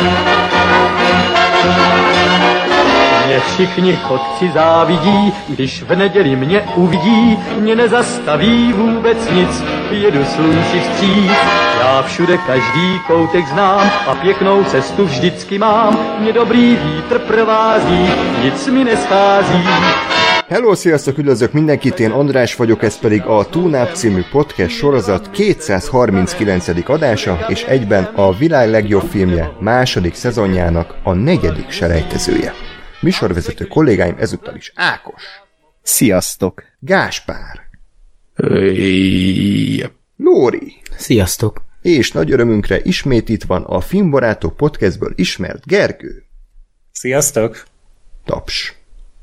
Mě všichni chodci závidí, když v neděli mě uvidí, mě nezastaví vůbec nic, jedu slunci vstříc. Já všude každý koutek znám a pěknou cestu vždycky mám, mě dobrý vítr provází, nic mi neschází. Hello, sziasztok, üdvözlök mindenkit, én András vagyok, ez pedig a Tune Up című podcast sorozat 239. adása, és egyben a világ legjobb filmje második szezonjának a 4. selejtezője. Műsorvezető kollégáim ezúttal is Ákos. Sziasztok. Gáspár. Lóri. Sziasztok. És nagy örömünkre ismét itt van a Filmbarátok podcastből ismert Gergő. Sziasztok. Taps.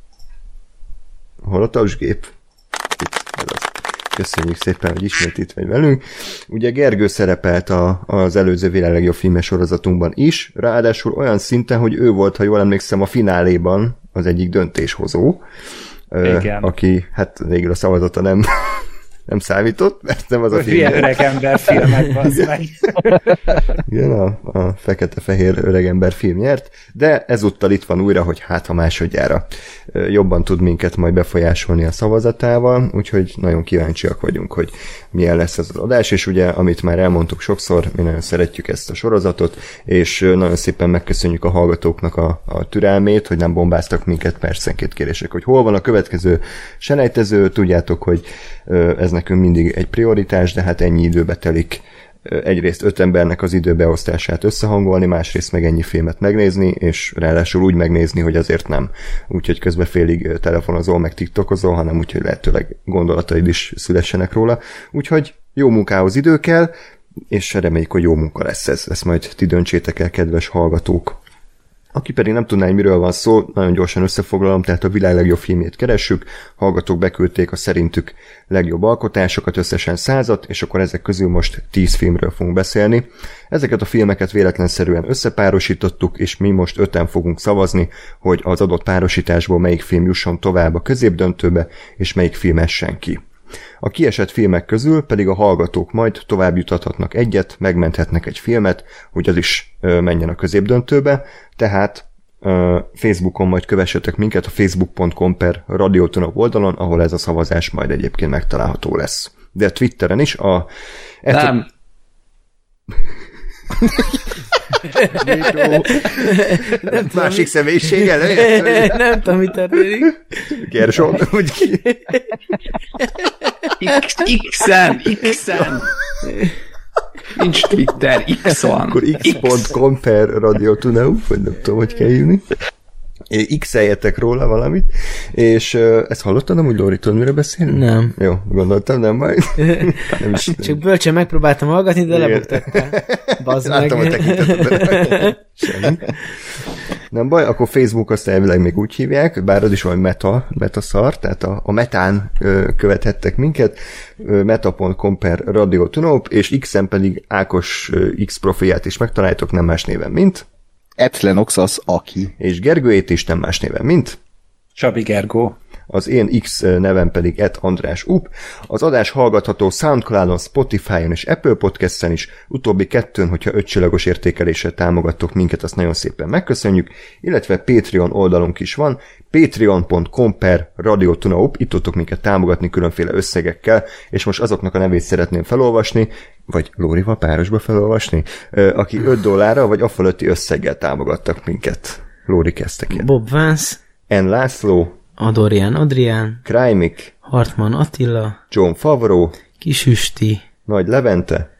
Hol a tapsgép? Köszönjük szépen, hogy ismét itt vagy velünk. Ugye Gergő szerepelt az előző világ legjobb filmes sorozatunkban is, ráadásul olyan szinten, hogy ő volt, ha jól emlékszem, a fináléban az egyik döntéshozó, aki hát végül a szavazata nem számított, mert nem az a film. Ilyen öregember filmek, bazd meg. Igen, a fekete-fehér öregember film nyert, de ezúttal itt van újra, hogy hát ha másodjára jobban tud minket majd befolyásolni a szavazatával, úgyhogy nagyon kíváncsiak vagyunk, hogy milyen lesz ez az adás, és ugye, amit már elmondtuk sokszor, mi nagyon szeretjük ezt a sorozatot, és nagyon szépen megköszönjük a hallgatóknak a türelmét, hogy nem bombáztak minket percenként kérések, hogy hol van a következő selejtező, tudjátok, hogy ez nekünk mindig egy prioritás, de hát ennyi időbe telik egyrészt 5 embernek az időbeosztását összehangolni, másrészt meg ennyi filmet megnézni, és ráadásul úgy megnézni, hogy azért nem úgyhogy közben félig telefonozol, meg tiktokozol, hanem úgyhogy lehetőleg gondolataid is szülessenek róla. Úgyhogy jó munkához idő kell, és reméljük, hogy jó munka lesz ez. Ezt majd ti döntsétek el, kedves hallgatók. Aki pedig nem tudná, hogy miről van szó, nagyon gyorsan összefoglalom, tehát a világ legjobb filmjét keressük, hallgatók beküldték a szerintük legjobb alkotásokat, összesen 100-at, és akkor ezek közül most 10 filmről fogunk beszélni. Ezeket a filmeket véletlenszerűen összepárosítottuk, és mi most 5-en fogunk szavazni, hogy az adott párosításból melyik film jusson tovább a középdöntőbe, és melyik film essen ki. A kiesett filmek közül pedig a hallgatók majd tovább jutathatnak egyet, megmenthetnek egy filmet, hogy az is menjen a középdöntőbe, tehát Facebookon majd kövessetek minket a facebook.com/radiotonop oldalon, ahol ez a szavazás majd egyébként megtalálható lesz. De Twitteren is Nem. Másik személyiséggel? Nem tudom, mi történik. Gerson, úgy ki. X-en. Nincs Twitter, X van. Akkor x.com/radiotuneup, vagy nem tudom, hogy kell hívni. X-eljetek róla valamit, és ezt hallottad amúgy, Lóri, tudod, mire beszélni? Nem. Jó, gondoltam, nem majd. Nem is, csak bölcsen megpróbáltam hallgatni, de lebuktattál. Bazd meg. Láttam, hogy tekintetted. Semmi. Nem baj, akkor Facebook azt elvileg még úgy hívják, bár az is valami meta-szar, tehát a metán követhettek minket, meta.com/radiotunop, és X-en pedig Ákos X profilját is megtaláltok, nem más néven, mint Etlenoxas Aki. És Gergőjét is nem más néven, mint Csabi Gergó. Az én X nevem pedig @AndrásUp. Az adás hallgatható Soundcloudon, Spotify-on és Apple Podcast-en is, utóbbi kettőn, hogyha 5 csillagos értékeléssel támogattok minket, azt nagyon szépen megköszönjük, illetve Patreon oldalunk is van, patreon.com/radiotunaup, itt tudtok minket támogatni különféle összegekkel, és most azoknak a nevét szeretném felolvasni, vagy Lórival párosba felolvasni, aki $5 vagy afölötti összeggel támogattak minket. Lóri, kezdtek el. Bob Vance, N. László, Adrián, Krajmik, Hartmann Attila, John Favreau, Kisüsti, Nagy Levente,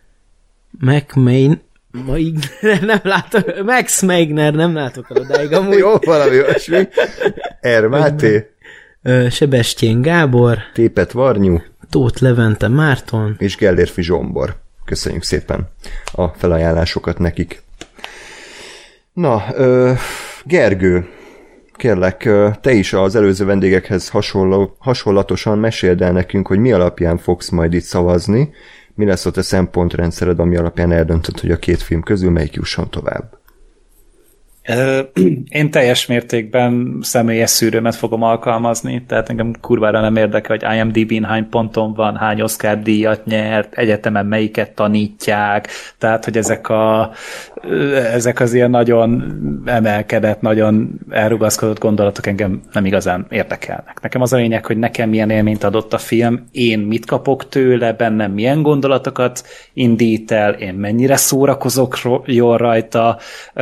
Max Meigner, nem látok el odáig amúgy. Jó, valami olyasmi. R. Máté, Sebestyén Gábor, Tépet Varnyú, Tóth Levente Márton és Gellérfi Zsombor. Köszönjük szépen a felajánlásokat nekik. Na, Gergő, kérlek, te is az előző vendégekhez hasonlatosan meséld el nekünk, hogy mi alapján fogsz majd itt szavazni, mi lesz ott a szempontrendszered, ami alapján eldöntöd, hogy a 2 film közül melyik jusson tovább. Én teljes mértékben személyes szűrőmet fogom alkalmazni, tehát engem kurvára nem érdekel, hogy IMDb-n hány ponton van, hány Oscar díjat nyert, egyetemen melyiket tanítják, tehát hogy ezek az ilyen nagyon emelkedett, nagyon elrugaszkodott gondolatok engem nem igazán érdekelnek. Nekem az a lényeg, hogy nekem milyen élményt adott a film, én mit kapok tőle, bennem milyen gondolatokat indít el, én mennyire szórakozok jól rajta,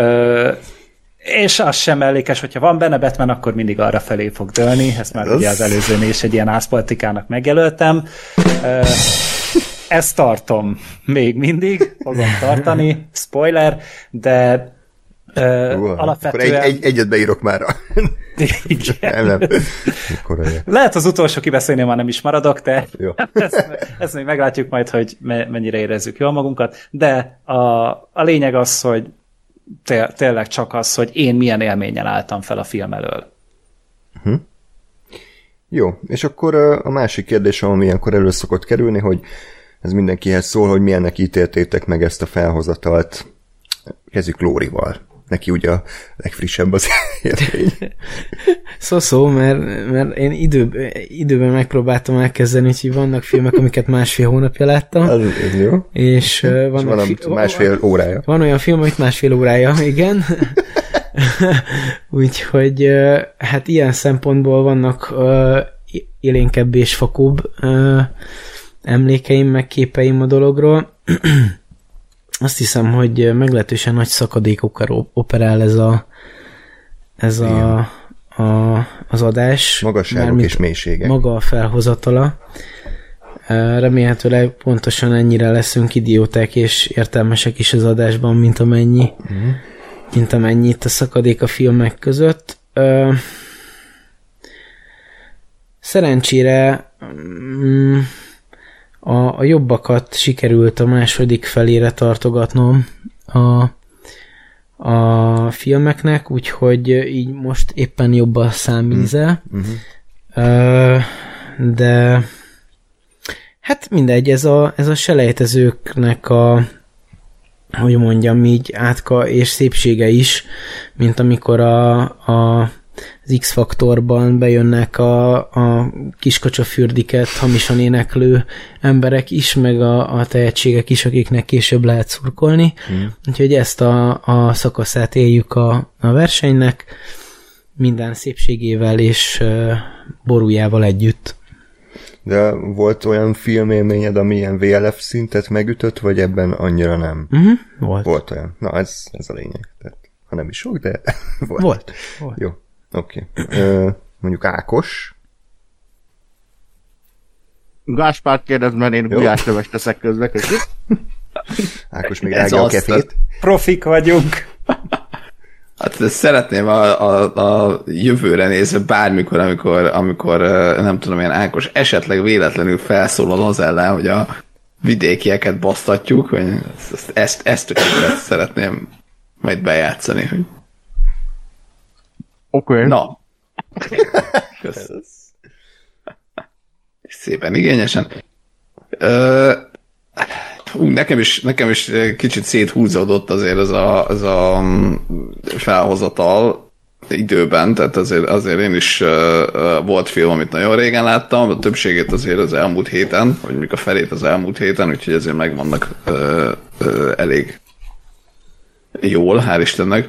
és az sem mellékes, hogyha van benne Batman, akkor mindig arra felé fog dőlni, ezt már ugye az előzőnél is egy ilyen ászpolitikának megjelöltem. Ezt tartom még mindig, fogom tartani, spoiler, de alapvetően... Akkor egyet beírok már. Nem. Lehet az utolsó kibeszélnél már nem is maradok, de ezt még meglátjuk majd, hogy mennyire érezzük jól magunkat, de a lényeg az, hogy tényleg csak az, hogy én milyen élménnyel álltam fel a film elől. Jó, és akkor a másik kérdés, ami ilyenkor elő szokott kerülni, hogy ez mindenkihez szól, hogy milyennek ítéltétek meg ezt a felhozatalt. Kezdjük Lórival. Neki ugye a legfrissebb az élmény. Mert én időben megpróbáltam elkezdeni, úgyhogy vannak filmek, amiket másfél hónapja láttam. Az jó. És van másfél órája. Van olyan film, amit másfél órája, igen. Úgyhogy hát ilyen szempontból vannak élénkebb és fakóbb emlékeim, meg képeim a dologról. Azt hiszem, hogy meglehetősen nagy szakadékokkal operál az adás. Magasságok és mélységek. Maga a felhozatala. Remélhetőleg pontosan ennyire leszünk idióták és értelmesek is az adásban, mint amennyi itt a szakadék a filmek között. Szerencsére a jobbakat sikerült a második felére tartogatnom a filmeknek, úgyhogy így most éppen jobb a számíze. De hát mindegy, ez a selejtezőknek hogy mondjam így, átka és szépsége is, mint amikor az X-faktorban bejönnek a kiskacsafürdikет hamisan éneklő emberek is, meg a tehetségek is, akiknek később lehet szurkolni. Úgyhogy ezt a szakaszát éljük a versenynek, minden szépségével és borújával együtt. De volt olyan filmélményed, ami ilyen VLF szintet megütött, vagy ebben annyira nem? Volt olyan. Na, ez a lényeg. Tehát, ha nem is sok, de volt. Jó. Oké. Mondjuk Ákos. Gáspárt kérdez, mert én gulyáslöves teszek közbe. Ákos még rágja a kefét. Profik vagyunk. Hát szeretném a jövőre nézve bármikor, amikor nem tudom, ilyen Ákos esetleg véletlenül felszólal az ellen, hogy a vidékieket basztatjuk, hogy ezt szeretném majd bejátszani. Hogy... Oké. Na. Köszönöm. Szépen igényesen. Nekem is kicsit széthúzódott azért az a felhozatal időben, tehát azért én is volt film, amit nagyon régen láttam, a többségét azért az elmúlt héten, vagy mondjuk a felét az elmúlt héten, úgyhogy ezért megvannak elég jól, hál' Istennek.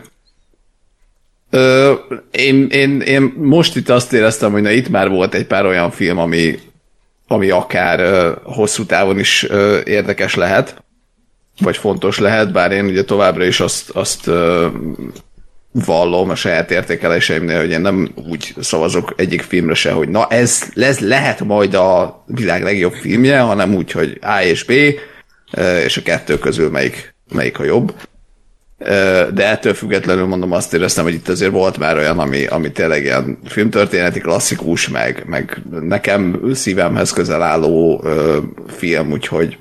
Én most itt azt éreztem, hogy itt már volt egy pár olyan film, ami akár hosszú távon is érdekes lehet, vagy fontos lehet, bár én ugye továbbra is azt vallom a saját értékeléseimnél, hogy én nem úgy szavazok egyik filmre se, hogy na ez lehet majd a világ legjobb filmje, hanem úgy, hogy A és B, és a kettő közül melyik a jobb. De ettől függetlenül mondom, azt éreztem, hogy itt azért volt már olyan, ami tényleg ilyen filmtörténeti klasszikus, meg nekem szívemhez közel álló film, úgyhogy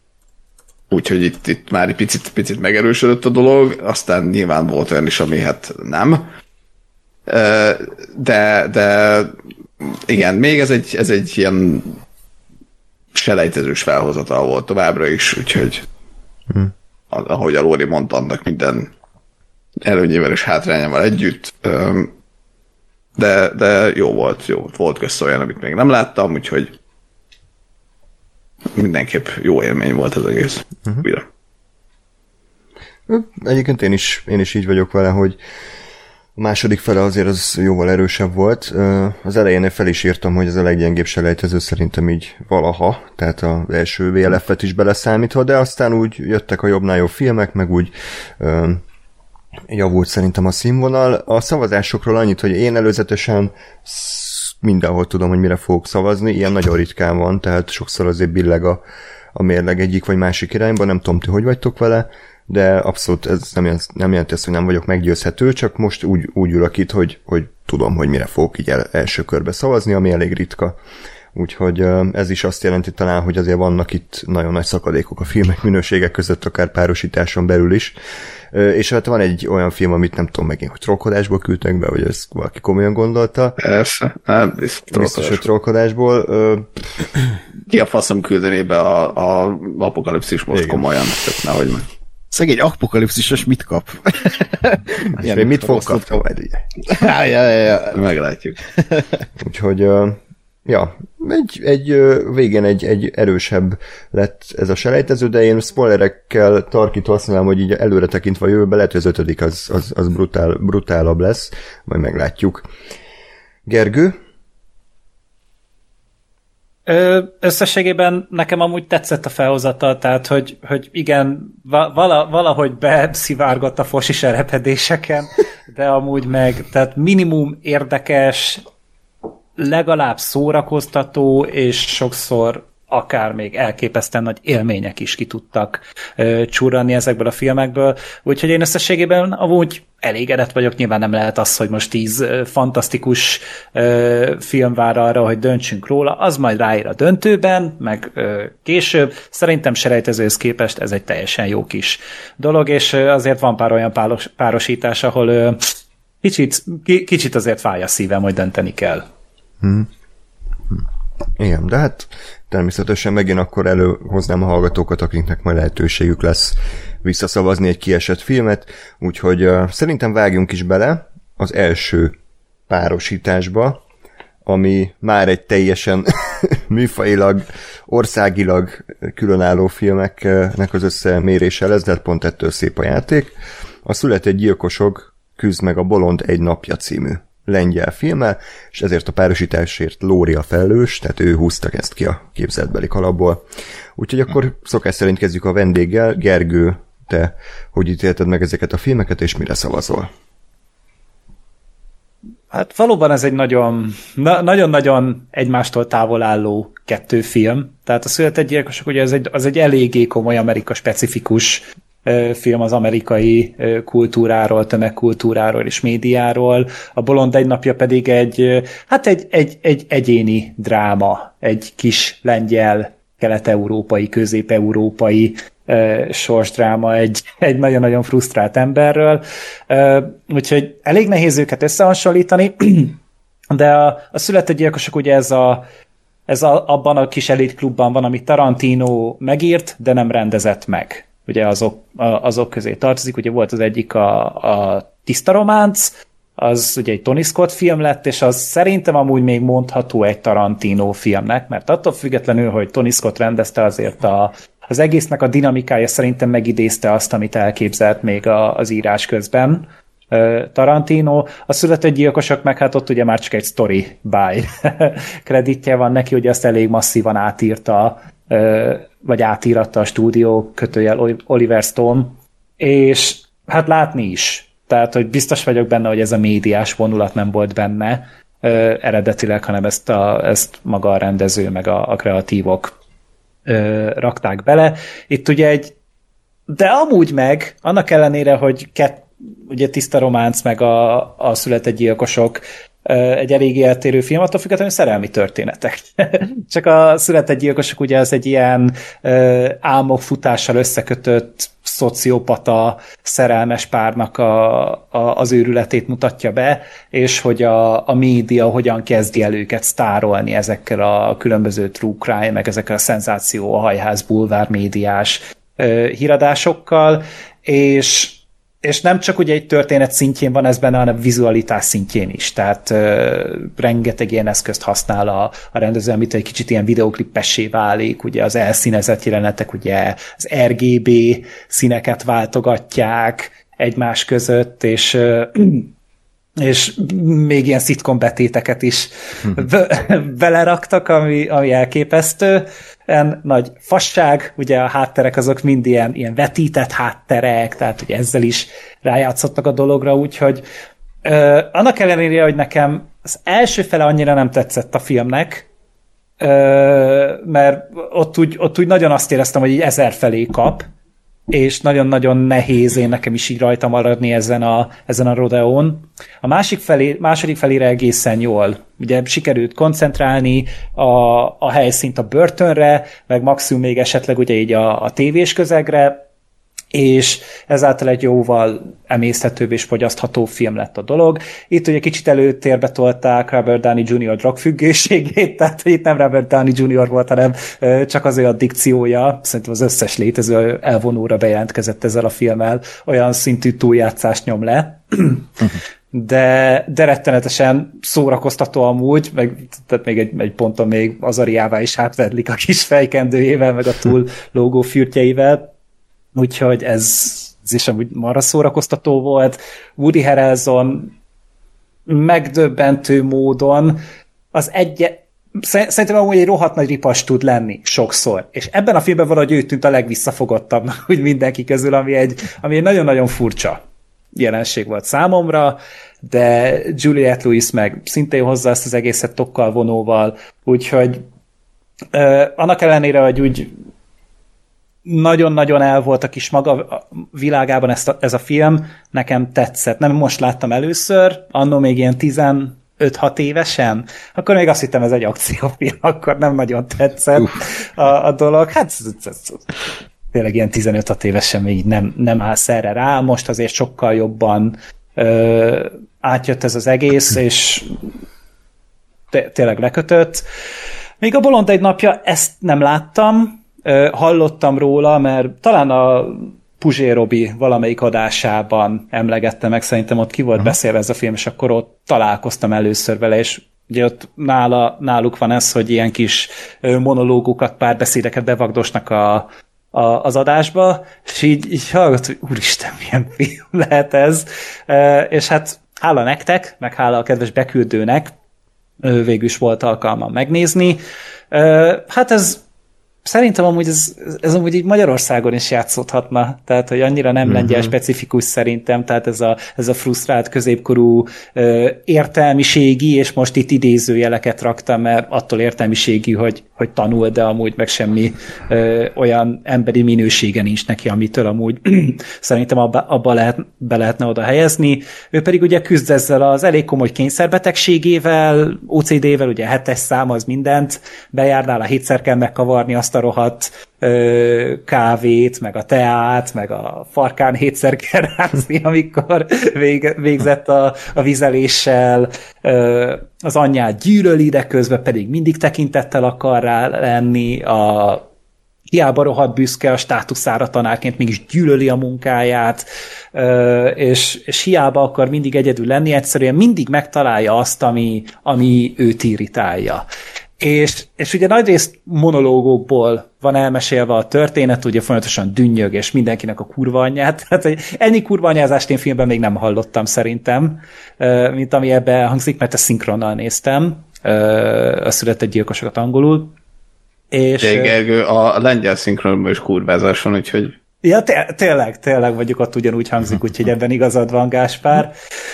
itt már egy picit megerősödött a dolog, aztán nyilván volt olyan is, ami hát nem. De igen, még ez egy ilyen selejtezős felhozatal volt továbbra is, úgyhogy ahogy a Lóri mondta, annak minden előnyével és hátrányával együtt, de jó volt közt olyan, amit még nem láttam, úgyhogy mindenképp jó élmény volt az egész. Újra. Egyébként én is így vagyok vele, hogy a második fele azért az jóval erősebb volt. Az elején fel is írtam, hogy ez a leggyengébb selejtező szerintem így valaha, tehát az első VLF-et is beleszámítva, de aztán úgy jöttek a jobbnál jobb filmek, meg úgy javult szerintem a színvonal. A szavazásokról annyit, hogy én előzetesen mindenhol tudom, hogy mire fogok szavazni, ilyen nagyon ritkán van, tehát sokszor azért billeg a mérleg egyik vagy másik irányba, nem tudom, ti hogy vagytok vele, de abszolút ez nem jelenti azt, hogy nem vagyok meggyőzhető, csak most úgy ülök itt, hogy tudom, hogy mire fogok így első körbe szavazni, ami elég ritka. Úgyhogy ez is azt jelenti talán, hogy azért vannak itt nagyon nagy szakadékok a filmek minőségek között, akár párosításon belül is. És hát van egy olyan film, amit nem tudom megint, hogy trollkodásból küldtek be, vagy ezt valaki komolyan gondolta. Persze, biztos, hogy trollkodásból. Ki a faszom küldené be a apokalipszis most igen. Komolyan, tehát nehogy meg. Szegény apokalipszisos mit kap? Mit fog kapni majd ugye? Ja, meglátjuk. Úgyhogy végén egy erősebb lett ez a selejtező, de én spoilerekkel tarkítva azt mondom, hogy így előre tekintve a jövőbe lehet, hogy az 5. az brutálabb lesz, majd meglátjuk. Gergő? Összességében nekem amúgy tetszett a felhozatal, tehát hogy igen, valahogy beszivárgott a fosi serepedéseken, de amúgy meg, tehát minimum érdekes, legalább szórakoztató, és sokszor akár még elképesztően nagy élmények is ki tudtak csurranni ezekből a filmekből. Úgyhogy én összességében amúgy elégedett vagyok. Nyilván nem lehet az, hogy most 10 fantasztikus film vár arra, hogy döntsünk róla. Az majd ráír a döntőben, meg később. Szerintem selejtezőhöz képest ez egy teljesen jó kis dolog, és azért van pár olyan párosítás, ahol kicsit azért fáj a szívem, hogy dönteni kell. Igen, de hát természetesen megint akkor előhoznám a hallgatókat, akiknek majd lehetőségük lesz visszaszavazni egy kiesett filmet, úgyhogy szerintem vágjunk is bele az első párosításba, ami már egy teljesen műfajilag, országilag különálló filmeknek az összemérése lesz, de pont ettől szép a játék. A Született gyilkosok küzd meg a Bolond egy napja című lengyel filmmel, és ezért a párosításért Lóri a felelős, tehát ő húzta ezt ki a képzeletbeli kalapból. Úgyhogy akkor szokás szerint kezdjük a vendéggel. Gergő, te hogy ítélted meg ezeket a filmeket, és mire szavazol? Hát valóban ez egy nagyon-nagyon egymástól távol álló kettő film. Tehát a Született gyilkosok ugye az egy eléggé komoly Amerika specifikus film az amerikai kultúráról, tömegkultúráról és médiáról. A Bolond egy napja pedig egy egyéni dráma, egy kis lengyel, kelet-európai, közép-európai sorsdráma egy nagyon-nagyon frusztrált emberről. Úgyhogy elég nehéz őket összehasonlítani, de a Született gyilkosok ugye ez abban a kis elitklubban van, amit Tarantino megírt, de nem rendezett meg. Ugye azok közé tartozik, ugye volt az egyik a Tiszta románc, az ugye egy Tony Scott film lett, és az szerintem amúgy még mondható egy Tarantino filmnek, mert attól függetlenül, hogy Tony Scott rendezte, azért az egésznek a dinamikája szerintem megidézte azt, amit elképzelt még az írás közben Tarantino. A Született gyilkosok meg hát ott ugye már csak egy story by kreditje van neki, hogy azt elég masszívan átírta, vagy átíratta a stúdió -- Oliver Stone, és hát látni is. Tehát, hogy biztos vagyok benne, hogy ez a médiás vonulat nem volt benne eredetileg, hanem ezt maga a rendező, meg a kreatívok rakták bele. Itt ugye de amúgy meg, annak ellenére, hogy ugye Tiszta románc, meg a Született gyilkosok egy elég eltérő film, attól függetlenül szerelmi történetek. Csak a Született gyilkosok ugye az egy ilyen álmokfutással összekötött szociopata szerelmes párnak az őrületét mutatja be, és hogy a média hogyan kezdi el őket sztárolni ezekkel a különböző true crime, meg ezekkel a szenzáció, a hajház, bulvár médiás híradásokkal, és és nem csak ugye egy történet szintjén van ez benne, hanem vizualitás szintjén is, tehát rengeteg ilyen eszközt használ a rendező, amit egy kicsit ilyen videoklippessé válik, ugye az elszínezett jelenetek, ugye az RGB színeket váltogatják egymás között, és még ilyen szitkom betéteket is beleraktak, ami elképesztő. Nagy fasság, ugye a hátterek azok mind ilyen vetített hátterek, tehát ugye ezzel is rájátszottak a dologra, úgyhogy annak ellenére, hogy nekem az első fele annyira nem tetszett a filmnek, mert ott úgy nagyon azt éreztem, hogy így 1000 felé kap, és nagyon-nagyon nehéz én nekem is így rajta maradni ezen a rodeón. A második felére egészen jól. Ugye sikerült koncentrálni a helyszínt a börtönre, meg maximum még esetleg ugye így a tévés közegre, és ezáltal egy jóval emészthetőbb és fogyasztható film lett a dolog. Itt ugye kicsit előtérbe tolták Robert Downey Jr. drogfüggőségét, tehát itt nem Robert Downey Jr. volt, hanem csak az olyan dikciója, szerintem az összes létező elvonóra bejelentkezett ezzel a filmmel, olyan szintű túljátszást nyom le, de rettenetesen szórakoztató amúgy, tehát még egy ponton még Azariává is átvedlik a kis fejkendőjével, meg a túl lógó fürtjeivel. Úgyhogy ez is amúgy marha szórakoztató volt. Woody Harrelson megdöbbentő módon szerintem amúgy egy rohadt nagy ripas tud lenni sokszor. És ebben a filmben valahogy ő tűnt a legvisszafogottabbnak, úgy mindenki közül, ami egy nagyon-nagyon furcsa jelenség volt számomra, de Juliette Lewis meg szintén hozza ezt az egészet tokkal vonóval, úgyhogy annak ellenére, hogy úgy nagyon-nagyon el volt a kis maga világában ez a film, nekem tetszett. Nem most láttam először, annó még ilyen 15-6 évesen, akkor még azt hittem ez egy akciófilm, akkor nem nagyon tetszett a dolog. Hát tényleg ilyen 15-6 évesen még nem állsz erre rá, most azért sokkal jobban átjött ez az egész, és tényleg lekötött. Még a Bolond egy napja, ezt nem láttam, hallottam róla, mert talán a Puzsé Robi valamelyik adásában emlegette meg, szerintem ott ki volt beszélve ez a film, és akkor ott találkoztam először vele, és ugye ott náluk van ez, hogy ilyen kis monológukat, párbeszédeket bevagdosnak az adásba, és így hallgat, hogy úristen, milyen film lehet ez, és hát hála nektek, meg hála a kedves beküldőnek, végül is volt alkalmam megnézni. Hát ez szerintem amúgy ez amúgy így Magyarországon is játszódhatna, tehát hogy annyira nem lengyel specifikus szerintem, tehát ez a frusztrált középkorú értelmiségi, és most itt idézőjeleket raktam, mert attól értelmiségi, hogy tanul, de amúgy meg semmi olyan emberi minősége nincs neki, amitől amúgy szerintem abba be lehetne oda helyezni. Ő pedig ugye küzd ezzel az elég komoly kényszerbetegségével, OCD-vel, ugye 7-es szám az mindent, bejárnál, a 7-szer kell megkavarni azt a rohadt kávét, meg a teát, meg a farkán 7-szer kell rázni, amikor végzett a vizeléssel, az anyját gyűlöli, de közben pedig mindig tekintettel akar rá lenni, hiába rohadt büszke a státuszára tanárként, mégis gyűlöli a munkáját, és hiába akar mindig egyedül lenni, egyszerűen mindig megtalálja azt, ami őt irritálja. És ugye nagyrészt monológokból van elmesélve a történet, ugye folyamatosan dünnyög, és mindenkinek a kurva anyját. Hát, hogy ennyi kurva anyázást én filmben még nem hallottam szerintem, mint ami ebben hangzik, mert ezt szinkronnal néztem, a Született gyilkosokat angolul. És Gergő, a lengyel szinkronban is kurvázás van, úgyhogy... Ja, tényleg mondjuk ott ugyanúgy hangzik, úgyhogy ebben igazad van, Gáspár.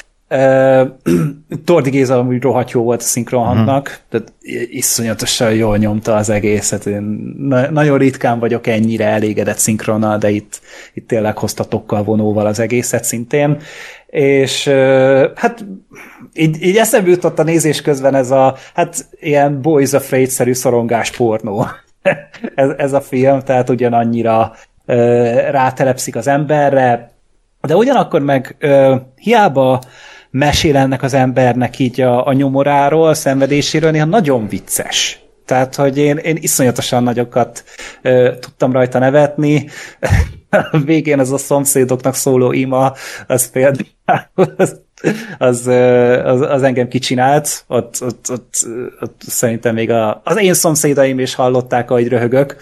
Tordi Géza amúgy rohadt jó volt a szinkronhangnak, tehát iszonyatosan jól nyomta az egészet. Én nagyon ritkán vagyok ennyire elégedett szinkronnal, de itt tényleg hoztatokkal vonóval az egészet szintén. És hát így eszembe jutott a nézés közben ez a ilyen Boys Afraid-szerű szorongás pornó. ez a film, tehát ugyanannyira rátelepszik az emberre, de ugyanakkor meg hiába mesél ennek az embernek így a nyomoráról, a szenvedéséről, néha nagyon vicces. Tehát, hogy én iszonyatosan nagyokat tudtam rajta nevetni. A végén az a szomszédoknak szóló ima, az például az engem kicsinált. Ott szerintem még az én szomszédaim is hallották, ahogy röhögök.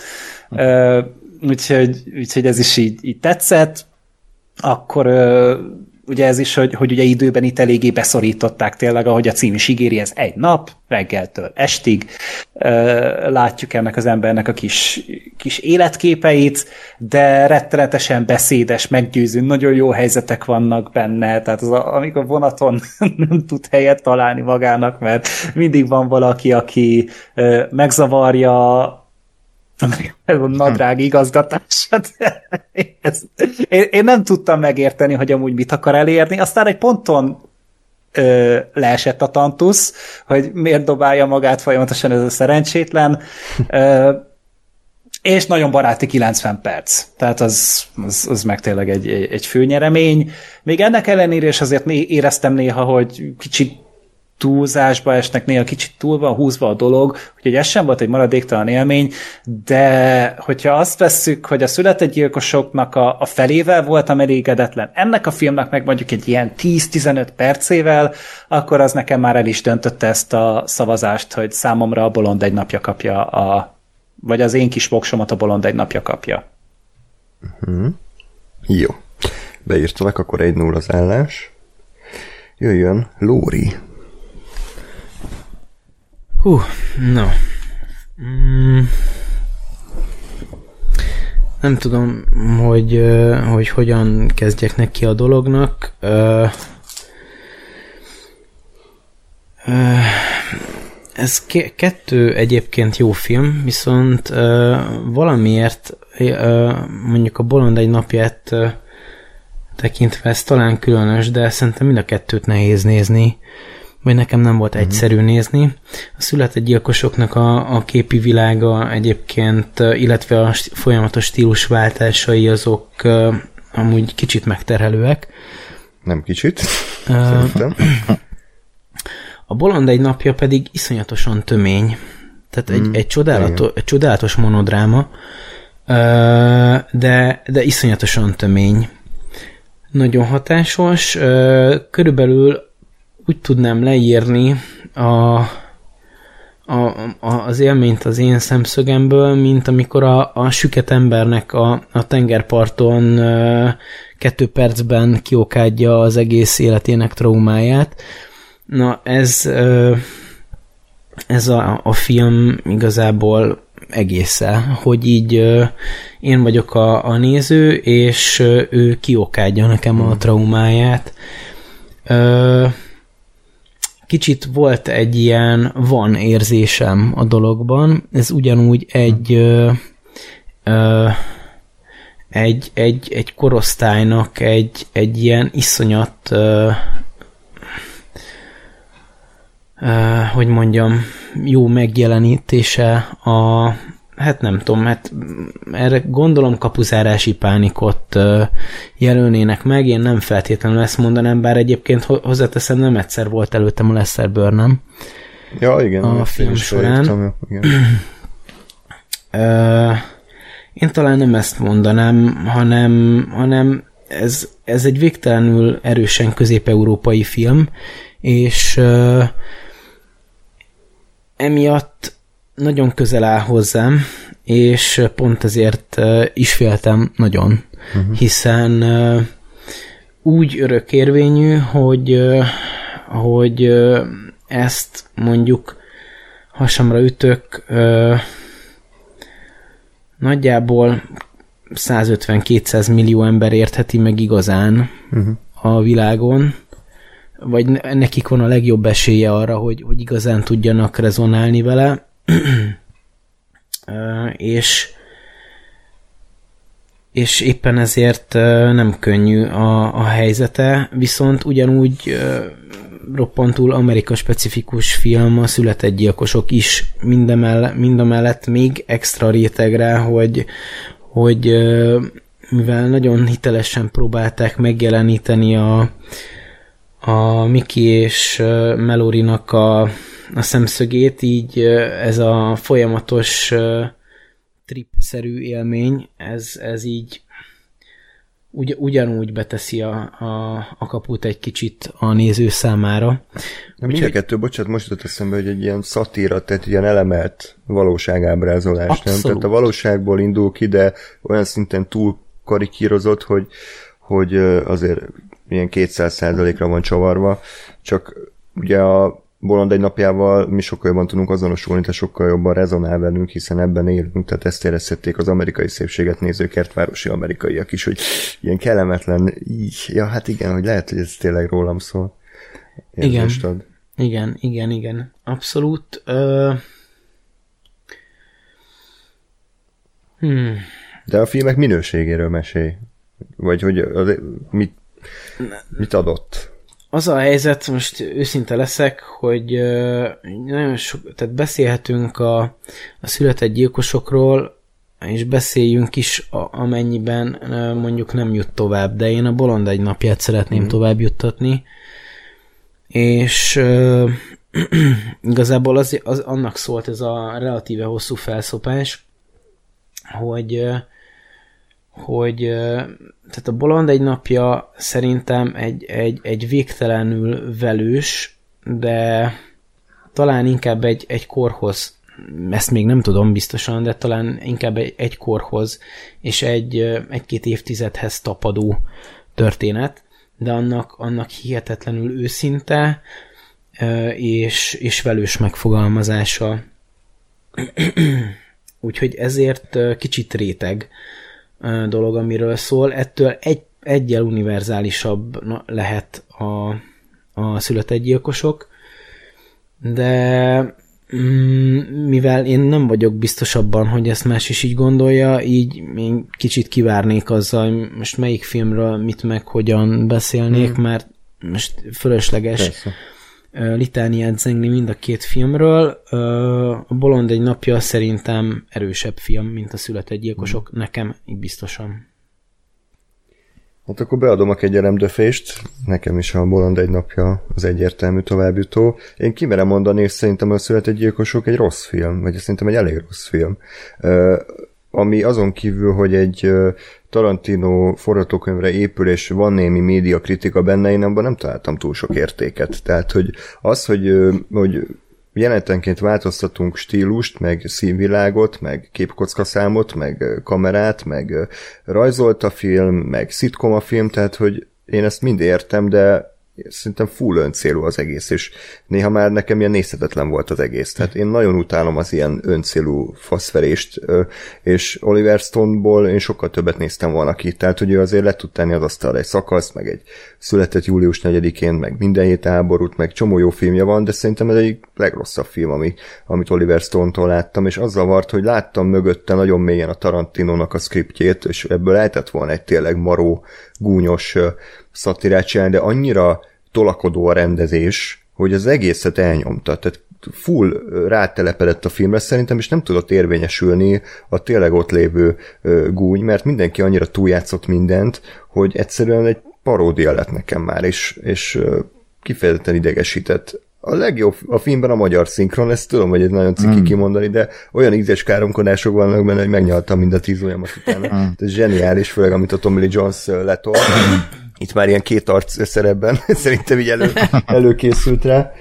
Úgyhogy ez is így tetszett. Akkor ugye ez is, hogy ugye időben itt eléggé beszorították tényleg, ahogy a cím is ígéri, ez egy nap, reggeltől estig. Látjuk ennek az embernek a kis életképeit, de rettenetesen beszédes, meggyőző, nagyon jó helyzetek vannak benne, tehát amikor vonaton nem tud helyet találni magának, mert mindig van valaki, aki megzavarja nadrág igazgatását. Én nem tudtam megérteni, hogy amúgy mit akar elérni. Aztán egy ponton leesett a tantusz, hogy miért dobálja magát folyamatosan ez a szerencsétlen. És nagyon baráti 90 perc. Tehát az meg tényleg egy főnyeremény. Még ennek ellenére is azért éreztem néha, hogy kicsit túlzásba esnek, néha kicsit túl van húzva a dolog, úgyhogy ez sem volt egy maradéktalan élmény, de hogyha azt vesszük, hogy a született gyilkosoknak a felével voltam elégedetlen, ennek a filmnek meg mondjuk egy ilyen 10-15 percével, akkor az nekem már el is döntötte ezt a szavazást, hogy számomra a Bolond egy napja kapja vagy az én kis voksomat a Bolond egy napja kapja. Jó. Beírtalak, akkor 1-0 az állás. Jöjjön Lóri. No. Nem tudom, hogy hogyan kezdjek neki a dolognak. Ez kettő egyébként jó film, viszont valamiért mondjuk a Bolond egy napját tekintve ez talán különös, de szerintem mind a kettőt nehéz nézni, vagy nekem nem volt egyszerű nézni. A született gyilkosoknak a képi világa egyébként, illetve a folyamatos stílusváltásai azok amúgy kicsit megterhelőek. Nem kicsit, szerintem. A Bolond egy napja pedig iszonyatosan tömény. Tehát egy csodálatos monodráma, de iszonyatosan tömény. Nagyon hatásos. Körülbelül úgy tudnám leírni az élményt az én szemszögemből, mint amikor a süket embernek a tengerparton 2 percben kiokádja az egész életének traumáját. Na, ez a film igazából egészen, hogy így én vagyok a néző, és ő kiokádja nekem a traumáját. Kicsit volt egy ilyen van érzésem a dologban, ez ugyanúgy egy korosztálynak egy ilyen iszonyat hogy mondjam, jó megjelenítése hát nem tudom, erre gondolom kapuzárási pánikot jelölnének meg, én nem feltétlenül ezt mondanám, bár egyébként hozzáteszem, nem egyszer volt előttem a Lester Burnham. Ja, igen. A film során. Én talán nem ezt mondanám, hanem ez egy végtelenül erősen közép-európai film, és emiatt nagyon közel áll hozzám, és pont ezért is féltem nagyon, hiszen úgy örökérvényű, hogy ezt mondjuk hasamra ütök, nagyjából 150-200 millió ember értheti meg igazán a világon, vagy nekik van a legjobb esélye arra, hogy igazán tudjanak rezonálni vele, és éppen ezért nem könnyű a helyzete, viszont ugyanúgy roppantul Amerika specifikus film, a Született gyilkosok is mindamellett még extra réteg rá, hogy mivel nagyon hitelesen próbálták megjeleníteni a Mickey és Mallory-nak a szemszögét, így ez a folyamatos trip-szerű élmény, ez így ugyanúgy beteszi a kaput egy kicsit a néző számára. Mind a kettő, bocsánat, most jutott eszembe, hogy egy ilyen szatíra, tehát ilyen elemelt valóságábrázolás, Abszolút. nem? Tehát a valóságból indul ki, de olyan szinten túl karikírozott, hogy azért ilyen 200%-ra van csavarva, csak ugye a Bolond egy napjával mi sokkal jobban tudunk azonosulni, de sokkal jobban rezonál velünk, hiszen ebben élünk, tehát ezt érezhették az amerikai szépséget néző kertvárosi amerikaiak is, hogy ilyen kellemetlen, ja hát igen, hogy lehet, hogy ez tényleg rólam szól. Érzést ad. Igen. Abszolút. De a filmek minőségéről mesélj. Vagy hogy mit adott? Az a helyzet, most őszinte leszek, hogy nagyon sok, tehát beszélhetünk a született gyilkosokról, és beszéljünk is, amennyiben mondjuk nem jut tovább, de én a Bolond egy napját szeretném tovább juttatni, és igazából az annak szólt ez a relatíve hosszú felszopás, hogy tehát a Bolond egy napja szerintem egy végtelenül velős, de talán inkább egy korhoz, ezt még nem tudom biztosan, de talán inkább egy korhoz és egy-két évtizedhez tapadó történet, de annak hihetetlenül őszinte és velős megfogalmazása. Úgyhogy ezért kicsit réteg dolog, amiről szól. Ettől egyel univerzálisabb lehet a született gyilkosok, de mivel én nem vagyok biztos abban, hogy ezt más is így gondolja, így én kicsit kivárnék azzal, most melyik filmről mit meg hogyan beszélnék, mert most fölösleges Persze. litániát zengni mind a két filmről. A Bolond egy napja szerintem erősebb film, mint a született gyilkosok, nekem így biztosan. Hát akkor beadom a kegyelemdöfést, nekem is a Bolond egy napja az egyértelmű továbbjutó. Én kimerem mondani, és szerintem a született gyilkosok egy rossz film, vagy szerintem egy elég rossz film. Ami azon kívül, hogy egy Tarantino forgatókönyvre épül, és van némi médiakritika benne, én abban nem találtam túl sok értéket. Tehát, hogy az, hogy jelenetenként változtatunk stílust, meg színvilágot, meg képkockaszámot, meg kamerát, meg rajzolt a film, meg szitkom a film, tehát, hogy én ezt mind értem, de szerintem full öncélú az egész, és néha már nekem ilyen nézhetetlen volt az egész. Tehát én nagyon utálom az ilyen öncélú faszverést, és Oliver Stone-ból én sokkal többet néztem volna ki. Tehát, hogy ő azért le tud tenni az asztalra egy szakaszt, meg egy született július 4-én, meg minden hét háborút, meg csomó jó filmje van, de szerintem ez egy legrosszabb film, amit Oliver Stone-tól láttam, és azzal vart, hogy láttam mögötte nagyon mélyen a Tarantinónak a szkriptjét, és ebből lehetett volna egy tényleg maró, gúnyos szatirát csinálni, de annyira tolakodó a rendezés, hogy az egészet elnyomta. Tehát full rátelepedett a filmre szerintem, és nem tudott érvényesülni a tényleg ott lévő gúny, mert mindenki annyira túljátszott mindent, hogy egyszerűen egy paródia lett nekem már, és kifejezetten idegesített. A legjobb a filmben a magyar szinkron, ezt tudom, hogy ez nagyon ciki kimondani, de olyan ízes káromkodások vannak benne, hogy megnyaltam mind a 10 ujjamat utána. Ez zseniális, főleg amit a Tommy Lee Jones letol. Itt már ilyen két arc szerepben szerintem így előkészült rá.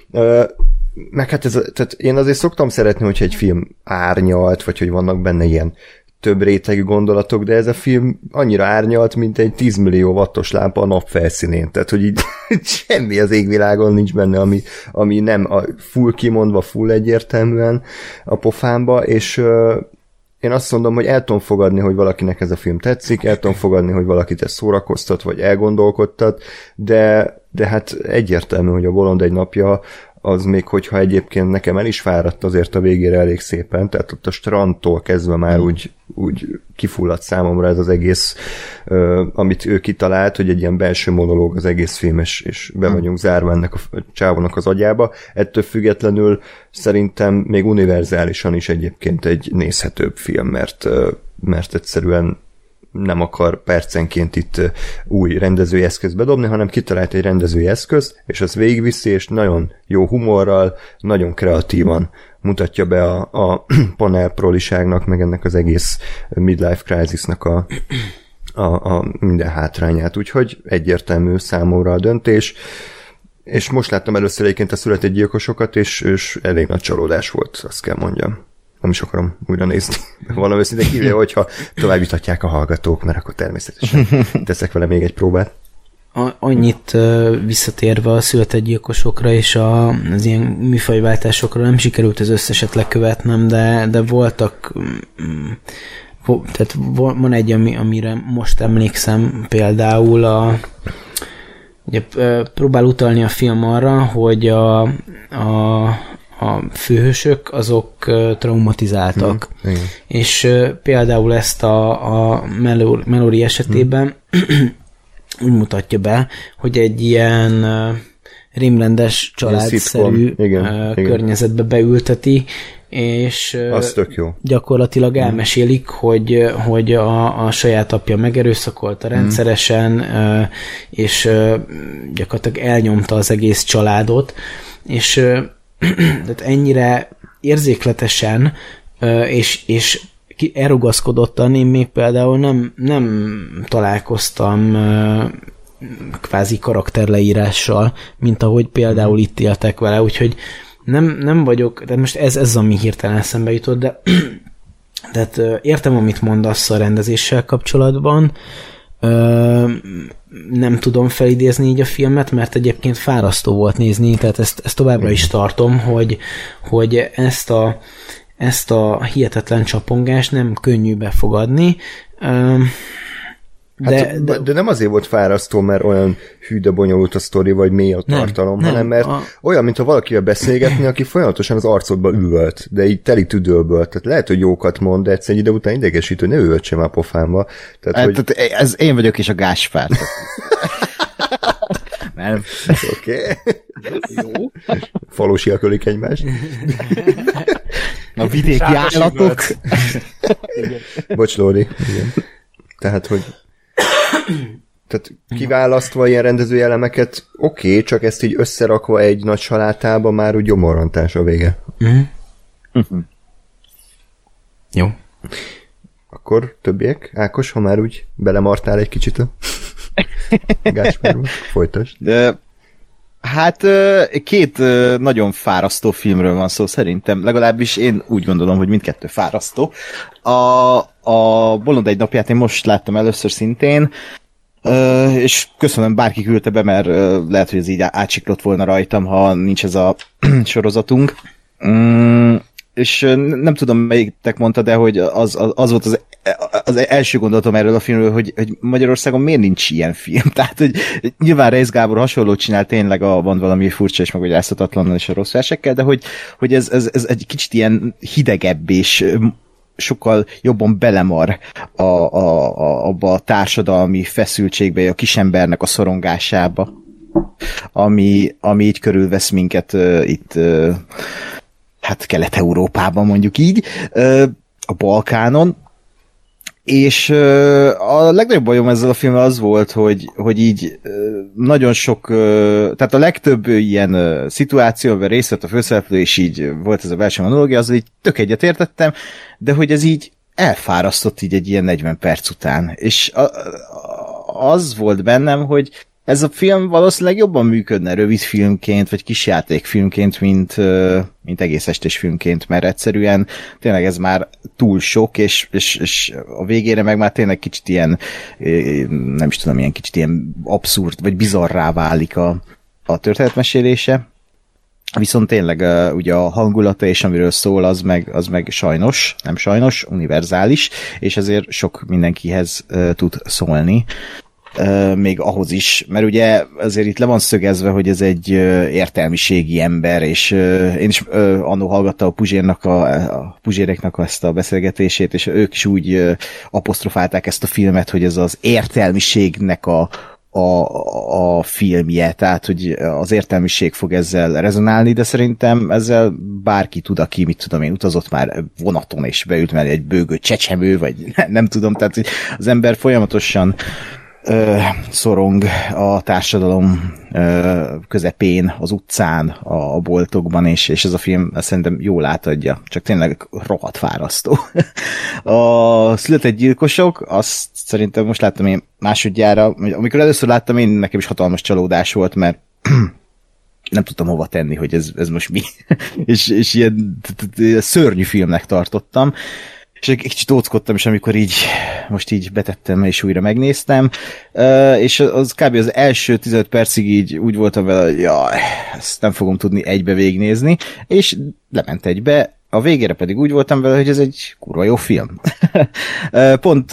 Meg hát tehát én azért szoktam szeretni, hogyha egy film árnyalt, vagy hogy vannak benne ilyen több rétegű gondolatok, de ez a film annyira árnyalt, mint egy 10 millió wattos lámpa a nap felszínén. Tehát, hogy így semmi az égvilágon nincs benne, ami nem a full kimondva, full egyértelműen a pofámba, és én azt mondom, hogy el tudom fogadni, hogy valakinek ez a film tetszik, el tudom fogadni, hogy valakit ez szórakoztat, vagy elgondolkodtat, de hát egyértelmű, hogy a Bolond egy napja az még, hogyha egyébként nekem el is fáradt azért a végére elég szépen, tehát ott a strandtól kezdve már úgy kifulladt számomra ez az egész, amit ő kitalált, hogy egy ilyen belső monológ az egész film, és be vagyunk zárva ennek a csávónak az agyába. Ettől függetlenül szerintem még univerzálisan is egyébként egy nézhetőbb film, mert egyszerűen nem akar percenként itt új rendezői eszközt bedobni, hanem kitalált egy rendezői eszközt, és az végigviszi, és nagyon jó humorral, nagyon kreatívan mutatja be a panel proliságnak, meg ennek az egész midlife crisisnak a minden hátrányát. Úgyhogy egyértelmű számomra a döntés, és most láttam először egyébként a Született-gyilkosokat, és elég nagy csalódás volt, azt kell mondjam. Nem is akarom újra nézni. Valami őszintén kívül, hogyha továbbjutatják a hallgatók, mert akkor természetesen teszek vele még egy próbát. Annyit visszatérve a Született-gyilkosokra és az ilyen műfajváltásokra nem sikerült az összeset lekövetnem, de voltak... Tehát van egy, amire most emlékszem, például ugye, próbál utalni a film arra, hogy a főhősök azok traumatizáltak. És például ezt a Mallory esetében úgy mutatja be, hogy egy ilyen rémrendes családszerű környezetbe beülteti, és az tök jó. Gyakorlatilag elmesélik, hogy a saját apja megerőszakolta rendszeresen, és gyakorlatilag elnyomta az egész családot, és tehát ennyire érzékletesen, és elrugaszkodottan én még például nem találkoztam kvázi karakterleírással, mint ahogy például itt éltek vele, úgyhogy nem vagyok, de most ez ami hirtelen eszembe jutott, de tehát értem, amit mondasz a rendezéssel kapcsolatban, nem tudom felidézni így a filmet, mert egyébként fárasztó volt nézni, tehát ezt továbbra is tartom, hogy ezt a hihetetlen csapongást nem könnyű befogadni. De nem azért volt fárasztó, mert olyan hű de bonyolult a sztori, vagy mély a tartalom, hanem mert olyan, mintha valakivel beszélgetni, aki folyamatosan az arcodba üvölt, de így teli tüdőből. Tehát lehet, hogy jókat mond, de egyszer ide után idegesítő, ne üvölt sem a pofámba. Tehát ez én vagyok is a Gáspár. Nem. Oké. Jó. Falusiak ölik egymást. A vidéki állatok. Bocs, Lóri. Igen. Tehát, hogy kiválasztva ilyen rendezői elemeket, oké, csak ezt így összerakva egy nagy salátába már úgy gyomorrantás a vége. Jó. Akkor többiek? Ákos, ha már úgy belemartál egy kicsit a Gáspárba, folytasd. Hát két nagyon fárasztó filmről van szó szerintem, legalábbis én úgy gondolom, hogy mindkettő fárasztó. A Bolond egy napját én most láttam először szintén, és köszönöm, bárki küldte be, mert lehet, hogy ez így átsiklott volna rajtam, ha nincs ez a sorozatunk. És nem tudom, melyiktek mondta, de hogy az volt az első gondolatom erről a filmről, hogy Magyarországon miért nincs ilyen film. Tehát, hogy nyilván Reisz Gábor hasonlót csinál, tényleg van valami furcsa és megmagyarázhatatlannal és a rossz versekkel, de hogy ez egy kicsit ilyen hidegebb és sokkal jobban belemar abba a társadalmi feszültségbe, a kisembernek a szorongásába, ami így körülvesz minket itt hát Kelet-Európában mondjuk így, a Balkánon, és a legnagyobb bajom ezzel a filmmel az volt, hogy így nagyon sok, tehát a legtöbb ilyen szituációban részt vett a főszereplő, és így volt ez a belső monológia, az így tök egyet értettem, de hogy ez így elfárasztott így egy ilyen 40 perc után. És az volt bennem, hogy ez a film valószínűleg jobban működne rövidfilmként, vagy kisjátékfilmként, mint egész estés filmként, mert egyszerűen tényleg ez már túl sok, és a végére meg már tényleg kicsit ilyen, nem is tudom, ilyen kicsit ilyen abszurd, vagy bizarrá válik a történetmesélése. Viszont tényleg ugye a hangulata és amiről szól, az meg sajnos, nem sajnos, univerzális, és ezért sok mindenkihez tud szólni. Még ahhoz is, mert ugye azért itt le van szögezve, hogy ez egy értelmiségi ember, és én is annó hallgattam a Puzséreknek ezt a beszélgetését, és ők is úgy apostrofálták ezt a filmet, hogy ez az értelmiségnek a filmje, tehát hogy az értelmiség fog ezzel rezonálni, de szerintem ezzel bárki tud, aki, mit tudom én, utazott már vonaton, és beült mellé egy bőgő csecsemő, vagy nem tudom, tehát hogy az ember folyamatosan szorong a társadalom közepén, az utcán, a boltokban, és ez a film szerintem jól átadja, csak tényleg rohadt fárasztó. A Született gyilkosok, azt szerintem most láttam én másodjára, amikor először láttam én, nekem is hatalmas csalódás volt, mert nem tudtam hova tenni, hogy ez most mi. és ilyen szörnyű filmnek tartottam. És egy kicsit óckodtam is, amikor most így betettem, és újra megnéztem, és az kb. Az első 15 percig így úgy voltam vele, hogy jaj, ezt nem fogom tudni egybe végignézni, és lement egybe, a végére pedig úgy voltam vele, hogy ez egy kurva jó film. Pont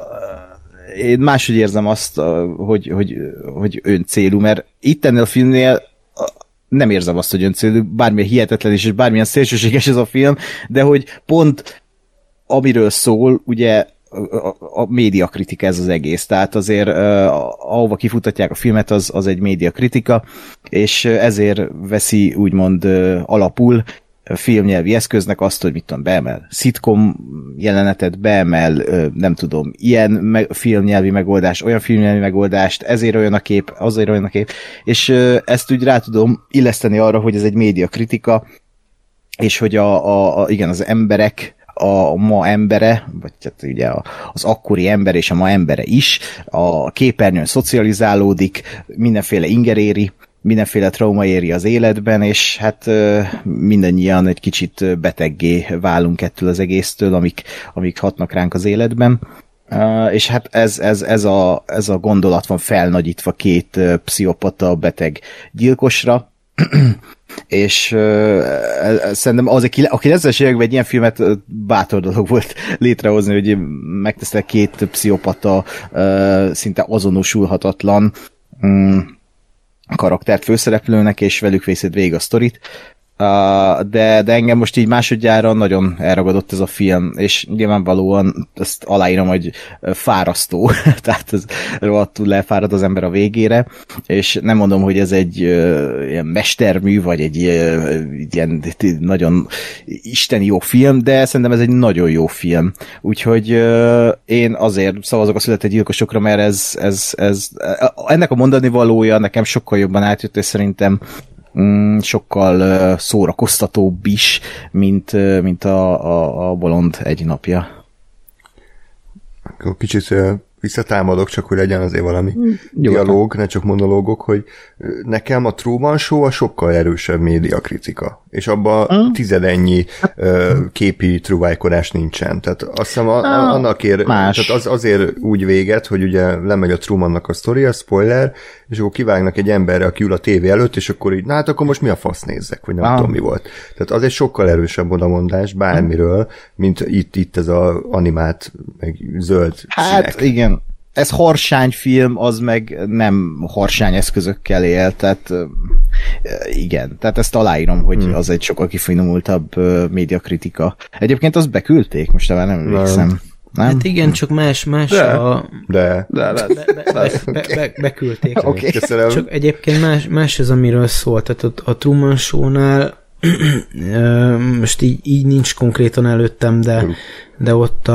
én máshogy érzem azt, hogy öncélú, mert itt ennél a filmnél nem érzem azt, hogy öncélú, bármilyen hihetetlen és bármilyen szélsőséges ez a film, de hogy pont amiről szól, ugye a médiakritika ez az egész, tehát azért ahova kifutatják a filmet, az egy médiakritika, és ezért veszi úgymond alapul filmnyelvi eszköznek azt, hogy mit tudom, beemel szitkom jelenetet, beemel nem tudom, ilyen filmnyelvi megoldást, olyan filmnyelvi megoldást, ezért olyan a kép, azért olyan a kép, és ezt úgy rá tudom illeszteni arra, hogy ez egy médiakritika, és hogy igen, az emberek, a ma embere, vagy hát ugye az akkori ember és a ma embere is a képernyőn szocializálódik, mindenféle inger éri, mindenféle trauma éri az életben, és hát mindannyian egy kicsit beteggé válunk ettől az egésztől, amik hatnak ránk az életben. És hát ez a gondolat van felnagyítva két pszichopata beteg gyilkosra, és szerintem az, aki 90-es években egy ilyen filmet bátor dolog volt létrehozni, hogy megtesztek két pszichopata szinte azonosulhatatlan karaktert főszereplőnek, és velük vészed végig a sztorit. De engem most így másodjára nagyon elragadott ez a film, és nyilvánvalóan ezt aláírom, hogy fárasztó, tehát ez rohadtul lefárad az ember a végére, és nem mondom, hogy ez egy ilyen mestermű, vagy egy ilyen nagyon isteni jó film, de szerintem ez egy nagyon jó film. Úgyhogy én azért szavazok a Született gyilkosokra, mert ez ennek a mondani valója nekem sokkal jobban átjött, és szerintem sokkal szórakoztatóbb is, mint a Bolond egy napja. Akkor kicsit visszatámadok, csak hogy legyen azért valami dialóg, ne csak monológok, hogy nekem a Truman Show a sokkal erősebb médiakritika, és abban tizedennyi képi truvájkodás nincsen. Tehát azt hiszem annak tehát az azért úgy véget, hogy ugye lemegy a Trumannak a sztoria, spoiler, és akkor kivágnak egy emberre, aki ül a tévé előtt, és akkor így, na hát akkor most mi a fasz nézzek, vagy nem tudom mi volt. Tehát az egy sokkal erősebb odamondás bármiről, mint itt ez az animált, meg zöld hát színek. Igen. Ez harsányfilm, az meg nem harsány eszközökkel él, tehát igen, tehát ezt aláírom, hogy az egy sokkal kifinomultabb médiakritika. Egyébként azt beküldték, most talán nem emlékszem. Nem? Hát igen, csak más beküldték. Okay. Csak egyébként más az, amiről szól. Tehát a Truman Show-nál most így nincs konkrétan előttem, de ott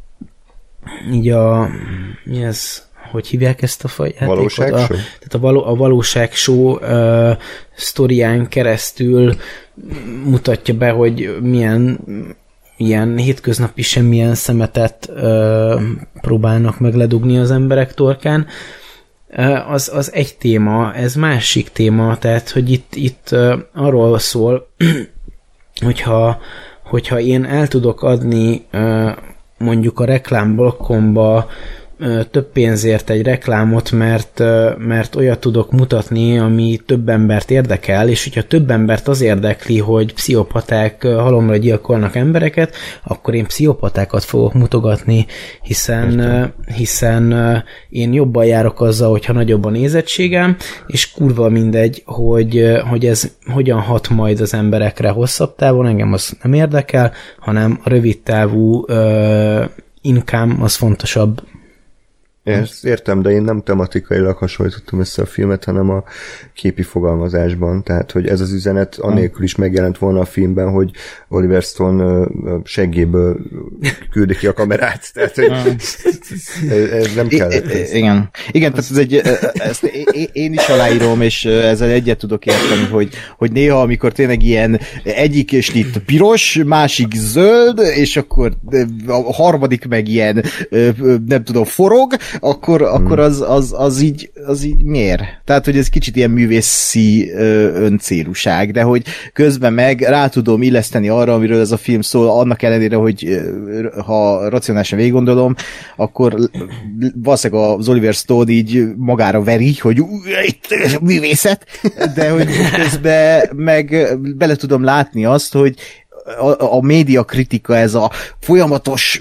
mi ez, hogy hívják ezt a játékot? Valóságshow? Tehát a valóságshow sztorián keresztül mutatja be, hogy milyen ilyen hétköznapi semmilyen szemetet próbálnak meg ledugni az emberek torkán. Az egy téma, ez másik téma, tehát, hogy itt arról szól, hogyha én el tudok adni mondjuk a reklámblokkomba több pénzért egy reklámot, mert olyat tudok mutatni, ami több embert érdekel, és hogyha több embert az érdekli, hogy pszichopaták halomra gyilkolnak embereket, akkor én pszichopatákat fogok mutogatni, hiszen én jobban járok azzal, hogyha nagyobb a nézettségem, és kurva mindegy, hogy ez hogyan hat majd az emberekre hosszabb távon, engem az nem érdekel, hanem a rövid távú income az fontosabb. Ezt értem, de én nem tematikailag hasonlítottam össze a filmet, hanem a képi fogalmazásban. Tehát, hogy ez az üzenet anélkül is megjelent volna a filmben, hogy Oliver Stone seggéből küldi ki a kamerát. Tehát, hogy ez nem kellett. Igen, tehát ez ezt én is aláírom, és ezzel egyet tudok érteni, hogy néha, amikor tényleg ilyen egyik snitt piros, másik zöld, és akkor a harmadik meg ilyen, nem tudom, forog, akkor az így miért? Tehát, hogy ez kicsit ilyen művészi öncélúság, de hogy közben meg rá tudom illeszteni arra, amiről ez a film szól, annak ellenére, hogy ha racionálisan végiggondolom, akkor valószínűleg az Oliver Stone így magára veri, hogy itt művészet, de hogy közben meg bele tudom látni azt, hogy a média kritika, ez a folyamatos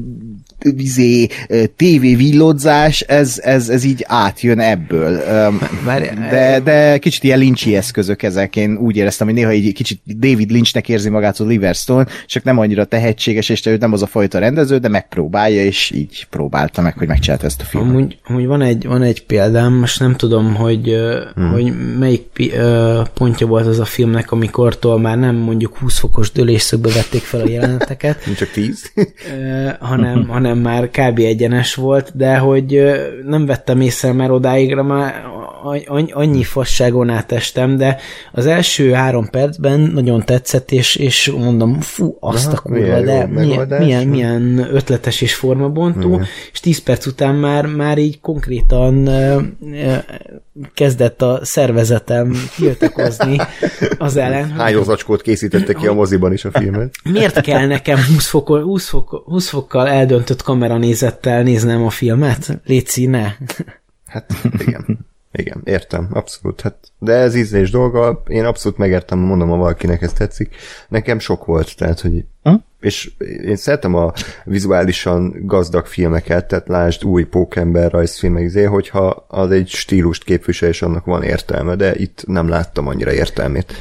tévévillodzás, ez így átjön ebből. De kicsit ilyen Lynch-i eszközök ezek. Én úgy éreztem, hogy néha így kicsit David Lynchnek érzi magát az Oliver Stone, csak nem annyira tehetséges, és ő nem az a fajta rendező, de megpróbálja, és így próbálta meg, hogy megcsinálta ezt a filmet. Amúgy van egy példám, most nem tudom, hogy melyik pontja volt az a filmnek, amikortól már nem mondjuk 20 fokos dőlésszögbe vették fel a jeleneteket. Csak 10? hanem már kb. Egyenes volt, de hogy nem vettem észre, mert odáigra már annyi fasságon átestem, de az első 3 percben nagyon tetszett, és mondom, fú, azt a kurva, de milyen ötletes és formabontó, és 10 perc után már így konkrétan kezdett a szervezetem tiltakozni az ellen. Hányózacskót készítettek ki a moziban is a filmet. Miért kell nekem 20 fokkal eldöntött kameranézettel néznem a filmet? Léci, ne! Hát igen, értem, abszolút. Hát, de ez ízlés dolga, én abszolút megértem, mondom, ha valakinek ez tetszik. Nekem sok volt, tehát, hogy és én szeretem a vizuálisan gazdag filmeket, tehát lásd új Pókember rajzfilmek, hogyha az egy stílust képvisel, és annak van értelme, de itt nem láttam annyira értelmét.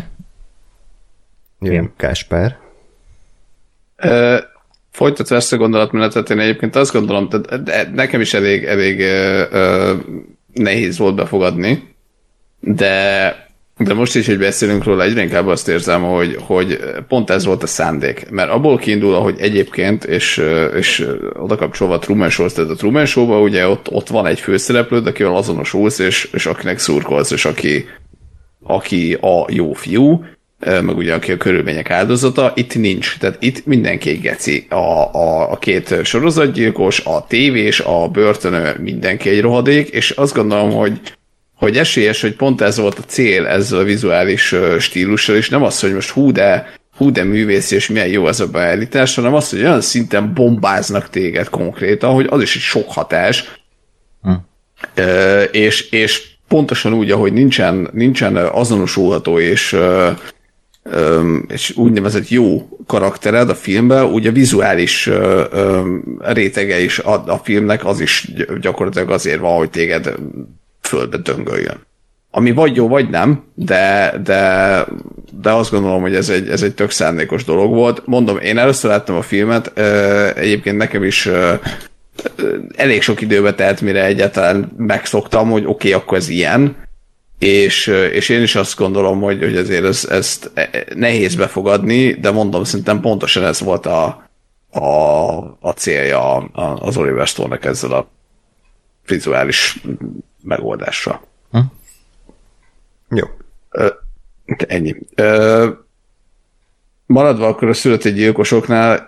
Jön Káspár. Folytatva ezt a gondolatmenetet, én egyébként azt gondolom, de nekem is elég nehéz volt befogadni, de most is, hogy beszélünk róla, egyre inkább azt érzem, hogy pont ez volt a szándék. Mert abból kiindul, hogy egyébként, és oda kapcsolva a Truman Show-t, tehát a Truman Show-ban ugye ott van egy főszereplőd, akivel azonosulsz, és akinek szurkolsz, és aki a jó fiú, meg ugye aki a körülmények áldozata, itt nincs. Tehát itt mindenki egy geci. A 2 sorozatgyilkos, a tévés, a börtönő, mindenki egy rohadék, és azt gondolom, hogy esélyes, hogy pont ez volt a cél ezzel a vizuális stílussal, és nem az, hogy most hú de művész, és milyen jó ez a beállítás, hanem az, hogy olyan szinten bombáznak téged konkrétan, hogy az is egy sok hatás. És pontosan úgy, ahogy nincsen azonosulható és úgynevezett jó karaktered a filmben, úgy a vizuális rétege is a filmnek az is gyakorlatilag azért van, hogy téged földbe döngöljön. Ami vagy jó, vagy nem, de azt gondolom, hogy ez egy tök szándékos dolog volt. Mondom, én először láttam a filmet, egyébként nekem is elég sok időbe telt, mire egyáltalán megszoktam, hogy oké, akkor ez ilyen, és én is azt gondolom, hogy azért ezt nehéz befogadni, de mondom, szerintem pontosan ez volt a célja az Oliver Stone-nek ezzel a vizuális megoldással. Jó. Ennyi. Maradva akkor a született gyilkosoknál,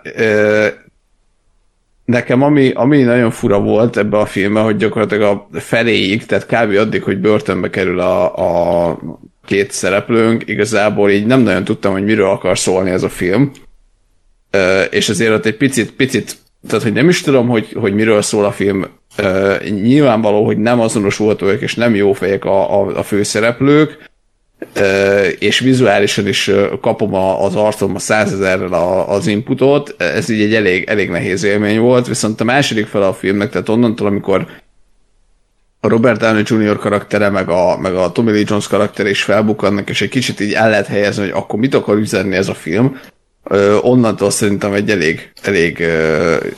nekem ami nagyon fura volt ebbe a filmben, hogy gyakorlatilag a feléig, tehát kb. Addig, hogy börtönbe kerül a 2 szereplőnk, igazából így nem nagyon tudtam, hogy miről akar szólni ez a film. És azért ott egy picit, tehát hogy nem is tudom, hogy miről szól a film. Nyilvánvaló, hogy nem azonosulhatóak és nem jó fejek a főszereplők, és vizuálisan is kapom az arcomba 100 000-rel az inputot, ez így egy elég nehéz élmény volt, viszont a második fele a filmnek, tehát onnantól, amikor a Robert Downey Jr. karaktere, meg a Tommy Lee Jones karaktere is felbukkannak, és egy kicsit így el lehet helyezni, hogy akkor mit akar üzenni ez a film, onnantól szerintem egy elég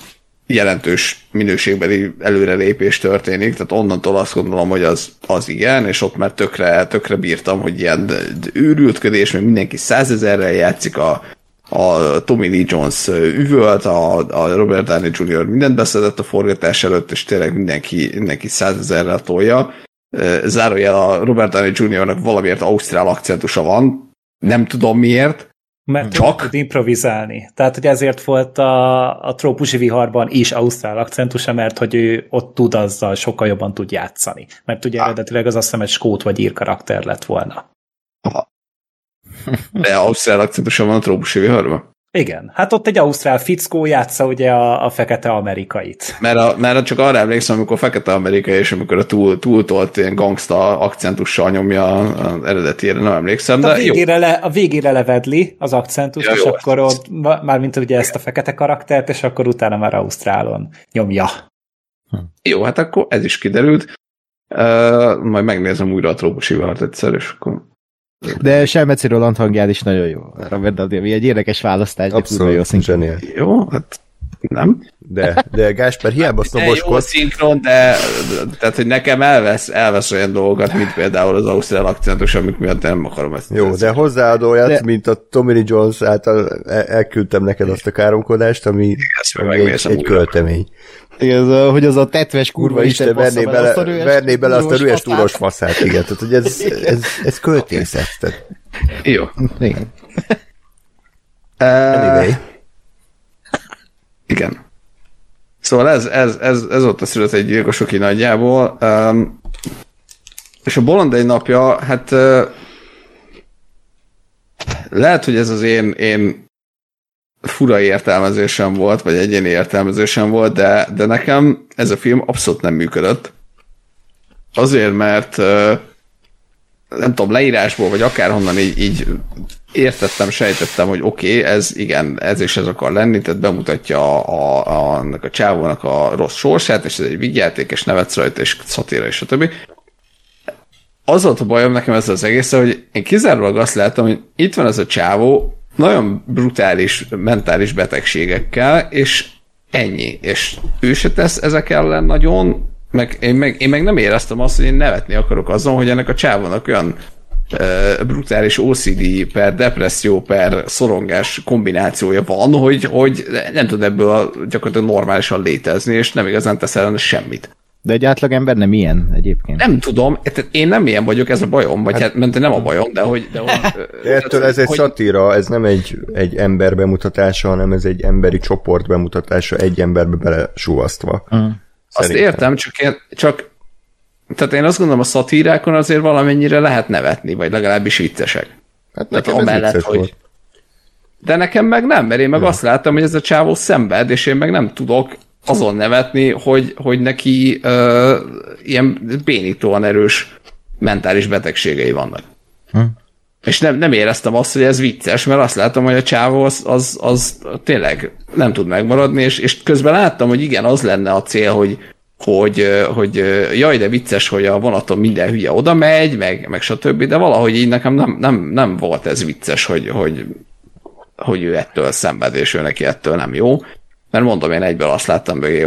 jelentős minőségbeli előrelépés történik, tehát onnantól azt gondolom, hogy az igen, és ott már tökre bírtam, hogy ilyen őrültködés, mert mindenki 100 000-rel játszik, a Tommy Lee Jones üvölt, a Robert Downey Jr. mindent beszedett a forgatás előtt, és tényleg mindenki 100 000-rel tolja. Zárójel a Robert Downey Jr.-nak valamiért ausztrál akcentusa van, nem tudom miért, mert csak tud improvizálni. Tehát, hogy ezért volt a Trópusi viharban is ausztrál akcentusa, mert hogy ő ott tud azzal sokkal jobban tud játszani. Mert ugye eredetileg az azt hiszem egy skót vagy ír karakter lett volna. Aha. De ausztrál akcentusa van a Trópusi viharban? Igen. Hát ott egy ausztrál fickó játsza ugye a fekete amerikait. Mert csak arra emlékszem, amikor fekete amerikai, és amikor a túltolt ilyen gangsta akcentussal nyomja az eredetére, nem emlékszem, de a végére levedli az akcentust, és akkor ott, mármint ugye ezt a fekete karaktert, és akkor utána már ausztrálon nyomja. Jó, hát akkor ez is kiderült. Majd megnézem újra a Trópusi vihart egyszer, és akkor... De Selmeci Roland hangján is nagyon jó. Robert Downey, egy érdekes választás, de kurva jó szinkron. Jó, hát nem. De Gáspár, hiába szoboskodsz. Jó szinkron, de tehát, hogy nekem elvesz olyan dolgokat, mint például az ausztrál akcentus, amik miatt nem akarom ezt. Jó, de hozzáadóját, mint a Tommy Lee Jones által elküldtem neked azt a káromkodást, ami egy költemény. Igen, hogy az a tetves kurva Isten verné bele azt a rühes túros faszát, igen. Tehát, hogy ez költészet. Tehát... Jó. Igen. Anyway. Igen. Szóval ez ott a szület egy gyilkosoki nagyjából. És a Bolond egy napja, hát lehet, hogy ez az én fura értelmezésem volt, vagy egyéni értelmezésem volt, de nekem ez a film abszolút nem működött. Azért, mert nem tudom, leírásból, vagy akárhonnan így értettem, sejtettem, hogy oké, ez igen, ez és ez akar lenni, tehát bemutatja annak a csávónak a rossz sorsát, és ez egy vigyáték, és nevetsz rajta, és szatíra, és stb. Az volt a bajom nekem ezzel az egészen, hogy én kizárólag azt láttam, hogy itt van ez a csávó, nagyon brutális mentális betegségekkel, és ennyi. És ő se tesz ezek ellen nagyon, én meg nem éreztem azt, hogy én nevetni akarok azon, hogy ennek a csávónak olyan brutális OCD per depresszió per szorongás kombinációja van, hogy nem tud ebből gyakorlatilag normálisan létezni, és nem igazán tesz ellen semmit. De egy átlagember nem ilyen egyébként. Nem tudom, én nem ilyen vagyok, ez a bajom, vagy hát nem a bajom, de hogy ettől ez egy szatíra, ez nem egy ember bemutatása, hanem ez egy emberi csoport bemutatása, egy emberbe belesúvasztva. Azt értem, csak tehát én azt gondolom, a szatírákon azért valamennyire lehet nevetni, vagy legalábbis viccesek. Hát nekem ez vicces volt. De nekem meg nem, mert én meg azt láttam, hogy ez a csávó szenved, és én meg nem tudok azon nevetni, hogy neki ilyen bénítóan erős mentális betegségei vannak. És nem éreztem azt, hogy ez vicces, mert azt láttam, hogy a csávó az tényleg nem tud megmaradni, és közben láttam, hogy igen, az lenne a cél, hogy jaj, de vicces, hogy a vonaton minden hülye oda megy, meg stb., de valahogy így nekem nem volt ez vicces, hogy ő ettől szenved, és ő neki ettől nem jó. Mert mondom, én egyből azt láttam mögé,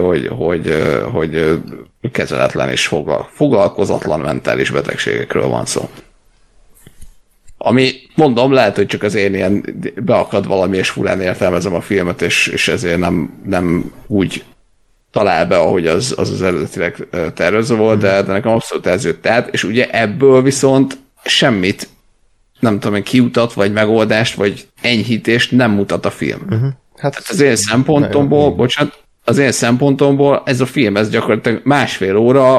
hogy kezeletlen és foglalkozatlan mentális betegségekről van szó. Ami, mondom, lehet, hogy csak az én ilyen beakad valami, és furán értelmezem a filmet, és ezért nem úgy talál be, ahogy az eredetileg tervezve volt, de nekem abszolút ez jött át, és ugye ebből viszont semmit, nem tudom én, kiutat, vagy megoldást, vagy enyhítést nem mutat a film. Hát az én szempontomból, ez a film, ez gyakorlatilag másfél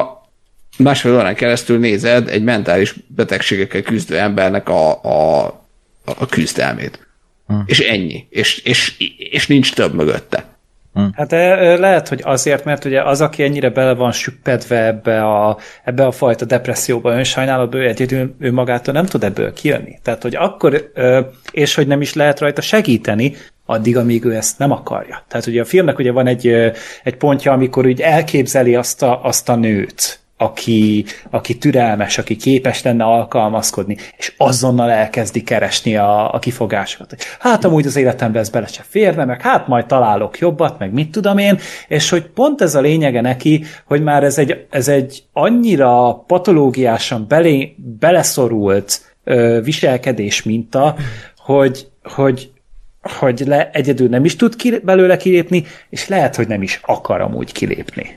órán keresztül nézed egy mentális betegségekkel küzdő embernek a küzdelmét. És ennyi. És nincs több mögötte. Hát lehet, hogy azért, mert ugye az, aki ennyire bele van süppedve ebbe a fajta depresszióba, önsajnálatba, ő magától nem tud ebből kijönni. Tehát, hogy akkor, és hogy nem is lehet rajta segíteni, addig, amíg ő ezt nem akarja. Tehát ugye a filmnek ugye van egy pontja, amikor úgy elképzeli azt a nőt, aki türelmes, aki képes lenne alkalmazkodni, és azonnal elkezdi keresni a kifogásokat, hogy hát amúgy az életemben ez bele se férne, meg hát majd találok jobbat, meg mit tudom én, és hogy pont ez a lényege neki, hogy már ez egy annyira patológiásan beleszorult viselkedés minta, hogy egyedül nem is tud belőle kilépni, és lehet, hogy nem is akar amúgy kilépni.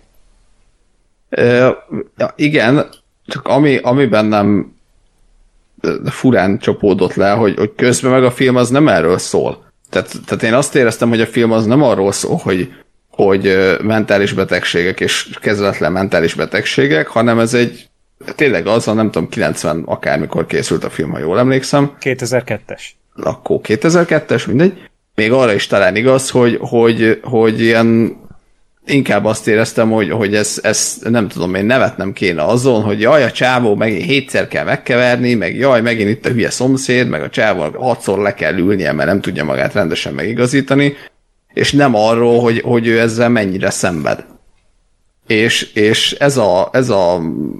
Igen, csak ami bennem furán csapódott le, hogy közben meg a film az nem erről szól. Tehát én azt éreztem, hogy a film az nem arról szól, hogy mentális betegségek és kezeletlen mentális betegségek, hanem ez egy tényleg az, nem tudom, 90 akármikor készült a film, ha jól emlékszem. 2002-es. Akkor 2002-es, mindegy. Még arra is talán igaz, hogy ilyen inkább azt éreztem, hogy ez nem tudom, én nevetnem kéne azon, hogy jaj, a csávó megint 7-szer kell megkeverni, meg jaj, megint itt a hülye szomszéd, meg a csávó 6-szor le kell ülnie, mert nem tudja magát rendesen megigazítani, és nem arról, hogy ő ezzel mennyire szenved. És ez a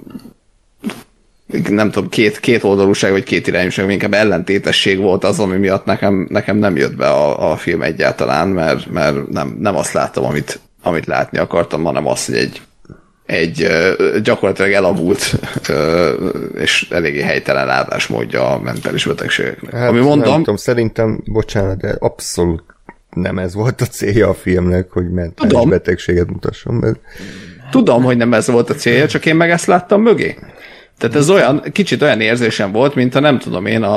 nem tudom, két oldalúság, vagy két irányúság, inkább ellentétesség volt az, ami miatt nekem nem jött be a film egyáltalán, mert nem azt láttam, amit látni akartam, hanem azt, hogy egy gyakorlatilag elavult és eléggé helytelen látásmódja a mentális betegségeknek. Hát, ami mondom... Nem tudom, szerintem, bocsánat, de abszolút nem ez volt a célja a filmnek, hogy mentális betegséget mutasson meg. Tudom, hogy nem ez volt a célja, csak én meg ezt láttam mögé. Tehát ez kicsit olyan érzésem volt, mint a nem tudom én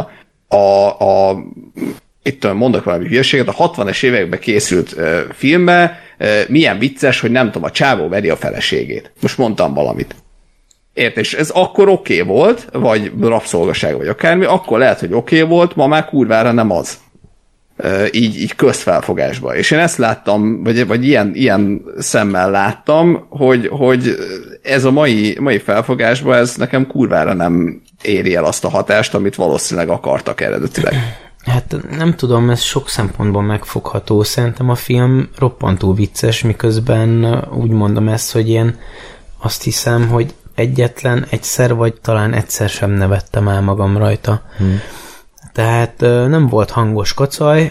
itt mondok valami hülyeséget, a 60-es években készült filmbe milyen vicces, hogy nem tudom, a csávó veri a feleségét. Most mondtam valamit. Érted? És ez akkor oké volt, vagy rabszolgaság, vagy akármi, akkor lehet, hogy oké volt, ma már kurvára nem az. Így közfelfogásban. És én ezt láttam, vagy ilyen szemmel láttam, hogy ez a mai felfogásban ez nekem kurvára nem éri el azt a hatást, amit valószínűleg akartak eredetileg. Hát nem tudom, ez sok szempontból megfogható. Szerintem a film roppantó vicces, miközben úgy mondom ezt, hogy én azt hiszem, hogy egyetlen egyszer, vagy talán egyszer sem nevettem el magam rajta. Tehát nem volt hangos kacaj.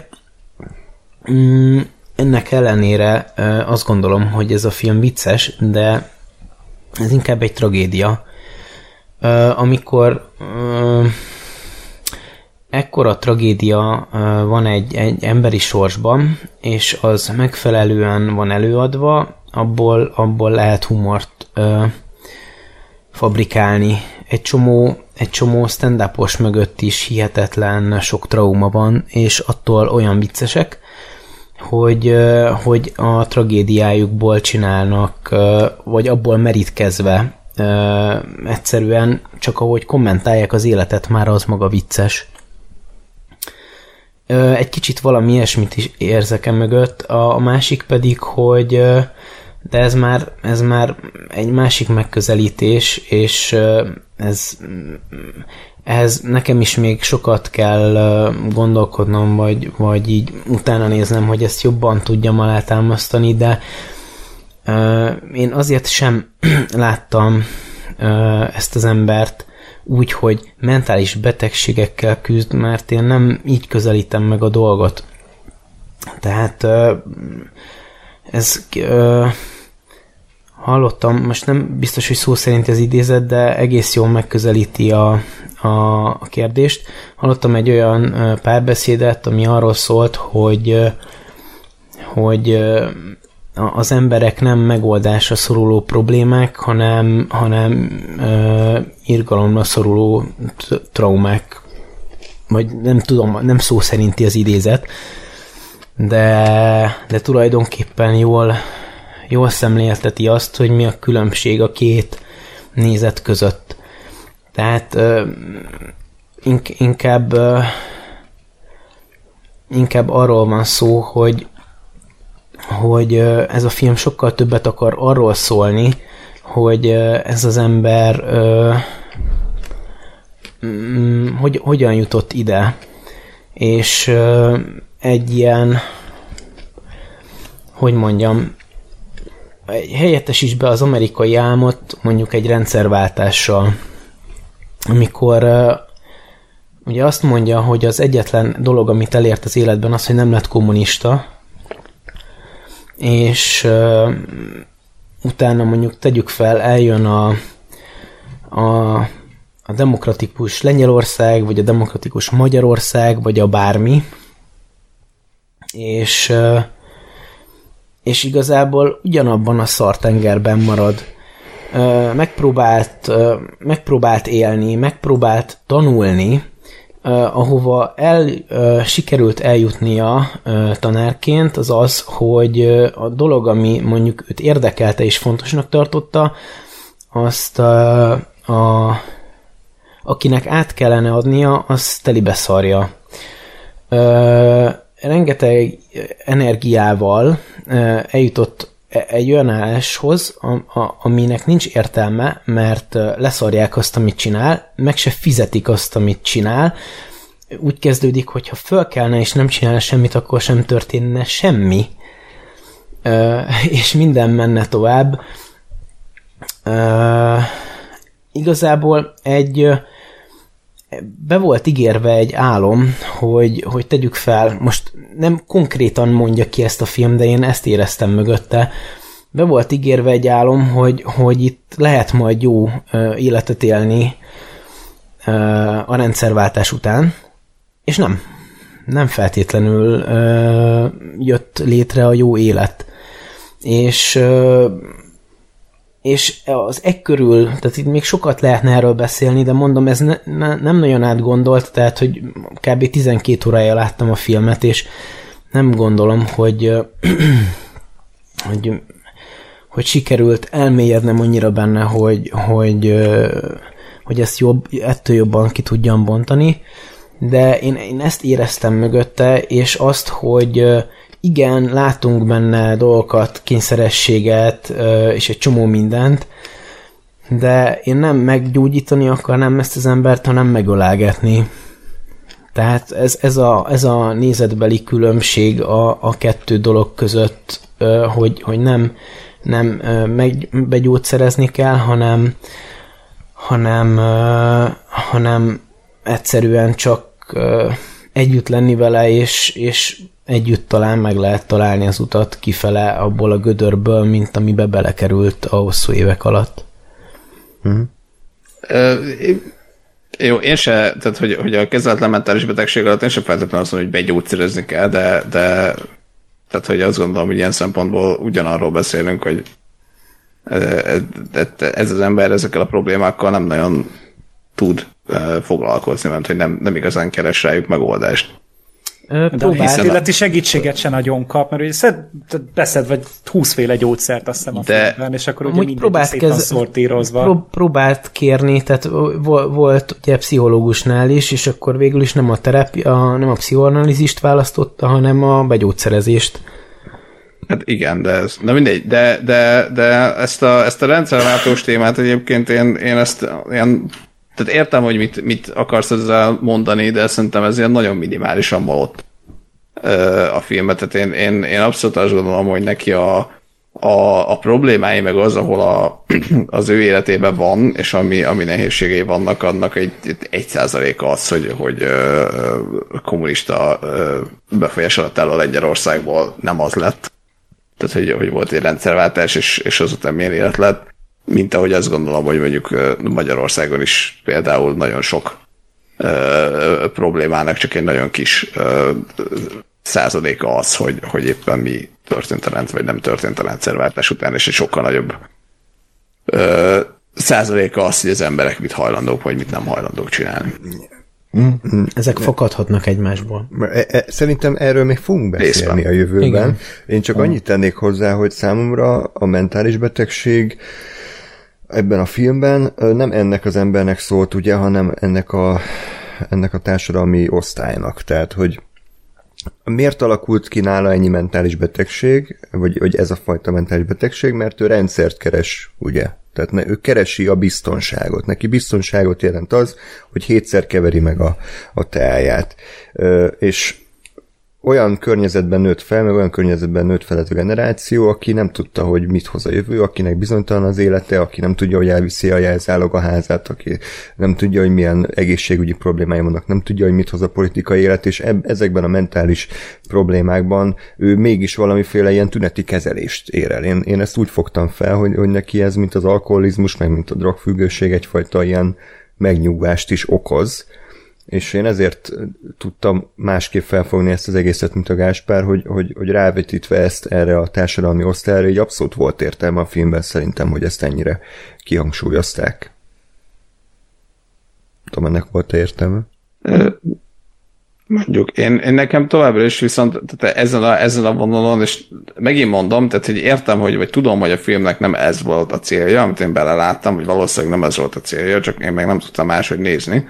Ennek ellenére azt gondolom, hogy ez a film vicces, de ez inkább egy tragédia. Amikor ekkora tragédia van egy emberi sorsban, és az megfelelően van előadva, abból lehet humort fabrikálni. Egy csomó stand-upos mögött is hihetetlen sok trauma van, és attól olyan viccesek, hogy a tragédiájukból csinálnak, vagy abból merítkezve egyszerűen csak ahogy kommentálják az életet, már az maga vicces. Egy kicsit valami ilyesmit is érzek mögött, a másik pedig, hogy de ez már egy másik megközelítés, és ehhez nekem is még sokat kell gondolkodnom, vagy így utána néznem, hogy ezt jobban tudjam alátámasztani, de én azért sem láttam ezt az embert úgy, hogy mentális betegségekkel küzd, mert én nem így közelítem meg a dolgot. Tehát ez hallottam, most nem biztos, hogy szó szerint ez idézet, de egész jól megközelíti a kérdést. Hallottam egy olyan párbeszédet, ami arról szólt, hogy az emberek nem megoldásra szoruló problémák, hanem irgalomra szoruló traumák. Vagy nem tudom, nem szó szerinti az idézet, de tulajdonképpen jól szemlélteti azt, hogy mi a különbség a két nézet között. Tehát inkább arról van szó, hogy ez a film sokkal többet akar arról szólni, hogy ez az ember hogyan jutott ide. És egy ilyen, hogy mondjam, helyettesíts be az amerikai álmot mondjuk egy rendszerváltással, amikor ugye azt mondja, hogy az egyetlen dolog, amit elért az életben az, hogy nem lett kommunista, és utána mondjuk tegyük fel, eljön a demokratikus Lengyelország, vagy a demokratikus Magyarország, vagy a bármi, és igazából ugyanabban a szartengerben marad. Megpróbált élni, megpróbált tanulni, ahova sikerült eljutnia tanárként, az az, hogy a dolog, ami mondjuk őt érdekelte és fontosnak tartotta, azt akinek át kellene adnia, az telibe szarja. Rengeteg energiával eljutott egy olyan álláshoz, aminek nincs értelme, mert leszarják azt, amit csinál, meg se fizetik azt, amit csinál. Úgy kezdődik, hogyha fölkelne és nem csinálna semmit, akkor sem történne semmi. És minden menne tovább. Igazából be volt ígérve egy álom, hogy tegyük fel, most nem konkrétan mondja ki ezt a film, de én ezt éreztem mögötte, be volt ígérve egy álom, hogy itt lehet majd jó életet élni a rendszerváltás után, és nem feltétlenül jött létre a jó élet. És az körül, tehát itt még sokat lehetne erről beszélni, de mondom, ez nem nagyon átgondolt, tehát, hogy kb. 12 órája láttam a filmet, és nem gondolom, hogy sikerült elmélyednem annyira benne, hogy ezt ettől jobban ki tudjam bontani, de én ezt éreztem mögötte, és azt, hogy igen, látunk benne dolgokat, kényszerességet, és egy csomó mindent, de én nem meggyógyítani akarnám ezt az embert, hanem megölelgetni. Tehát ez a nézetbeli különbség a kettő dolog között, hogy nem begyógyszerezni kell, hanem egyszerűen csak együtt lenni vele, és együtt talán meg lehet találni az utat kifele abból a gödörből, mint amibe belekerült a hosszú évek alatt. Jó, én se, tehát hogy a kezeletlen mentális betegség alatt én sem feltétlenül azt mondom, hogy begyógyszerezni kell, de tehát, hogy azt gondolom, hogy ilyen szempontból ugyanarról beszélünk, hogy ez az ember ezekkel a problémákkal nem nagyon tud foglalkozni, mert hogy nem igazán keres rájuk megoldást. De a hiszéleti segítséget se nagyon kap, mert ugye beszed vagy 20 féle gyógyszert, azt hiszem a filmben, és akkor ugye mindegy szépen szortírozva. Próbált kérni, tehát volt ugye pszichológusnál is, és akkor végül is nem a pszichoanalízist választotta, hanem a begyógyszerezést. Hát igen, de mindegy, de ezt a rendszerváltós témát egyébként én ezt ilyen, tehát értem, hogy mit akarsz ezzel mondani, de szerintem ez ilyen nagyon minimálisan valott a filmet. Tehát én abszolút azt gondolom, hogy neki a problémái meg az, ahol az ő életében van, és ami nehézségei vannak, annak egy 1% az, hogy kommunista befolyás alatt álló Lengyelországból nem az lett. Tehát, hogy volt egy rendszerváltás, és azután milyen élet lett, mint ahogy azt gondolom, hogy mondjuk Magyarországon is például nagyon sok problémának csak egy nagyon kis százaléka az, hogy éppen mi történt vagy nem történt a rendszerváltás után, és egy sokkal nagyobb százaléka az, hogy az emberek mit hajlandók, vagy mit nem hajlandók csinálni. Ezek fakadhatnak egymásból. Szerintem erről még fogunk beszélni a jövőben. Igen. Én csak annyit tennék hozzá, hogy számomra a mentális betegség ebben a filmben nem ennek az embernek szólt, ugye, hanem ennek a társadalmi osztálynak. Tehát, hogy miért alakult ki nála ennyi mentális betegség, vagy ez a fajta mentális betegség, mert ő rendszert keres, ugye? Tehát ő keresi a biztonságot. Neki biztonságot jelent az, hogy 7-szer keveri meg a teáját. És olyan környezetben nőtt fel, meg olyan környezetben nőtt fel ez a generáció, aki nem tudta, hogy mit hoz a jövő, akinek bizonytalan az élete, aki nem tudja, hogy elviszi a jelzálog a házát, aki nem tudja, hogy milyen egészségügyi problémái vannak, nem tudja, hogy mit hoz a politikai élet, és ezekben a mentális problémákban ő mégis valamiféle ilyen tüneti kezelést ér el. Én ezt úgy fogtam fel, hogy neki ez, mint az alkoholizmus, meg mint a drogfüggőség, egyfajta ilyen megnyugvást is okoz, és én ezért tudtam másképp felfogni ezt az egészet, mint a Gáspár, hogy rávetítve ezt erre a társadalmi osztályra, így abszolút volt értelme a filmben szerintem, hogy ezt ennyire kihangsúlyozták. Tudom, ennek volt értelme? Mondjuk, én nekem továbbra is viszont tehát ezen a vonalon, és megint mondom, tehát hogy értem, vagy tudom, hogy a filmnek nem ez volt a célja, amit én beleláttam, hogy valószínűleg nem ez volt a célja, csak én meg nem tudtam máshogy nézni.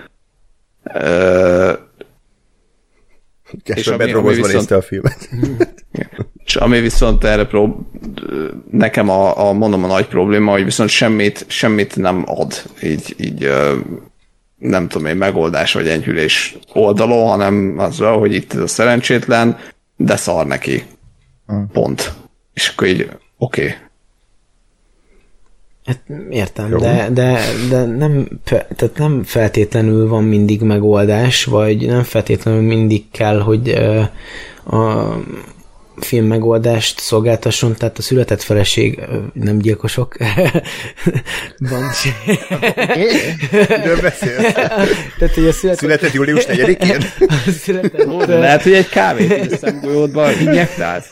És bedrogozva nézte a filmet. És ami viszont erre nekem mondom a nagy probléma, hogy viszont semmit nem ad így nem tudom én, megoldás vagy enyhülés oldalon, hanem azzal, hogy itt ez a szerencsétlen, de szar neki. Pont. És akkor így oké. Hát értem, de tehát nem feltétlenül van mindig megoldás, vagy nem feltétlenül mindig kell, hogy a film megoldást szolgáltasson, tehát a született feleség, nem gyilkosok. Van se. Miről beszélsz? Tehát, hogy a született július 4-én? Lehet, hogy egy kávét a szemgolyódba injektálsz.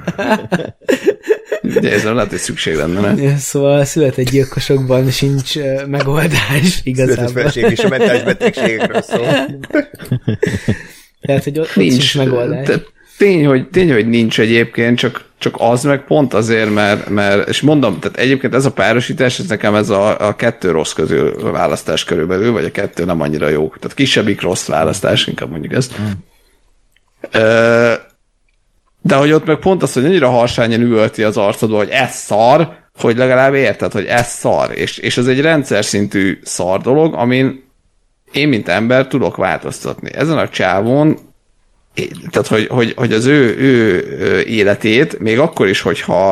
De ezzel lehet, hogy szükség lenne, ne? Szóval a született gyilkosokban sincs megoldás igazából. Született feleség és a mentális betegségekről szól. Tehát, hogy ott nincs megoldás. Tény, hogy nincs egyébként, csak az meg pont azért, mert és mondom, tehát egyébként ez a párosítás, ez nekem ez a kettő rossz közül választás körülbelül, vagy a kettő nem annyira jó. Tehát kisebbik rossz választás, inkább mondjuk ezt. De hogy ott meg pont az, hogy annyira harsányan üvölti az arcodba, hogy ez szar, hogy legalább érted, hogy ez szar. És ez egy rendszer szintű szar dolog, amin én, mint ember tudok változtatni. Ezen a csávon tehát, hogy az ő életét, még akkor is,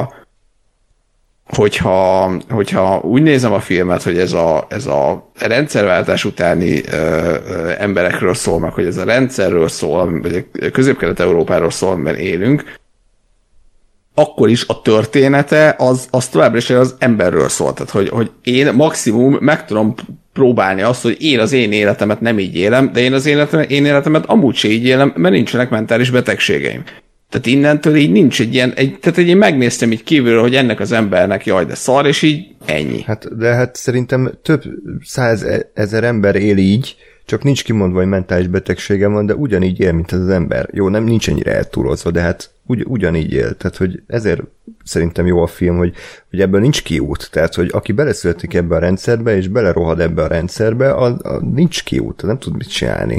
hogyha úgy nézem a filmet, hogy ez a rendszerváltás utáni emberekről szól, meg hogy ez a rendszerről szól, vagy a Közép-Kelet-Európáról szól, amiben élünk, akkor is a története az továbbra is az emberről szól. Tehát, hogy én maximum meg tudom próbálni azt, hogy én az én életemet nem így élem, de én az én életemet amúgy se így élem, mert nincsenek mentális betegségeim. Tehát innentől így nincs egy ilyen, tehát én megnéztem így kívülről, hogy ennek az embernek jaj, de szar, és így ennyi. Hát szerintem több 100 000 ember él így, csak nincs kimondva, hogy mentális betegsége van, de ugyanígy él, mint ez az ember. Jó, nem nincs ennyire eltúlozva, de hát ugyanígy él. Tehát, hogy ezért szerintem jó a film, hogy ebből nincs kiút. Tehát, hogy aki beleszületik ebbe a rendszerbe, és belerohad ebbe a rendszerbe, nincs kiút, nem tud mit csinálni.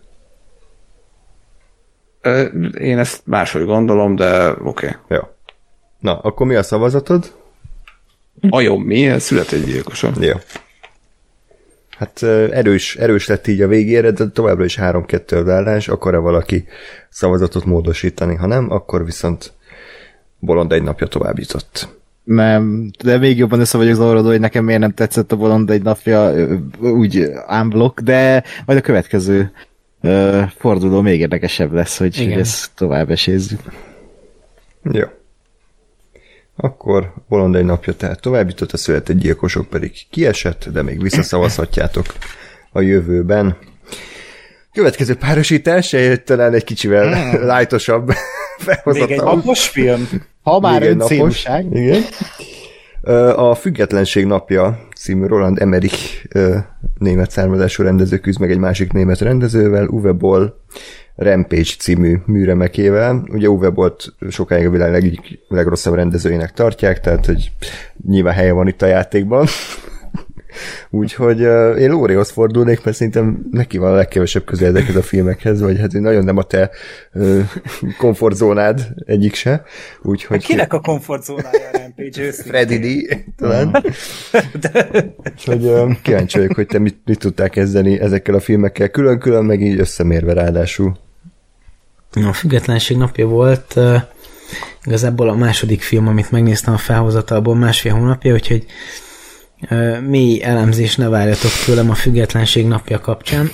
Én ezt máshogy gondolom, de oké. Jó. Na, akkor mi a szavazatod? Jó, mi? Született gyilkosom. Jó. Hát erős lett így a végére, de továbbra is 3-2 az állás, akar-e valaki szavazatot módosítani? Ha nem, akkor viszont Bolond egy napja tovább jutott. Nem, de még jobban össze vagyok zavarodva, hogy nekem miért nem tetszett a Bolond egy napja úgy unblock, de majd a következő forduló még érdekesebb lesz, hogy ezt tovább esézzük. Jó. Akkor Bolond egy napja tehát tovább jutott, a született gyilkosok pedig kiesett, de még visszaszavazhatjátok a jövőben. Következő párosítás, talán egy kicsivel lájtosabb felhozatal. Még egy napos film? Ha már öncélúság. Igen. A Függetlenség napja című Roland Emmerich német származású rendező küzd meg egy másik német rendezővel, Uwe Boll Rampage című műremekével. Ugye Uwe Bollt sokáig a világ legrosszabb rendezőjének tartják, tehát hogy nyilván helye van itt a játékban. Úgyhogy én Lórihoz fordulnék, mert szerintem neki van a legkevesebb közel ezekhez a filmekhez, vagy hát nagyon nem a te komfortzónád egyik se. Úgyhogy kinek a komfortzónája a Rampage őszintén? Freddy D. talán. Úgyhogy kíváncsi vagyok, hogy te mit tudtál kezdeni ezekkel a filmekkel, külön-külön, meg így összemérve ráadásul. A Függetlenség napja volt igazából a második film, amit megnéztem a felhozatalból 1,5 hónapja, úgyhogy mély elemzés ne várjatok tőlem a Függetlenség napja kapcsán.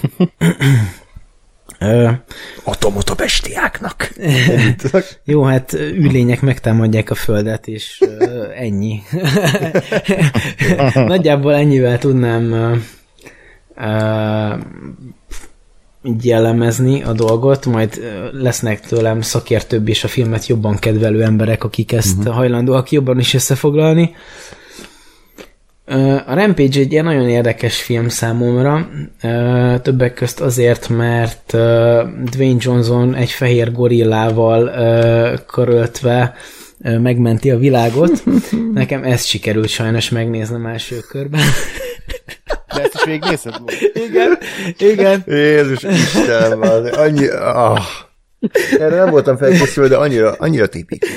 Automata bestiáknak. Jó, hát űrlények megtámadják a Földet, és ennyi. Nagyjából ennyivel tudnám így jellemezni a dolgot, majd lesznek tőlem szakértőbb és a filmet jobban kedvelő emberek, akik ezt hajlandóak jobban is összefoglalni. A Rampage egy ilyen nagyon érdekes film számomra, többek közt azért, mert Dwayne Johnson egy fehér gorillával karöltve megmenti a világot. Nekem ezt sikerült sajnos megnéznem első körben. De ezt is végignézed? Igen. Jézus Isten, annyi... Erre nem voltam felkészülve, de annyira tipikus.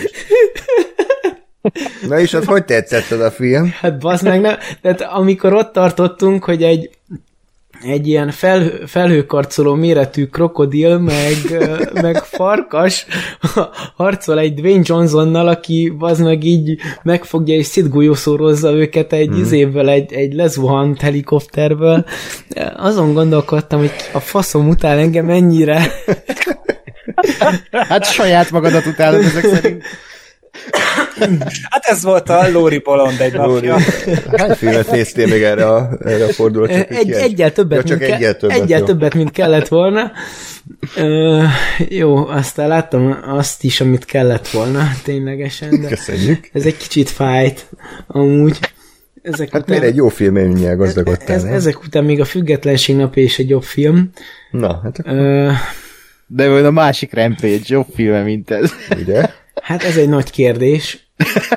Na és az hogy tetszett az a film? Hát bazd meg, nem. Tehát amikor ott tartottunk, hogy egy ilyen felhőkarcoló méretű krokodil, meg farkas harcol egy Dwayne Johnsonnal, aki bazd meg így megfogja és szitgolyószórozza őket egy izéből, egy lezuhant helikopterből. Azon gondolkodtam, hogy a faszom utál engem ennyire. Hát saját magadat utálod ezek szerint. Hát ez volt a Lóri Bolond egy napja. Hány filmet néztél még erre a fordulatra? Egyel többet, mint kellett volna. Jó, aztán láttam azt is, amit kellett volna, ténylegesen. De köszönjük. Ez egy kicsit fájt, amúgy. Hát miért egy jó film élménnyel gazdagodtál? Ezek után még a Függetlenség napja is egy jobb film. Na, hát akkor... De majd a másik Rampage jobb filme, mint ez. Ugye? Hát ez egy nagy kérdés.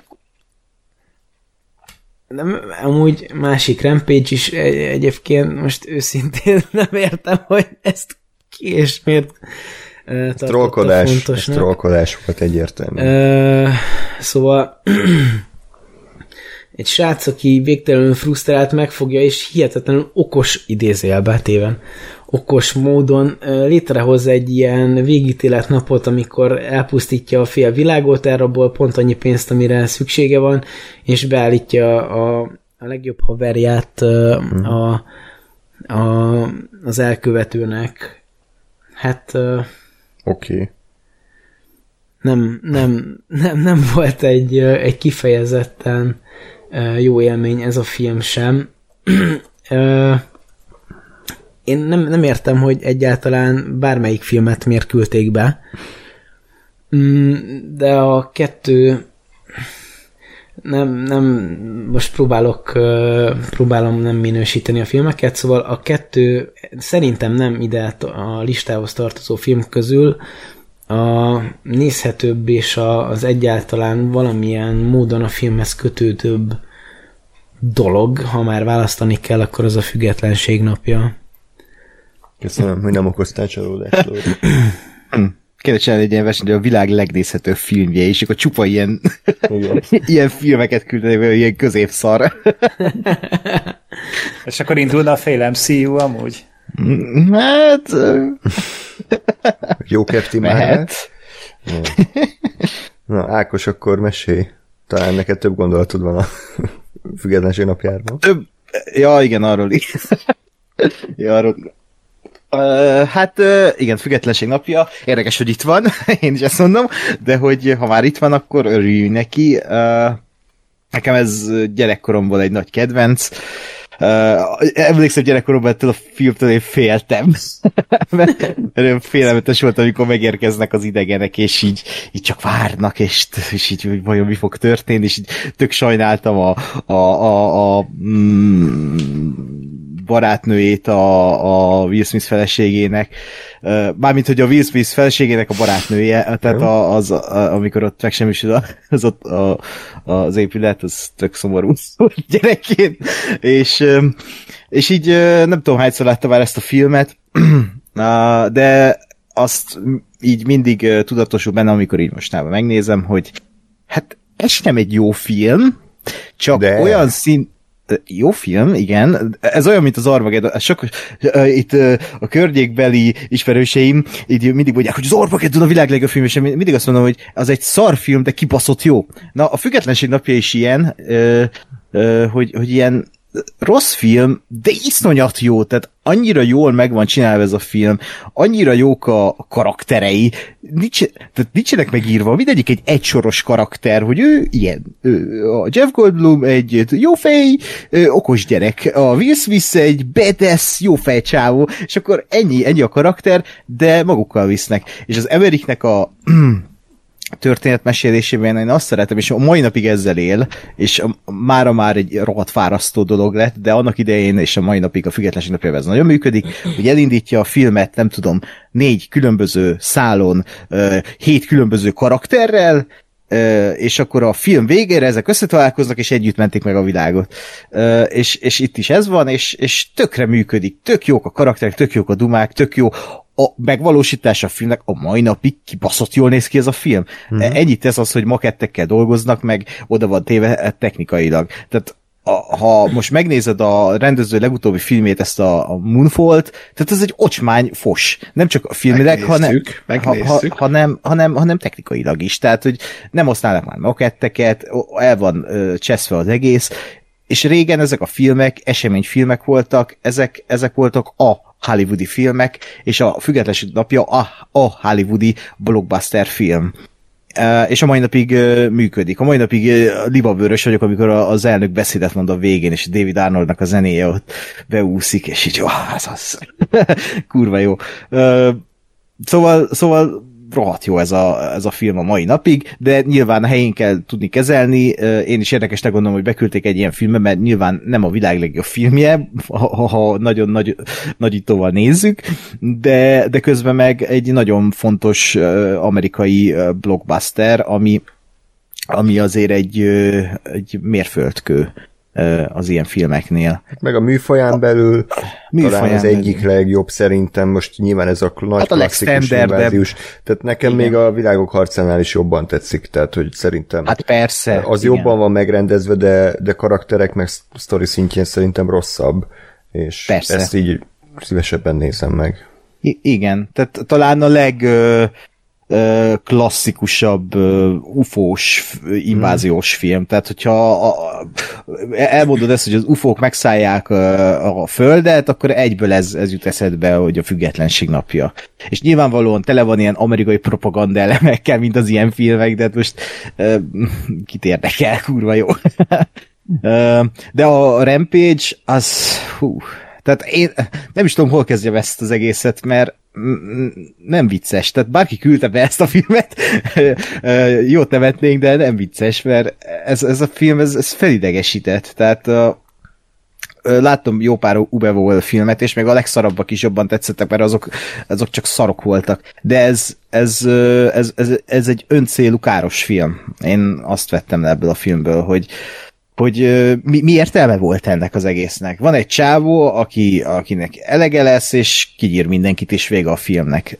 De amúgy másik Rampage is egyébként most őszintén nem értem, hogy ezt ki és miért tartotta fontosnak. Ez trollkodás volt egyértelmű. Szóval egy srác, aki végtelenül frusztrált, megfogja, és hihetetlenül okos idézőjelben okos módon létrehoz egy ilyen végítéletnapot, amikor elpusztítja a fél világot, elrabol pont annyi pénzt, amire szüksége van, és beállítja a legjobb haverját az elkövetőnek. Hát... Oké. Nem volt egy kifejezetten jó élmény ez a film sem. Én nem értem, hogy egyáltalán bármelyik filmet miért küldték be, de a kettő nem most próbálom nem minősíteni a filmeket, szóval a kettő szerintem nem ide a listához tartozó film közül a nézhetőbb és az egyáltalán valamilyen módon a filmhez kötődőbb dolog, ha már választani kell, akkor az a Függetlenség napja. Köszönöm, hogy nem okoztál csalódást. Kéne csinálni egy ilyen versenyt, hogy a világ legnézhetőbb filmje, és akkor csupa ilyen, ilyen filmeket küldenek, ilyen középszar. És akkor indulna a fél MCU amúgy? Hát... Jó kepti már. Na, Ákos, akkor mesélj. Talán neked több gondolatod van a Függetlenség napjáról. Ja, igen, arról is. Ja, arról... igen, Függetlenség napja. Érdekes, hogy itt van, én is ezt mondom, de hogy ha már itt van, akkor örüljünk neki. Nekem ez gyerekkoromból egy nagy kedvenc. Emlékszem gyerekkoromban ettől a filmtől én féltem. Mert félelmetes volt, amikor megérkeznek az idegenek, és így csak várnak, és így hogy vajon mi fog történni, és így tök sajnáltam a barátnőjét a Will Smith feleségének, mármint, hogy a Will Smith feleségének a barátnője, tehát amikor ott megsemmisül az épület, az tök szomorú gyerekként, és így nem tudom, hányszor láttam már ezt a filmet, de azt így mindig tudatosul benne, amikor így mostában megnézem, hogy hát ez nem egy jó film, csak olyan jó film, igen. Ez olyan, mint az Armageddon. Itt a környékbeli ismerőseim így mindig mondják, hogy az Armageddon a világ legjobb film, és én mindig azt mondom, hogy az egy szar film, de kibaszott jó. Na, a Függetlenség napja is ilyen, hogy ilyen rossz film, de iszonyat jó, tehát annyira jól meg van csinálva ez a film, annyira jók a karakterei, tehát nincsenek megírva, mindegyik egy egysoros karakter, hogy ő ilyen, a Jeff Goldblum egy jó fej, okos gyerek, a Will Smith egy badass, jó fej csávó, és akkor ennyi a karakter, de magukkal visznek. És az Emmerichnek a történetmesélésében én azt szeretem, és a mai napig ezzel él, és mára már egy rohadt fárasztó dolog lett, de annak idején és a mai napig a Függetlenség napjában ez nagyon működik, hogy elindítja a filmet, nem tudom, 4 különböző szálon, 7 különböző karakterrel, és akkor a film végére ezek összetalálkoznak, és együtt mentik meg a világot. És itt is ez van, és tökre működik, tök jók a karakterek, tök jók a dumák, tök jó a megvalósítás a filmnek, a mai napig kibaszott jól néz ki ez a film. Ennyit tesz az, hogy makettekkel dolgoznak, meg oda van téve technikailag. Tehát ha most megnézed a rendező legutóbbi filmét, ezt a Moonfall-t, tehát ez egy ocsmány fos. Nem csak a filmileg, hanem technikailag is. Tehát, hogy nem használnak már maketteket, el van cseszve az egész, és régen ezek a filmek, eseményfilmek voltak, ezek voltak a hollywoodi filmek, és a Függetlenség napja a hollywoodi blockbuster film. És a mai napig működik. A mai napig libabőrös vagyok, amikor az elnök beszédet mond a végén, és David Arnoldnak a zenéje ott beúszik, és így, ez az. Kurva jó. Szóval rohadt jó ez a film a mai napig, de nyilván a helyén kell tudni kezelni. Én is érdekesnek gondolom, hogy beküldték egy ilyen filmet, mert nyilván nem a világ legjobb filmje, ha nagyon nagyítóval nézzük, de közben meg egy nagyon fontos amerikai blockbuster, ami azért egy mérföldkő az ilyen filmeknél. Meg a műfaján belül talán az egyik legjobb szerintem, most nyilván ez a nagy klasszikus inváziós, tehát nekem igen. Még a Világok harcánál is jobban tetszik, tehát hogy szerintem hát persze, az igen. Jobban van megrendezve, de karakterek meg sztori szintjén szerintem rosszabb, és persze. Ezt így szívesebben nézem meg. Igen, tehát talán a klasszikusabb ufós inváziós film. Tehát, hogyha elmondod ezt, hogy az ufók megszállják a földet, akkor egyből ez jut eszedbe, hogy a Függetlenség napja. És nyilvánvalóan tele van ilyen amerikai propaganda elemekkel, mint az ilyen filmek, de most kit érdekel, kurva jó. De a Rampage, az tehát én nem is tudom, hol kezdjem ezt az egészet, mert nem vicces. Tehát bárki küldte be ezt a filmet, jót nevetnénk, de nem vicces, mert ez a film, ez felidegesített. Tehát láttam jó pár Uwe Boll filmet, és még a legszarabbak is jobban tetszettek, mert azok csak szarok voltak. De ez egy öncélú káros film. Én azt vettem le ebből a filmből, hogy mi értelme volt ennek az egésznek. Van egy csávó, akinek elege lesz, és kigyír mindenkit, és vége a filmnek.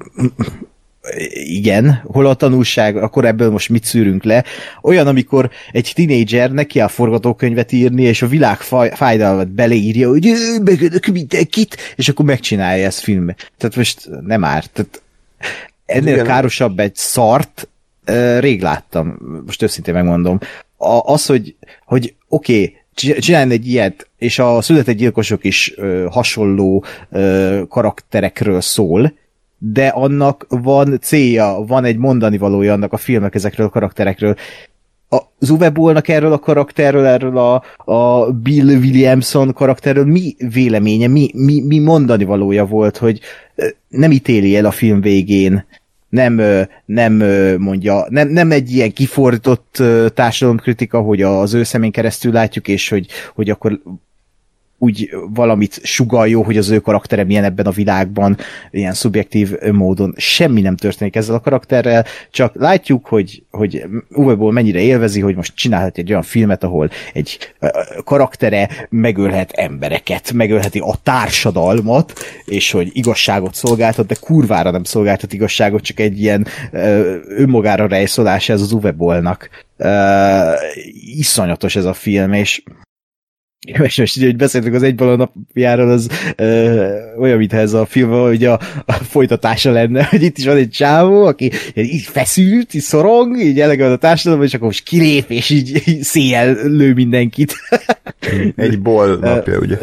Igen, hol a tanulság, akkor ebből most mit szűrünk le? Olyan, amikor egy tinédzser neki a forgatókönyvet írni, és a világ fájdalmat beleírja, hogy megölök mindenkit, és akkor megcsinálja ezt filmbe. Tehát most nem árt. Tehát ennél károsabb egy szart rég láttam, most őszintén megmondom. Az, hogy oké, csinálni egy ilyet, és a Született gyilkosok is hasonló karakterekről szól, de annak van célja, van egy mondani valója annak a filmek ezekről a karakterekről. Az Uwe Bollnak erről a karakterről, erről a Bill Williamson karakterről mi véleménye, mi mondani valója volt, hogy nem ítéli el a film végén, nem mondja, nem egy ilyen kifordított társadalomkritika, hogy az ő szemén keresztül látjuk, és hogy akkor úgy valamit sugalljon, hogy az ő karaktere milyen ebben a világban, ilyen szubjektív módon. Semmi nem történik ezzel a karakterrel, csak látjuk, hogy Uwe Boll mennyire élvezi, hogy most csinálhat egy olyan filmet, ahol egy karaktere megölhet embereket, megölheti a társadalmat, és hogy igazságot szolgáltat, de kurvára nem szolgáltat igazságot, csak egy ilyen önmagára rejszolása ez az Uwe Bollnak. Iszonyatos ez a film, és És most így, hogy beszéltünk az Egy Bolond napjáról, az olyan, mintha ez a film, hogy a folytatása lenne, hogy itt is van egy csávó, aki így feszült, így szorong, így eleged a társadalom, és akkor most kilép, és így széjjel lő mindenkit. Egy Bol napja, ugye?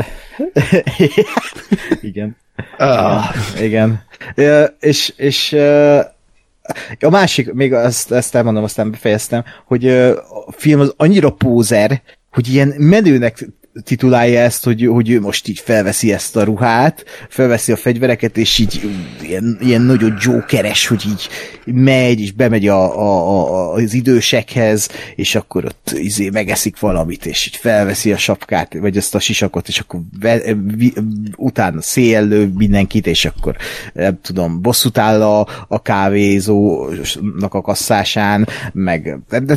Igen. Igen. És a másik, még ezt elmondom, aztán befejeztem, hogy a film az annyira pózer, hogy ilyen menőnek titulálja ezt, hogy ő most így felveszi ezt a ruhát, felveszi a fegyvereket, és így ilyen nagyon jokeres, hogy így megy, és bemegy az idősekhez, és akkor ott megeszik valamit, és így felveszi a sapkát, vagy ezt a sisakot, és akkor utána széllő mindenkit, és akkor nem tudom, bosszút áll a kávézónak a kasszásán, meg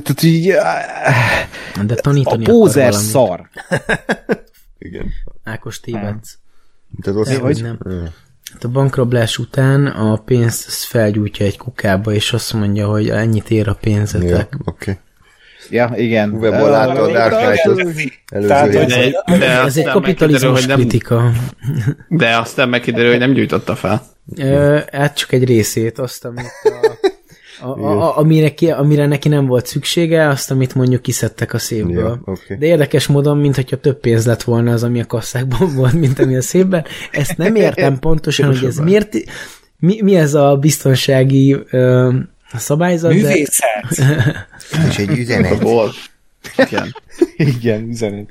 de tanítani a pózer szar. Igen. Ákos tévedsz. Hogy nem. Hát a bankrablás után a pénzt felgyújtja egy kukába, és azt mondja, hogy ennyit ér a pénzetek. Ja, oké. Ja, igen. Uwe-ból látta a Dark Knight-ot előző Ez egy kapitalizmus kritika. De aztán megkiderül, hogy nem gyújtotta fel. Hát csak egy részét, azt, amit amire neki nem volt szüksége, azt, amit mondjuk kiszedtek a szépből. Ja, okay. De érdekes módon, mintha több pénz lett volna az, ami a kasszákban volt, mint ami a szépben. Ezt nem értem pontosan, hogy ez miért, mi ez a biztonsági szabályzat. Művészet! És egy üzenet. Igen, üzenet.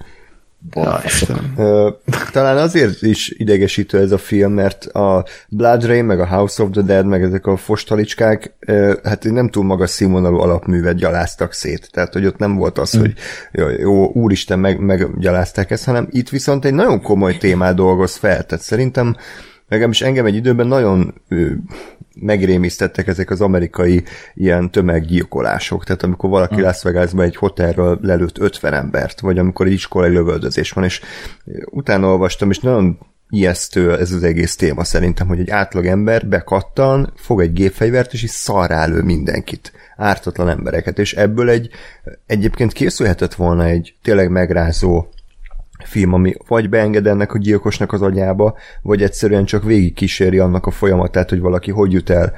Talán azért is idegesítő ez a film, mert a Blood Rain, meg a House of the Dead, meg ezek a fostalicskák, hát nem túl magas színvonalú alapművet gyaláztak szét. Tehát, hogy ott nem volt az, hogy jó, úristen, meggyalázták ezt, hanem itt viszont egy nagyon komoly témát dolgoz fel. Tehát szerintem legalábbis engem egy időben nagyon megrémisztettek ezek az amerikai ilyen tömeggyilkolások. Tehát amikor valaki Las Vegasban egy hotelről lelőtt 50 embert, vagy amikor egy iskolai lövöldözés van, és utána olvastam, és nagyon ijesztő ez az egész téma szerintem, hogy egy átlag ember bekattan, fog egy gépfegyvert, és így szarrá lő mindenkit, ártatlan embereket, és ebből egyébként készülhetett volna egy tényleg megrázó film, ami vagy beenged ennek a gyilkosnak az agyába, vagy egyszerűen csak végig kíséri annak a folyamatát, hogy valaki hogy jut el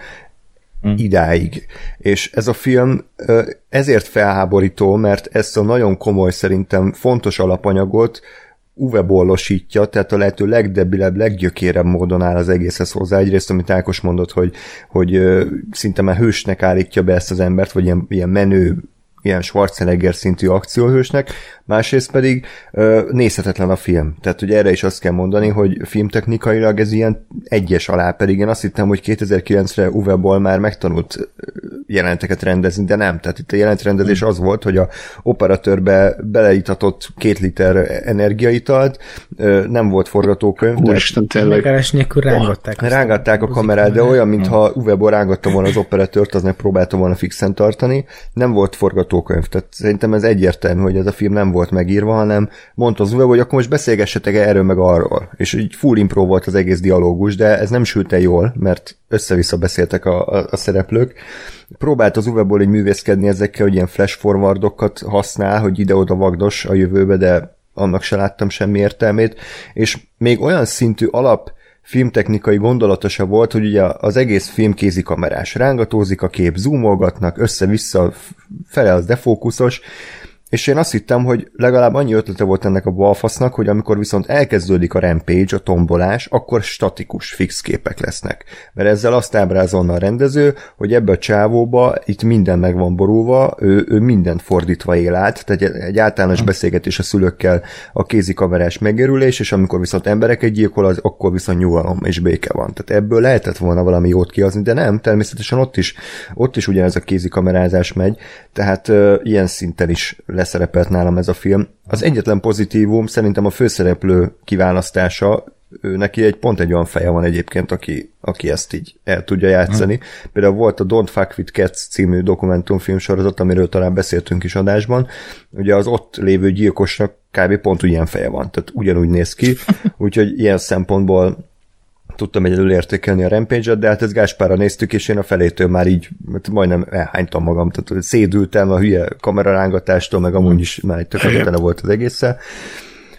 idáig. És ez a film ezért felháborító, mert ezt a nagyon komoly, szerintem fontos alapanyagot Uwe Bollosítja, tehát a lehető legdebilebb, leggyökérebb módon áll az egészhez hozzá. Egyrészt, amit Ákos mondott, hogy szinte már hősnek állítja be ezt az embert, vagy ilyen menő, ilyen Schwarzenegger szintű akcióhősnek, másrészt pedig nézhetetlen a film. Tehát, hogy erre is azt kell mondani, hogy filmtechnikailag ez ilyen egyes alá, pedig én azt hittem, hogy 2009-re Uwe Boll már megtanult jeleneteket rendezni, de nem. Tehát itt a jelentrendezés az volt, hogy a operatőrbe beleítatott 2 liter energiaitalt, nem volt forgatókönyv. Úristen, tényleg. Rángatták a kamerát, de olyan, mintha Uwe Boll rángatta volna az operatőrt, az meg próbálta volna fixen tartani. Nem volt forgatókönyv. Tehát szerintem ez egyértelmű, hogy ez a film nem volt megírva, hanem mondta az Uwe, hogy akkor most beszélgessetek erről meg arról. És így full impro volt az egész dialógus, de ez nem sült el jól, mert össze-vissza beszéltek a szereplők. Próbált az Uwe Boll így művészkedni ezekkel, hogy ilyen flash forwardokat használ, hogy ide-oda vagdos a jövőbe, de annak se láttam semmi értelmét. És még olyan szintű alap filmtechnikai gondolata se volt, hogy ugye az egész film kézikamerás. Rángatózik a kép, zoomolgatnak, össze-vissza, fele az defókuszos, és én azt hittem, hogy legalább annyi ötlete volt ennek a balfasznak, hogy amikor viszont elkezdődik a rampage, a tombolás, akkor statikus, fix képek lesznek. Mert ezzel azt ábrázolna a rendező, hogy ebbe a csávóba itt minden meg van borulva, ő mindent fordítva él át, tehát egy általános beszélgetés a szülőkkel, a kézikamerás megérülés, és amikor viszont embereket gyilkol, akkor viszont nyugalom és béke van. Tehát ebből lehetett volna valami jót kihozni, de nem, természetesen ott is ugyanez a kézikamerázás megy, tehát ilyen szinten is leszerepelt nálam ez a film. Az egyetlen pozitívum szerintem a főszereplő kiválasztása, neki pont egy olyan feje van egyébként, aki ezt így el tudja játszani. Például volt a Don't Fuck With Cats című dokumentumfilm sorozat, amiről talán beszéltünk is adásban. Ugye az ott lévő gyilkosnak kb. Pont ugyan feje van, tehát ugyanúgy néz ki, úgyhogy ilyen szempontból tudtam egyedül értékelni a Rampage-et, de hát ezt Gáspárra néztük, és én a felétől már így majdnem elhánytam magam, tehát szédültem a hülye kamerarángatástól, meg amúgy is már tökéletlen volt az egésszel.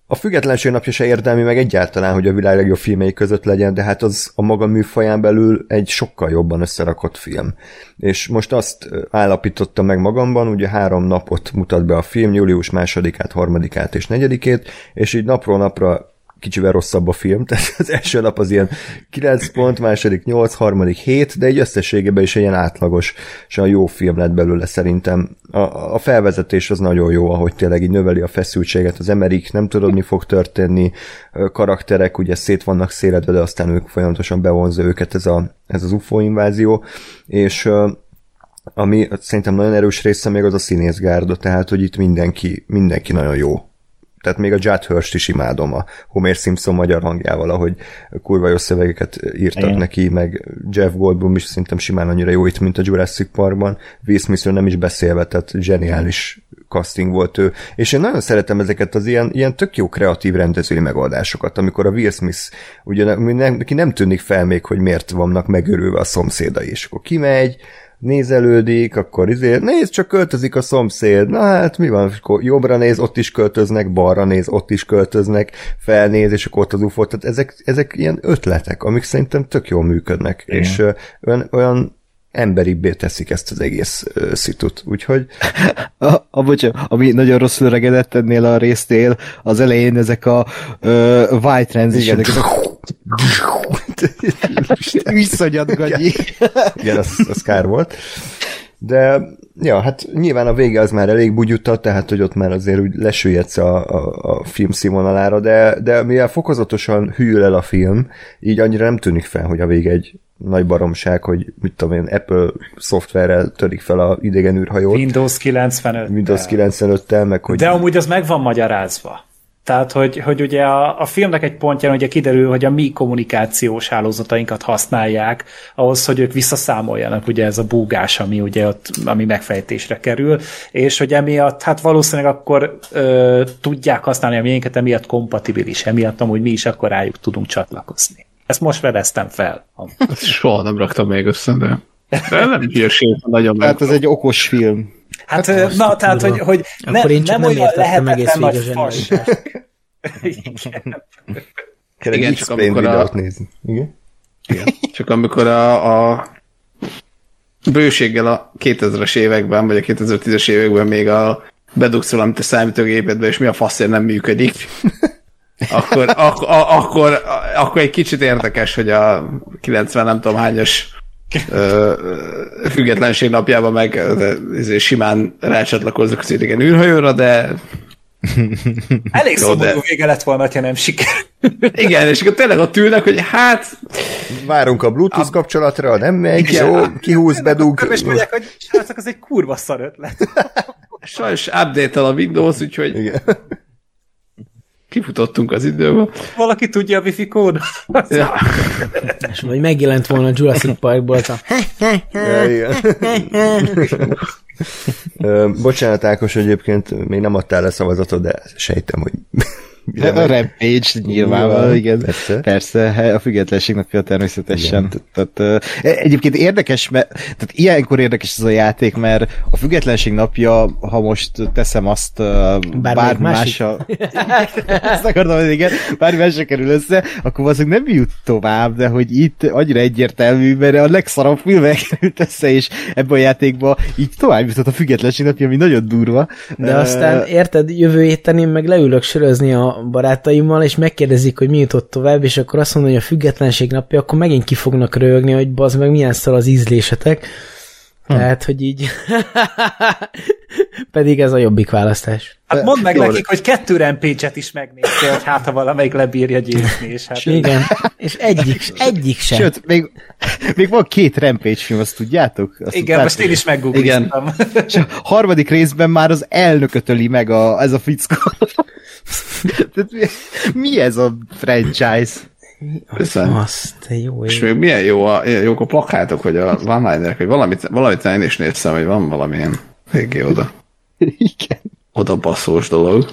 A Függetlenség napja se érdemli meg egyáltalán, hogy a világ legjobb filmei között legyen, de hát az a maga műfaján belül egy sokkal jobban összerakott film. És most azt állapítottam meg magamban, ugye 3 napot mutat be a film, július 2-át, 3-át és 4-ét, és így napról napra kicsivel rosszabb a film, tehát az első nap az ilyen 9 pont, második 8, harmadik 7, de egy összességében is ilyen átlagos, és a jó film lett belőle szerintem. A felvezetés az nagyon jó, ahogy tényleg így növeli a feszültséget, az emerik, nem tudod, mi fog történni, karakterek ugye szét vannak széledve, de aztán ők folyamatosan bevonza őket ez az UFO invázió, és ami szerintem nagyon erős része még az a színészgárda, tehát, hogy itt mindenki nagyon jó. Tehát még a Judd Hirst is imádom a Homer Simpson magyar hangjával, ahogy kurva jó szövegeket írtak neki, meg Jeff Goldblum is szerintem simán annyira jó itt, mint a Jurassic Parkban. Will Smithről nem is beszélve, tehát zseniális casting volt ő. És én nagyon szeretem ezeket az ilyen tök jó kreatív rendezői megoldásokat, amikor a Will Smith ugye neki nem tűnik fel még, hogy miért vannak megörülve a szomszédai, és akkor kimegy, nézelődik, akkor nézd, csak költözik a szomszéd, na hát mi van, akkor jobbra néz, ott is költöznek, balra néz, ott is költöznek, felnéz, és akkor ott az UFO, tehát ezek ilyen ötletek, amik szerintem tök jól működnek, és olyan emberibbé teszik ezt az egész szitut, úgyhogy... Bocsánat, ami nagyon rosszul regedett ennél a résztél, az elején ezek a white transition-ek, visszagyat gagyi. Igen, az kár volt. De, ja, hát nyilván a vége az már elég bugyuta, tehát, hogy ott már azért úgy lesüllyedsz a film színvonalára, de mivel fokozatosan hűl el a film, így annyira nem tűnik fel, hogy a vége egy nagy baromság, hogy mit tudom én, Apple szoftverrel törik fel a idegen űrhajót. Windows 95-tel. Windows 95-tel, meg hogy... De amúgy az meg van magyarázva. Tehát, hogy ugye a filmnek egy pontján ugye kiderül, hogy a mi kommunikációs hálózatainkat használják ahhoz, hogy ők visszaszámoljanak, ugye ez a búgás, ami ugye ott, ami megfejtésre kerül, és hogy emiatt, hát valószínűleg akkor tudják használni a miénket, emiatt kompatibilis, emiatt amúgy mi is akkor rájuk tudunk csatlakozni. Ezt most fedeztem fel. Soha nem raktam még össze, de nem hülyeség, nagyon meg. Hát ez egy okos film. Hát na, tehát, hogy nem olyan lehetetlen nagy fasság. Igen, csak amikor nézni. Igen? Igen. Csak amikor a bőséggel a 2000-es években, vagy a 2010-es években még bedugsz valamit a számítógépedbe, és mi a faszért nem működik, akkor egy kicsit érdekes, hogy a 90 nem tudom hányas függetlenség napjában meg simán rácsatlakoznak az idegen űrhajóra, de elég szomorú vége lett volna, ha nem sikerül. Igen, és akkor tényleg ott ülnek, hogy hát... Várunk a Bluetooth kapcsolatra, nem megy, jó, kihúz, bedug. És mondják, hogy srácok, az egy kurva szar ötlet. Sajnos update-el a Windows, úgyhogy igen. Kifutottunk az időből. Valaki tudja a wifi kódot? Ja. És majd megjelent volna a Jurassic Parkból Bocsánat, Ákos, egyébként még nem adtál le szavazatot, de sejtem, hogy... A Rampage nyilvánvaló, igen. Persze, a függetlenség napja természetesen. Tehát, egyébként érdekes, tehát ilyenkor érdekes ez a játék, mert a függetlenség napja, ha most teszem azt bármi mással, ezt akartam, hogy igen, bármi mással kerül össze, akkor valószínűleg nem jut tovább, de hogy itt annyira egyértelmű, mert a legszarabb filmek került össze, és ebben a játékban így tovább jutott a függetlenség napja, ami nagyon durva. De aztán érted, jövő héten én meg leülök sörözni a barátaimmal, és megkérdezik, hogy mi jutott tovább, és akkor azt mondom, hogy a függetlenség napja, akkor megint ki fognak röhögni, hogy bazd meg, milyen szar az ízlésetek. Tehát, hogy így... Pedig ez a jobbik választás. Hát mondd meg nekik, hogy 2 Rampage-et is megnéztél, hogy hát ha valamelyik lebírja győzni, és hát... Igen, és egyik sem. Sőt, még van 2 Rampage film, azt tudjátok? Azt igen, most én is meggoogliztam. És a harmadik részben már az elnököt öli meg ez a fickó. Mi ez a franchise? Azt, jó. És még milyen jók a plakátok, hogy a one-linerek, hogy valamit én is néztem, hogy van valamilyen végé oda. Igen. Oda baszós dolog.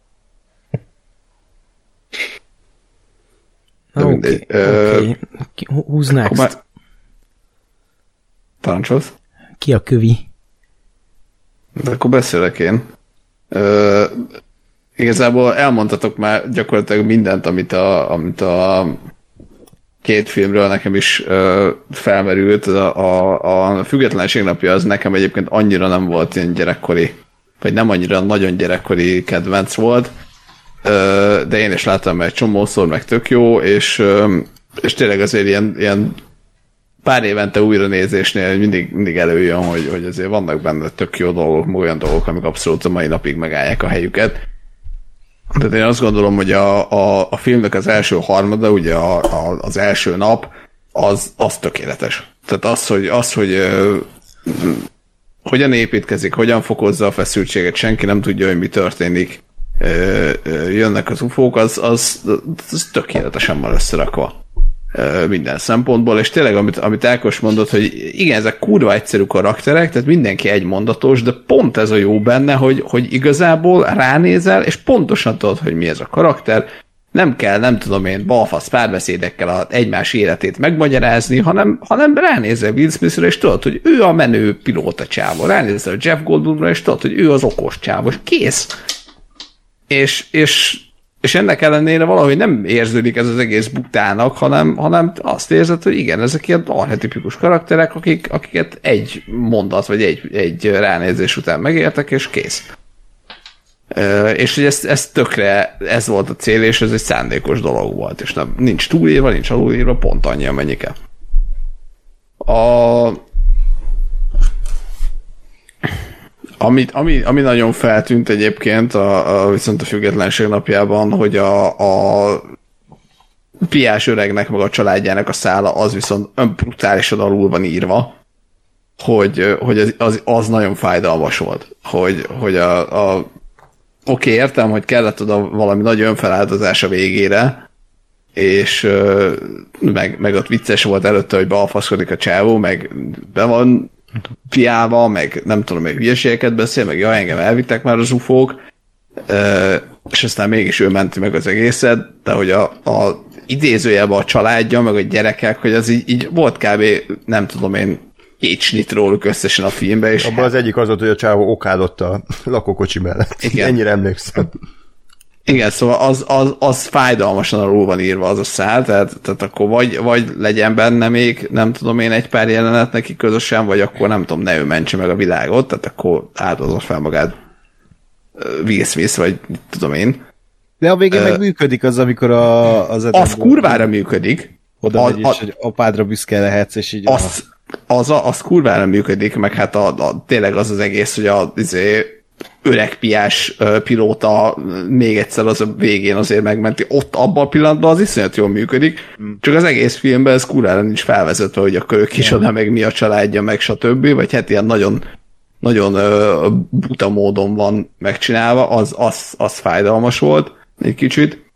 Oké. Who's next? Parancsolsz? Ki a kövi? De akkor beszélek én. igazából elmondhatok már gyakorlatilag mindent, amit a két filmről nekem is felmerült. A Függetlenség napja az nekem egyébként annyira nem volt ilyen gyerekkori, vagy nem annyira nagyon gyerekkori kedvenc volt, de én is láttam egy csomószor, meg tök jó, és tényleg azért ilyen pár évente újra nézésnél mindig előjön, hogy azért vannak benne tök jó dolgok, olyan dolgok, amik abszolút a mai napig megállják a helyüket. Tehát én azt gondolom, hogy a filmnek az első harmada, ugye az első nap, az tökéletes. Tehát az, hogy hogyan építkezik, hogyan fokozza a feszültséget, senki nem tudja, hogy mi történik, jönnek az ufók, az tökéletesen van összerakva minden szempontból, és tényleg, amit Ákos mondott, hogy igen, ezek kurva egyszerű karakterek, tehát mindenki egy mondatos, de pont ez a jó benne, hogy igazából ránézel, és pontosan tudod, hogy mi ez a karakter, nem kell, nem tudom én, balfasz párbeszédekkel az egymás életét megmagyarázni, hanem ránézel Will Smithre, és tudod, hogy ő a menő pilóta csávó, ránézel Jeff Goldblumra, és tudod, hogy ő az okos csávó, és kész. És ennek ellenére valahogy nem érződik ez az egész butának, hanem azt érzed, hogy igen, ezek ilyen archetipikus karakterek, akiket egy mondat, vagy egy ránézés után megértek, és kész. És hogy ez tökre, ez volt a cél, és ez egy szándékos dolog volt, és nincs túlírva, nincs alulírva, pont annyi, amennyi kell. Ami nagyon feltűnt egyébként viszont a Függetlenség napjában, hogy a piás öregnek meg a családjának a szála az viszont brutálisan alul van írva, hogy az nagyon fájdalmas volt. Hogy oké, értem, hogy kellett oda valami nagy önfeláldozás a végére, és meg ott vicces volt előtte, hogy bealfaszkodik a csávó, meg be van piálva, meg nem tudom, meg hülyeségeket beszél, meg jaj, engem elvittek már az ufók, és aztán mégis ő menti meg az egészet, de hogy a idézőjelben a családja, meg a gyerekek, hogy az így volt kb. Nem tudom én, 2 snit róluk összesen a filmben. És abban az egyik az volt, hogy a csávó okádott a lakókocsi mellett. Igen. Ennyire emlékszem. Igen, szóval az fájdalmasan alul van írva az a szál, tehát akkor vagy legyen benne még, nem tudom én, egy pár jelenet neki közösen, vagy akkor nem tudom, ne ő mentse meg a világot, tehát akkor áldozott fel magát Will Smith, vagy tudom én. De a végén meg működik az, amikor az kurvára működik. Oda megy is, hogy apádra büszke lehetsz, és így... Az kurvára működik, meg hát tényleg az egész, hogy öreg piás pilóta még egyszer az a végén azért megmenti. Ott abban a pillanatban az iszonyat jól működik, csak az egész filmben ez kurvára nincs felvezetve, hogy akkor ő kicsoda, meg mi a családja, meg stb. Vagy hát ilyen nagyon, nagyon buta módon van megcsinálva, az fájdalmas volt egy kicsit.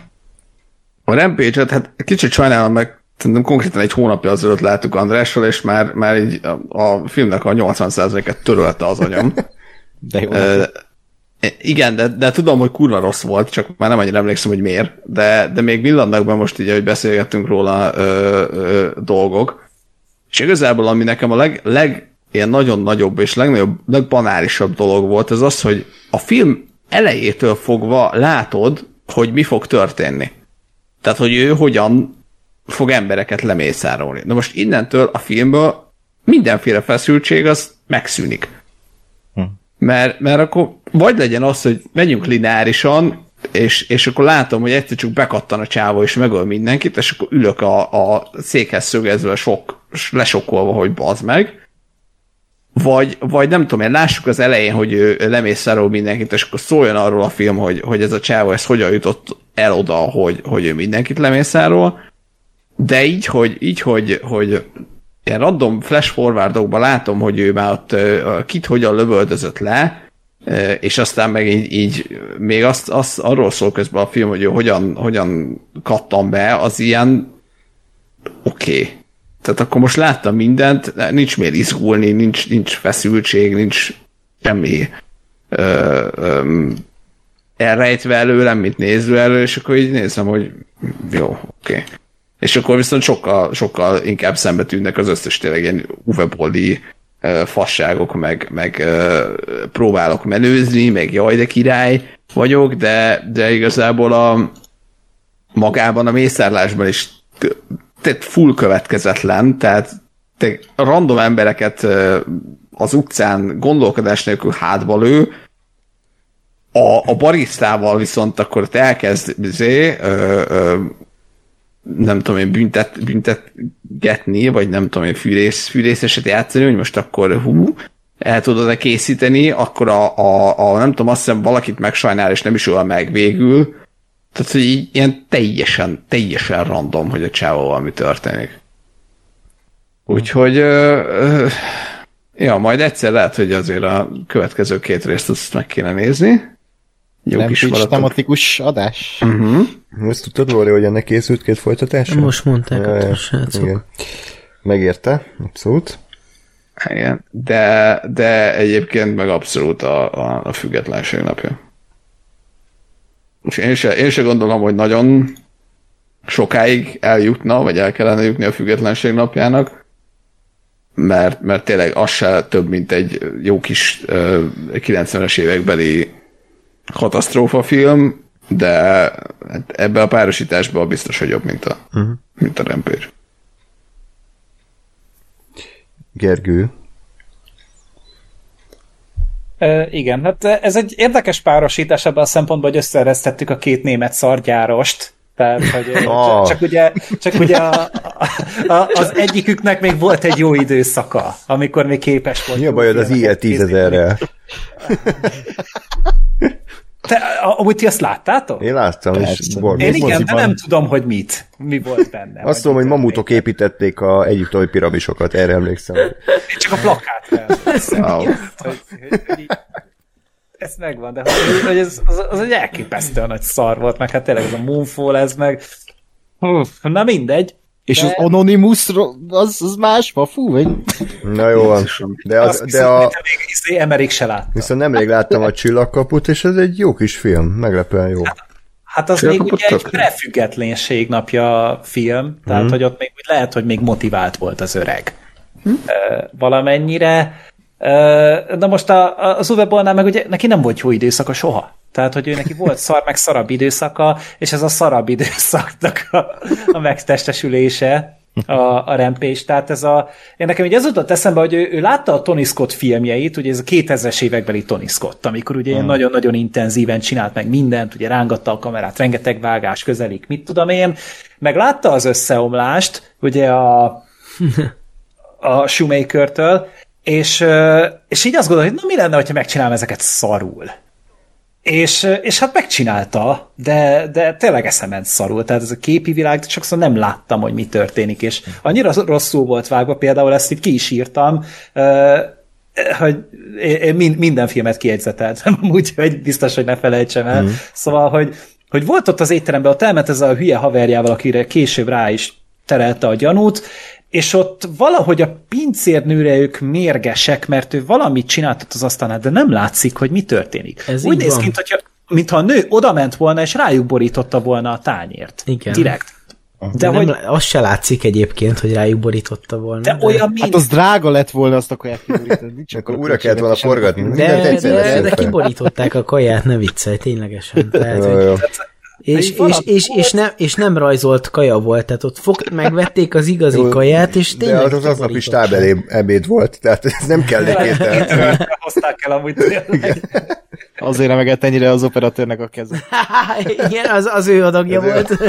A Rampage-et, hát kicsit sajnálom, meg szerintem konkrétan egy hónapja azelőtt láttuk Andrással, és már így a filmnek a 80%-et törölte az agyam. De jó. Igen, de tudom, hogy kurva rossz volt, csak már nem annyira emlékszem, hogy miért. De még villannak be most így, hogy beszélgettünk róla dolgok. És igazából, ami nekem a ilyen nagyon nagyobb és legbanálisabb dolog volt, az az, hogy a film elejétől fogva látod, hogy mi fog történni. Tehát, hogy ő hogyan fog embereket lemészárolni. Na most innentől a filmből mindenféle feszültség az megszűnik. Mert akkor vagy legyen az, hogy menjünk lineárisan, és akkor látom, hogy egyszer csak bekattan a csávó, és megöl mindenkit, és akkor ülök a székhez szögezve lesokkolva, hogy bazd meg. Vagy nem tudom, lássuk az elején, hogy ő lemészárol mindenkit, és akkor szóljon arról a film, hogy ez a csávó ez hogyan jutott el oda, hogy ő mindenkit lemészárol. De így, hogy ilyen random flash forwardokban látom, hogy ő már ott kit hogyan lövöldözött le, és aztán meg így még azt arról szól közben a film, hogy ő hogyan kattan be, az ilyen oké. Tehát akkor most láttam mindent, nincs miért izgulni, nincs feszültség, nincs semmi elrejtve előlem, mint néző elő, és akkor így nézem, hogy jó, oké. És akkor viszont sokkal inkább szembe tűnnek az összes tényleg ilyen Uwe Bolli fasságok, meg próbálok menőzni, meg jaj, de király vagyok, de igazából magában a mészárlásban is full következetlen, tehát te random embereket az utcán gondolkodás nélkül hátba lő, a barisztával viszont akkor te elkezd nem tudom én büntetgetni, vagy nem tudom én fűrészeset játszani, hogy most akkor el tudod-e készíteni, akkor nem tudom, azt hiszem valakit megsajnál, és nem is öl meg végül. Tehát, hogy így ilyen teljesen random, hogy a csávóval mi történik. Úgyhogy ja, majd egyszer lehet, hogy azért a következő 2 részt azt meg kéne nézni. Jó nem kis Twitch tematikus adás? Most tudtad, Lóri, hogy ennek készült 2 folytatása? Most mondták a srácok. Igen. Megérte, abszolút. Igen, de egyébként meg abszolút a függetlenség napja. És én se gondolom, hogy nagyon sokáig eljutna, vagy el kellene jutni a függetlenség napjának, mert tényleg az se több, mint egy jó kis 90-es évekbeli katasztrófa film, de ebbe a párosításban biztos, hogy jobb, mint a Rampage. Gergő. Igen, hát ez egy érdekes párosítás ebben a szempontból, hogy összereztettük a 2 német szargyárost. Tehát, hogy csak ugye az egyiküknek még volt egy jó időszaka, amikor még képes volt. Mi a bajod az IL 10.000-rel? Te, amúgy ti azt láttátok? Én láttam, és én igen, de nem tudom, hogy mi volt benne. Azt tudom, hogy mamutok építették a egyiptomi piramisokat, erre emlékszem. Én csak a plakát emlékszem. Ez megvan, de hogy az egy elképesztően nagy szar volt, meg hát tényleg ez a Moonfall, ez meg... Na mindegy. És az Anonymous, az másba, fú, vagy... Na jó van. De Emerik se láttam. Viszont nemrég láttam a Csillagkaput, és ez egy jó kis film, meglepően jó. Hát az még ugye egy prefüggetlenség napja film, tehát hogy ott még lehet, hogy még motivált volt az öreg. Valamennyire. De most az Uwe Bollnál meg ugye neki nem volt jó időszaka soha. Tehát, hogy ő neki volt szar, meg szarabb időszaka, és ez a szarabb időszaknak a megtestesülése, a Rampage. Tehát nekem így ez jutott eszembe, hogy ő látta a Tony Scott filmjeit, ugye ez a 2000-es évekbeli Tony Scott, amikor ugye nagyon-nagyon intenzíven csinált meg mindent, ugye rángatta a kamerát, rengeteg vágás, közelik, mit tudom én, meg látta az összeomlást, ugye a Shoemaker-től, és így azt gondolom, hogy mi lenne, hogyha megcsinálom ezeket szarul. És hát megcsinálta, de tényleg eszement szarul. Tehát ez a képi világ, sokszor nem láttam, hogy mi történik, és annyira rosszul volt vágva, például ezt itt ki is írtam, hogy én minden filmet kiegyzeteltem, úgyhogy biztos, hogy ne felejtsem el. Szóval, hogy volt ott az étteremben, ott elment ez a hülye haverjával, akire később rá is terelte a gyanút, és ott valahogy a pincérnőre ők mérgesek, mert ő valamit csináltat az asztalnál, de nem látszik, hogy mi történik. Ez úgy néz ki, mintha a nő oda ment volna, és rájuk borította volna a tányért. Igen. Direkt. De hogy... az se látszik egyébként, hogy rájuk borította volna. De olyan hát az drága lett volna azt a kaját kiborítani. Akkor újra kellett volna forgatni. De kiborították a kaját, ne viccelj, ténylegesen. Tehát, hogy... És nem rajzolt kaja volt, tehát ott megvették az igazi kaját, és tényleg... De az aznap is tábebéd volt, tehát ez nem kell neked. Hozták el amúgy tényleg. Azért remegett ennyire az operatőrnek a keze. Igen, az ő adagja volt.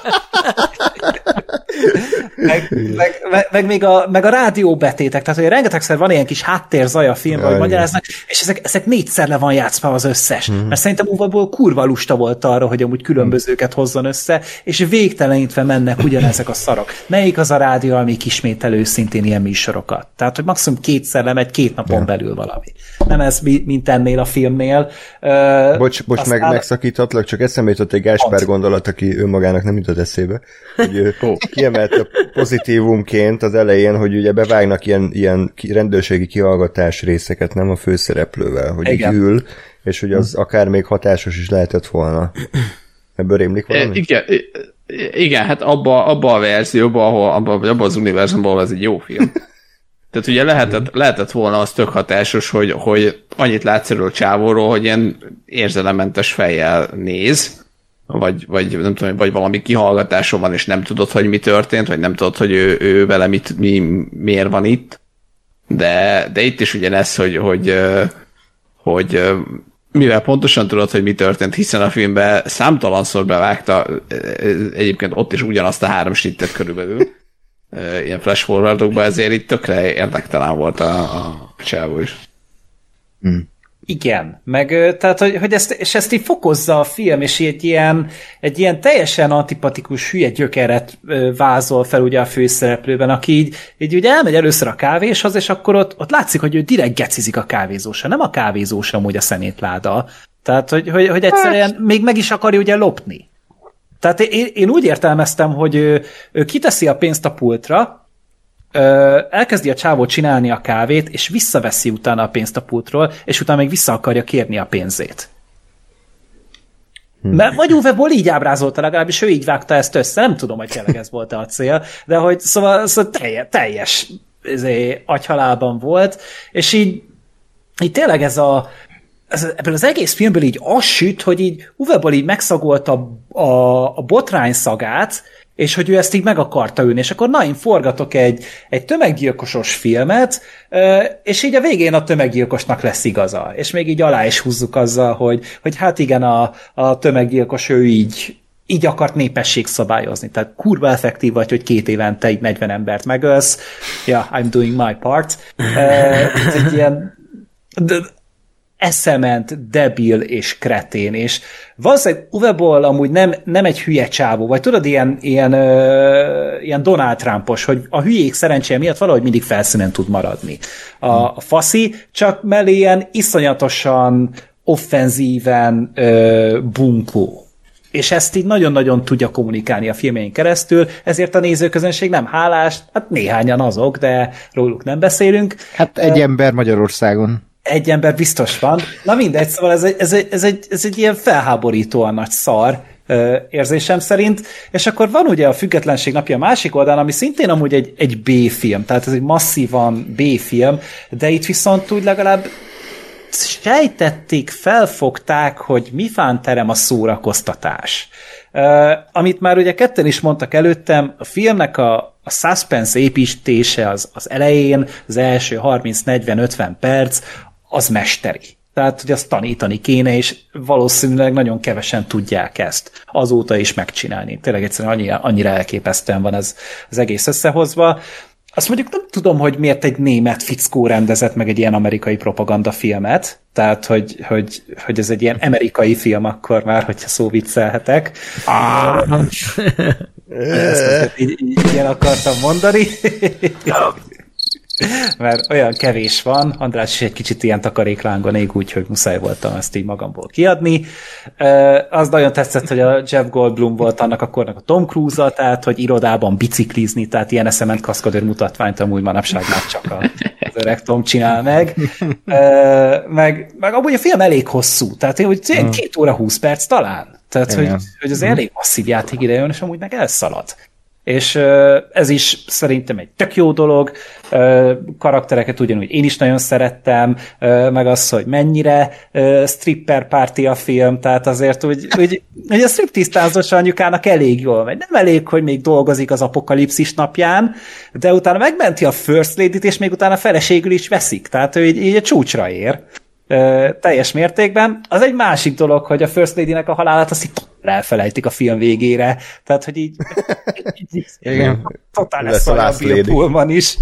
meg a rádióbetétek, tehát hogy rengetegszer van ilyen kis háttérzaj a filmben, hogy magyaráznak, és ezek 4-szer le van játszva az összes. Mert szerintem Uwe kurva lusta volt arra, hogy amúgy különbözőket hozzon össze, és végtelenítve mennek ugyanezek a szarok. Melyik az a rádió, ami ismétel őszintén ilyen műsorokat? Tehát, hogy maximum 2-szer lemegy 2 napon belül valami. Nem ez, mint ennél a filmnél. Bocs, megszakíthatlak, csak eszembe jutott egy Gáspár gondolat, aki önmagának nem jutott eszébe, hogy ő kiemelte pozitívumként az elején, hogy ugye bevágnak ilyen rendőrségi kihallgatás részeket, nem a főszereplővel, hogy így ül, és hogy az akár még hatásos is lehetett volna. Ebből rémlik valami? Igen, hát abba a verzióban, abba az univerzumban, ez egy jó film. Tehát ugye lehetett volna az tök hatásos, hogy annyit látsz erről a csávóról, hogy ilyen érzelementes fejjel néz, vagy nem tudom, vagy valami kihallgatáson van, és nem tudod, hogy mi történt, vagy nem tudod, hogy ő vele miért van itt. De itt is ugyanez, hogy mivel pontosan tudod, hogy mi történt, hiszen a filmben számtalanszor bevágta, egyébként ott is ugyanazt a 3 snittet körülbelül, ilyen flash forwardokban, ezért itt tökre érdektelen volt a csávó is. Igen, meg tehát, hogy ezt így fokozza a film, és egy ilyen teljesen antipatikus hülye gyökeret vázol fel ugye a főszereplőben, aki így ugye elmegy először a kávéshoz, és akkor ott látszik, hogy ő direkt gecizik a kávézósra, nem a kávézós amúgy a szemétláda. Tehát, hogy egyszerűen még meg is akarja ugye lopni. Tehát én úgy értelmeztem, hogy ő kiteszi a pénzt a pultra, elkezdi a csávó csinálni a kávét, és visszaveszi utána a pénzt a pultról, és utána még vissza akarja kérni a pénzét. Mert vagy Uwe Boll így ábrázolta, legalábbis ő így vágta ezt össze, nem tudom, hogy tényleg ez volt a cél, de hogy szóval teljes agyhalálban volt, és így tényleg ebből az egész filmből így az süt, hogy így Uwe Boll így megszagolta a botrány szagát, és hogy ő ezt így meg akarta ülni, és akkor én forgatok egy tömeggyilkosos filmet, és így a végén a tömeggyilkosnak lesz igaza. És még így alá is húzzuk azzal, hogy hát igen, a tömeggyilkos ő így akart népességszabályozni. Tehát kurva effektív vagy, hogy 2 évente így 40 embert megölsz. Yeah, I'm doing my part. Ez egy ilyen eszement, debil és kretén, és valószínűleg Uwe Boll amúgy nem egy hülye csávó, vagy tudod, ilyen Donald Trumpos, hogy a hülyék szerencséje miatt valahogy mindig felszínen tud maradni. A faszi csak mellé ilyen iszonyatosan offenzíven bunkó. És ezt így nagyon-nagyon tudja kommunikálni a filmjein keresztül, ezért a nézőközönség nem hálás, hát néhányan azok, de róluk nem beszélünk. Hát egy ember Magyarországon. Egy ember biztos van. Na mindegy, szóval ez egy ilyen felháborítóan nagy szar érzésem szerint, és akkor van ugye a Függetlenség napja a másik oldalon, ami szintén amúgy egy B-film, tehát ez egy masszívan B-film, de itt viszont úgy legalább sejtették, felfogták, hogy mi fánterem a szórakoztatás. Amit már ugye ketten is mondtak előttem, a filmnek a suspense építése az elején, az első 30-40-50 perc, az mesteri. Tehát, hogy azt tanítani kéne, és valószínűleg nagyon kevesen tudják ezt azóta is megcsinálni. Tényleg egyszerűen annyira elképesztően van ez az egész összehozva. Azt mondjuk nem tudom, hogy miért egy német fickó rendezett meg egy ilyen amerikai propagandafilmet, tehát, hogy ez egy ilyen amerikai film akkor már, hogyha szóviccelhetek. Ezt így ilyen akartam mondani. Mert olyan kevés van, András is egy kicsit ilyen takaréklángon ég, úgyhogy muszáj voltam ezt így magamból kiadni. Az nagyon tetszett, hogy a Jeff Goldblum volt annak a kornak a Tom Cruise-a, tehát, hogy irodában biciklizni, tehát ilyen eszement kaszkadőr mutatványt amúgy manapság már csak az öreg Tom csinál meg. Meg amúgy a film elég hosszú, tehát hogy 2 óra 20 perc talán. Tehát, hogy az elég masszív játékidő jön, és amúgy meg elszalad. És ez is szerintem egy tök jó dolog, karaktereket ugyanúgy én is nagyon szerettem, meg az, hogy mennyire stripper party a film, tehát azért hogy a striptisztázós anyukának elég jól megy. Nem elég, hogy még dolgozik az apokalipszis napján, de utána megmenti a First Lady-t, és még utána feleségül is veszik, tehát ő így a csúcsra ér. Teljes mértékben. Az egy másik dolog, hogy a First Lady-nek a halálát azt így elfelejtik a film végére. Tehát, hogy így totál lesz olyan Bill Pullman is.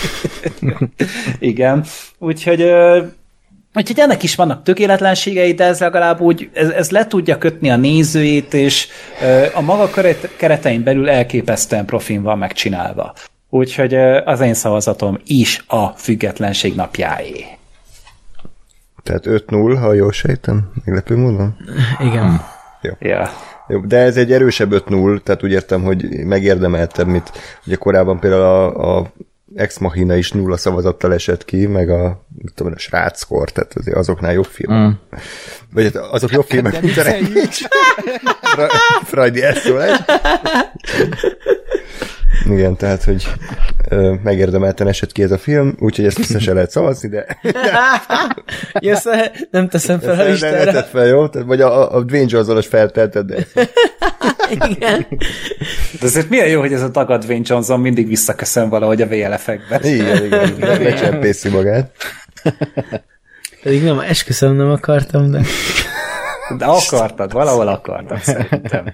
Igen. Úgyhogy ennek is vannak tökéletlenségei, de ez legalább úgy, ez le tudja kötni a nézőjét, és a maga keretein belül elképesztően profin van megcsinálva. Úgyhogy az én szavazatom is a Függetlenség napjáé. Tehát 5-0, ha jól sejtem, meglepő módon? Igen. Jó. Yeah. Jó. De ez egy erősebb 5-0, tehát úgy értem, hogy megérdemeltebb, mint ugye korábban például a Ex Machina is 0 szavazattal esett ki, meg a Sráckor, tehát azoknál jobb film. Vagy azok jobb filmek, mint a Freudi elszólás. Igen, tehát, hogy megérdemelten esett ki ez a film, úgyhogy ezt vissza se lehet szavazni, de... Jössz, nem teszem fel a listára. Ne tedd fel, jó? Vagy a Dwayne Johnson-os feltelted, de... Igen. De azért milyen jó, hogy ez a tagad Dwayne Johnson mindig visszaköszön valahogy a VLF-ekben. Igen, lecsempészi magát. Pedig nem, esküszöm, nem akartam, de... De akartad, valahol akartad szerintem.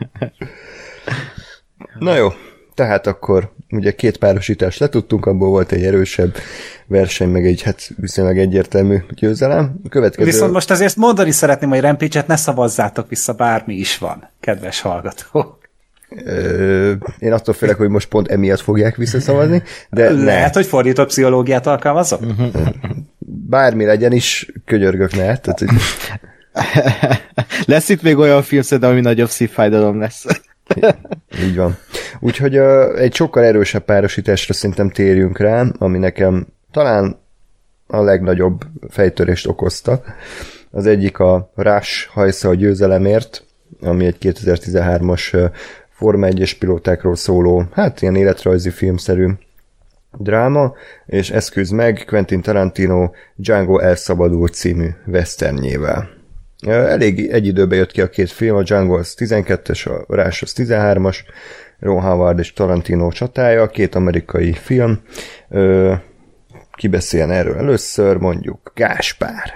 Na jó, tehát akkor ugye 2 párosítást letudtunk, abból volt egy erősebb verseny, meg egy hát viszonylag egyértelmű győzelem. Következő... Viszont most azért mondani szeretném, hogy Rampage-et ne szavazzátok vissza, bármi is van, kedves hallgatók. Én attól félek, hogy most pont emiatt fogják visszaszavazni, de lehet, hogy fordított pszichológiát alkalmazok? Bármi legyen is, könyörgök ne. Tehát, hogy... Lesz itt még olyan film, szerintem, ami nagyobb szívfájdalom lesz. Így van. Úgyhogy egy sokkal erősebb párosításra szerintem térjünk rá, ami nekem talán a legnagyobb fejtörést okozta. Az egyik a Rush hajsza a győzelemért, ami egy 2013-as Forma 1-es pilótákról szóló, hát ilyen életrajzi filmszerű dráma, és eszköz meg Quentin Tarantino Django elszabadult című westernjével. Elég egy időben jött ki a 2 film, a Django az 12-es, a Rush az 13-as, Ron Howard és Tarantino csatája, 2 amerikai film. Ki beszéljen erről először, mondjuk Gáspár.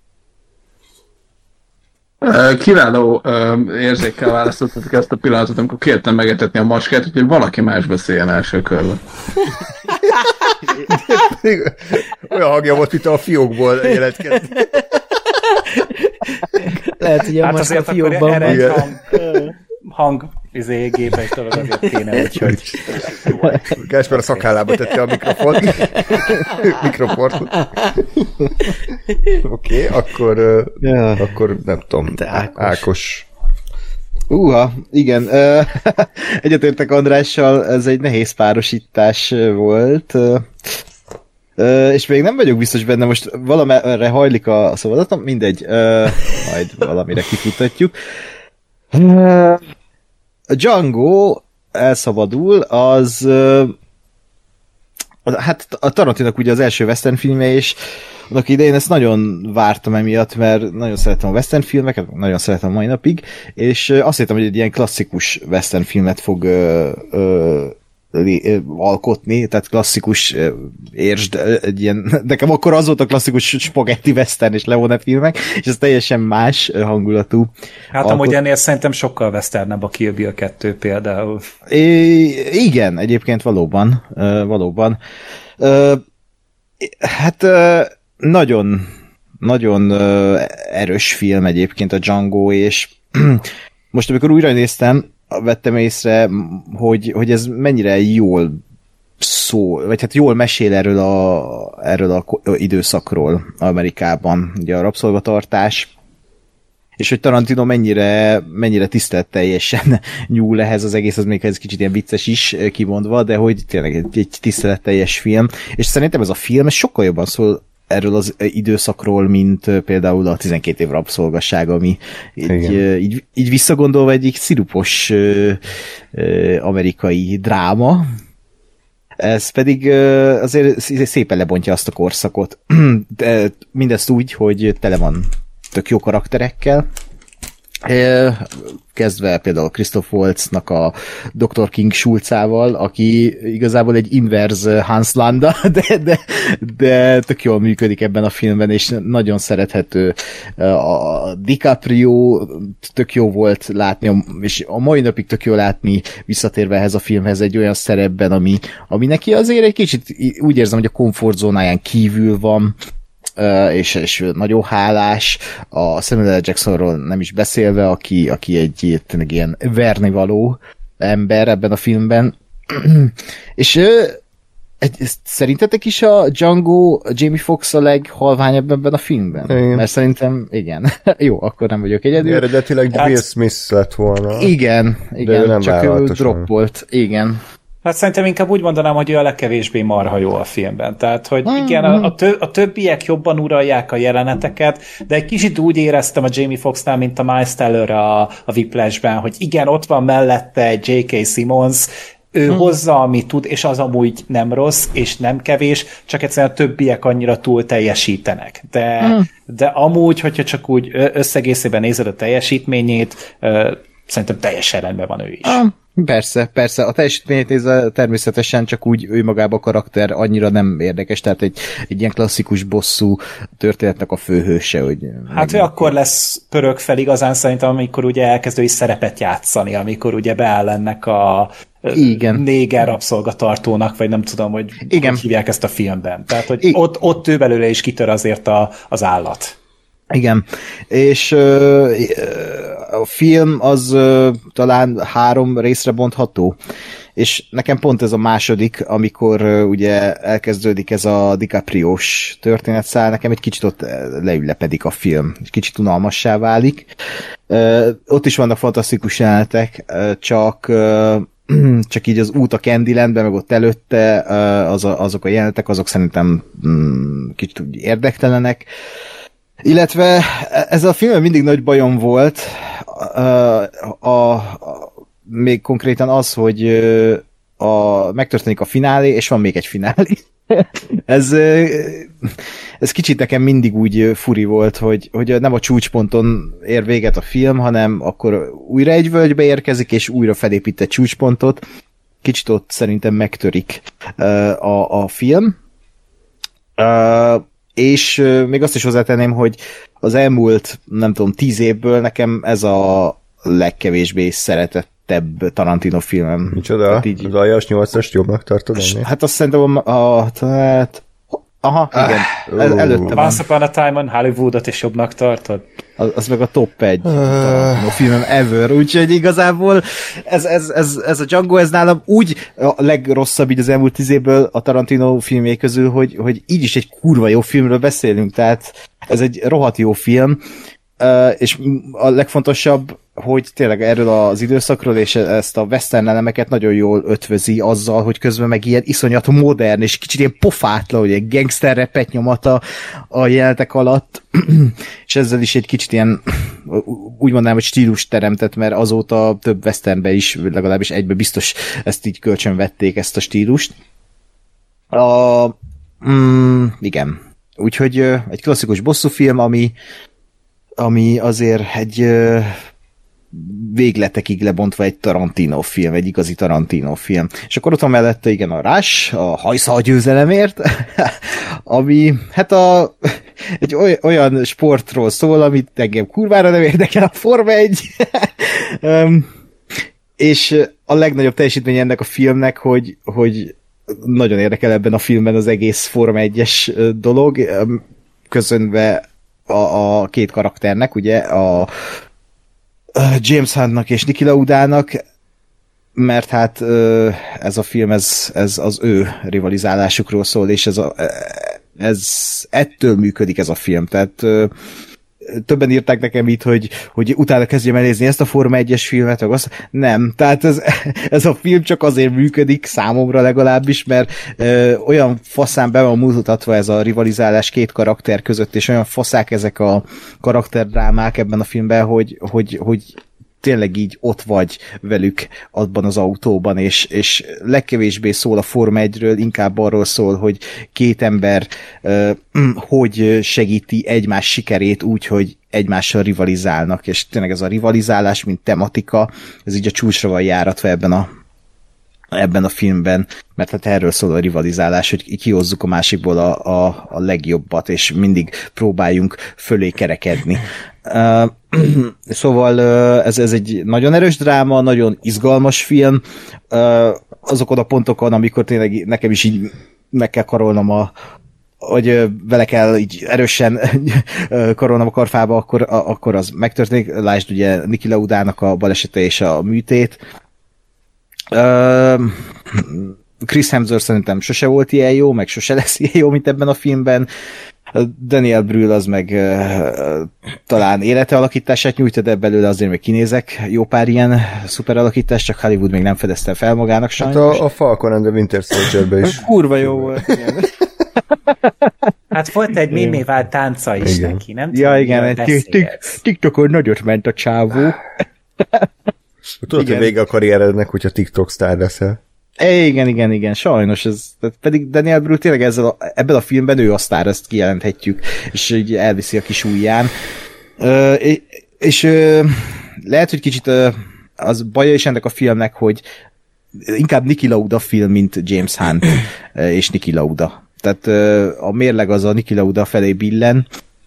Kiváló érzékkel választottak ezt a pillanatot, amikor kértem megetetni a macskát, úgyhogy valaki más beszéljen első körben. Olyan hangja volt, mint a fiókból jelentkezett. Lehet, hogy a Hát macska azért fiókban akkor van. egy gépes dolog azért kéne, úgyhogy... Gáspár a szakállába tette a mikrofont. Oké, akkor nem tudom, Ákos. Igen. Egyetértek Andrással, ez egy nehéz párosítás volt. És még nem vagyok biztos benne, most valamire hajlik a szavazatom, mindegy, majd valamire kifutatjuk. A Django elszabadul, az hát a Tarantinak ugye az első western filmje, és annak idején ezt nagyon vártam emiatt, mert nagyon szeretem a western filmeket, nagyon szeretem a mai napig, és azt hittem, hogy egy ilyen klasszikus western filmet fog alkotni, tehát klasszikus értsd, egy ilyen, nekem akkor az volt a klasszikus spagetti western és Leone filmek, és ez teljesen más hangulatú. Hát amúgy ennél szerintem sokkal westernebb a Kill Bill 2 például. Igen, egyébként valóban. Hát nagyon erős film egyébként a Django, és most amikor újra néztem, vettem észre, hogy ez mennyire jól szól, vagy hát jól mesél erről a időszakról Amerikában, ugye a rabszolgatartás, és hogy Tarantino mennyire tiszteletteljesen nyúl ehhez az egész, az még ez kicsit ilyen vicces is kimondva, de hogy tényleg egy tiszteletteljes film, és szerintem ez a film sokkal jobban szól erről az időszakról, mint például a 12 év rabszolgasság, ami így visszagondolva egyik szirupos amerikai dráma. Ez pedig azért szépen lebontja azt a korszakot. De mindezt úgy, hogy tele van tök jó karakterekkel, kezdve például Christoph Waltz-nak a Dr. King Schulzával, aki igazából egy inverse Hans Landa, de tök jól működik ebben a filmben, és nagyon szerethető. A DiCaprio tök jó volt látni, és a mai napig tök jó látni, visszatérve ehhez a filmhez egy olyan szerepben, ami neki azért egy kicsit úgy érzem, hogy a komfortzónáján kívül van, és nagyon hálás, a Samuel L. Jacksonról nem is beszélve, aki egy ilyen vernivaló ember ebben a filmben. És szerintetek is a Django, Jamie Foxx a leghalványabb ebben a filmben? Igen. Mert szerintem igen. Jó, akkor nem vagyok egyedül. Eredetileg Will Smith lett volna. Igen, csak ő droppolt. Igen. Hát szerintem inkább úgy mondanám, hogy ő a legkevésbé marha jó a filmben. Tehát, hogy igen, a többiek jobban uralják a jeleneteket, de egy kicsit úgy éreztem a Jamie Foxxnál, mint a Miles Teller a Whiplashben, hogy igen, ott van mellette egy J.K. Simmons, ő hozza, amit tud, és az amúgy nem rossz, és nem kevés, csak egyszerűen a többiek annyira túl teljesítenek. De amúgy, hogyha csak úgy összegészében nézed a teljesítményét, szerintem teljesen rendben van ő is. Persze. A teljesítményét nézve természetesen csak úgy ő magába a karakter annyira nem érdekes, tehát egy ilyen klasszikus bosszú történetnek a főhőse. Hogy hát ő akkor lesz pörög fel igazán szerintem, amikor ugye elkezdő is szerepet játszani, amikor ugye beáll ennek a néger rabszolgatartónak, vagy nem tudom, hogy hívják ezt a filmben. Tehát, hogy ott ő belőle is kitör azért az állat. Igen, és a film az talán 3 részre bontható, és nekem pont ez a második, amikor ugye elkezdődik ez a DiCaprio-s történetszál, nekem egy kicsit ott leülepedik a film, egy kicsit unalmassá válik. Ott is vannak fantasztikus jelenetek, csak így az út a Candylandben, meg ott előtte azok a jelenetek, azok szerintem kicsit érdektelenek. Illetve ezzel a filmmel mindig nagy bajom volt, még konkrétan az, hogy megtörténik a finálé, és van még egy finálé. Ez kicsit nekem mindig úgy furi volt, hogy nem a csúcsponton ér véget a film, hanem akkor újra egy völgybe érkezik, és újra felépít egy csúcspontot. Kicsit ott szerintem megtörik a film. És még azt is hozzátenném, hogy az elmúlt, nem tudom, 10 évből nekem ez a legkevésbé szeretettebb Tarantino filmem. Micsoda? Így... Az aljas 8-ast jobbnak tartod ennél? Hát azt szerintem igen, előtte van. Once Upon a Time-on Hollywoodot is jobbnak tartod? Az meg a top 1 a filmem ever, úgyhogy igazából ez a Django, ez nálam úgy a legrosszabb így az elmúlt 10 évből a Tarantino filmjei közül, hogy így is egy kurva jó filmről beszélünk, tehát ez egy rohadt jó film, és a legfontosabb, hogy tényleg erről az időszakról és ezt a western elemeket nagyon jól ötvözi azzal, hogy közben meg ilyen iszonyat modern, és kicsit ilyen pofátlan, hogy egy gangster repet nyomat a jelenetek alatt, és ezzel is egy kicsit ilyen, úgy mondanám, hogy stílus teremtett, mert azóta több westernbe is, legalábbis egybe biztos ezt így kölcsönvették, ezt a stílust. Igen. Úgyhogy egy klasszikus bosszúfilm, ami azért egy végletekig lebontva egy Tarantino film, egy igazi Tarantino film. És akkor ott van mellette, igen, a Rush, a Hajsza a győzelemért, ami hát egy olyan sportról szól, amit engem kurvára nem érdekel, a Forma 1. És a legnagyobb teljesítmény ennek a filmnek, hogy nagyon érdekel ebben a filmben az egész Forma 1-es dolog, közönve a két karakternek, ugye, a James Huntnak és Niki Laudának, mert hát ez a film, ez az ő rivalizálásukról szól, és ez ettől működik ez a film, tehát többen írták nekem itt, hogy utána kezdjem el nézni ezt a Forma 1-es filmet, meg azt, nem, tehát ez a film csak azért működik, számomra legalábbis, mert olyan faszán be van mutatva ez a rivalizálás két karakter között, és olyan faszák ezek a karakterdrámák ebben a filmben, hogy tényleg így ott vagy velük abban az autóban, és legkevésbé szól a Forma 1-ről, inkább arról szól, hogy két ember hogy segíti egymás sikerét úgy, hogy egymással rivalizálnak, és tényleg ez a rivalizálás, mint tematika, ez így a csúcsra van járatva ebben a filmben, mert hát erről szól a rivalizálás, hogy kihozzuk a másikból a legjobbat, és mindig próbáljunk fölé kerekedni. Szóval ez egy nagyon erős dráma, nagyon izgalmas film, azokon a pontokon, amikor tényleg nekem is így meg kell karolnom hogy vele kell így erősen karolnom a karfába, akkor az megtörténik. Lásd ugye Niki Laudának a balesete és a műtét. Chris Hemsworth szerintem sose volt ilyen jó, meg sose lesz ilyen jó, mint ebben a filmben. Daniel Brühl az meg talán élete alakítását nyújt, de belőle azért még kinézek jó pár ilyen szuper alakítást, csak Hollywood még nem fedezte fel magának sajnos. Hát a Falcon and the Winter Soldier-ben is. Kurva jó volt. Hát volt egy mémé vált tánca is igen. Neki, nem? Ja, igen, TikTokon nagyot ment a csávó. Tudod, hogy vége a karrierednek, hogyha TikTok sztár leszel. Igen, sajnos. Pedig Daniel Brühl tényleg ebben a filmben ő a sztár, ezt kijelenthetjük, és így elviszi a kis ujján. És lehet, hogy kicsit az baja is ennek a filmnek, hogy inkább Niki Lauda film, mint James Hunt és Niki Lauda. Tehát a mérleg az a Niki Lauda felé billen,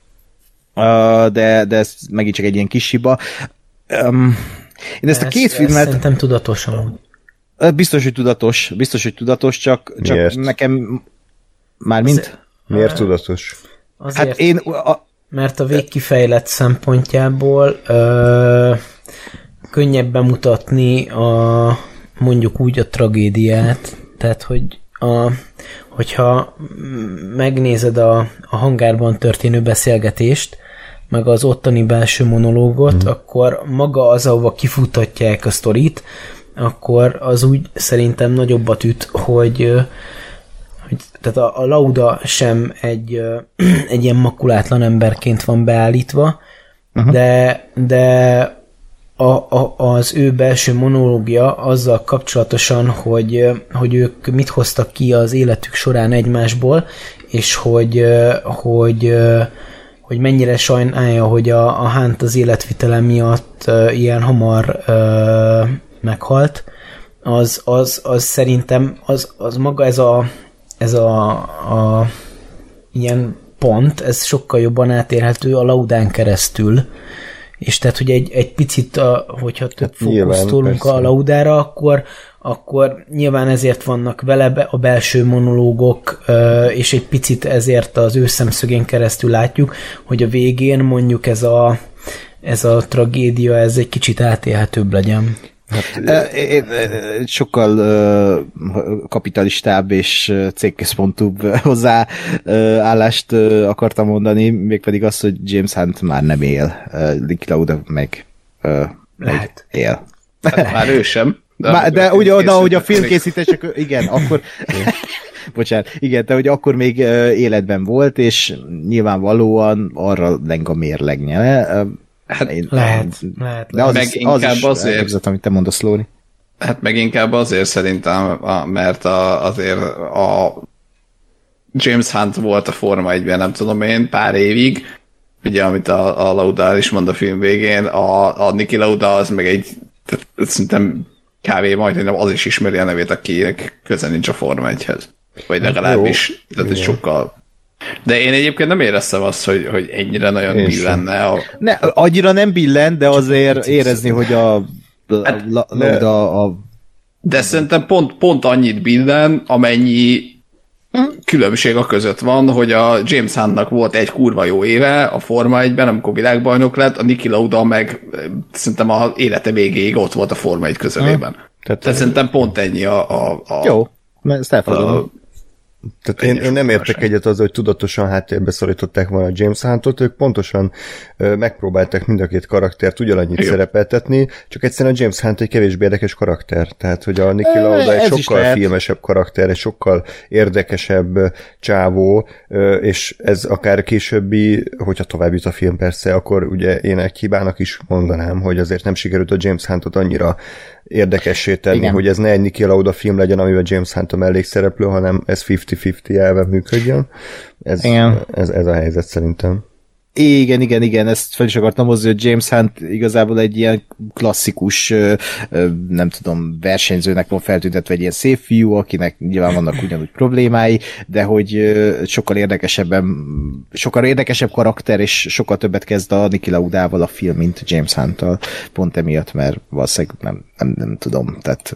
de ez megint csak egy ilyen kis hiba. Én ezt a két filmet... Szerintem tudatosan. Biztos, hogy tudatos, csak nekem... Mármint? Miért tudatos? Azért, mert a végkifejlett szempontjából könnyebb bemutatni mondjuk úgy a tragédiát, tehát hogyha megnézed a hangárban történő beszélgetést, meg az ottani belső monológot, akkor maga az, ahova kifutatják a sztorit, akkor az úgy szerintem nagyobbat üt, hogy tehát a Lauda sem egy ilyen makulátlan emberként van beállítva, de az ő belső monológia azzal kapcsolatosan, hogy ők mit hoztak ki az életük során egymásból, és hogy mennyire sajnálja, hogy a Hunt az életvitele miatt ilyen hamar meghalt, az szerintem az maga ez a ilyen pont, ez sokkal jobban átérhető a Laudán keresztül, és tehát, hogy egy picit, hogyha több fókuszt tolunk a Laudára, akkor nyilván ezért vannak vele a belső monológok, és egy picit ezért az ő szemszögén keresztül látjuk, hogy a végén mondjuk ez a tragédia, ez egy kicsit átélhetőbb legyen. Sokkal kapitalistább és cégközpontúbb hozzáállást akartam mondani, mégpedig az, hogy James Hunt már nem él, Niki Lauda meg él. Hát már ő sem. De ugye oda, hogy a filmkészítések, igen, akkor bocsánat, igen, de hogy akkor még életben volt, és nyilvánvalóan arra leng a mérlegnye. Hát lehet. De az meg is, inkább az is azért, elképzelt, amit te mondasz, Lóri. Hát meg inkább azért szerintem, mert azért a James Hunt volt a Forma 1-ben, nem tudom én, pár évig, ugye, amit a Lauda is mond a film végén, a Niki Lauda az meg egy, szerintem kávé majdnem az is ismeri a nevét, akinek köze nincs a Forma 1-hez. Vagy legalábbis, tehát sokkal. De én egyébként nem éreztem azt, hogy ennyire nagyon billenne. Annyira nem billen, de azért érezni, hogy a Lauda De szerintem pont annyit billen, amennyi különbség a között van, hogy a James Huntnak volt egy kurva jó éve a Forma 1-ben, amikor világbajnok lett, a Niki Lauda meg szerintem az élete végéig ott volt a Forma 1 közelében. Tehát szerintem pont ennyi Jó, ezt elfogadom. Tehát én nem értek egyet azzal, hogy tudatosan háttérbe szorították volna a James Huntot, ők pontosan megpróbálták mind a két karaktert ugyanannyit szerepeltetni, csak egyszerűen a James Hunt egy kevésbé érdekes karakter. Tehát, hogy a Niki Lauda egy sokkal filmesebb karakter, egy sokkal érdekesebb csávó, és ez akár későbbi, hogyha tovább jut a film persze, akkor ugye én egy hibának is mondanám, hogy azért nem sikerült a James Huntot annyira érdekessé tenni, igen, hogy ez ne egy Niki Lauda film legyen, amiben James Hunt a mellékszereplő, hanem ez 50-50 elve működjön. Ez a helyzet szerintem. Igen, ezt fel is akartam hozni, hogy James Hunt igazából egy ilyen klasszikus, nem tudom, versenyzőnek van feltüntetve, egy ilyen szép fiú, akinek nyilván vannak ugyanúgy problémái, de hogy sokkal érdekesebb karakter, és sokkal többet kezd a Niki Laudával a film, mint James Hunttal. Pont emiatt, mert valószínűleg nem tudom, tehát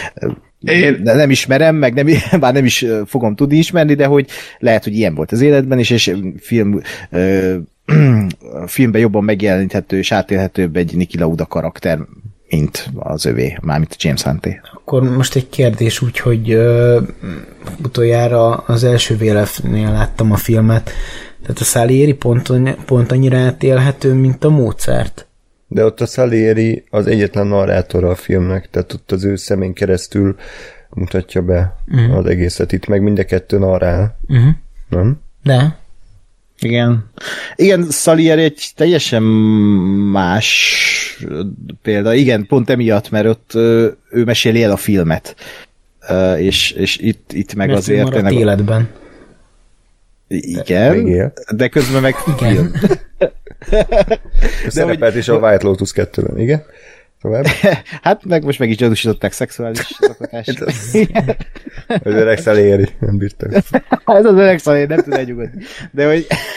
nem ismerem, meg bár nem is fogom tudni ismerni, de hogy lehet, hogy ilyen volt az életben is, és filmben jobban megjeleníthető és átélhetőbb egy Niki Lauda karakter, mint az övé, mármint James Hunté. Akkor most egy kérdés úgy, hogy utoljára az első VLF-nél láttam a filmet, tehát a Salieri pont annyira átélhető, mint a Mozart. De ott a Salieri az egyetlen narrátora a filmnek, tehát ott az ő szemén keresztül mutatja be az egészet. Itt meg mind a kettő narrál. Nem? De. Igen, Salieri egy teljesen más példa. Igen, pont emiatt, mert ott ő meséli el a filmet. és itt meg mert azért... Mert életben. Igen, de közben meg... Igen. Szerepelt is a White Lotus 2-ben, igen? Tovább? Hát meg most meg is gyanúsították szexuális zaklatásra. Az öreg szaléri, nem bírtam. Ez az öreg szaléri, nem tud elnyugodni. De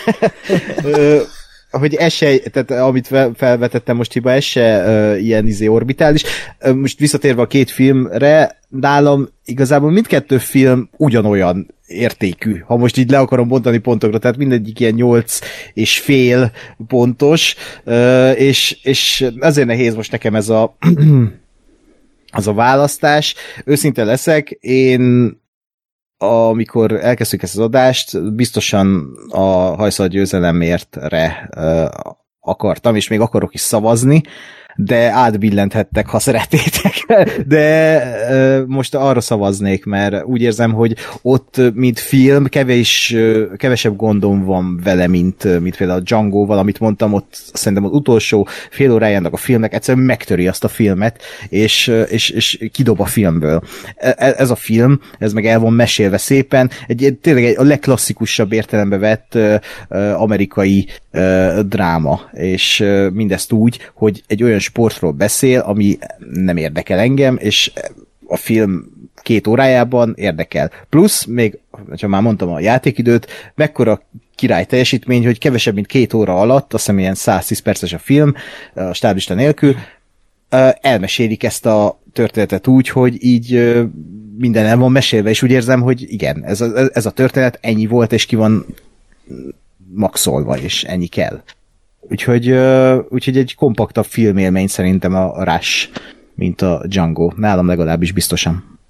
hogy ez se, tehát amit felvetettem most hiba, ez se ilyen orbitális. Most visszatérve a két filmre, nálam igazából mindkettő film ugyanolyan értékű, ha most így le akarom bontani pontokra, tehát mindegyik ilyen 8,5 pontos, és azért nehéz most nekem ez az a választás. Őszinte leszek, én amikor elkezdtük ezt az adást, biztosan a hajszal győzelemértre akartam, és még akarok is szavazni, de átbillenthettek, ha szeretnétek. De most arra szavaznék, mert úgy érzem, hogy ott, mint film, kevesebb gondom van vele, mint például a Django-val, amit mondtam, ott szerintem az utolsó fél órájának a filmnek egyszerűen megtöri azt a filmet, és kidob a filmből. Ez a film, ez meg el van mesélve szépen, tényleg a legklasszikusabb értelembe vett amerikai dráma, és mindezt úgy, hogy egy olyan sportról beszél, ami nem érdekel engem, és a film 2 órájában érdekel. Plusz, még, ha már mondtam a játékidőt, mekkora király teljesítmény, hogy kevesebb, mint 2 óra alatt, azt hiszem ilyen 110 perces a film, a stáblista nélkül, elmesélik ezt a történetet úgy, hogy így minden el van mesélve, és úgy érzem, hogy igen, ez a történet ennyi volt, és ki van maxolva, és ennyi kell. Úgyhogy egy kompaktabb filmélmény szerintem a Rush, mint a Django. Nálam legalábbis biztosan.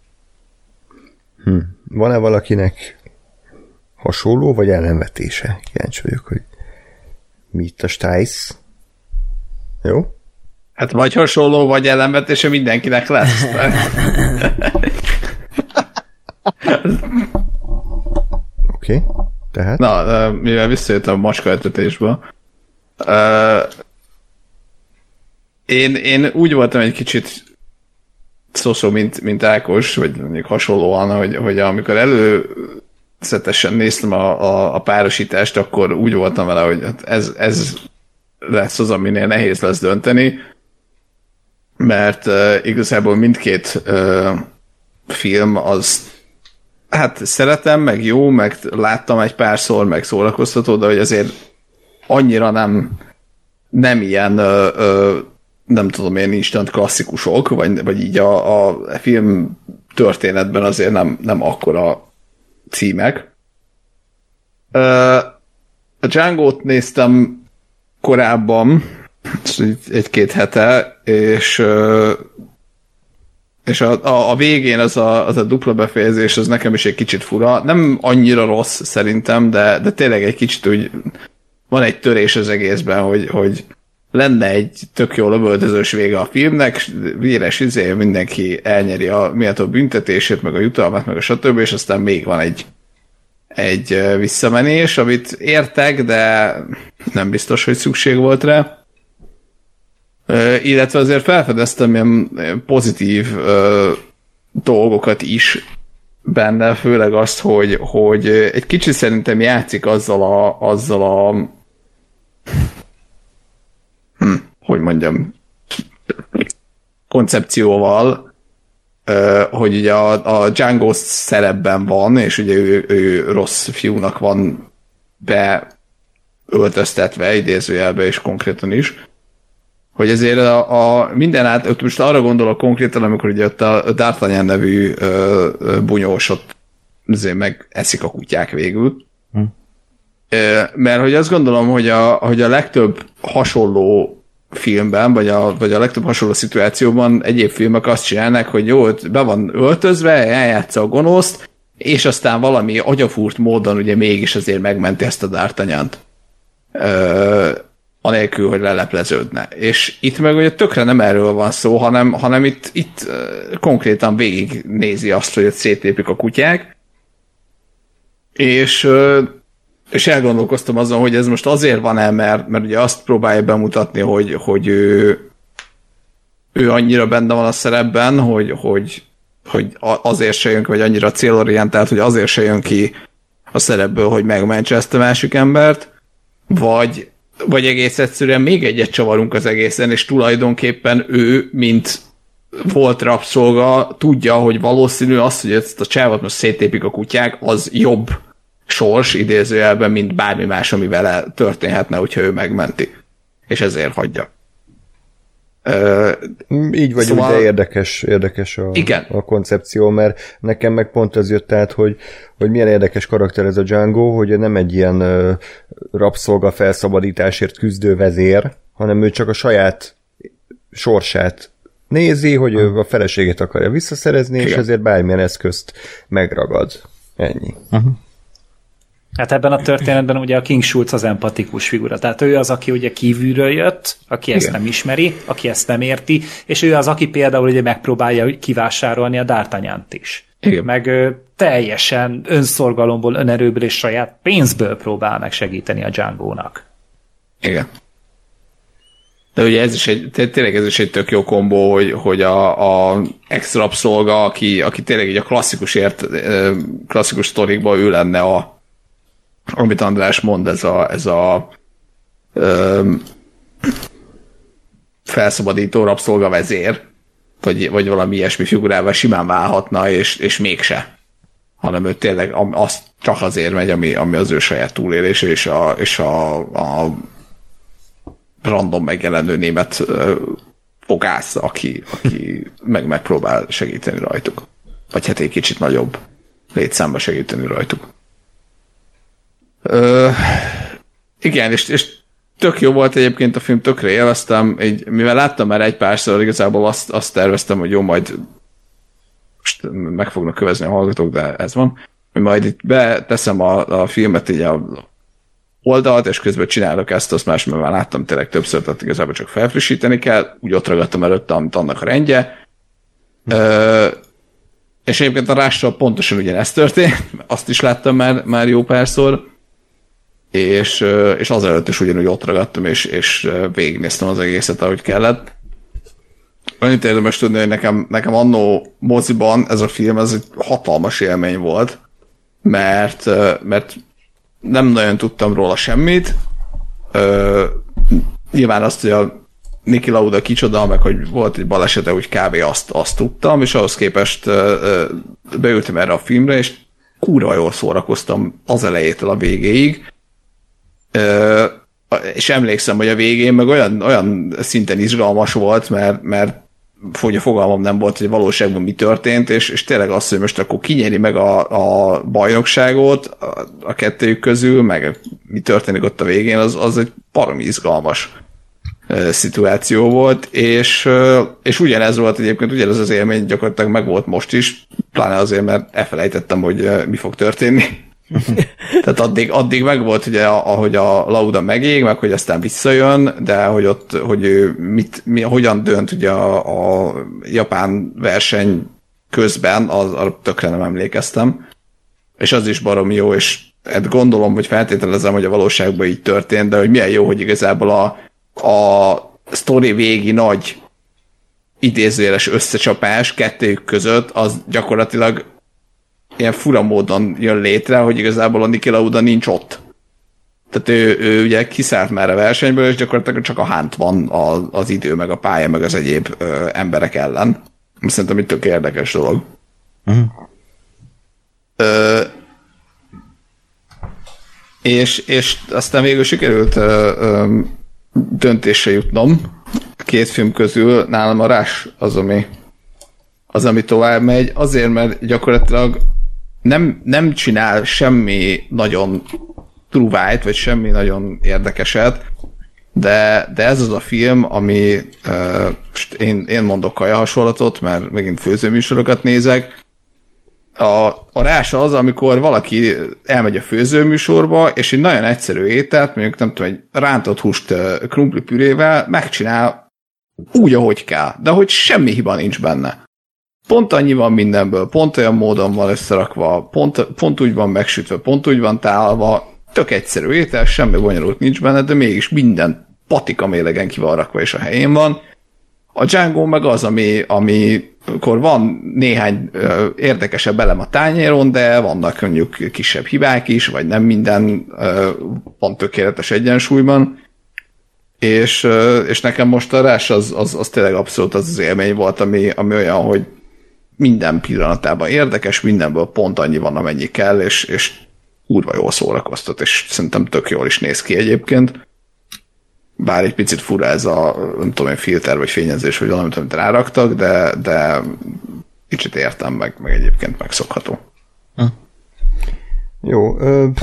Van-e valakinek hasonló, vagy ellenvetése? Kíváncsi vagyok, hogy mi itt a stájsz. Jó? Hát vagy hasonló, vagy ellenvetése mindenkinek lesz. Oké. Tehát? Na, mivel visszajöttem a macskaetetésből, én úgy voltam egy kicsit szó, mint Ákos, vagy mondjuk hasonlóan, hogy amikor előzetesen néztem a párosítást, akkor úgy voltam vele, hogy ez lesz az, aminél nehéz lesz dönteni, mert igazából mindkét film az hát szeretem, meg jó, meg láttam egy párszor, meg szórakoztató, de hogy azért annyira nem ilyen nem tudom én instant klasszikusok, vagy így a film történetben azért nem akkora címek. A Django-t néztem korábban, 1-2 hete, és a végén az a dupla befejezés, az nekem is egy kicsit fura. Nem annyira rossz szerintem, de tényleg egy kicsit úgy van egy törés az egészben, hogy lenne egy tök jó lövöldözős vége a filmnek, véres mindenki elnyeri a méltó büntetését, meg a jutalmat, meg a stb., és aztán még van egy visszamenés, amit értek, de nem biztos, hogy szükség volt rá. Illetve azért felfedeztem ilyen pozitív dolgokat is benne, főleg azt, hogy egy kicsit szerintem játszik azzal a hogy mondjam, koncepcióval, hogy ugye a Django szerepben van, és ugye ő rossz fiúnak van beöltöztetve, idézőjelbe és konkrétan is, hogy ezért a minden át, most arra gondolok konkrétan, amikor ugye ott a D'Artagnan nevű bunyósot azért meg eszik a kutyák végül. Mert hogy azt gondolom, hogy a legtöbb hasonló filmben, vagy a legtöbb hasonló szituációban egyéb filmek azt csinálnak, hogy jó, be van öltözve, eljátsza a gonoszt, és aztán valami agyafúrt módon ugye mégis azért megmenti ezt a D'Artagnant. Anélkül, hogy lelepleződne. És itt meg ugye tökre nem erről van szó, hanem itt konkrétan végignézi azt, hogy ott szétlépik a kutyák, és elgondolkoztam azon, hogy ez most azért van-e, mert ugye azt próbálja bemutatni, hogy ő annyira benne van a szerepben, hogy azért se jön ki, vagy annyira célorientált, hogy azért se jön ki a szerepből, hogy megmentse ezt a másik embert, vagy egész egyszerűen még egyet csavarunk az egészen, és tulajdonképpen ő, mint volt rabszolga, tudja, hogy valószínű az, hogy ezt a csávot most széttépik a kutyák, az jobb sors idézőjelben, mint bármi más, ami vele történhetne, hogyha ő megmenti. És ezért hagyja. Így vagy szóval... úgy, de érdekes a koncepció, mert nekem meg pont az jött át, hogy milyen érdekes karakter ez a Django, hogy nem egy ilyen rabszolga felszabadításért küzdő vezér, hanem ő csak a saját sorsát nézi, hogy ő a feleségét akarja visszaszerezni, igen. És ezért bármilyen eszközt megragad. Ennyi. Hát ebben a történetben ugye a King Schultz az empatikus figura. Tehát ő az, aki ugye kívülről jött, aki ezt nem ismeri, aki ezt nem érti, és ő az, aki például ugye megpróbálja kivásárolni a D'Artagnant is. Igen. Meg teljesen önszorgalomból, önerőből és saját pénzből próbál meg segíteni a Django-nak. Igen. De ugye tényleg ez is egy tök jó kombó, hogy a ex-rabszolga, aki tényleg így a klasszikus sztorikban ő lenne amit András mond, ez a felszabadító rabszolga vezér, vagy valami ilyesmi figurával simán válhatna, és mégse. Hanem ő tényleg azt csak azért megy, ami az ő saját túlélése, és a random megjelenő német fogász, aki megpróbál segíteni rajtuk. Vagy hát egy kicsit nagyobb létszámba segíteni rajtuk. Igen, és tök jó volt egyébként a film, tökre élveztem, mivel láttam már egy párszor, igazából azt terveztem, hogy jó, majd most meg fognak kövezni a hallgatók, de ez van, hogy majd itt beteszem a filmet így a oldalt, és közben csinálok azt más, mert már láttam tényleg többször, tehát igazából csak felfrissíteni kell, úgy ott ragadtam előtte, amit annak a rendje. És egyébként a Rással pontosan ugyanezt történt, azt is láttam már jó párszor, és azelőtt is ugyanúgy ott ragadtam, és végignéztem az egészet, ahogy kellett. Annyit érdemes tudni, hogy nekem annó moziban ez a film, ez egy hatalmas élmény volt, mert nem nagyon tudtam róla semmit. Nyilván azt, hogy a Niki Lauda kicsoda, meg hogy volt egy balesete, úgy kb. Azt tudtam, és ahhoz képest beültem erre a filmre, és kurva jól szórakoztam az elejétől a végéig. És emlékszem, hogy a végén meg olyan szinten izgalmas volt, mert fogalmam nem volt, hogy valóságban mi történt, és tényleg azt, hogy most akkor kinyeri meg a bajnokságot a kettőjük közül, meg mi történik ott a végén, az egy baromi izgalmas szituáció volt, és ugyanez volt egyébként, ugyanez az élmény gyakorlatilag meg volt most is, pláne azért, mert elfelejtettem, hogy mi fog történni. Tehát addig meg volt, ugye, ahogy a Lauda megég, meg hogy aztán visszajön, de hogy ő hogyan dönt ugye a japán verseny közben, arra tökre nem emlékeztem. És az is baromi jó, és gondolom, hogy feltételezem, hogy a valóságban így történt, de hogy milyen jó, hogy igazából a sztori végi nagy idézőjeles összecsapás kettőjük között, az gyakorlatilag ilyen fura módon jön létre, hogy igazából a Niki Lauda nincs ott. Tehát ő ugye kiszállt már a versenyből, és gyakorlatilag csak a hánt van az idő, meg a pálya, meg az egyéb emberek ellen. Szerintem itt tök érdekes dolog. És aztán végül sikerült döntésre jutnom. Két film közül nálam a Rush az, ami tovább megy. Azért, mert gyakorlatilag nem csinál semmi nagyon truvájt, vagy semmi nagyon érdekeset, de ez az a film, ami én mondok kaja hasonlatot, mert megint főzőműsorokat nézek. A Rás az, amikor valaki elmegy a főzőműsorba, és egy nagyon egyszerű ételt, mondjuk nem tudom, egy rántott húst krumplipürével megcsinál úgy, ahogy kell, de hogy semmi hiba nincs benne. Pont annyi van mindenből, pont olyan módon van összerakva, pont úgy van megsütve, pont úgy van tálva, tök egyszerű étel, semmi bonyolult nincs benne, de mégis minden patika mélegen ki van rakva és a helyén van. A Django meg az, amikor van néhány érdekesebb elem a tányéron, de vannak mondjuk kisebb hibák is, vagy nem minden van tökéletes egyensúlyban. És nekem most a Rush az tényleg abszolút az élmény volt, ami olyan, hogy minden pillanatában érdekes, mindenből pont annyi van, amennyi kell, és kurva jól szórakoztat, és szerintem tök jól is néz ki egyébként. Bár egy picit fura ez a, nem tudom, filter vagy fényezés, vagy valamit, amit ráraktak, de kicsit értem, meg egyébként megszokható. Jó,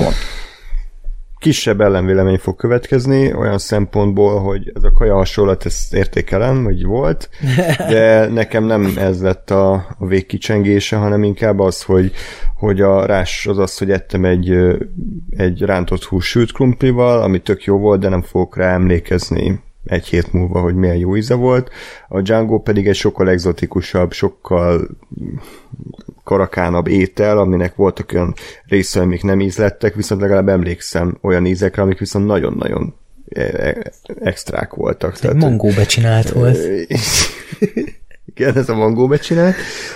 kisebb ellenvélemény fog következni, olyan szempontból, hogy ez a kaja hasonlat, ezt értékelem, hogy volt, de nekem nem ez lett a végkicsengése, hanem inkább az, hogy a rás az, hogy ettem egy rántott hús sült krumplival, ami tök jó volt, de nem fogok rá emlékezni egy hét múlva, hogy milyen jó íze volt. A Django pedig egy sokkal egzotikusabb, sokkal karakánabb étel, aminek voltak olyan részei, amik nem ízlettek, viszont legalább emlékszem olyan ízekre, amik viszont nagyon-nagyon extrák voltak. Ez egy mangó becsinált volt. Igen, ez a mangó becsinált.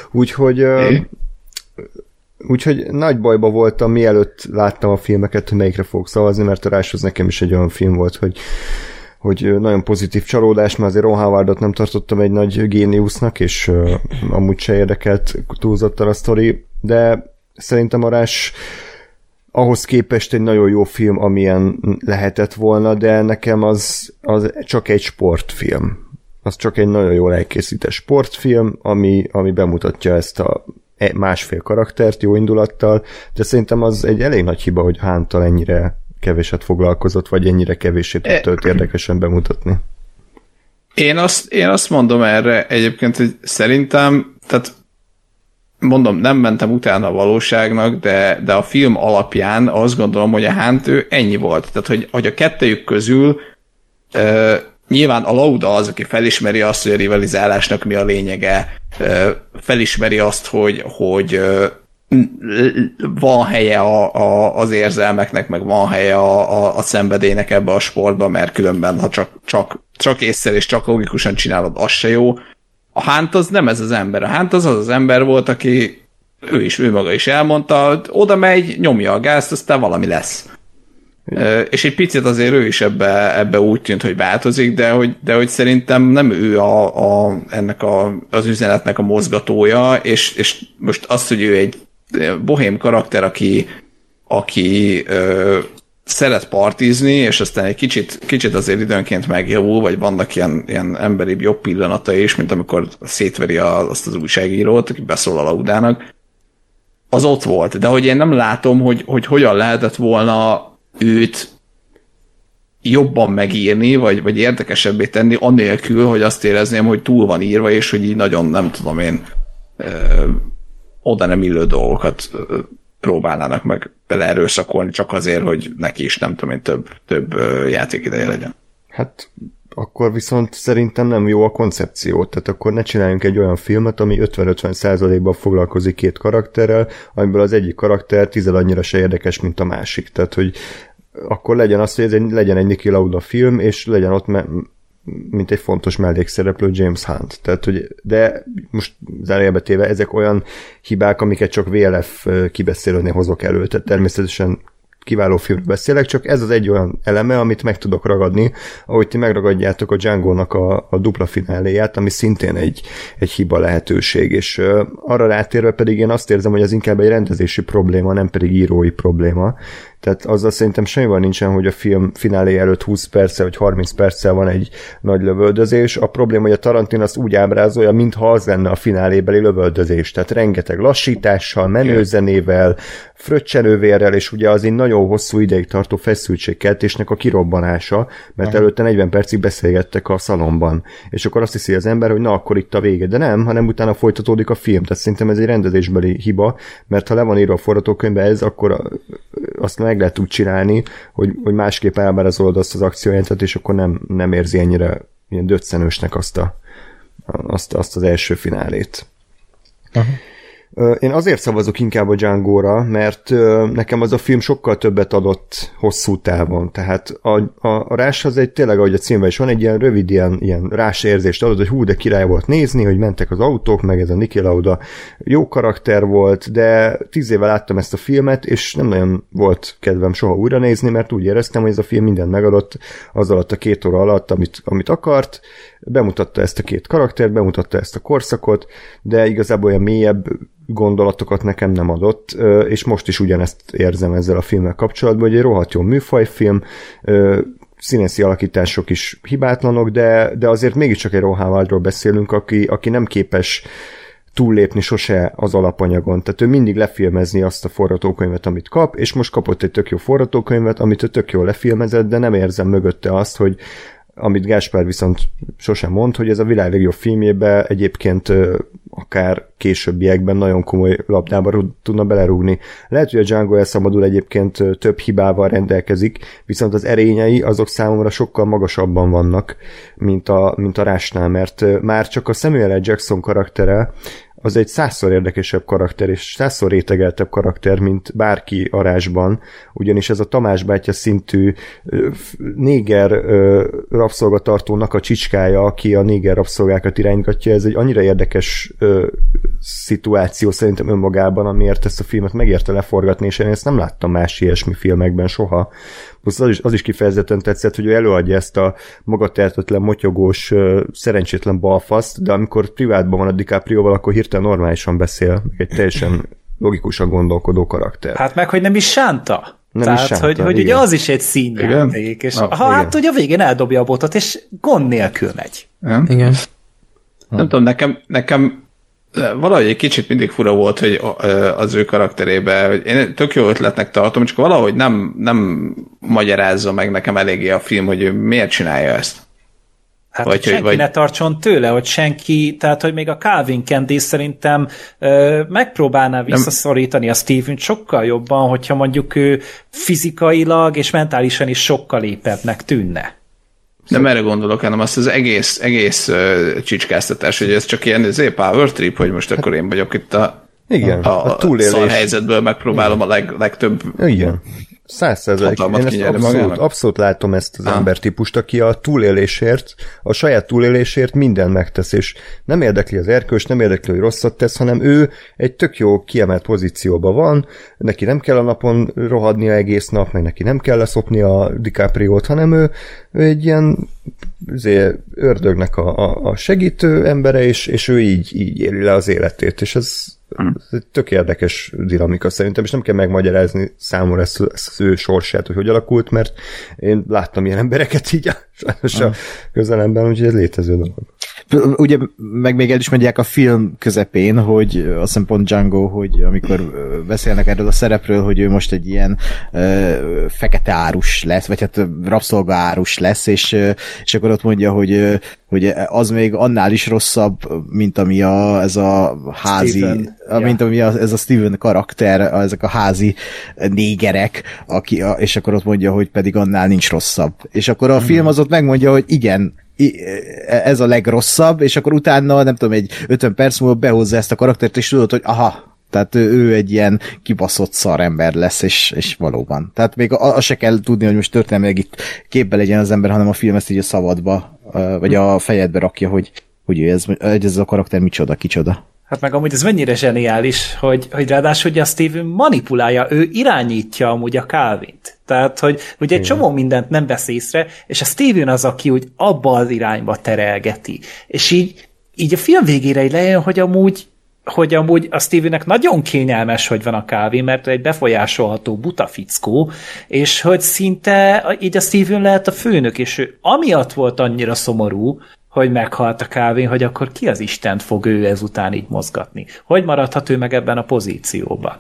Úgyhogy nagy bajba voltam, mielőtt láttam a filmeket, hogy melyikre fogok szavazni, mert a Ráshoz nekem is egy olyan film volt, hogy nagyon pozitív csalódás, mert azért Ron Howardot nem tartottam egy nagy géniusznak, és amúgy se érdekelt túlzottan a sztori, de szerintem a Rás ahhoz képest egy nagyon jó film, amilyen lehetett volna, de nekem az csak egy sportfilm. Az csak egy nagyon jól elkészített sportfilm, ami bemutatja ezt a másfél karaktert jó indulattal, de szerintem az egy elég nagy hiba, hogy Hunttal ennyire keveset foglalkozott, vagy ennyire kevését tudta érdekesen bemutatni. Én azt mondom erre egyébként, hogy szerintem, tehát mondom, nem mentem utána a valóságnak, de a film alapján azt gondolom, hogy a Hunt ő ennyi volt. Tehát, hogy a kettőjük közül nyilván a Lauda az, aki felismeri azt, hogy a rivalizálásnak mi a lényege, felismeri azt, hogy van helye az érzelmeknek, meg van helye a szenvedélynek ebbe a sportba, mert különben, ha csak észszel és csak logikusan csinálod, az se jó. A Hunt az nem ez az ember. A Hunt az ember volt, aki ő maga is elmondta, oda megy, nyomja a gázt, aztán valami lesz. És egy picit azért ő is ebbe úgy tűnt, hogy változik, de hogy szerintem nem ő ennek az üzenetnek a mozgatója, és most az, hogy ő egy bohém karakter, aki szeret partizni, és aztán egy kicsit azért időnként megjavul, vagy vannak ilyen emberibb jobb pillanatai is, mint amikor szétveri azt az újságírót, aki beszól a Laudának. Az ott volt, de hogy én nem látom, hogy hogyan lehetett volna őt jobban megírni, vagy érdekesebbé tenni, annélkül, hogy azt érezném, hogy túl van írva, és hogy így nagyon, nem tudom én, oda nem illő dolgokat próbálnának meg bele erőszakolni, csak azért, hogy neki is, nem tudom én, több játékideje legyen. Hát akkor viszont szerintem nem jó a koncepció, tehát akkor ne csináljunk egy olyan filmet, ami 50-50%-ban foglalkozik két karakterrel, amiből az egyik karakter 10 annyira se érdekes, mint a másik. Tehát, hogy akkor legyen az, hogy legyen egy Niki Lauda film, és legyen ott mint egy fontos mellékszereplő James Hunt. Tehát, hogy, de most zárójelbe téve, ezek olyan hibák, amiket csak VLF kibeszélőnél hozok elő. Tehát természetesen kiváló filmről beszélek, csak ez az egy olyan eleme, amit meg tudok ragadni, ahogy ti megragadjátok a Django-nak a dupla fináléját, ami szintén egy hiba lehetőség, és arra rátérve pedig én azt érzem, hogy ez inkább egy rendezési probléma, nem pedig írói probléma. Tehát azzal szerintem semmivel nincsen, hogy a film finálé előtt 20 perccel vagy 30 perccel van egy nagy lövöldözés. A probléma, hogy a Tarantino azt úgy ábrázolja, mintha az lenne a finálébeli lövöldözés. Tehát rengeteg lassítással, menőzenével, fröccsenővérrel, és ugye az egy nagyon hosszú ideig tartó feszültségkeltésnek a kirobbanása, mert előtte 40 percig beszélgettek a szalomban. És akkor azt hiszi az ember, hogy na, akkor itt a vége. De nem, hanem utána folytatódik a film. Tehát szerintem ez egy rendezésbeli hiba, mert ha le van írva a forgatókönyvbe ez, akkor azt meg lehet úgy csinálni, hogy másképp elbárázolod azt az akciójelentet, és akkor nem érzi ennyire ilyen döccenősnek azt az első finálét. Én azért szavazok inkább a Django-ra, mert nekem az a film sokkal többet adott hosszú távon. Tehát a Rush az egy tényleg, ahogy a címben is van, egy ilyen rövid, ilyen Rush érzést adott, hogy hú, de király volt nézni, hogy mentek az autók, meg ez a Niki Lauda jó karakter volt, de 10 éve láttam ezt a filmet, és nem nagyon volt kedvem soha újra nézni, mert úgy éreztem, hogy ez a film mindent megadott az alatt a 2 óra alatt, amit akart, bemutatta ezt a 2 karaktert, bemutatta ezt a korszakot, de igazából olyan mélyebb gondolatokat nekem nem adott, és most is ugyanezt érzem ezzel a filmmel kapcsolatban, hogy egy rohadt jó műfajfilm, színészi alakítások is hibátlanok, de azért mégiscsak egy Ron Howardról beszélünk, aki nem képes túllépni sose az alapanyagon. Tehát ő mindig lefilmezni azt a forgatókönyvet, amit kap, és most kapott egy tök jó forgatókönyvet, amit ő tök jól lefilmezett, de nem érzem mögötte azt, hogy amit Gáspár viszont sosem mond, hogy ez a világ legjobb filmjében egyébként akár későbbiekben nagyon komoly labdába tudna belerúgni. Lehet, hogy a Django elszabadul egyébként több hibával rendelkezik, viszont az erényei azok számomra sokkal magasabban vannak, mint a Rush-nál, mert már csak a Samuel L. Jackson karaktere az egy 100-szor érdekesebb karakter, és 100-szor rétegeltebb karakter, mint bárki a Rushban, ugyanis ez a Tamás bátya szintű néger rabszolgatartónak a csicskája, aki a néger rabszolgákat iránygatja, ez egy annyira érdekes szituáció szerintem önmagában, amiért ezt a filmet megérte leforgatni, és én ezt nem láttam más ilyesmi filmekben soha. Az is kifejezetten tetszett, hogy ő előadja ezt a magatehetetlen, motyogós, szerencsétlen balfaszt, de amikor privátban van a DiCaprioval, akkor hirtelen normálisan beszél, egy teljesen logikusan gondolkodó karakter. Hát meg, hogy nem is sánta. Tehát, is sánta, hogy ugye az is egy színjáték, és hát ugye a végén eldobja a botot, és gond nélkül megy. Igen. Nem tudom, nekem valahogy egy kicsit mindig fura volt, hogy az ő karakterébe, hogy én tök jó ötletnek tartom, csak valahogy nem magyarázza meg nekem eléggé a film, hogy ő miért csinálja ezt. Hát, hogy senki ne tartson tőle, hogy senki, tehát, hogy még a Calvin Candice szerintem megpróbálná visszaszorítani a Steven sokkal jobban, hogyha mondjuk ő fizikailag és mentálisan is sokkal épebbnek tűnne. Nem erre gondolok, hanem azt az egész csicskáztatás, hogy ez csak ilyen power trip, hogy most akkor én vagyok itt a szar helyzetből megpróbálom a legtöbb. Igen. 100%. Én abszolút látom ezt az embertípust, aki a túlélésért, a saját túlélésért mindent megtesz, és nem érdekli az erkölcs, nem érdekli, hogy rosszat tesz, hanem ő egy tök jó kiemelt pozícióban van, neki nem kell a napon rohadnia egész nap, meg neki nem kell leszopni a DiCapriót, hanem ő egy ilyen ördögnek a segítő embere, és ő így éli le az életét, és ez egy tök érdekes dinamika szerintem, és nem kell megmagyarázni számomra ezt az ő sorsát, hogy alakult, mert én láttam ilyen embereket így a közelemben, úgyhogy ez létező dolog. Ugye meg még el is mondják a film közepén, hogy azt hiszem pont Django, hogy amikor beszélnek erről a szerepről, hogy ő most egy ilyen fekete árus lesz, vagy hát rabszolga árus lesz, és akkor ott mondja, hogy az még annál is rosszabb, mint ami ez a házi, mint ami ez a Steven karakter, ezek a házi négerek, és akkor ott mondja, hogy pedig annál nincs rosszabb. És akkor a film az ott megmondja, hogy igen, ez a legrosszabb, és akkor utána, nem tudom, egy 50 perc múlva behozza ezt a karaktert, és tudod, hogy tehát ő egy ilyen kibaszott szarember lesz, és valóban. Tehát még azt se kell tudni, hogy most történelmileg itt képbe legyen az ember, hanem a film ezt így a szabadba, vagy a fejedbe rakja, hogy ez a karakter kicsoda. Hát meg amúgy ez mennyire zseniális, hogy ráadásul ugye a Steven manipulálja, ő irányítja amúgy a Calvint. Tehát, hogy ugye egy csomó mindent nem vesz észre, és a Steven az, aki úgy abba az irányba terelgeti. És így a film végére így lejön, hogy amúgy a Stevennek nagyon kényelmes, hogy van a Calvin, mert egy befolyásolható buta fickó, és hogy szinte így a Steven lehet a főnök, és ő amiatt volt annyira szomorú, hogy meghalt a Calvin, hogy akkor ki az Istent fog ő ezután így mozgatni? Hogy maradhat ő meg ebben a pozícióban?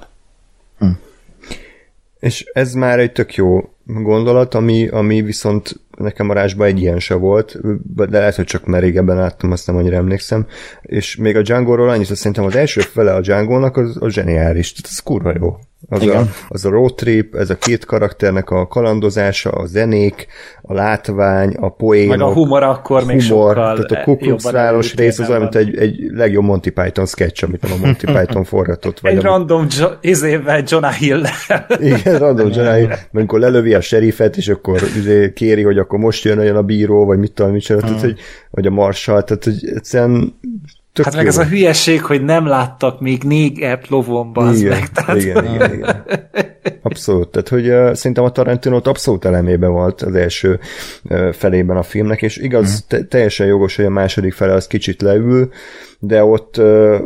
És ez már egy tök jó gondolat, ami viszont nekem a Rushban egy ilyen se volt, de lehet, hogy csak már régebben láttam, azt nem annyira emlékszem, és még a Django-ról annyit, hogy szerintem az első fele a Django-nak az zseniális, ez kurva jó. Az a road trip, ez a két karakternek a kalandozása, a zenék, a látvány, a poénok. Meg a humor akkor még sokkal tehát a Ku Klux Klános rész az olyan, mint egy legjobb Monty Python sketch, amit a Monty Python forgatott. Egy random izével Jonah Hill-lel. Igen, random Jonah Hill, amikor lelövi a serifet, és akkor kéri, hogy akkor most jön a bíró, vagy mit tudom, mit csinál, vagy a marsal, tehát hogy egyszerűen tök hát meg ez a hülyeség, hogy nem láttak még négert lovon, bazd meg. Tehát... Igen. Abszolút. Tehát, hogy szerintem a Tarantinót abszolút elemében volt az első felében a filmnek, és igaz, teljesen jogos, hogy a második fele az kicsit leül, de ott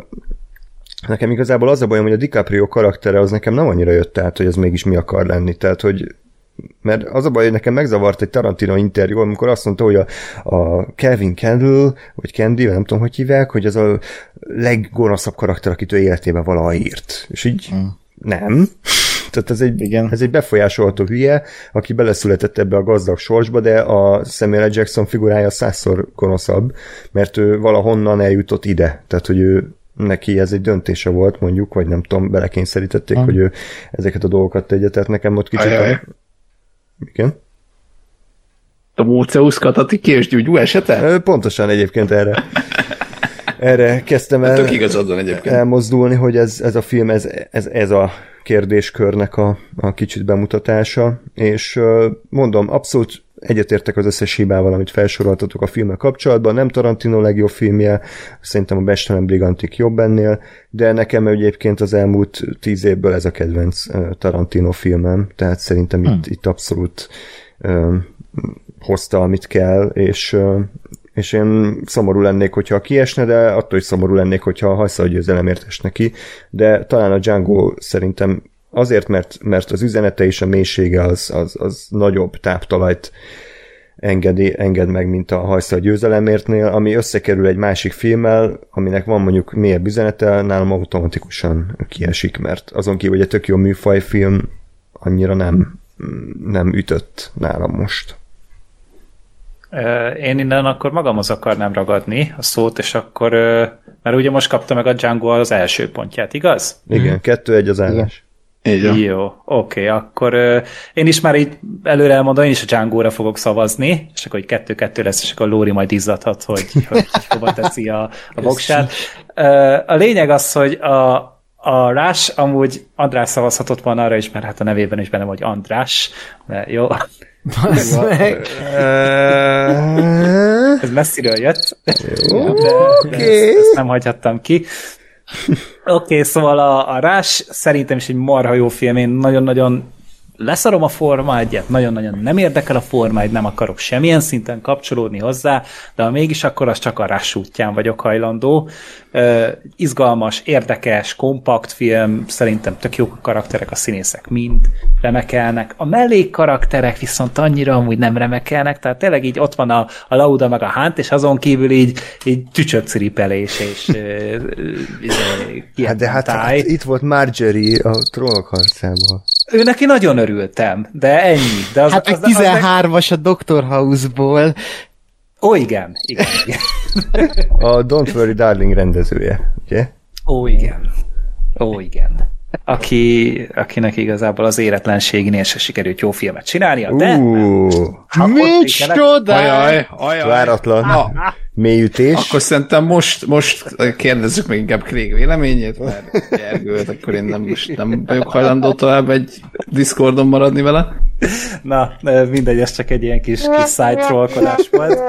nekem igazából az a bajom, hogy a DiCaprio karaktere az nekem nem annyira jött át, hogy ez mégis mi akar lenni. Tehát, hogy mert az a baj, hogy nekem megzavart egy Tarantino interjú, amikor azt mondta, hogy a Kevin Kendall, vagy Candy, nem tudom, hogy hívják, hogy az a leggonoszabb karakter, akit ő életében valaha írt. És így nem. Tehát ez egy befolyásolható hülye, aki beleszületett ebbe a gazdag sorsba, de a Samuel L. Jackson figurája 100-szor gonoszabb, mert ő valahonnan eljutott ide. Tehát, hogy neki ez egy döntése volt, mondjuk, vagy nem tudom, belekényszerítették, hogy ő ezeket a dolgokat tegye. Tehát nekem ott kicsit... Igen? A Móceusz Katati késgyúgyú esete? Pontosan egyébként erre kezdtem el tök igazad van egyébként. Elmozdulni, hogy ez a film, ez a kérdéskörnek a kicsit bemutatása, és mondom, abszolút egyetértek az összes hibával, amit felsoroltatok a filmmel kapcsolatban, nem Tarantino legjobb filmje, szerintem a Bestelen Brigantik jobb ennél, de nekem egyébként az elmúlt 10 évből ez a kedvenc Tarantino filmem, tehát szerintem itt abszolút hozta, amit kell, és én szomorú lennék, hogyha kiesne, de attól is szomorú lennék, hogyha a hajszalgyőzelemért esne ki, de talán a Django szerintem azért, mert az üzenete és a mélysége az nagyobb táptalajt enged meg, mint a hajszal győzelemértnél, ami összekerül egy másik filmmel, aminek van mondjuk mélyebb üzenete, nálam automatikusan kiesik, mert azon kívül, hogy egy tök jó műfajfilm, annyira nem ütött nálam most. Én innen akkor magamhoz akarnám ragadni a szót, és akkor, mert ugye most kapta meg a Django az első pontját, igaz? Igen, 2-1 az állás. Jó, oké, akkor én is már így előre elmondom, én is a Django-ra fogok szavazni, és akkor 2-2 lesz, és akkor Lóri majd izzadhat, hogy hova teszi a voksát. A lényeg az, hogy a Rush amúgy András szavazhatott volna arra is, mert hát a nevében is benne vagy András, de jó. Ez messziről jött. De ezt nem hagyhattam ki. Oké, szóval a Rush szerintem is egy marha jó film, én nagyon-nagyon leszarom a Forma 1-et, nagyon-nagyon nem érdekel a Forma 1, nem akarok semmilyen szinten kapcsolódni hozzá, de ha mégis akkor az csak a Rush útján vagyok hajlandó. Izgalmas, érdekes, kompakt film, szerintem tök jók a karakterek, a színészek mind remekelnek. A mellékkarakterek viszont annyira amúgy nem remekelnek, tehát tényleg így ott van a Lauda meg a Hunt, és azon kívül így csücsökciripelés, és hát itt volt Marjorie a Trónok harcában. Ő neki nagyon örültem, de ennyi. De az 13-as a Dr. House-ból. Ó, igen. A Don't Worry Darling rendezője, ugye? Ó, igen. Akinek igazából az éretlenségnél se sikerült jó filmet csinálnia, de... Micsoda! Váratlan. Mélyütés. Akkor szerintem most kérdezzük meg inkább Craig véleményét, mert Gergőt, akkor én nem vagyok hajlandó tovább egy Discordon maradni vele. Na, mindegy, ez csak egy ilyen kis side-trollkodás volt.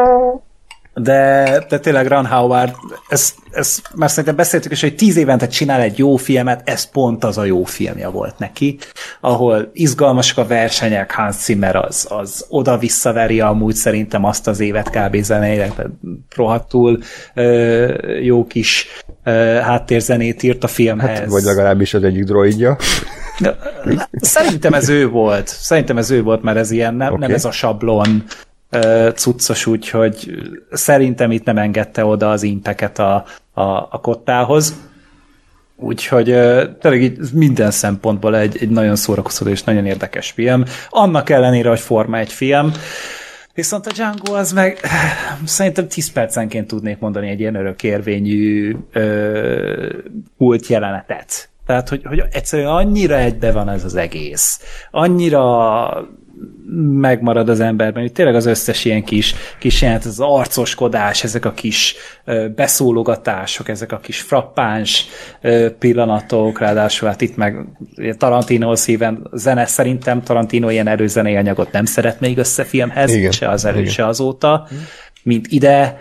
De tényleg Ron Howard, ez már szerintem beszéltük is, hogy 10 évente csinál egy jó filmet, ez pont az a jó filmje volt neki, ahol izgalmasak a versenyek, Hans Zimmer az oda-visszaveri amúgy szerintem azt az évet kb. Zeneileg, rohadtul jó kis háttérzenét írt a filmhez. Hát, vagy legalábbis az egyik droidja. Szerintem ez ő volt, mert ez ilyen, nem ez a sablon cuccos, úgyhogy szerintem itt nem engedte oda az impeket a kottához. Úgyhogy tényleg így minden szempontból egy nagyon szórakoztató és nagyon érdekes film. Annak ellenére, hogy Forma 1 film, viszont a Django az meg szerintem 10 percenként tudnék mondani egy ilyen örökérvényű kult jelenetet. Tehát, hogy egyszerűen annyira egybe van ez az egész. Annyira megmarad az emberben, hogy tényleg az összes ilyen kis jelent, az arcoskodás, ezek a kis beszólogatások, ezek a kis frappáns pillanatok, ráadásul hát itt meg Tarantino szíven zene, szerintem Tarantino ilyen erőzenei anyagot nem szeret még összefilmhez, igen, se az előtt, se azóta, mint ide.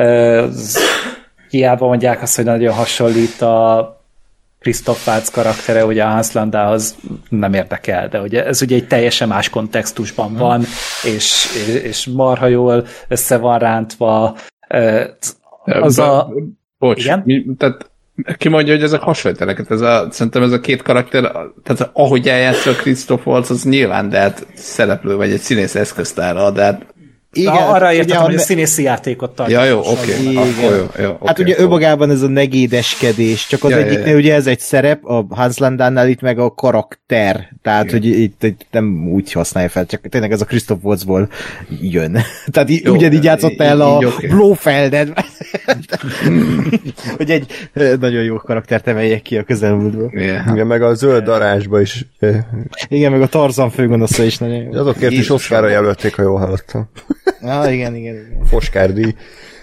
Hiába mondják azt, hogy nagyon hasonlít a Christoph Waltz karaktere, ugye a Hans Landához nem érdekel, de ugye ez ugye egy teljesen más kontextusban van, és marha jól össze van rántva. Bocs, tehát ki mondja, hogy ezek hasonlítanak? Szerintem ez a két karakter, tehát ahogy eljátsza a Christoph Waltz, az nyilván, de hát szereplő vagy egy színész eszköztárra, de hát igen, arra értem, hogy a színészi játékot tartja. Ja, jó, oké. Hát ugye önmagában ez a negédeskedés, csak az egyiknél ugye ez egy szerep, a Hans Landánál itt meg a karakter, tehát hogy itt nem úgy használja fel, csak tényleg ez a Christoph Waltzból jön. Tehát ugyanígy játszott el a Blofeldet, hogy egy nagyon jó karaktert emeljek ki a közelmúltból. Igen, meg a zöld darázsba is. Igen, meg a Tarzan főgonosza is nagyon jó. Azokért is Oscarra jelölték, ha jól hallottam. Igen. Foskárdi.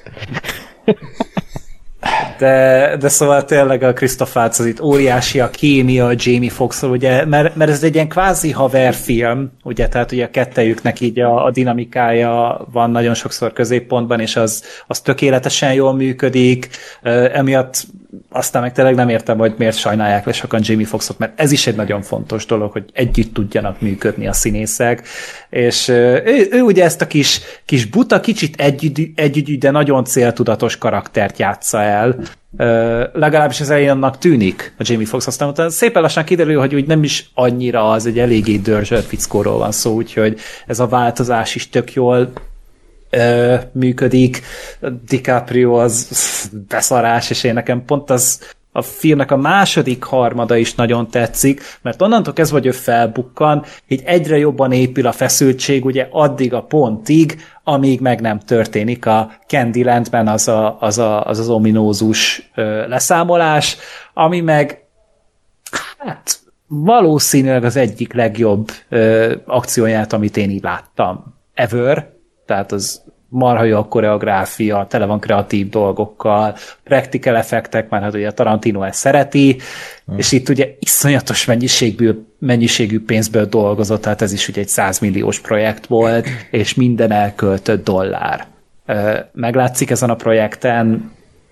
De szóval tényleg a Christoph Waltz az itt óriási, a kémia, a Jamie Foxx-ról, ugye, mert ez egy ilyen kvázi haverfilm, ugye, tehát ugye a kettejüknek így a dinamikája van nagyon sokszor középpontban, és az tökéletesen jól működik, emiatt aztán meg tényleg nem értem, hogy miért sajnálják le sokan Jamie Foxxot, mert ez is egy nagyon fontos dolog, hogy együtt tudjanak működni a színészek, és ő ugye ezt a kis buta, kicsit együgyű, de nagyon céltudatos karaktert játsza el, legalábbis ez elején annak tűnik a Jamie Foxx, aztán utána szépen lassan kiderül, hogy úgy nem is annyira, az egy eléggé dörzsölt fickóról van szó, úgyhogy ez a változás is tök jól működik. DiCaprio az beszarás, és én nekem pont az a filmnek a második harmada is nagyon tetszik, mert onnantól kezdve, hogy ő felbukkan, így egyre jobban épül a feszültség, ugye addig a pontig, amíg meg nem történik a Candylandben az ominózus leszámolás, ami meg hát valószínűleg az egyik legjobb akcióját, amit én így láttam ever, tehát az marha jó a koreográfia, tele van kreatív dolgokkal, practical effektek, már hát ugye a Tarantino ezt szereti, és itt ugye iszonyatos mennyiségű pénzből dolgozott, tehát ez is ugye egy 100 milliós projekt volt, és minden elköltött dollár. Meglátszik ezen a projekten,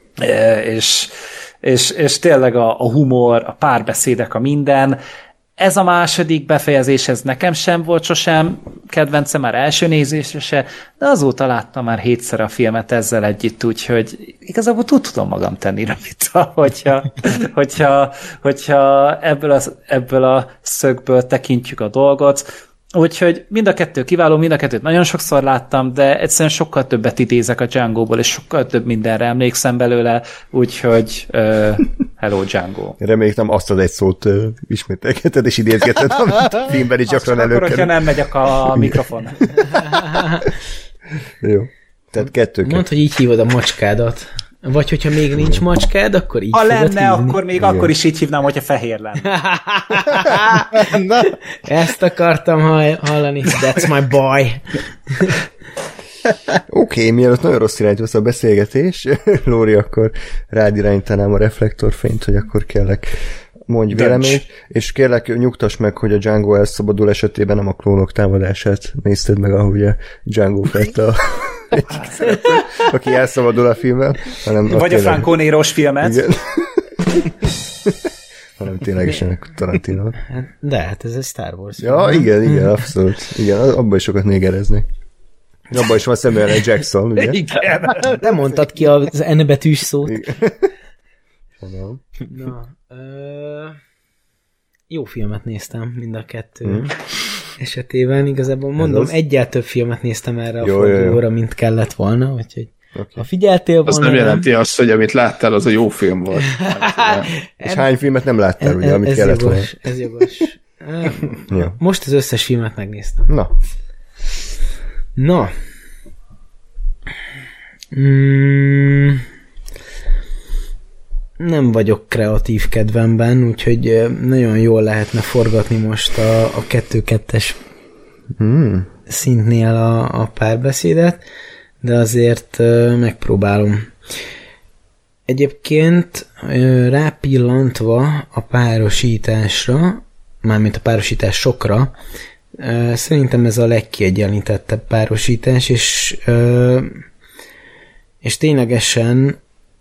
és tényleg a humor, a párbeszédek, a minden. Ez a második befejezés, ez nekem sem volt sosem kedvencem, már első nézésre se, de azóta láttam már 7-szer a filmet ezzel együtt, úgyhogy igazából tudom magam tenni rajta, hogyha ebből a szögből tekintjük a dolgot. Úgyhogy mind a kettő kiváló, mind a kettőt nagyon sokszor láttam, de egyszerűen sokkal többet idézek a Django-ból, és sokkal több mindenre emlékszem belőle, úgyhogy hello Django. Reméljük nem azt az egy szót ismételgeted és idézgeted, amit a filmben is gyakran előkerül. Akkor, hogyha nem megyek a mikrofon. Jó. Tehát 2-2. Mondd, hogy így hívod a macskádat. Vagy hogyha még nincs macskád, akkor így ha fogod lenne, hívni. akkor még akkor is így hívnám, hogyha fehér lenne. Ezt akartam hallani. That's my boy. Oké, mielőtt nagyon rossz irányba a beszélgetés, Lóri, akkor rád irányítanám a reflektorfényt, hogy akkor kérlek mondj véleményt, és kérlek nyugtass meg, hogy a Django elszabadul esetében nem a klónok támadását nézted meg, ahogy a Django fett a egyik szereplő, aki elszabadul a filmben, hanem vagy a Franco Nero-s filmet. Igen. hanem ténylegesen Tarantino. De hát ez egy Star Wars. Ja, igen, abszolút. Igen, abban is sokat négereznék. Abban is van Samuel L. Jackson, ugye? Igen. Nem mondtad ki az N betűs szót. Na, jó filmet néztem mind a kettő esetében. Igazából mondom, egyel több filmet néztem erre a fordulóra, mint kellett volna, úgyhogy ha figyeltél volna... Az nem jelenti azt, hogy amit láttál, az a jó film volt. És hány filmet nem láttál, ugye, amit kellett volna? Ez jogos. Most az összes filmet megnéztem. Na. nem vagyok kreatív kedvemben, úgyhogy nagyon jól lehetne forgatni most a 2-2-es szintnél a párbeszédet, de azért megpróbálom. Egyébként rápillantva a párosításra, mármint a párosításokra, szerintem ez a legkiegyenlítettebb párosítás, és ténylegesen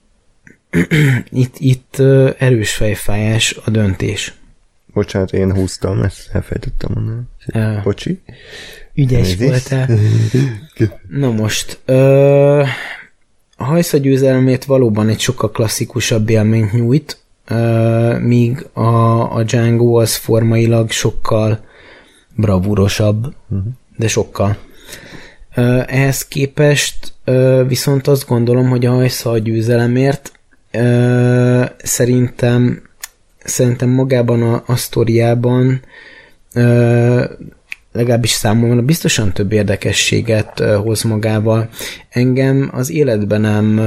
itt erős fejfájás a döntés. Bocsánat, én húztam, ezt elfejtettem mondani. Bocsi. Ügyes voltál. Na most, a Hajsza győzelmét valóban egy sokkal klasszikusabb élményt nyújt, míg a Django az formailag sokkal bravúrosabb, de sokkal. Ehhez képest viszont azt gondolom, hogy a Hajsza a győzelemért szerintem magában a sztoriában legalábbis számomra biztosan több érdekességet hoz magával. Engem az életben nem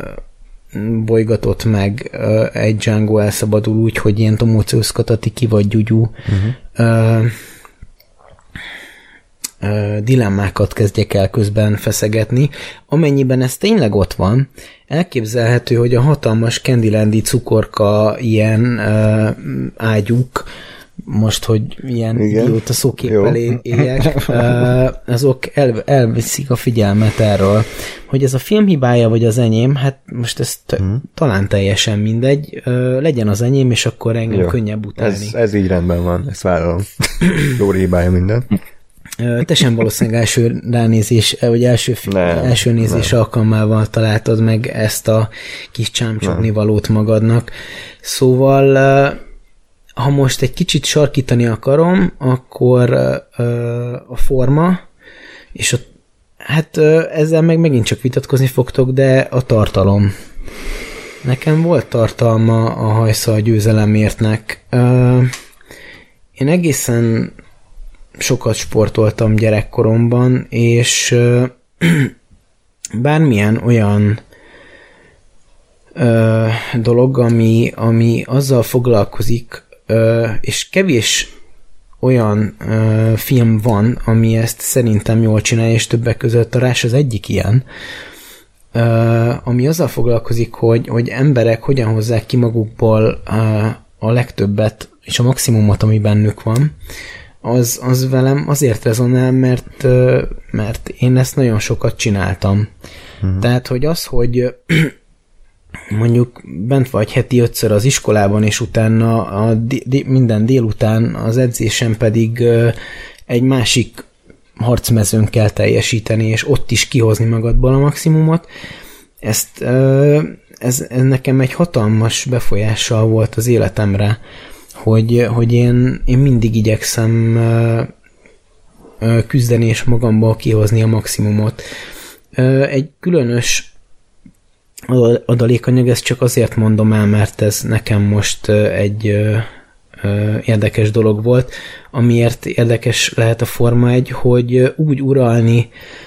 bolygatott meg egy Django elszabadul úgy, hogy ilyen Tomóceusz Katatiki vagy Gyugyú dilemmákat kezdjek el közben feszegetni. Amennyiben ez tényleg ott van, elképzelhető, hogy a hatalmas Candylandi cukorka ilyen ágyúk, most, hogy ilyen idióta szóképpel éljek, azok elviszik a figyelmet erről. Hogy ez a film hibája, vagy az enyém, hát most ez talán teljesen mindegy, legyen az enyém, és akkor engem könnyebb utálni. Ez így rendben van, ezt vállalom. Lóri hibája minden. Te sem valószínűleg első ránézés, vagy első nézés alkalmával találtad meg ezt a kis csámcsogni valót magadnak. Szóval ha most egy kicsit sarkítani akarom, akkor a forma, és hát ezzel megint csak vitatkozni fogtok, de a tartalom. Nekem volt tartalma a Hajsza a győzelemértnek. Én egészen sokat sportoltam gyerekkoromban, és bármilyen olyan dolog, ami azzal foglalkozik, és kevés olyan film van, ami ezt szerintem jól csinálja, és többek között a Rás az egyik ilyen, ami azzal foglalkozik, hogy emberek hogyan hozzák ki magukból a legtöbbet, és a maximumot, ami bennük van, az velem azért rezonál, mert én ezt nagyon sokat csináltam. Tehát, hogy az, hogy mondjuk bent vagy heti 5-ször az iskolában, és utána minden délután az edzésen pedig egy másik harcmezőn kell teljesíteni, és ott is kihozni magadból a maximumot. Ez nekem egy hatalmas befolyással volt az életemre, hogy én mindig igyekszem küzdeni és magamból kihozni a maximumot. Egy különös adalékanyag, ezt csak azért mondom el, mert ez nekem most egy érdekes dolog volt, amiért érdekes lehet a Forma 1, hogy úgy uralni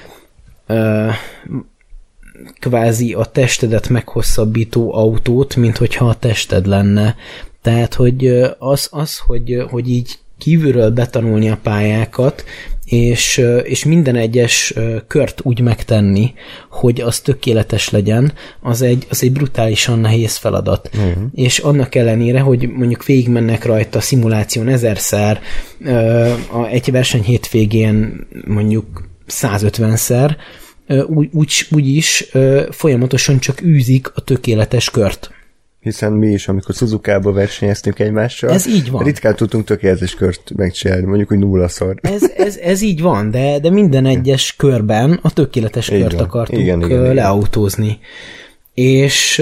kvázi a testedet meghosszabbító autót, mint hogyha a tested lenne. Tehát, hogy hogy így kívülről betanulni a pályákat, és minden egyes kört úgy megtenni, hogy az tökéletes legyen, az egy brutálisan nehéz feladat. És annak ellenére, hogy mondjuk végigmennek rajta szimuláción 1000-szer, egy verseny hétvégén mondjuk 150-szer, úgy is folyamatosan csak űzik a tökéletes kört. Hiszen mi is, amikor Suzukába versenyeztünk egymással, ez így van. Ritkán tudtunk tökéletes kört megcsinálni, mondjuk, hogy 0-szor. Ez így van, de minden egyes körben a tökéletes kört van. Akartuk igen. leautózni. És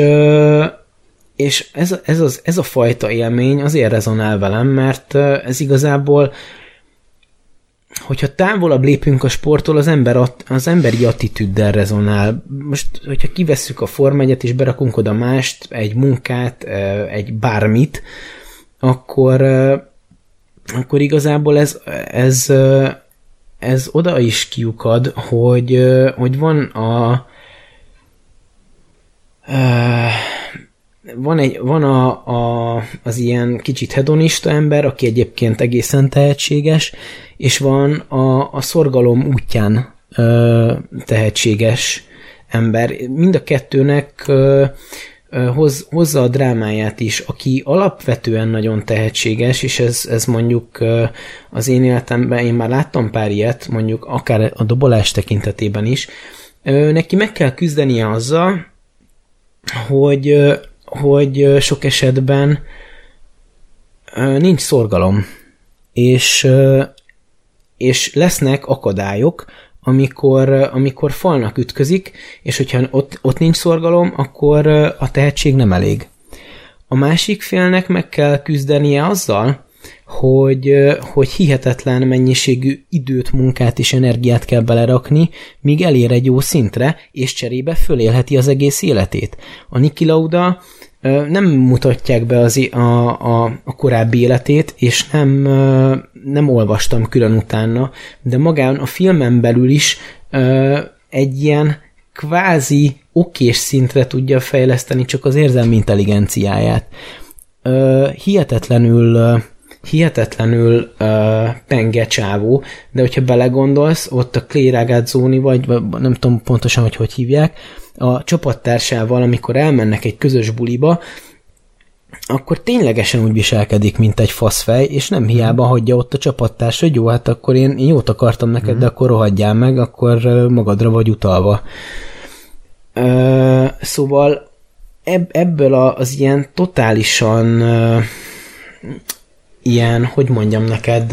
ez a fajta élmény azért rezonál velem, mert ez igazából, hogyha távolabb lépünk a sporttól, az emberi attitűddel rezonál. Most, hogyha kivesszük a Forma 1-et és berakunk oda mást, egy munkát, egy bármit, akkor igazából ez oda is kiukad, hogy van az ilyen kicsit hedonista ember, aki egyébként egészen tehetséges, és van a szorgalom útján tehetséges ember. Mind a kettőnek hozza a drámáját is, aki alapvetően nagyon tehetséges, és ez mondjuk az én életemben, én már láttam pár ilyet, mondjuk akár a dobolás tekintetében is, neki meg kell küzdenie azzal, hogy sok esetben nincs szorgalom, és lesznek akadályok, amikor falnak ütközik, és hogyha ott nincs szorgalom, akkor a tehetség nem elég. A másik félnek meg kell küzdenie azzal, hogy hihetetlen mennyiségű időt, munkát és energiát kell belerakni, míg elér egy jó szintre, és cserébe fölélheti az egész életét. A Niki Lauda nem mutatják be a korábbi életét, és nem olvastam külön utána, de magán a filmen belül is egy ilyen kvázi okés szintre tudja fejleszteni csak az érzelmi intelligenciáját. Hihetetlenül penge csávó, de hogyha belegondolsz, ott a Clay Ragazzoni, vagy nem tudom pontosan, hogy hívják, a csapattársával, amikor elmennek egy közös buliba, akkor ténylegesen úgy viselkedik, mint egy faszfej, és nem hiába hagyja ott a csapattárs, hogy jó, hát akkor én jót akartam neked, de akkor rohadjál meg, akkor magadra vagy utalva. Szóval ebből az ilyen totálisan ilyen, hogy mondjam neked,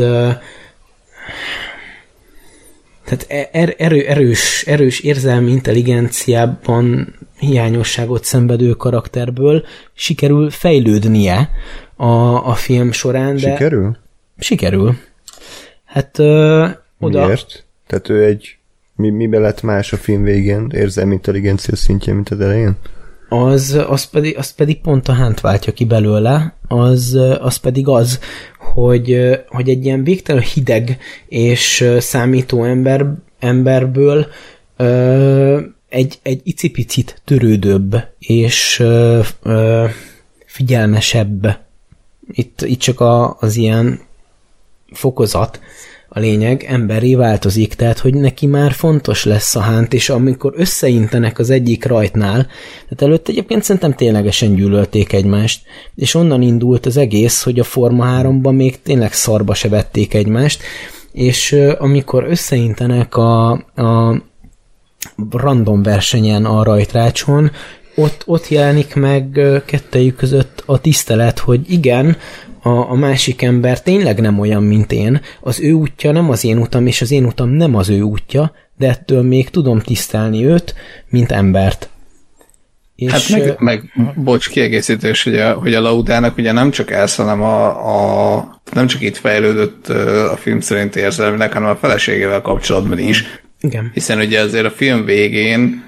tehát erős érzelmi intelligenciában hiányosságot szenvedő karakterből sikerül fejlődnie a film során, de... Sikerül? Sikerül. Hát oda... Miért? Tehát ő miben lett más a film végén érzelmi intelligencia szintje, mint az elején? Az pedig pont a Hunt váltja ki belőle, az pedig az, hogy egy ilyen végtelen hideg és számító emberből egy icipicit törődőbb és figyelmesebb. Itt csak az ilyen fokozat a lényeg, emberré változik, tehát hogy neki már fontos lesz a Hunt, és amikor összeintenek az egyik rajtnál, tehát előtt egyébként szerintem ténylegesen gyűlölték egymást, és onnan indult az egész, hogy a Forma 3-ban még tényleg szarba se vették egymást, és amikor összeintenek a random versenyen a rajtrácson, ott jelenik meg kettejük között a tisztelet, hogy igen, a másik ember tényleg nem olyan, mint én, az ő útja nem az én utam, és az én utam nem az ő útja, de ettől még tudom tisztelni őt, mint embert. És hát bocs, kiegészítés, hogy a Laudának ugye nem csak ez, hanem nem csak itt fejlődött a film szerint érzelmileg, hanem a feleségével kapcsolatban is. Igen. Hiszen ugye azért a film végén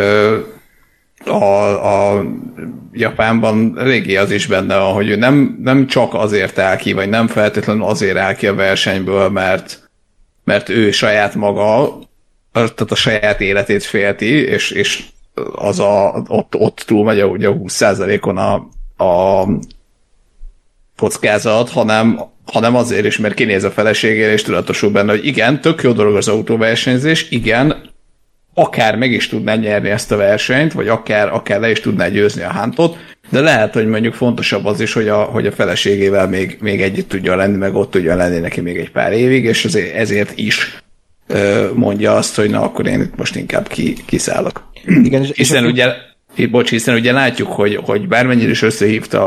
a Japánban eléggé az is benne van, hogy ő nem csak azért áll ki, vagy nem feltétlenül azért áll ki a versenyből, mert ő saját maga, tehát a saját életét félti, és az ott túlmegy ugye a 20%-on a kockázat, hanem azért is, mert kinéz a feleségére, és tudatosul benne, hogy igen, tök jó dolog az autóversenyzés, igen, akár meg is tudná nyerni ezt a versenyt, vagy akár le is tudná győzni a Huntot, de lehet, hogy mondjuk fontosabb az is, hogy a feleségével még együtt tudja lenni, meg ott tudja lenni neki még egy pár évig, és ezért is mondja azt, hogy na, akkor én itt most inkább kiszállok. Igen, hiszen ugye látjuk, hogy bármennyire is összehívta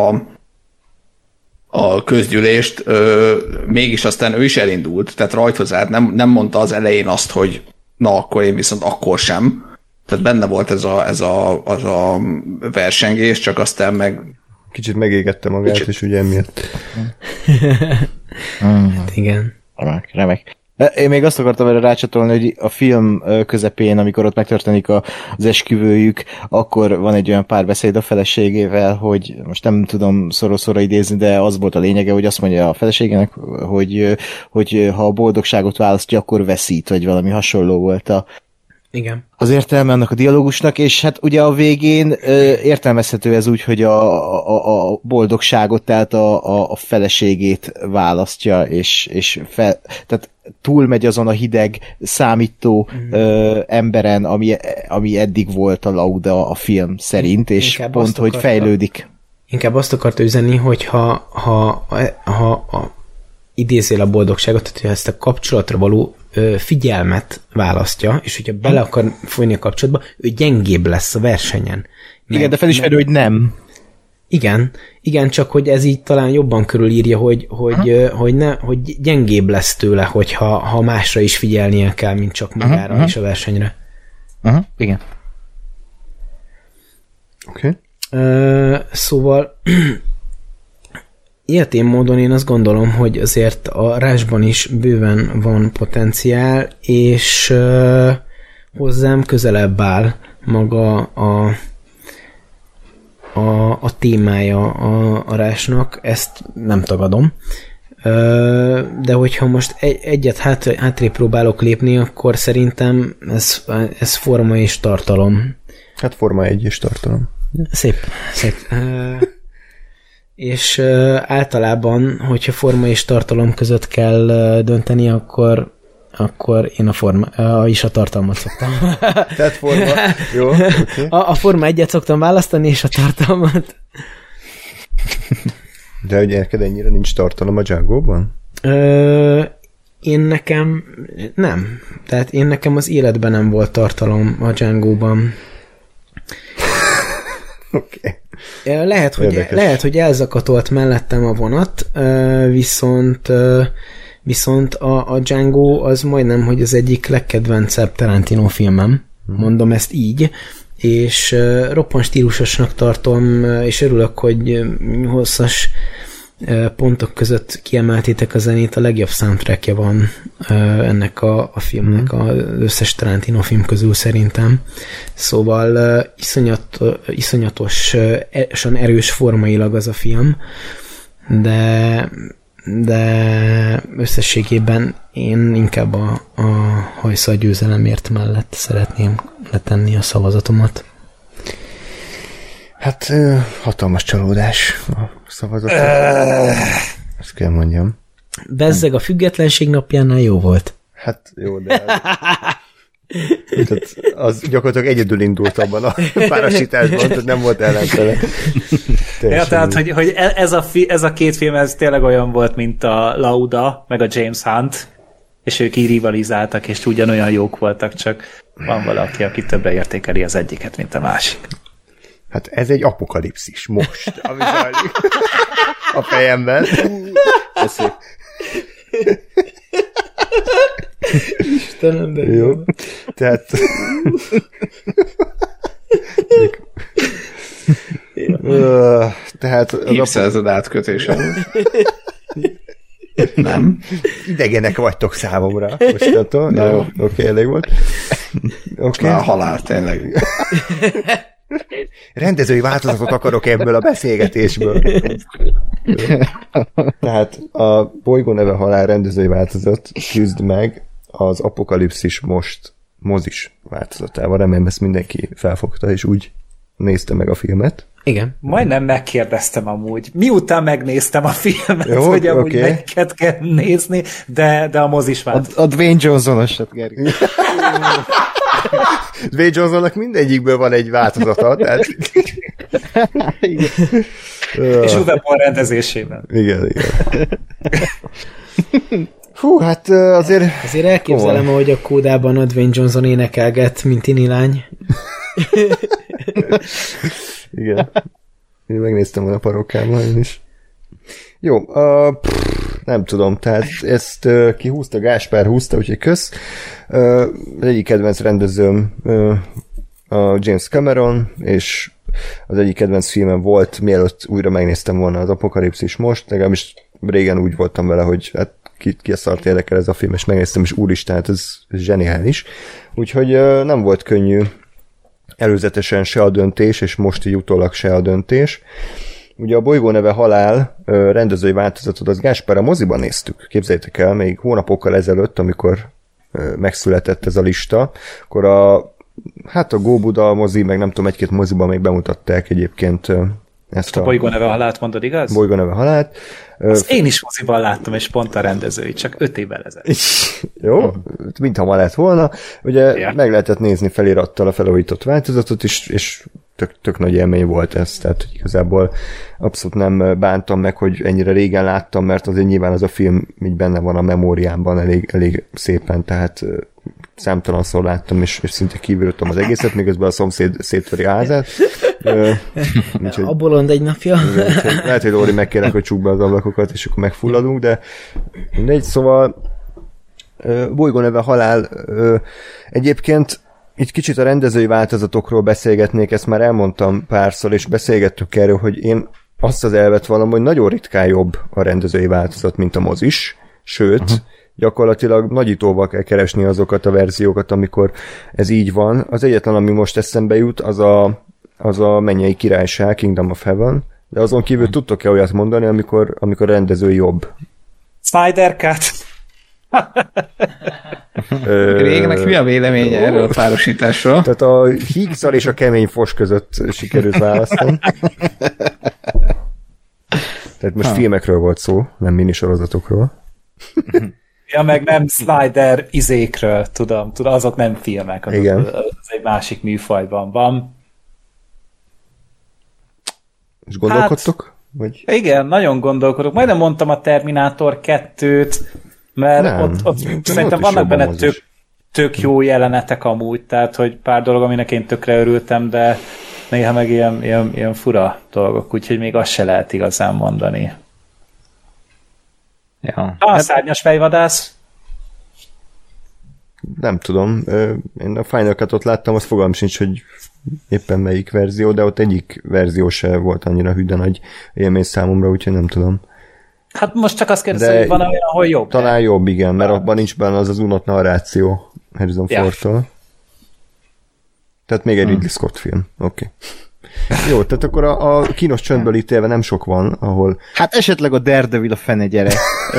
a közgyűlést, mégis aztán ő is elindult, tehát rajthoz állt, nem mondta az elején azt, hogy na, akkor én viszont akkor sem. Tehát benne volt ez a versengés, csak aztán meg... Kicsit megégette magát, és ugye emiatt. Hát igen. Remek. Én még azt akartam erre rácsatolni, hogy a film közepén, amikor ott megtörténik az esküvőjük, akkor van egy olyan párbeszéd a feleségével, hogy most nem tudom szoroszora idézni, de az volt a lényege, hogy azt mondja a feleségének, hogy ha a boldogságot választja, akkor veszít, vagy valami hasonló volt Igen. az értelme annak a dialógusnak, és hát ugye a végén értelmezhető ez úgy, hogy a boldogságot, tehát a feleségét választja, és tehát túlmegy azon a hideg számító emberen, ami eddig volt a Lauda a film szerint, és Inkább pont, hogy fejlődik. Inkább azt akarta üzenni, hogy ha idézél a boldogságot, tehát hogy ezt a kapcsolatra való figyelmet választja, és hogyha bele akar folyni a kapcsolatba, ő gyengébb lesz a versenyen. Igen, de felismerő, hogy nem. Igen, csak hogy ez így talán jobban körülírja, hogy gyengébb lesz tőle, hogyha másra is figyelnie kell, mint csak magára és a versenyre. Igen. Oké. Szóval ilyetén módon én azt gondolom, hogy azért a Rushban is bőven van potenciál, és hozzám közelebb áll maga a témája a Rushnak, ezt nem tagadom. De hogyha most egyet hátrébb próbálok lépni, akkor szerintem ez forma és tartalom. Hát forma 1 és tartalom. Szép. És általában, hogyha forma és tartalom között kell dönteni, akkor én a tartalmat szoktam. Tehát forma, jó. Okay. A forma 1-et szoktam választani, és a tartalmat. De hogy neked ennyire nincs tartalom a Django-ban? Én nekem nem. Tehát én nekem az életben nem volt tartalom a Django-ban. Oké. Okay. Lehet, hogy elzakatolt mellettem a vonat, viszont a Django az majdnem, hogy az egyik legkedvencebb Tarantino filmem, mondom ezt így, és roppant stílusosnak tartom, és örülök, hogy hosszas pontok között kiemeltétek a zenét, a legjobb soundtrackja van ennek a filmnek az összes Tarantino film közül szerintem. Szóval iszonyatosan erős formailag az a film, de összességében én inkább a hajszal győzelemért mellett szeretném letenni a szavazatomat. Hát hatalmas csalódás a szavazat. Ezt kell mondjam. Bezzeg a függetlenség napjánál jó volt. Hát jó, de az gyakorlatilag egyedül indult abban a párosításban, tehát nem volt ellenfele. Ja, tehát, hogy ez a két film, ez tényleg olyan volt, mint a Lauda, meg a James Hunt, és ők így rivalizáltak, és ugyanolyan jók voltak, csak van valaki, aki többre értékeli az egyiket, mint a másik. Hát ez egy apokalipszis most, ami zajlik a fejemben. Istenem, de jó. Tehát... tehát... Évszázad átkötése. Nem? Idegenek vagytok számomra. Mostantól. Jó, oké, elég volt. Okay. Már halál, tényleg. Rendezői változatot akarok ebből a beszélgetésből. Tehát a Bolygó neve halál rendezői változat küzd meg az Apokalipszis most mozis változatával. Remélem ezt mindenki felfogta, és úgy nézte meg a filmet. Igen. Majdnem megkérdeztem amúgy. Miután megnéztem a filmet, jó, hogy amúgy melyiket kell nézni, de a mozis változat. A Dwayne Johnson-osat, Gergő. Dwayne Johnsonnak mindegyikből van egy változata, tehát... És Uwe Boll rendezésében. Igen. Hú, hát azért... Azért elképzelem, hogy a Kódában a Dwayne Johnson énekelget, mint tini lány. Igen. Én megnéztem a parókámmal, én is. Jó, nem tudom, tehát ezt kihúzta, Gáspár húzta, úgyhogy kösz. Az egyik kedvenc rendezőm a James Cameron, és az egyik kedvenc filmem volt, mielőtt újra megnéztem volna az Apokalipszis most, legalábbis régen úgy voltam vele, hogy hát ki a szart érdekel ez a film, és megnéztem, és úristen, hát ez zseniális. Úgyhogy nem volt könnyű előzetesen se a döntés, és most így utólag se a döntés. Ugye a Bolygó neve halál rendezői változatot, az Gáspár a moziban néztük. Képzeljétek el, még hónapokkal ezelőtt, amikor megszületett ez a lista, akkor a Góbuda mozi, meg nem tudom, egy-két moziban még bemutatták egyébként ezt a Bolygó neve halált mondod, igaz? Bolygó neve halált. Azt én is moziban láttam, és pont a rendezői, csak 5 évvel ezelőtt. Jó, mintha ma lett volna. Ugye meg lehetett nézni felirattal a felújított változatot is, és tök nagy élmény volt ez, tehát igazából abszolút nem bántam meg, hogy ennyire régen láttam, mert azért nyilván az a film így benne van a memóriámban elég szépen, tehát számtalanszor láttam, és szinte kívülöttem az egészet, miközben a szomszéd széttöri a házát. A bolond egy napja. Lehet, hogy Lóri megkérnek, hogy csukd be az ablakokat, és akkor megfulladunk, de mindegy, szóval Bolygó neve halál. Egyébként itt kicsit a rendezői változatokról beszélgetnék, ezt már elmondtam párszor, és beszélgettük erről, hogy én azt az elvet vallom, hogy nagyon ritkán jobb a rendezői változat, mint a mozis, sőt, gyakorlatilag nagyítóval kell keresni azokat a verziókat, amikor ez így van. Az egyetlen, ami most eszembe jut, az a Mennyei Királyság, Kingdom of Heaven, de azon kívül tudtok-e olyat mondani, amikor a rendező jobb? Snyder Cut! Régnek mi a véleménye erről a párosításról? Tehát a hígszal és a kemény fos között sikerült választani. Tehát most filmekről volt szó, nem minisorozatokról. Ja, meg nem Snyder izékről, tudom, azok nem filmek, az egy másik műfajban van. És gondolkodtok? Vagy? Igen, nagyon gondolkodok. Majdnem mondtam a Terminátor 2-t, mert ott szerintem vannak benne tök jó jelenetek amúgy, tehát hogy pár dolog, aminek én tökre örültem, de néha meg ilyen fura dolgok, úgyhogy még azt se lehet igazán mondani. Ja. Szárnyas fejvadász. Nem tudom. Én a Final Cut-ot láttam, az fogalmam sincs, hogy éppen melyik verzió, de ott egyik verzió se volt annyira hű, de nagy élmény számomra, úgyhogy nem tudom. Hát most csak azt kérdezem, hogy van olyan, ahol jobb. Talán jobb, igen, mert abban nincs benne az unott narráció Harrison Fordtól. Tehát még egy Ridley Scott film. Oké. Jó, tehát akkor a kínos csöndből ítélve nem sok van, ahol... Hát esetleg a Daredevil a fene gyere.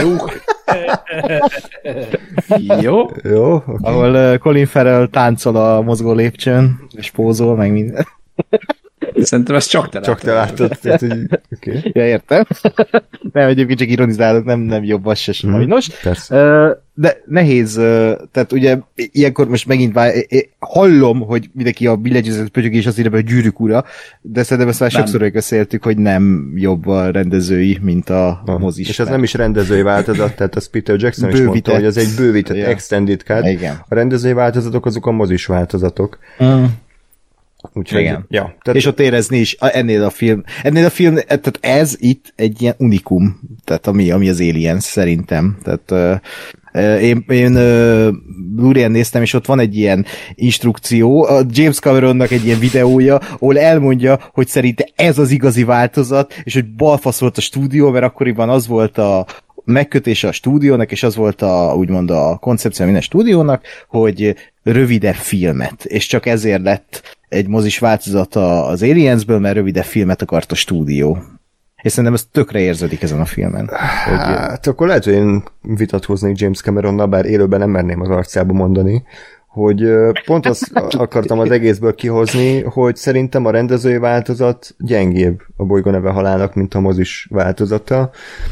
Jó. Okay. Ahol Colin Farrell táncol a mozgó lépcsőn, és pózol, meg minden. Szerintem ezt csak te láttad. Csak te láttad. Okay. Ja, értem. Nem, egyébként csak ironizálok, nem jobb az se sajnos. De nehéz, tehát ugye ilyenkor most megint hallom, hogy mindenki a billegyezetet pötyögés az írja, hogy Gyűrűk ura, de szerintem ezt már sokszor beszéltük, hogy nem jobb a rendezői, mint a mozis. És ez nem is rendezői változat, tehát az Peter Jackson is mondta, hogy ez egy bővített, extended cut. Igen. A rendezői változatok azok a mozis változatok. Úgyhogy, igen. Ja, tehát... És ott érezni is ennél a film, tehát ez itt egy ilyen unikum, tehát ami az Aliens szerintem. Tehát én Blu-ray-en néztem, és ott van egy ilyen instrukció, a James Cameronnak egy ilyen videója, ahol elmondja, hogy szerinte ez az igazi változat, és hogy balfasz volt a stúdió, mert akkoriban az volt a megkötése a stúdiónak, és az volt úgymond a koncepció minden stúdiónak, hogy rövidebb filmet, és csak ezért lett egy mozis változata az Aliensből, mert rövidebb filmet akart a stúdió. És szerintem ez tökre érződik ezen a filmen. Hát akkor lehet, hogy én vitatkoznék James Cameronnal, bár élőben nem merném az arcába mondani, hogy pont azt akartam az egészből kihozni, hogy szerintem a rendezői változat gyengébb a Bolygó neve halálnak, mint a mozis változata.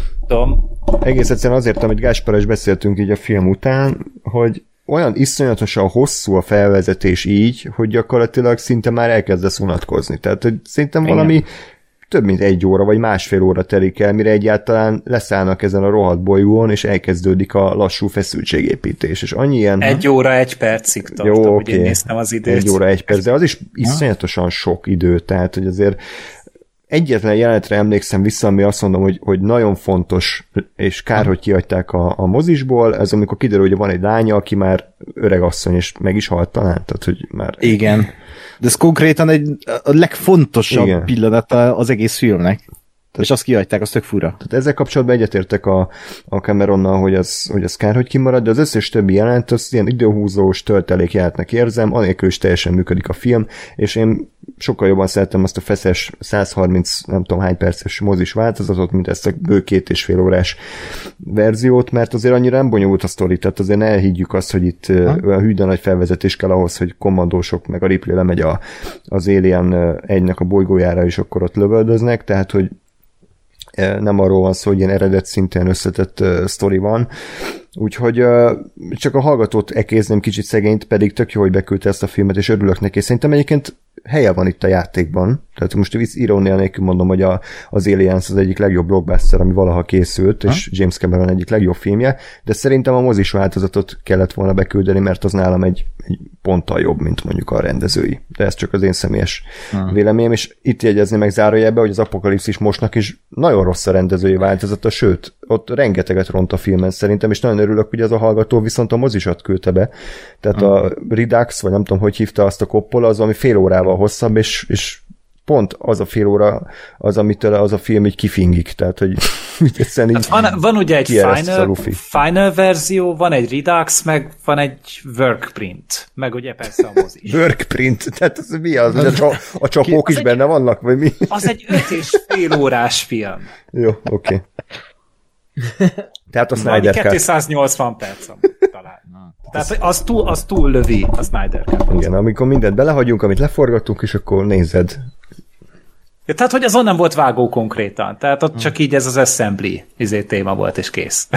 Egész egyszerűen azért, amit Gáspár is beszéltünk így a film után, hogy olyan iszonyatosan hosszú a felvezetés így, hogy gyakorlatilag szinte már elkezdesz unatkozni. Tehát, hogy szerintem valami több mint 1 óra, vagy 1,5 óra telik el, mire egyáltalán leszállnak ezen a rohadt bolygón, és elkezdődik a lassú feszültségépítés. És annyi ilyen... 1 óra 1 percig tartom, jó, hogy én néztem az időt. 1 óra 1 perc, de az is iszonyatosan sok idő, tehát, hogy azért egyetlen jelenetre emlékszem vissza, ami azt mondom, hogy nagyon fontos, és kár, hogy kihagyták a mozisból, ez amikor kiderül, hogy van egy lánya, aki már öreg asszony, és meg is halt talán, tehát, hogy már... Igen. De ez konkrétan a legfontosabb pillanata az egész filmnek. És azt kihagyták, az tök fura. Tehát ezzel kapcsolatban egyetértek a Cameronnal, hogy az kár, hogy kimarad, de az összes többi jelent, az ilyen időhúzós töltelék jelentnek érzem, anélkül is teljesen működik a film, és én sokkal jobban szerettem azt a feszes 130 nem tudom hány perces mozis változatot, mint ezt a bő 2,5 órás verziót, mert azért annyira nem bonyolult a sztori, tehát azért ne elhiggyük azt, hogy itt olyan hűden nagy felvezetés kell ahhoz, hogy kommandósok meg a Ripley lemegy az Alien 1-nek a bolygójára, és akkor ott lövöldöznek, tehát hogy nem arról van szó, hogy ilyen eredet szinten összetett sztori van. Úgyhogy csak a hallgatót ekézném kicsit szegényt, pedig tök jó, hogy beküldte ezt a filmet, és örülök neki. Szerintem egyébként helye van itt a játékban. Tehát most irónia nélkül mondom, hogy az Aliens az egyik legjobb blockbuster, ami valaha készült, és James Cameron egyik legjobb filmje, de szerintem a mozis változatot kellett volna beküldeni, mert az nálam egy ponttal jobb, mint mondjuk a rendezői. De ez csak az én személyes véleményem, és itt jegyezni meg zárójelbe, hogy az Apokalipszis mostnak is nagyon rossz a rendezői változata, sőt, ott rengeteget ront a filmen szerintem, és nagyon örülök, hogy az a hallgató viszont a mozisat küldte be. Tehát a Redux, vagy nem tudom, hogy hívta azt a Coppola, az ami fél órával hosszabb, és pont az a fél óra az, amitől az a film így kifingik, tehát, hogy hát van ugye egy final verzió, van egy Redux, meg van egy workprint, meg ugye persze a mozis. Workprint? Tehát az mi az? A csapók is benne vannak, vagy mi? Az egy 5,5 órás film. Jó, oké. Tehát a Snyder Cut. 280 perc talán. Tehát az túl lövi a Snyder Cut. Igen, amikor mindent belehagyunk, amit leforgattunk, és akkor nézed. Ja, tehát, hogy azon nem volt vágó konkrétan. Tehát ott csak így ez az assembly téma volt, és kész.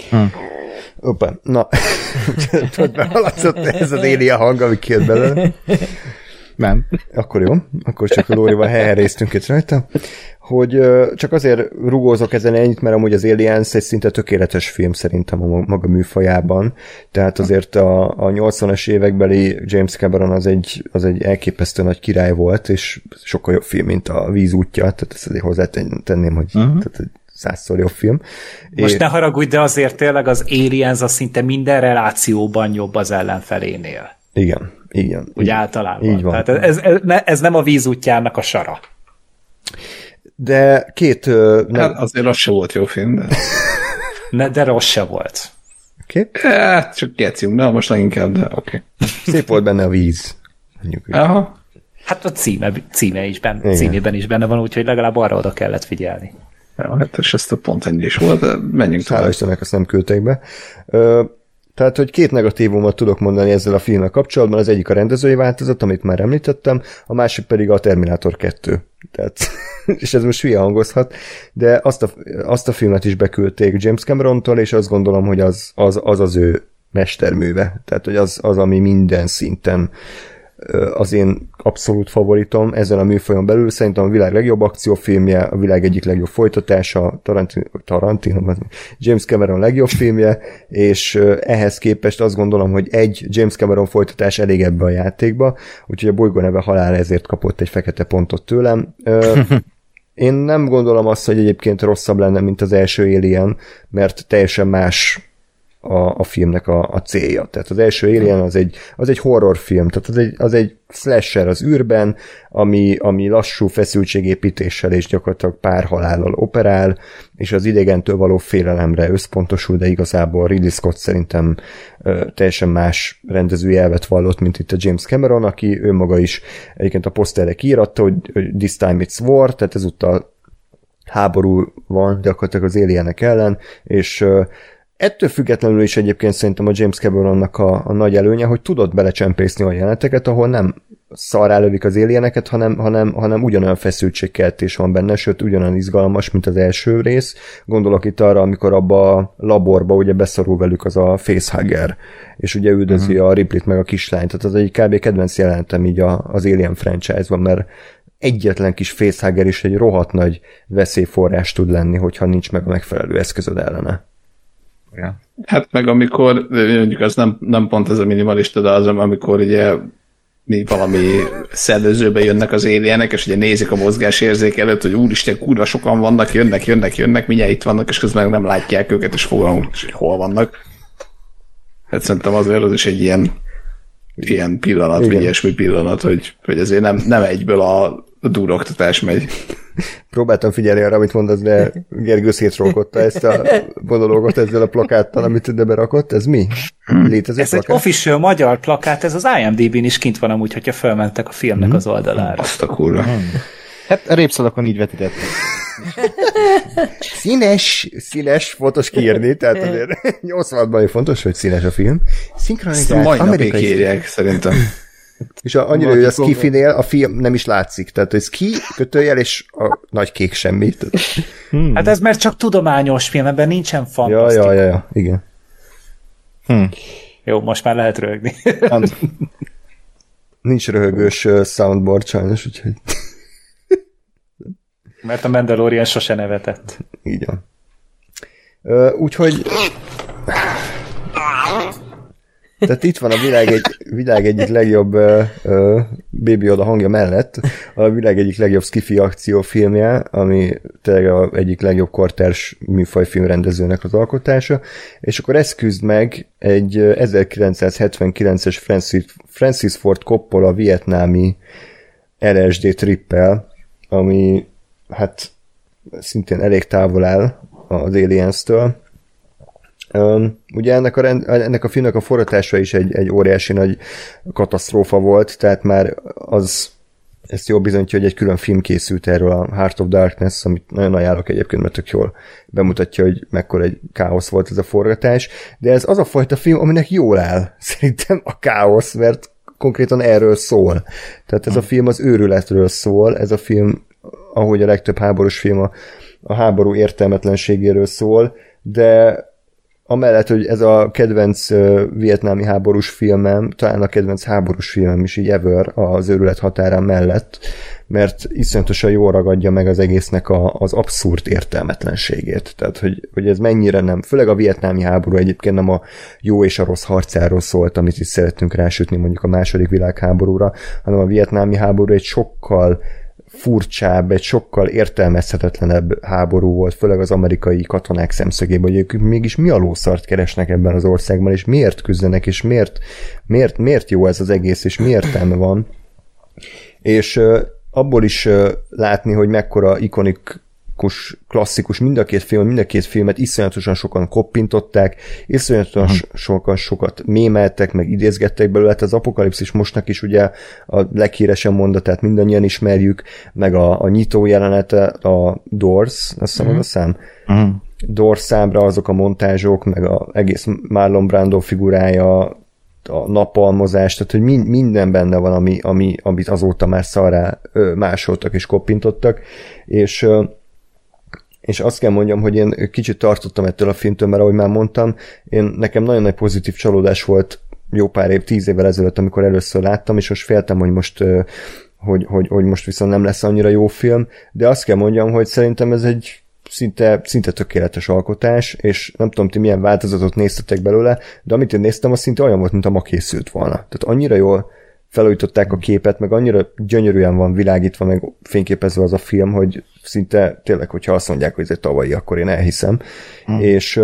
Opa, na. Tudod, behaladszott ez az Alien hang, ami kijött belőle. Nem. Akkor jó, akkor csak a Lórival helyreéztünk itt rajta, hogy csak azért rugózok ezen ennyit, mert amúgy az Aliens egy szinte tökéletes film szerintem a maga műfajában, tehát azért a 80-as évekbeli James Cameron az egy elképesztő nagy király volt, és sokkal jobb film, mint a Víz útja, tehát ezt azért hozzátenném, hogy tehát 100-szor jobb film. Most ne haragudj, de azért tényleg az Aliens az szinte minden relációban jobb az ellenfelénél. Igen. Úgy általában. Így van. Tehát ez nem a Víz útjának a sara. De hát azért az se volt jó film, de... de rossz se volt. Oké. Hát, csak játszunk, de most leginkább, de oké. Szép volt benne a víz. Aha. Hát a címében is benne van, úgyhogy legalább arra oda kellett figyelni. Ja, hát és ezt a pont ennyi is volt, de menjünk tovább. Hála Istennek, azt nem küldték be. Tehát, hogy 2 negatívumot tudok mondani ezzel a filmmel kapcsolatban, az egyik a rendezői változat, amit már említettem, a másik pedig a Terminator 2. Tehát, és ez most hülye hangozhat, de azt a filmet is beküldték James Camerontól, és azt gondolom, hogy az ő mesterműve. Tehát, hogy az, ami minden szinten az én abszolút favoritom ezen a műfajon belül. Szerintem a világ legjobb akciófilmje, a világ egyik legjobb folytatása, Tarantino, James Cameron legjobb filmje, és ehhez képest azt gondolom, hogy egy James Cameron folytatás elég ebbe a játékba, úgyhogy a bolygó neve Halál ezért kapott egy fekete pontot tőlem. Én nem gondolom azt, hogy egyébként rosszabb lenne, mint az első Alien, mert teljesen más a filmnek a célja. Tehát az első Alien az egy horrorfilm, tehát az egy slasher az űrben, ami lassú feszültségépítéssel és gyakorlatilag pár halállal operál, és az idegentől való félelemre összpontosul, de igazából Ridley Scott szerintem teljesen más rendezői elvet vallott, mint itt a James Cameron, aki ő maga is egyébként a poszterre kiíratta, hogy this time it's war, tehát ezúttal háború van gyakorlatilag az Alienek ellen, és ettől függetlenül is egyébként szerintem a James Cameronnak a nagy előnye, hogy tudott belecsempészni olyan jeleneteket, ahol nem szarrá lövik az alieneket, hanem ugyanolyan feszültségkeltés van benne, sőt ugyanolyan izgalmas, mint az első rész. Gondolok itt arra, amikor abba a laborba ugye beszorul velük az a facehugger, és ugye üldözi a Ripley-t meg a kislányt. Tehát az egy kb. Kedvenc jelentem így az Alien franchise-ban, mert egyetlen kis facehugger is egy rohadt nagy veszélyforrás tud lenni, hogyha nincs meg a megfelelő eszközöd ellene. Ja. Hát meg amikor, mondjuk az nem pont ez a minimalista, de az, amikor ugye valami szellőzőbe jönnek az alienek, és ugye nézik a mozgásérzék előtt, hogy úristen, kurva sokan vannak, jönnek, mindjárt itt vannak, és közben nem látják őket, és fogalmuk, hogy hol vannak. Hát szerintem azért az is egy ilyen pillanat, vagy ilyesmi pillanat, hogy azért nem egyből a duroktatás megy. Próbáltam figyelni arra, amit mondasz, de Gergő szétrókodta ezt a monológot ezzel a plakáttal, amit ide berakott. Ez mi? Létezik ez plakát? Egy official magyar plakát, ez az IMDb-n is kint van amúgy, hogyha felmentek a filmnek az oldalára. Azt a kurva. Hát a répszalakon így vetített. Színes, fontos kiírni, tehát azért 80-ban fontos, hogy színes a film. Szinkronizált mai amerikai írják, szerintem. És annyira, hogy a skifinél a film nem is látszik, tehát hogy ski, kötőjel, és a nagy kék semmi. Hát ez mert csak tudományos film, ebben nincsen fantasztikus. Ja, igen. Jó, most már lehet röhögni. Nincs röhögős soundboard sajnos, úgyhogy... Mert a Mandalorian sose nevetett. Így van. Úgyhogy... Tehát itt van a világ egyik legjobb Baby Yoda hangja mellett a világ egyik legjobb sci-fi akciófilmje, ami tényleg egyik legjobb kortárs műfajfilmrendezőnek az alkotása, és akkor ez küzd meg egy 1979-es Francis Ford Coppola vietnámi LSD trippel, ami hát szintén elég távol áll az Aliens-től. Ugye ennek a filmnek a forratása is egy óriási nagy katasztrófa volt, tehát már ezt jól bizonyítja, hogy egy külön film készült erről, a Heart of Darkness, amit nagyon ajánlok egyébként, mert tök jól bemutatja, hogy mekkora egy káosz volt ez a forgatás, de ez az a fajta film, aminek jól áll szerintem a káosz, mert konkrétan erről szól. Tehát ez a film az őrületről szól, ez a film, ahogy a legtöbb háborús film a háború értelmetlenségéről szól, de amellett, hogy ez a kedvenc vietnámi háborús filmem, talán a kedvenc háborús filmem is így ever az őrület határán mellett, mert iszonyatosan jól ragadja meg az egésznek az abszurd értelmetlenségét. Tehát, hogy ez mennyire nem, főleg a vietnámi háború egyébként nem a jó és a rossz harcáról szólt, amit is szerettünk rásütni mondjuk a második világháborúra, hanem a vietnámi háború egy sokkal furcsább, egy sokkal értelmezhetetlenebb háború volt, főleg az amerikai katonák szemszögében, hogy ők mégis mi a lószart keresnek ebben az országban, és miért küzdenek, és miért jó ez az egész, és mi értelme van. És abból is látni, hogy mekkora ikonikus, klasszikus mind a két filmet iszonyatosan sokan koppintották, iszonyatosan sokat mémeltek, meg idézgettek belőle, hát az Apokalipszis mostnak is ugye a leghíresebb mondatát mindannyian ismerjük, meg a nyitó jelenete, a Doors, azt hiszem az a szám? Doors számra azok a montázsok, meg az egész Marlon Brando figurája, a napalmozás, tehát hogy minden benne van, amit azóta már szarrá másoltak és koppintottak, és azt kell mondjam, hogy én kicsit tartottam ettől a filmtől, mert ahogy már mondtam, nekem nagyon nagy pozitív csalódás volt jó pár év, 10 évvel ezelőtt, amikor először láttam, és most féltem, hogy most hogy most viszont nem lesz annyira jó film, de azt kell mondjam, hogy szerintem ez egy szinte tökéletes alkotás, és nem tudom, ti milyen változatot néztetek belőle, de amit én néztem, az szinte olyan volt, mint a ma készült volna. Tehát annyira jól felújították a képet, meg annyira gyönyörűen van világítva, meg fényképezve az a film, hogy szinte tényleg, hogyha azt mondják, hogy ez egy tavalyi, akkor én elhiszem. És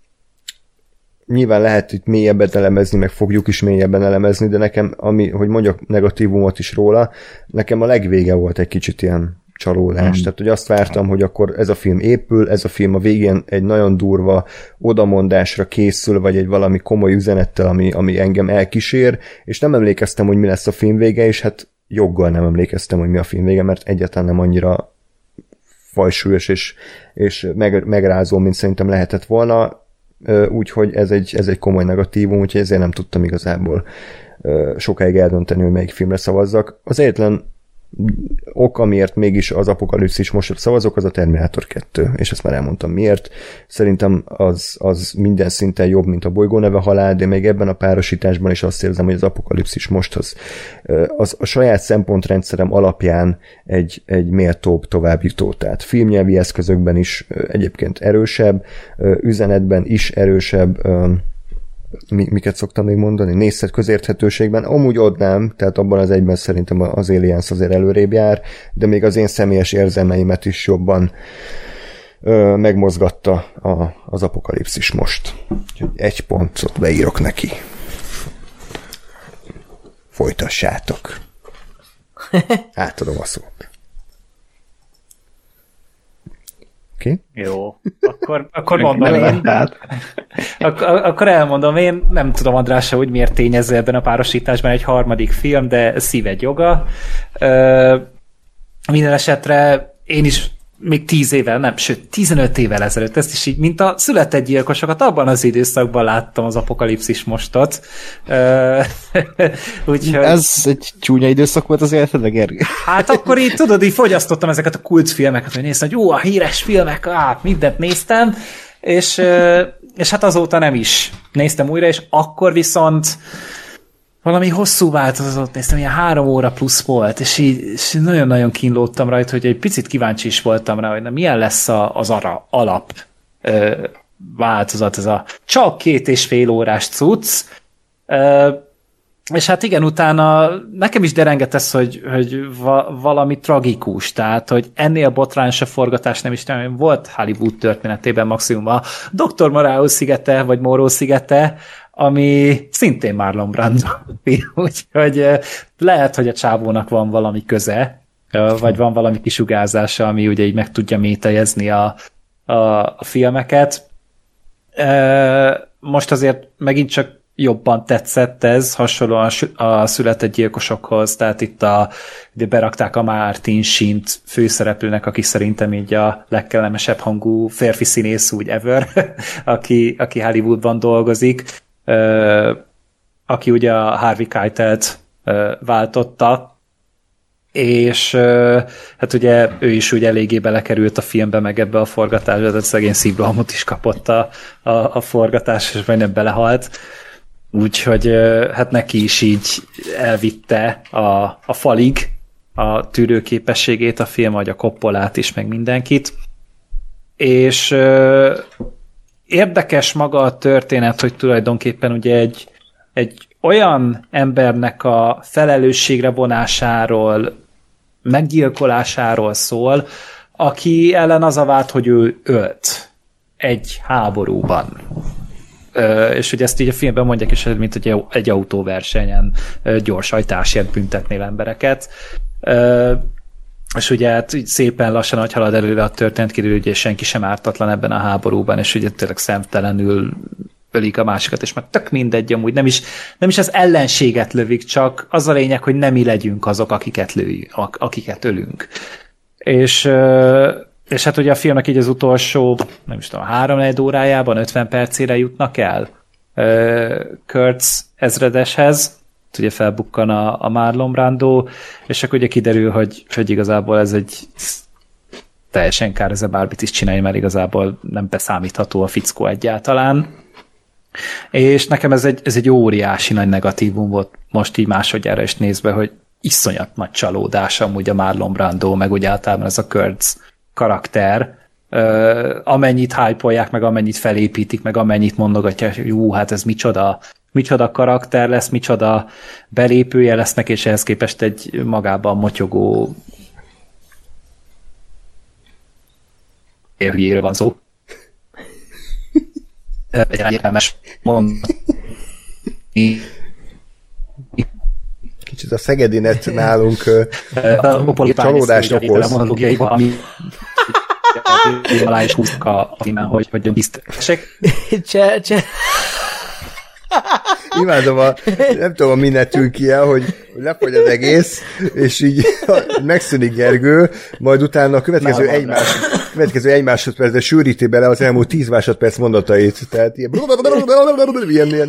nyilván lehet itt mélyebben elemezni, meg fogjuk is mélyebben elemezni, de nekem, hogy mondjak negatívumot is róla, nekem a legvége volt egy kicsit ilyen csalódás. Tehát, hogy azt vártam, hogy akkor ez a film épül, ez a film a végén egy nagyon durva odamondásra készül, vagy egy valami komoly üzenettel, ami engem elkísér, és nem emlékeztem, hogy mi lesz a film vége, és hát joggal nem emlékeztem, hogy mi a film vége, mert egyáltalán nem annyira fajsúlyos és megrázó, mint szerintem lehetett volna, úgyhogy ez egy komoly negatívum, úgyhogy ezért nem tudtam igazából sokáig eldönteni, hogy melyik filmre szavazzak. Az egyetlen ok, amiért mégis az Apokalipszis most szavazok, az a Terminátor 2, és ezt már elmondtam miért. Szerintem az minden szinten jobb, mint a Bolygó neve halál, de még ebben a párosításban is azt érzem, hogy az Apokalipszis most az a saját szempontrendszerem alapján egy méltóbb továbbjutó. Tehát filmnyelvi eszközökben is egyébként erősebb, üzenetben is erősebb, miket szoktam még mondani? Nézszet közérthetőségben, amúgy ott nem, tehát abban az egyben szerintem az Aliens azért előrébb jár, de még az én személyes érzelmeimet is jobban megmozgatta az Apokalipszis most. Úgyhogy 1 pontot beírok neki. Folytassátok. Átadom a szót. Oké. Jó, akkor mondom én. Akkor elmondom én, nem tudom Andrása, hogy miért tényező ebben a párosításban egy harmadik film, de szíved joga. Minden esetre én is még 10 évvel, nem, sőt 15 évvel ezelőtt, ezt is így, mint a született gyilkosokat, abban az időszakban láttam az Apokalipszis mostot. Úgyhogy... Ez egy csúnya időszak volt az életedben, Gergő? Hát akkor így tudod, így fogyasztottam ezeket a kultfilmeket, hogy néztem, hogy jó, a híres filmek, mindent néztem, és hát azóta nem is néztem újra, és akkor viszont valami hosszú változatot néztem, ilyen 3 óra plusz volt, és így nagyon-nagyon kínlódtam rajta, hogy egy picit kíváncsi is voltam rá, hogy na, milyen lesz az alap változat, ez a csak 2,5 órás cucc. És hát igen, utána nekem is derengett ez, hogy valami tragikus, tehát, hogy ennél botrányosabb forgatás nem is tudom, volt Hollywood történetében maximum a Dr. Moreau szigete, vagy Morrow szigete, ami szintén Marlon Brando. Úgyhogy lehet, hogy a csávónak van valami köze, vagy van valami kisugárzása, ami ugye így meg tudja mételjezni a filmeket. Most azért megint csak jobban tetszett ez, hasonlóan a született gyilkosokhoz, tehát itt ide berakták a Martin Sheen-t főszereplőnek, aki szerintem így a legkellemesebb hangú férfi színész úgy ever, aki Hollywoodban dolgozik, aki ugye a Harvey Keitelt váltotta, és hát ugye ő is úgy eléggé belekerült a filmbe, meg ebbe a forgatásba, tehát szegény szívrohamot is kapott a forgatás, és majdnem belehalt. Úgyhogy hát neki is így elvitte a falig a tűrőképességét a film, vagy a Coppolát is, meg mindenkit. És érdekes maga a történet, hogy tulajdonképpen ugye egy olyan embernek a felelősségre vonásáról, meggyilkolásáról szól, aki ellen az a vád, hogy ő ölt egy háborúban. És ugye ezt így a filmben mondják is, mint hogy egy autóversenyen gyors hajtásért büntetnél embereket. És ugye hát szépen lassan, ahogy halad előre a történet, kiderül, hogy senki sem ártatlan ebben a háborúban, és ugye tényleg szemtelenül ölik a másikat, és már tök mindegy, amúgy nem is az ellenséget lövik, csak az a lényeg, hogy nem mi legyünk azok, akiket ölünk. És hát ugye a filmnek így az utolsó, nem is tudom, 3-4 órájában 50 percére jutnak el Kurtz ezredeshez, ugye felbukkan a Marlon Brando, és akkor ugye kiderül, hogy igazából ez egy teljesen kár ezzel bármit is csinálni, mert igazából nem beszámítható a fickó egyáltalán. És nekem ez egy óriási nagy negatívum volt most így másodjára is nézve, hogy iszonyat nagy csalódás amúgy a Marlon Brando, meg úgy általában ez a Kurtz karakter, amennyit hype-olják, meg amennyit felépítik, meg amennyit mondogatják, hogy jó, hát ez micsoda karakter lesz, micsoda belépője lesznek, és ehhez képest egy magában motyogó hülyéről van szó. Egy értelmes Kicsit a Szegedinet nálunk csalódást okoz. Alá is húztak a filmen, hogy biztos. Imádom nem tudom a minetünk ilyen, hogy lefogy az egész, és így megszűnik Gergő, majd utána a következő egy másodpercre sűríti bele az elmúlt 10 másodperc mondatait. Tehát ilyen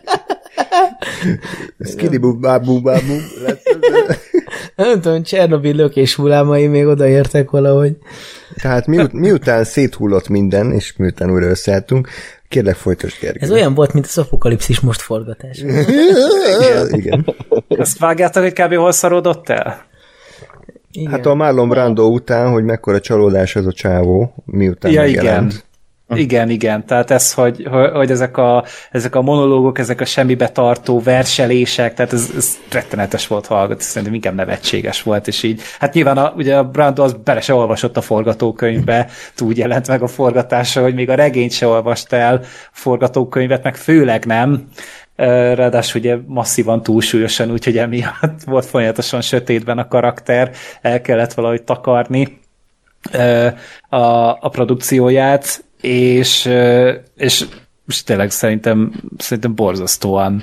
skidibubábubábú. Nem tudom, Csernobil lökés hullámai még odaértek valahogy. Tehát miután széthullott minden, és miután újra összeálltunk, kérlek folytasd, Gergő. Ez olyan volt, mint az Apokalipszis most forgatás. Igen. Azt vágjátok, hogy kb. Hol szarodott el? Igen. Hát a Marlon Brando után, hogy mekkora csalódás az a csávó, miután megjelent. Igen. Tehát ez, hogy ezek a monológok, ezek a semmibe tartó verselések, tehát ez rettenetes volt hallgatni, szerintem inkább nevetséges volt, és így. Hát nyilván ugye a Brando az bele se olvasott a forgatókönyvbe, úgy jelent meg a forgatása, hogy még a regényt se olvasta el a forgatókönyvet, meg főleg nem. Ráadásul ugye masszívan túlsúlyosan, úgyhogy emiatt volt folyamatosan sötétben a karakter, el kellett valahogy takarni. a produkcióját, és tényleg szerintem borzasztóan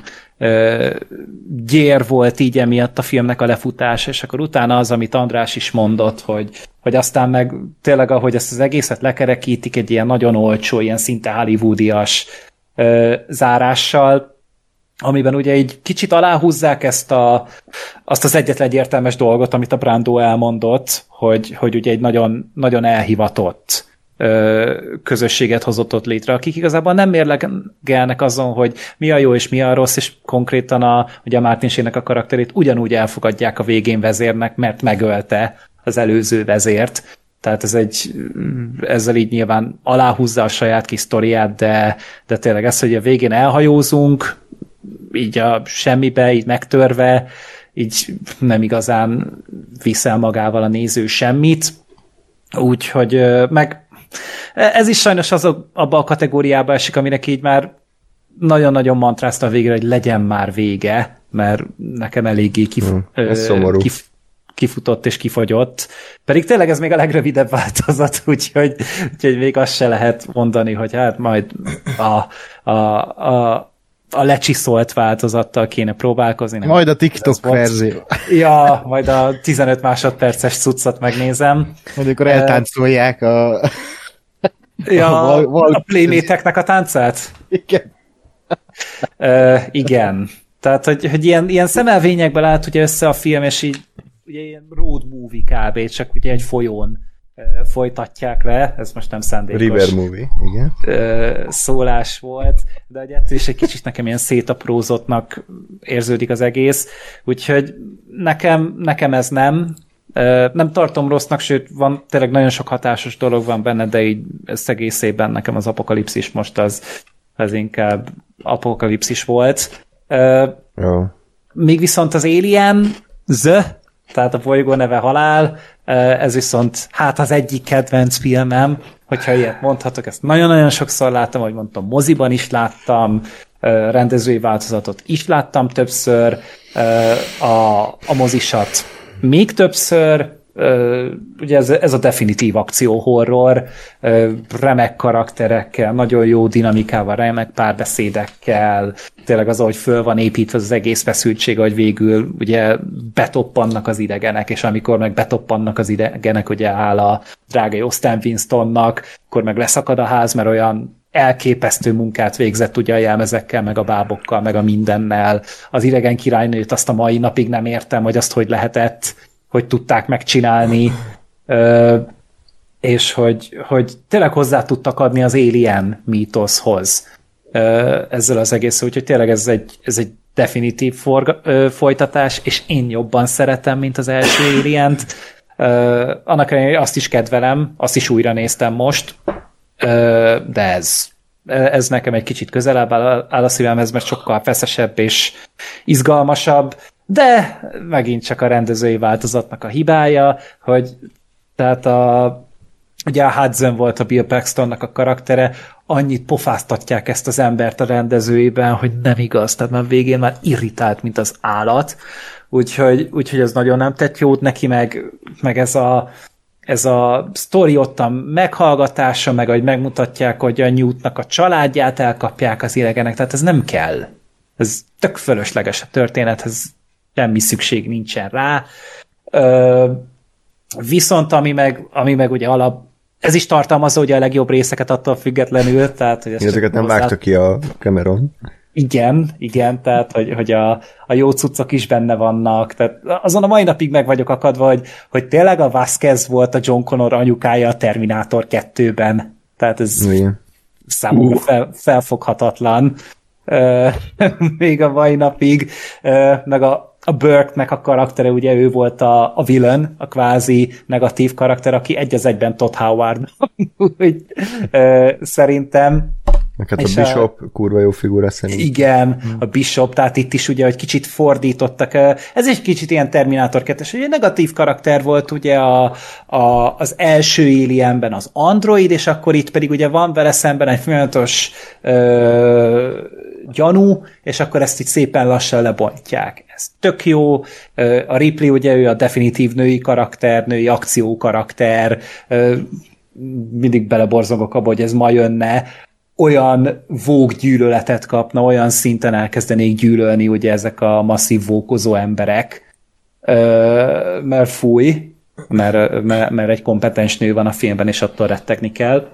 gyér volt így emiatt a filmnek a lefutása, és akkor utána az, amit András is mondott, hogy aztán meg tényleg, ahogy ezt az egészet lekerekítik egy ilyen nagyon olcsó, ilyen szinte hollywoodias zárással, amiben ugye egy kicsit aláhúzzák azt az egyetlen értelmes dolgot, amit a Brando elmondott, hogy ugye egy nagyon, nagyon elhivatott közösséget hozott ott létre, akik igazából nem mérlegelnek azon, hogy mi a jó és mi a rossz, és konkrétan ugye a Martin Sheen-nek a karakterét ugyanúgy elfogadják a végén vezérnek, mert megölte az előző vezért. Tehát ezzel így nyilván aláhúzza a saját kis sztoriát, de tényleg ez, hogy a végén elhajózunk, így a semmibe, így megtörve, így nem igazán viszel magával a néző semmit. Úgyhogy meg ez is sajnos abba a kategóriába esik, aminek így már nagyon-nagyon mantrázta a végre, hogy legyen már vége, mert nekem eléggé kifutott és kifogyott. Pedig tényleg ez még a legrövidebb változat, úgyhogy még azt se lehet mondani, hogy hát majd a lecsiszolt változattal kéne próbálkozni. Nem, majd a TikTok verzió. Ja, majd a 15 másodperces cuccot megnézem. Majd akkor eltáncolják a Playmate-eknek a táncát? Igen. Igen. Tehát, hogy ilyen szemelvényekben állt ugye össze a film, és így ugye ilyen road movie kb. Csak ugye egy folyón folytatják le, ez most nem szándékos. River movie, igen. Szólás volt, de ugye ettől is egy kicsit nekem ilyen szétaprózottnak érződik az egész, úgyhogy nekem ez nem tartom rossznak, sőt, van tényleg nagyon sok hatásos dolog van benne, de így összegészében nekem az apokalipszis most az inkább apokalipszis volt. Még viszont az Alien, tehát a bolygó neve halál, ez viszont hát az egyik kedvenc filmem, hogyha ilyet mondhatok, ezt nagyon-nagyon sokszor láttam, ahogy mondtam, moziban is láttam, rendezői változatot is láttam többször, a mozisat még többször, ugye ez a definitív akcióhorror, remek karakterekkel, nagyon jó dinamikával, remek párbeszédekkel, tényleg az, ahogy föl van építve az egész feszültség, hogy végül ugye betoppannak az idegenek, és amikor meg betoppannak az idegenek, ugye áll a drága jó Stan Winstonnak, akkor meg leszakad a ház, mert olyan elképesztő munkát végzett ugye a jelmezekkel, meg a bábokkal, meg a mindennel. Az idegen királynőt azt a mai napig nem értem, hogy azt hogy lehetett, hogy tudták megcsinálni, és hogy tényleg hozzá tudtak adni az Alien mítoszhoz ezzel az egész, úgyhogy tényleg ez egy definitív folytatás, és én jobban szeretem, mint az első Alient. Annak ellenére azt is kedvelem, azt is újra néztem most, de ez nekem egy kicsit közelebb áll a szívemhez, mert sokkal feszesebb és izgalmasabb, de megint csak a rendezői változatnak a hibája, hogy tehát ugye a Hudson volt a Bill Paxtonnak a karaktere, annyit pofáztatják ezt az embert a rendezőiben, hogy nem igaz, tehát már végén már irritált, mint az állat, úgyhogy ez nagyon nem tett jót neki, meg ez a sztori ott a meghallgatása, meg ahogy megmutatják, hogy a Newtnak a családját elkapják az idegenek, tehát ez nem kell. Ez tök fölösleges a történethez, semmi szükség nincsen rá. Viszont ami meg ugye ez is tartalmazza ugye a legjobb részeket attól függetlenül, tehát hogy ezeket nem vágta ki a Cameron. Igen, tehát hogy a jó cuccok is benne vannak, tehát azon a mai napig meg vagyok akadva, hogy tényleg a Vasquez volt a John Connor anyukája a Terminator 2-ben, tehát ez számomra felfoghatatlan még a mai napig, meg a Burke-nek a karaktere, ugye ő volt a villain, a kvázi negatív karakter, aki egy az egyben Todd Howard. Szerintem Hát a Bishop kurva jó figura szerintem. Igen, a Bishop, tehát itt is ugye, hogy kicsit fordítottak. Ez egy kicsit ilyen Terminátor 2-es, hogy egy negatív karakter volt ugye az első Alienben az android, és akkor itt pedig ugye van vele szemben egy folyamatos gyanú, és akkor ezt így szépen lassan lebontják. Ez tök jó. A Ripley ugye ő a definitív női karakter, női akciókarakter, mindig beleborzongok abba, hogy ez ma jönne, olyan vóggyűlöletet kapna, olyan szinten elkezdenék gyűlölni ugye ezek a masszív vókozó emberek, mert fúj, mert egy kompetens nő van a filmben, és attól rettegni kell,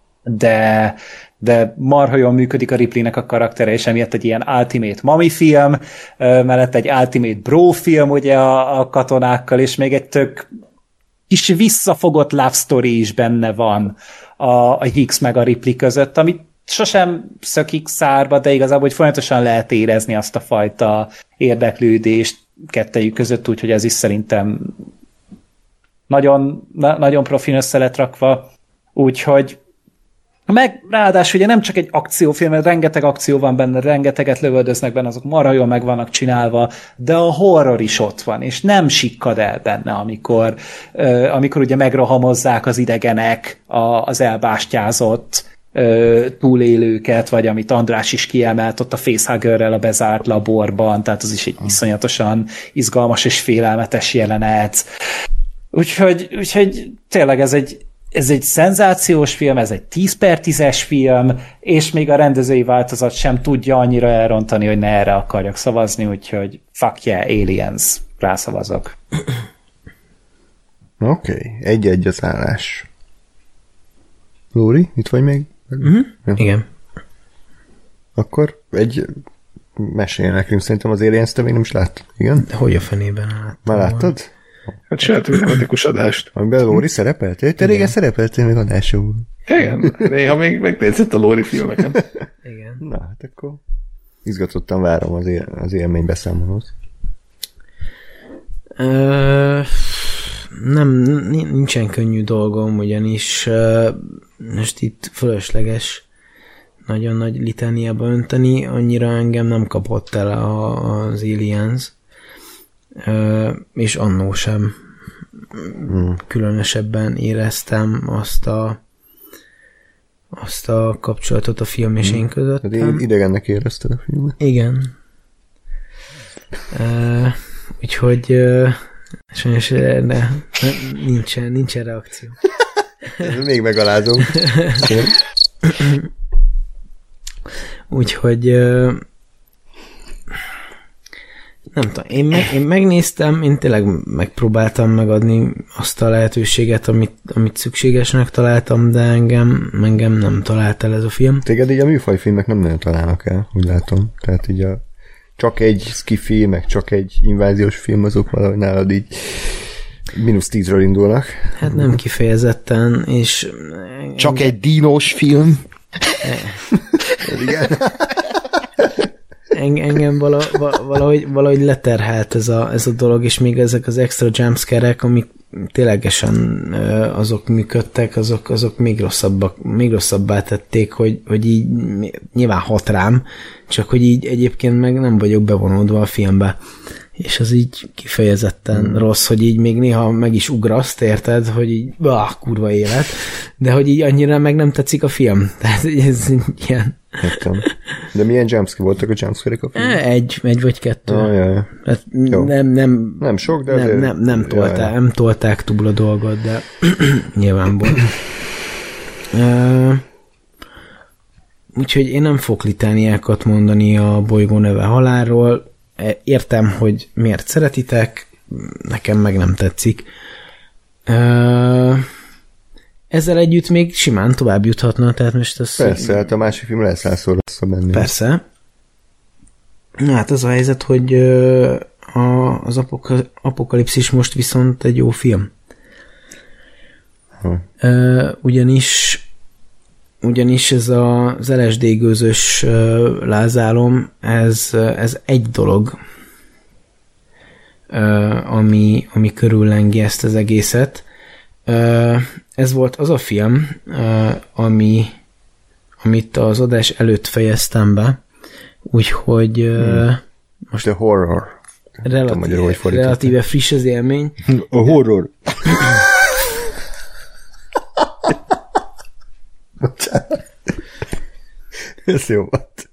de marha jól működik a Ripleynek a karaktere, és emiatt egy ilyen Ultimate Mami film, mellett egy Ultimate Bro film ugye a katonákkal, és még egy tök kis visszafogott love story is benne van a Hicks meg a Ripley között, amit sosem szökik szárba, de igazából, hogy folyamatosan lehet érezni azt a fajta érdeklődést kettejük között, úgyhogy ez is szerintem nagyon, nagyon profin össze lett rakva, úgyhogy meg ráadásul ugye nem csak egy akciófilm, mert rengeteg akció van benne, rengeteget lövöldöznek benne, azok marha jól meg vannak csinálva, de a horror is ott van, és nem sikkad el benne, amikor ugye megrohamozzák az idegenek az elbástyázott túlélőket, vagy amit András is kiemelt ott a facehuggerrel a bezárt laborban, tehát az is egy iszonyatosan izgalmas és félelmetes jelenet. Úgyhogy tényleg ez egy szenzációs film, ez egy 10/10-es film, és még a rendezői változat sem tudja annyira elrontani, hogy ne erre akarjak szavazni, úgyhogy fuck yeah, Aliens, rászavazok. Oké, 1-1 az állás. Lóri, itt vagy még? Ja. Igen. Akkor mesélj nekünk, szerintem az Aliens te még nem is láttad, igen? De hogy a fenében láttam? Már láttad? Hát csináltunk tematikus adást. Amiben Lóri szerepeltél? Te régen szerepeltél még adásról. Igen, néha még megnézett a Lóri filmeket. Igen. Na, hát akkor izgatottan várom az élménybeszámolót. Nincsen könnyű dolgom, ugyanis most itt fölösleges nagyon nagy litániába önteni, annyira engem nem kapott el az Aliens, és annó sem különösebben éreztem azt a kapcsolatot a film és én között. Idegennek érezted a filmet? Igen. Úgyhogy sajnos nincsen reakció. Még megalázom. Úgyhogy nem tudom, én megnéztem, én tényleg megpróbáltam megadni azt a lehetőséget, amit szükségesnek találtam, de engem nem talált el ez a film. Téged így a műfajfilmek nem nagyon találnak el, úgy látom. Tehát így csak egy ski-fi, meg csak egy inváziós film, azok valahogy nálad így -10-ről indulnak. Hát nem kifejezetten, és... Csak egy dinós film. Igen. Engem valahogy leterhelt ez a dolog, és még ezek az extra jumpscare-ek, amik ténylegesen azok működtek, azok még rosszabbá tették, hogy így nyilván hat rám, csak hogy így egyébként meg nem vagyok bevonódva a filmbe. És az így kifejezetten rossz, hogy így még néha meg is ugraszt, érted, hogy így, kurva élet, de hogy így annyira meg nem tetszik a film. Tehát ez ilyen... Értem. De milyen jumpscare voltak a jumpscare-ek a filmben? Egy vagy kettő. Jaj. Hát nem sok, de azért... Nem tolták túl a dolgot, de nyilvánból. Úgyhogy én nem fogok litániákat mondani a Bolygó neve halálról. Értem, hogy miért szeretitek, nekem meg nem tetszik. Ezzel együtt még simán tovább juthatna, tehát most ez... Persze, hát a másik film lesz 100-szor rosszabb ennél. Persze. Hát az a helyzet, hogy az Apokalipszis most viszont egy jó film. Ugyanis ez az LSD gőzös lázálom, ez egy dolog, ami körüllengi ezt az egészet. Ez volt az a film, amit az adás előtt fejeztem be, úgyhogy most a horror. Relatíve friss az élmény. A horror. Ez jó volt.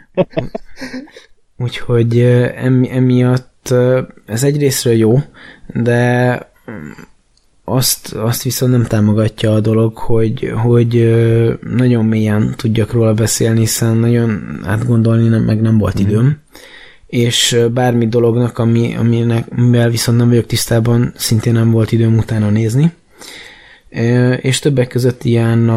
Úgyhogy emiatt ez egyrészről jó, de azt viszont nem támogatja a dolog, hogy nagyon mélyen tudjak róla beszélni, hiszen nagyon átgondolni meg nem volt időm. És bármi dolognak, amivel viszont nem vagyok tisztában, szintén nem volt időm utána nézni. És többek között ilyen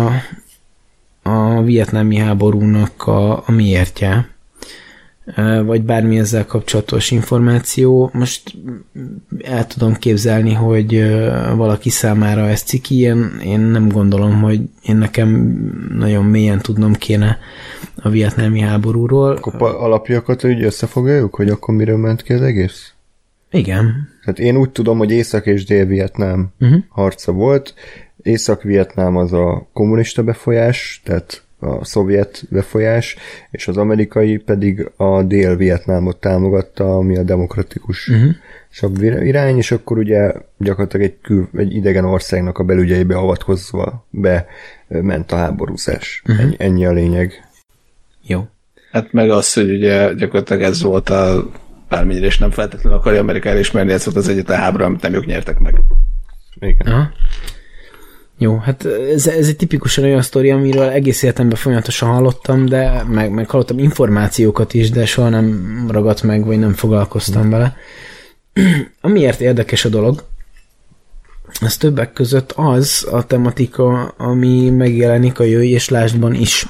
a vietnámi háborúnak a miértje, vagy bármi ezzel kapcsolatos információ. Most el tudom képzelni, hogy valaki számára ez ciki, én nem gondolom, hogy én nekem nagyon mélyen tudnom kéne a vietnámi háborúról. Akkor alapjakat úgy összefoglaljuk, hogy akkor miről ment ki az egész? Igen. Tehát én úgy tudom, hogy Észak- és Dél-Vietnám harca volt. Észak-Vietnám az a kommunista befolyás, tehát a szovjet befolyás, és az amerikai pedig a Dél-Vietnámot támogatta, ami a demokratikus irány, és akkor ugye gyakorlatilag egy idegen országnak a belügyeibe avatkozva ment a háborúzás. Ennyi a lényeg. Jó. Hát meg az, hogy ugye gyakorlatilag ez volt bármennyire is nem feltétlenül akarja Amerika elismerni, ez volt az egyetlen háború, amit nem ők nyertek meg. Igen. Aha. Jó, hát ez egy tipikusan olyan sztori, amiről egész életemben folyamatosan hallottam, de meg hallottam információkat is, de soha nem ragadt meg, vagy nem foglalkoztam vele. Amiért érdekes a dolog, az többek között az a tematika, ami megjelenik a Jöjj és Lásdban is.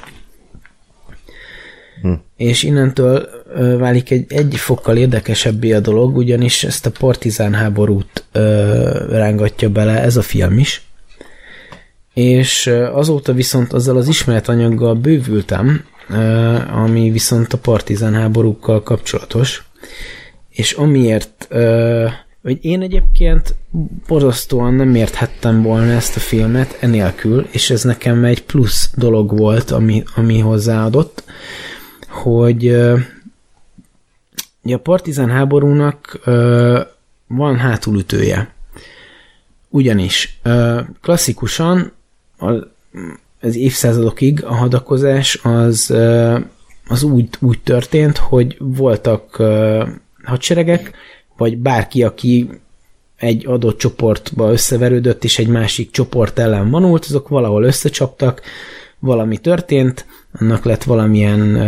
És innentől válik egy fokkal érdekesebbé a dolog, ugyanis ezt a partizán háborút rángatja bele ez a film is. És azóta viszont azzal az ismeretanyaggal bővültem, ami viszont a partizán háborúkkal kapcsolatos. És amiért, hogy én egyébként borzasztóan nem érthettem volna ezt a filmet enélkül, és ez nekem egy plusz dolog volt, ami hozzáadott, hogy a partizán háborúnak van hátulütője. Ugyanis klasszikusan az évszázadokig a hadakozás az úgy történt, hogy voltak hadseregek, vagy bárki, aki egy adott csoportba összeverődött, és egy másik csoport ellen vonult, azok valahol összecsaptak, valami történt, annak lett valamilyen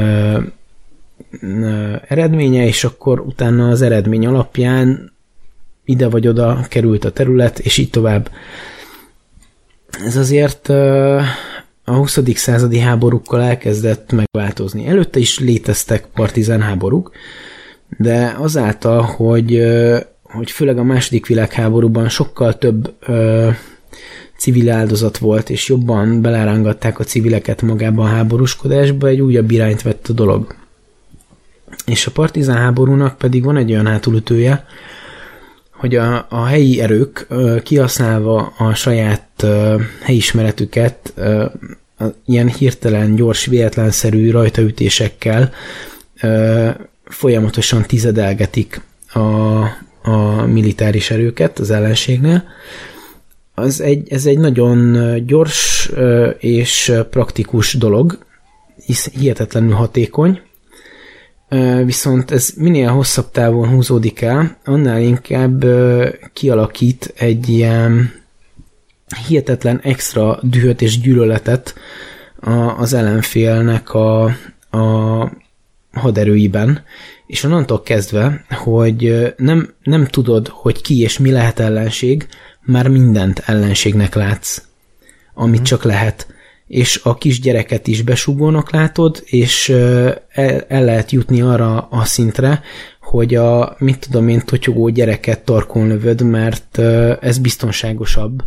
eredménye, és akkor utána az eredmény alapján ide vagy oda került a terület, és így tovább. Ez azért a 20. századi háborúkkal elkezdett megváltozni. Előtte is léteztek partizán háborúk, de azáltal, hogy főleg a második világháborúban sokkal több civil áldozat volt, és jobban belárángatták a civileket magába a háborúskodásba, egy újabb irányt vett a dolog. És a partizán háborúnak pedig van egy olyan hátulütője, hogy a helyi erők kihasználva a saját helyismeretüket ilyen hirtelen, gyors, véletlenszerű rajtaütésekkel folyamatosan tizedelgetik a militáris erőket az ellenségnél. Ez egy nagyon gyors és praktikus dolog, hihetetlenül hatékony, viszont ez minél hosszabb távon húzódik el, annál inkább kialakít egy ilyen hihetetlen extra dühöt és gyűlöletet az ellenfélnek a haderőiben, és onnantól kezdve, hogy nem tudod, hogy ki és mi lehet ellenség, már mindent ellenségnek látsz, amit csak lehet. És a kisgyereket is besugónak látod, és el lehet jutni arra a szintre, hogy a, mit tudom én, totyogó gyereket tarkon lövöd, mert ez biztonságosabb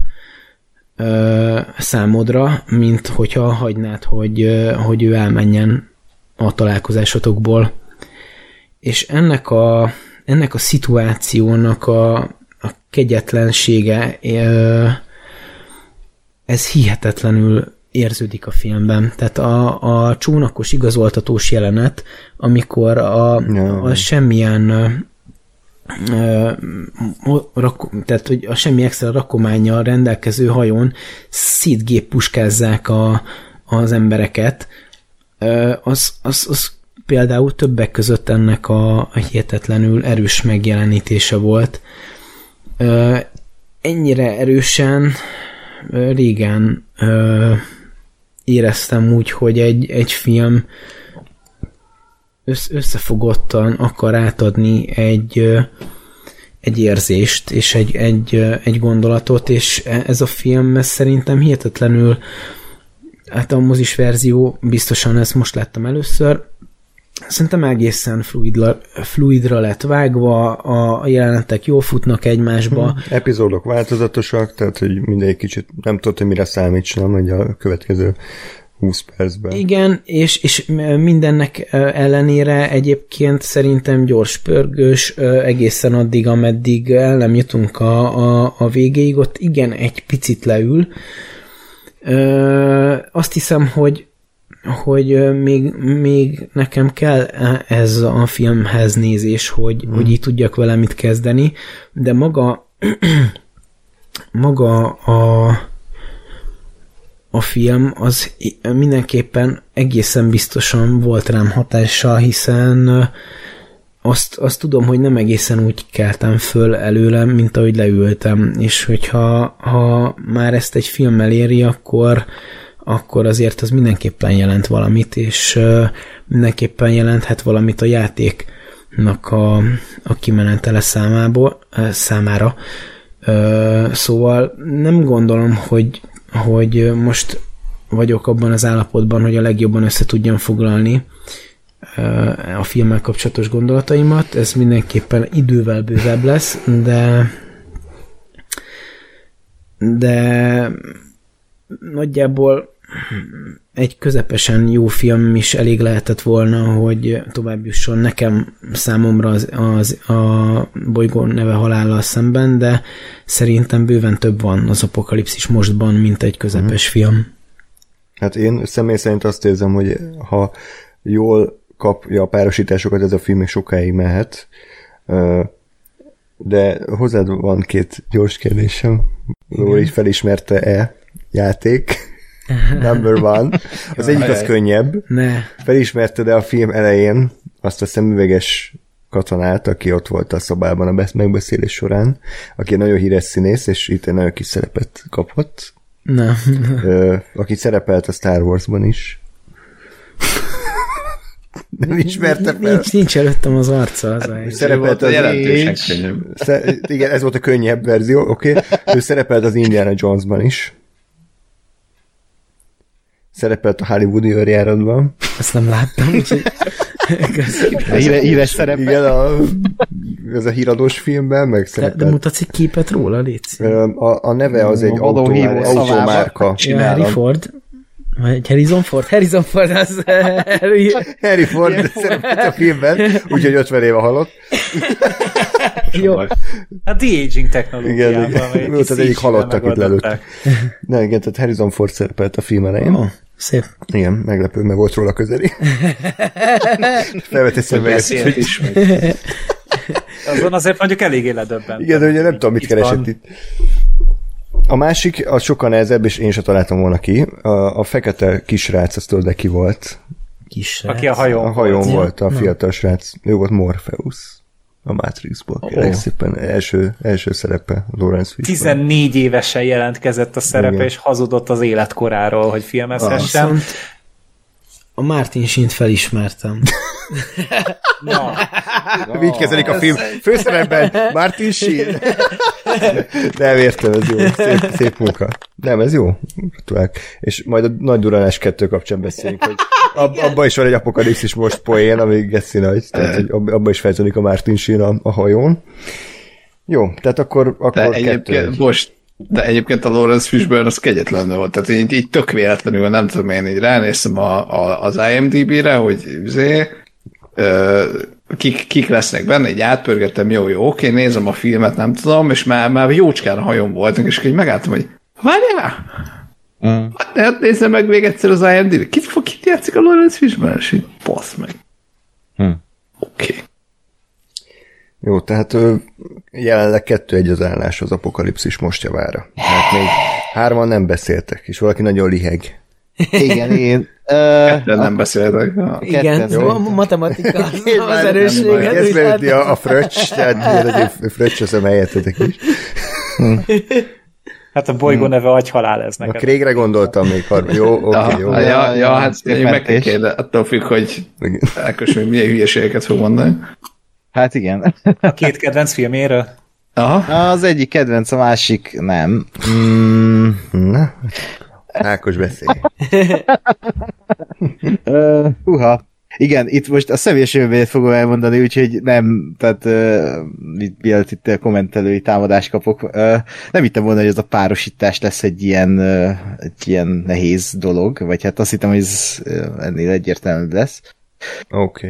számodra, mint hogyha hagynád, hogy ő elmenjen a találkozásotokból. És ennek a szituációnak a kegyetlensége ez hihetetlenül érződik a filmben. Tehát a csónakos igazoltatós jelenet, amikor a semmilyen tehát, hogy a semmi extra rakománnyal rendelkező hajón szétgéppuskázzák az embereket, az például többek között ennek a hihetetlenül erős megjelenítése volt. Ennyire erősen régen éreztem úgy, hogy egy film összefogottan akar átadni egy érzést és egy gondolatot, és ez a film ez szerintem hihetetlenül, hát a mozis verzió, biztosan ezt most láttam először, szerintem egészen fluidra lett vágva, a jelenetek jól futnak egymásba. Epizódok változatosak, tehát hogy mindegyik kicsit nem tudod, hogy mire számíts, nem, hogy a következő 20 percben. Igen, és mindennek ellenére egyébként szerintem gyors pörgős egészen addig, ameddig el nem jutunk a végéig, ott igen, egy picit leül. Azt hiszem, hogy még nekem kell ez a filmhez nézés, hogy így tudjak vele mit kezdeni, de maga a film az mindenképpen egészen biztosan volt rám hatással, hiszen azt tudom, hogy nem egészen úgy keltem föl előlem, mint ahogy leültem, és hogyha már ezt egy film eléri, akkor azért az mindenképpen jelent valamit, és mindenképpen jelenthet valamit a játéknak a kimenetele számára. Szóval nem gondolom, hogy most vagyok abban az állapotban, hogy a legjobban össze tudjam foglalni a filmmel kapcsolatos gondolataimat. Ez mindenképpen idővel bővebb lesz, de nagyjából egy közepesen jó film is elég lehetett volna, hogy tovább jusson nekem számomra a bolygó neve halállal szemben, de szerintem bőven több van az Apokalipszis mostban, mint egy közepes film. Hát én személy szerint azt érzem, hogy ha jól kapja a párosításokat, ez a film még sokáig mehet, de hozzád van 2 gyors kérdésem. Lóri felismerte-e játék? Number one. Az egyik az könnyebb. Ne. Felismerted-e a film elején azt a szemüveges katonát, aki ott volt a szobában a megbeszélés során, aki nagyon híres színész, és itt egy nagyon kis szerepet kapott. Nem. Aki szerepelt a Star Warsban is. Nem ismerte fel. Nincs előttem az arca. Szerepelt az igen, ez volt a könnyebb verzió, oké. Ő szerepelt az Indiana Jonesban is. Szerepelt a Hollywoodi őrjáratban. Ezt nem láttam, úgyhogy híres szerepel. Igen, ez a híradós filmben, meg szerepelt. De mutatsz egy képet róla, légy. A neve az egy automárka. Harry Ford. Vagy Harrison Ford? Harrison Ford az... Harry Ford szerepelt a filmben, úgyhogy 50 éve halott. Jó. A de-aging technológiában. Igen. Volt az egyik halott, akit lelőttek. Nem, igen, tehát Harrison Ford szerepelt a film elején. Oh, szép. Igen, meglepő, meg volt róla közeli. Felvetett szemüveget is. Azon azért mondjuk eléggé ledöbben. Igen, de ugye nem tudom, mit keresett itt. A másik, az sokkal nehezebb, és én sem találtam volna ki. A fekete kisrác, azt tudod, de ki volt? Kisrác? Aki a hajón volt, a fiatal srác. Ő volt Morpheus a Matrixból. Kérlek szépen első szerepe Lawrence Fishburne. 14 évesen jelentkezett a szerepe, igen. És hazudott az életkoráról, hogy filmezhessen. A Martin Sheen-t felismertem. Na. Így kezelik a film főszerepben Martin Sheen. Nem értem, ez jó. Szép munka. Nem, ez jó. És majd a Nagy Duranás 2 kapcsán beszélünk, hogy abban is van egy apokalipszis most poén, ami geci nagy. Tehát, hogy abban is feltűnik a Martin Sheen a hajón. Jó, tehát akkor de egyébként a Lawrence Fishburne az kegyetlen volt, tehát így tök véletlenül, nem tudom, én így ránéztem az IMDb-re, hogy kik lesznek benne, így átpörgettem, jó, oké, nézem a filmet, nem tudom, és már jócskán a hajón voltunk, és így megálltam, hogy várjál, Hát nézze meg még egyszer az IMDb. Kit játszik a Lawrence Fishburne? Basz meg. Oké. Jó, tehát jelenleg 2-1 az állás az apokalipszis most javára. Hát még 3-an nem beszéltek, és valaki nagyon liheg. Igen, én... De nem beszéltek. Igen, matematika az erősséget. Ez beüti a fröccs, tehát fröccs az a helyettetek is. Hát a bolygó neve agyhalál ez neked. A Craigre gondoltam még. Jó, oké, jó. Ja, hát én meg kell kérdezni, attól függ, hogy Ákos még milyen hülyeségeket fog mondani. Hát igen. A 2 kedvenc filméről? Aha. Az egyik kedvenc, a másik nem. Na, Ákos beszélj. Húha. Igen, itt most a személyes élményét fogom elmondani, úgyhogy nem, tehát mielőtt itt kommentelői támadást kapok, nem hittem volna, hogy ez a párosítás lesz egy ilyen nehéz dolog, vagy hát azt hittem, hogy ez ennél egyértelműbb lesz. Oké.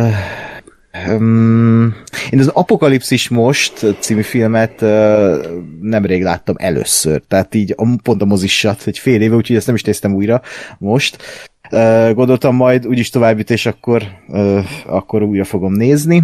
Én az Apokalipszis most című filmet nemrég láttam először, tehát így pont a mozissat, egy fél éve, úgyhogy ezt nem is néztem újra most. Gondoltam majd úgyis továbbütés, akkor újra fogom nézni.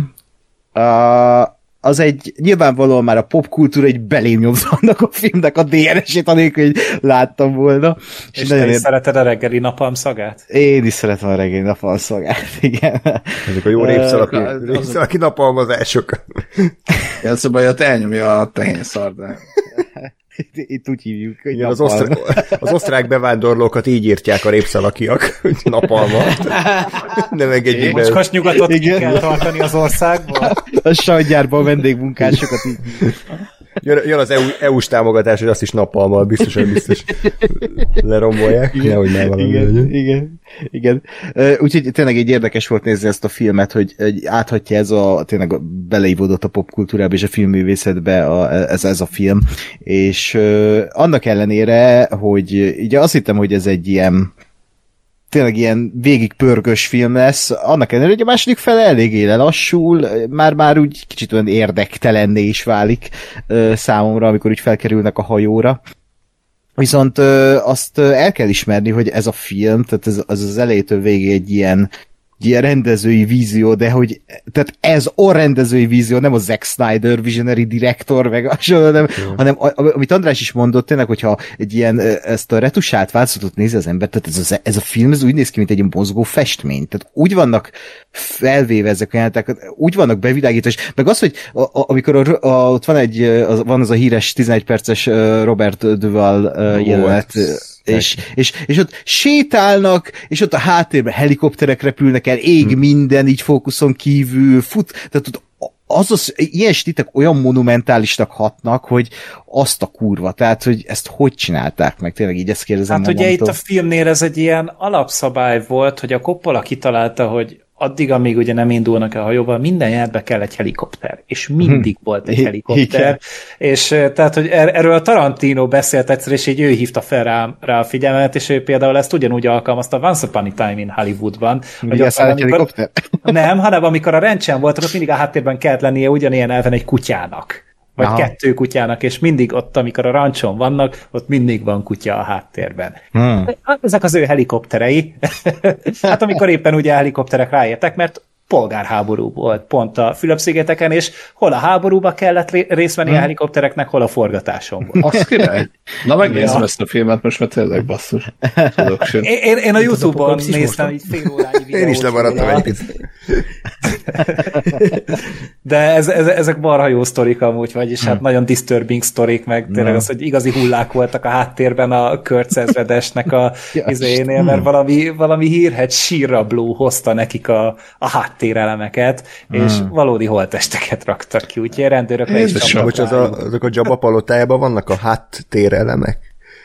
Az egy, nyilvánvalóan már a popkultúra egy belém nyomza annak a filmnek a DNS-ét, anélkül, hogy láttam volna. És te is szereted a reggeli napalmszagát? Én is szeretem a reggeli napalmszagát, igen. Ezek a jó répszalaki napalmazások. Ez a baj, ott elnyomja a tehénszardát. Itt úgy hívjuk, hogy igen, az osztrák bevándorlókat így írtják a répszalakiak, hogy napalmat. Nem engedjük be. Mocskos nyugatot ki kell tartani az országban. A sajtgyárban vendégmunkásokat így. Jön az EU-s támogatás, hogy azt is napalmal biztos lerombolják. Igen, nehogy már valami igen. Úgyhogy tényleg egy érdekes volt nézni ezt a filmet, hogy áthatja ez tényleg beleívódott a popkultúrába és a filmművészetbe ez a film, és annak ellenére, hogy ugye azt hittem, hogy ez egy ilyen tényleg ilyen végigpörgős film lesz, annak ellenére, hogy a második fele eléggé lelassul, már úgy kicsit olyan érdektelenné is válik számomra, amikor úgy felkerülnek a hajóra. Viszont azt el kell ismerni, hogy ez a film, tehát ez az elejétől végig egy ilyen rendezői vízió, de hogy tehát ez a rendezői vízió, nem a Zack Snyder visionary director, meg hanem amit András is mondott, tényleg, hogyha egy ilyen ezt a retusált változatot nézi az ember, tehát ez a film ez úgy néz ki, mint egy mozgó festmény. Tehát úgy vannak felvéve ezek a jelentek, úgy vannak bevilágítva, meg az, hogy amikor ott van az a híres 11 perces Robert Duvall jelenet, és ott sétálnak, és ott a háttérben helikopterek repülnek el, ég minden, így fókuszon kívül, fut, tehát ott ilyen stítek olyan monumentálisnak hatnak, hogy azt a kurva, tehát, hogy ezt hogy csinálták meg, tényleg így ezt kérdezem. Hát ugye itt a filmnél ez egy ilyen alapszabály volt, hogy a Coppola kitalálta, hogy addig, amíg ugye nem indulnak a hajóval, minden jelentbe kell egy helikopter, és mindig volt egy helikopter, és tehát, hogy erről a Tarantino beszélt egyszer, és így ő hívta fel rá a figyelmet, és ő például ezt ugyanúgy alkalmazta Once Upon a Time in Hollywoodban. Hogy az helikopter? Nem, hanem amikor a rendsen volt, akkor mindig a háttérben kellett lennie ugyanilyen elven egy kutyának. Vagy 2 kutyának, és mindig ott, amikor a rancson vannak, ott mindig van kutya a háttérben. Ezek az ő helikopterei. Hát amikor éppen ugye helikopterek ráértek, mert polgárháború volt pont a Fülöp-szigeteken, és hol a háborúba kellett részt venni a helikoptereknek, hol a forgatáson volt. Azt király. Na megnézem ezt a filmet most, mert tényleg basszus. Én a YouTube-on néztem így fél órányi videót. Én is lemaradtam egy picit. De ezek marha jó sztorik amúgy, vagyis hát nagyon disturbing sztorik, meg tényleg az, hogy igazi hullák voltak a háttérben a körcezredesnek a izénél, mert valami hírhedt sírrabló hozta nekik a háttérelemeket, és valódi holttesteket raktak ki, úgyhogy a rendőrökre is kaptak. Bocs, azok a Jabba palotájában vannak a háttérelemek?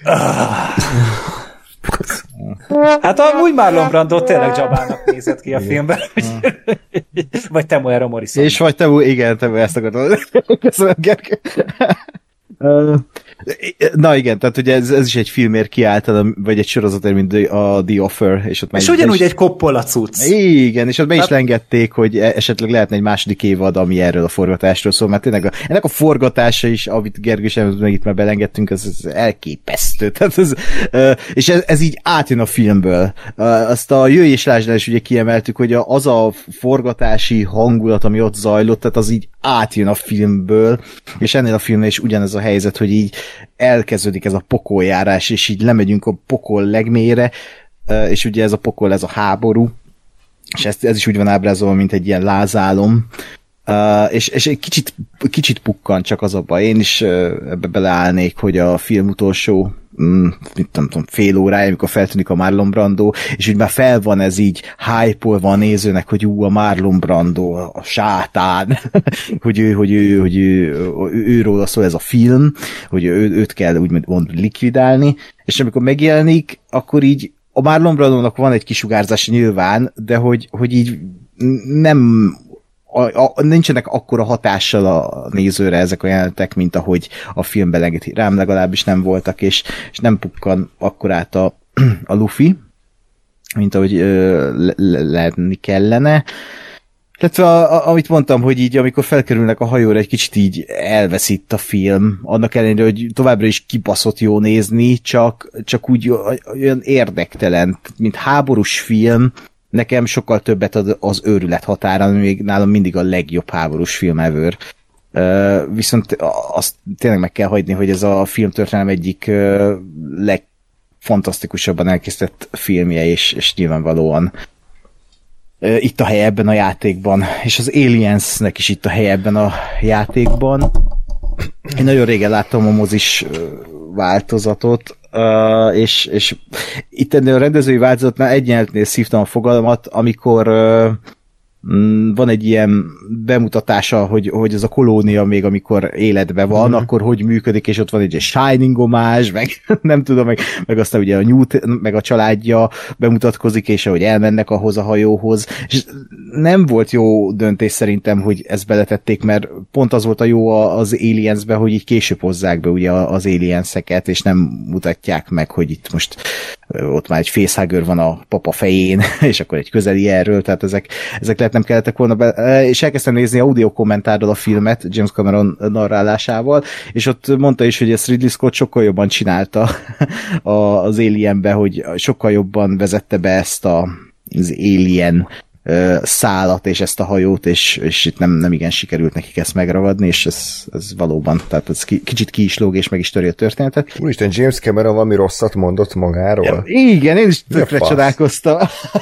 Hát amúgy Marlon Brando tényleg Jabának nézett ki a filmben. Vagy Temuera Morrison. És vagy igen, Temuera ezt akartam. Köszönöm, Gergő. Na igen, tehát ugye ez is egy filmért kiállt, vagy egy sorozatért, mint a The Offer. És ugyanúgy egy Coppola cucc. Igen, és ott be is lengették, hogy esetleg lehetne egy második évad, ami erről a forgatásról szól, mert tényleg ennek a forgatása is, amit Gergő sem meg itt már belengedtünk, az elképesztő. Tehát és ez így átjön a filmből. Azt a Jöjj és Lásdnál is ugye kiemeltük, hogy az a forgatási hangulat, ami ott zajlott, tehát az így átjön a filmből, és ennél a filmnél is ugyanez a helyzet, hogy így elkezdődik ez a pokoljárás, és így lemegyünk a pokol legmélyre, és ugye ez a pokol, ez a háború, és ez is úgy van ábrázolva, mint egy ilyen lázálom, és egy kicsit pukkan csak az a baj. Én is ebbe beleállnék, hogy a film utolsó nem tudom, fél órája, amikor feltűnik a Marlon Brando, és úgy már fel van ez így hype-olva a nézőnek, hogy a Marlon Brando, a sátán, hogy őróla szól ez a film, hogy őt kell úgymond likvidálni, és amikor megjelenik, akkor így a Marlon Brandónak van egy kisugárzás nyilván, de hogy így nem nincsenek akkora hatással a nézőre ezek a jelenetek, mint ahogy a filmben engedi. Rám legalábbis nem voltak, és nem pukkan akkorát a Luffy, mint ahogy lenni kellene. Illetve amit mondtam, hogy így amikor felkerülnek a hajóra, egy kicsit így elveszít a film, annak ellenére, hogy továbbra is kibaszott jó nézni, csak úgy olyan érdektelen, mint háborús film. Nekem sokkal többet ad az Őrület határán, ami még nálam mindig a legjobb háborús film ever. Viszont azt tényleg meg kell hagyni, hogy ez a filmtörténelem egyik legfantasztikusabban elkészített filmje, és nyilvánvalóan itt a helye ebben a játékban, és az Aliensnek is itt a helye ebben a játékban. Én nagyon régen láttam a mozis változatot, és itt ennél a rendezői változatnál egyenletnél szívtam a fogalmat, amikor van egy ilyen bemutatása, hogy ez a kolónia még amikor életben van, akkor hogy működik, és ott van egy Shining omázs, meg nem tudom, meg aztán ugye a Newt, meg a családja bemutatkozik, és ahogy elmennek ahhoz a hajóhoz, és nem volt jó döntés szerintem, hogy ezt beletették, mert pont az volt a jó az Aliensben, hogy így később hozzák be ugye az Alienseket, és nem mutatják meg, hogy itt most ott már egy facehugger van a papa fején, és akkor egy közeli erről, tehát ezek lehet nem kellettek volna be, és elkezdtem nézni audio kommentárral a filmet, James Cameron narrálásával, és ott mondta is, hogy ezt Ridley Scott sokkal jobban csinálta az Alienbe, hogy sokkal jobban vezette be ezt az Alien szálat és ezt a hajót, és itt nem igen sikerült nekik ezt megragadni, és ez valóban, tehát ez kicsit ki is lóg, és meg is töri a történetet. Úristen, James Cameron valami rosszat mondott magáról? Ja, igen, én is tökre csodálkoztam.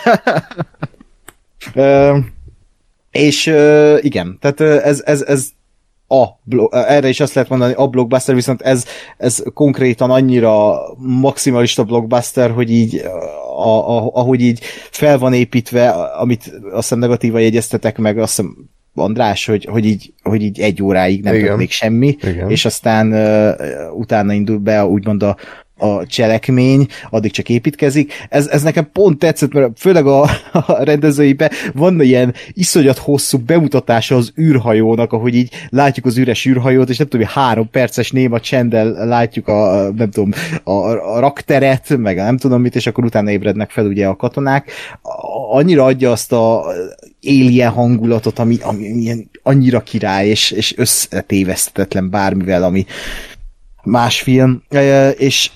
És igen, tehát ez erre is azt lehet mondani, a blockbuster, viszont ez konkrétan annyira maximalista blockbuster, hogy így ahogy így fel van építve, amit azt hiszem negatívan jegyeztetek meg, azt hiszem András, hogy így egy óráig nem történik semmi, igen. És aztán utána indul be úgymond a cselekmény, addig csak építkezik. Ez nekem pont tetszett, mert főleg a rendezőiben van ilyen iszonyat hosszú bemutatása az űrhajónak, ahogy így látjuk az üres űrhajót, és nem tudom, 3 perces néma csenddel látjuk nem tudom, a rakteret, meg nem tudom mit, és akkor utána ébrednek fel ugye a katonák. Annyira adja azt a alien hangulatot, ami ilyen annyira király, és összetéveszthetetlen bármivel, ami más film, és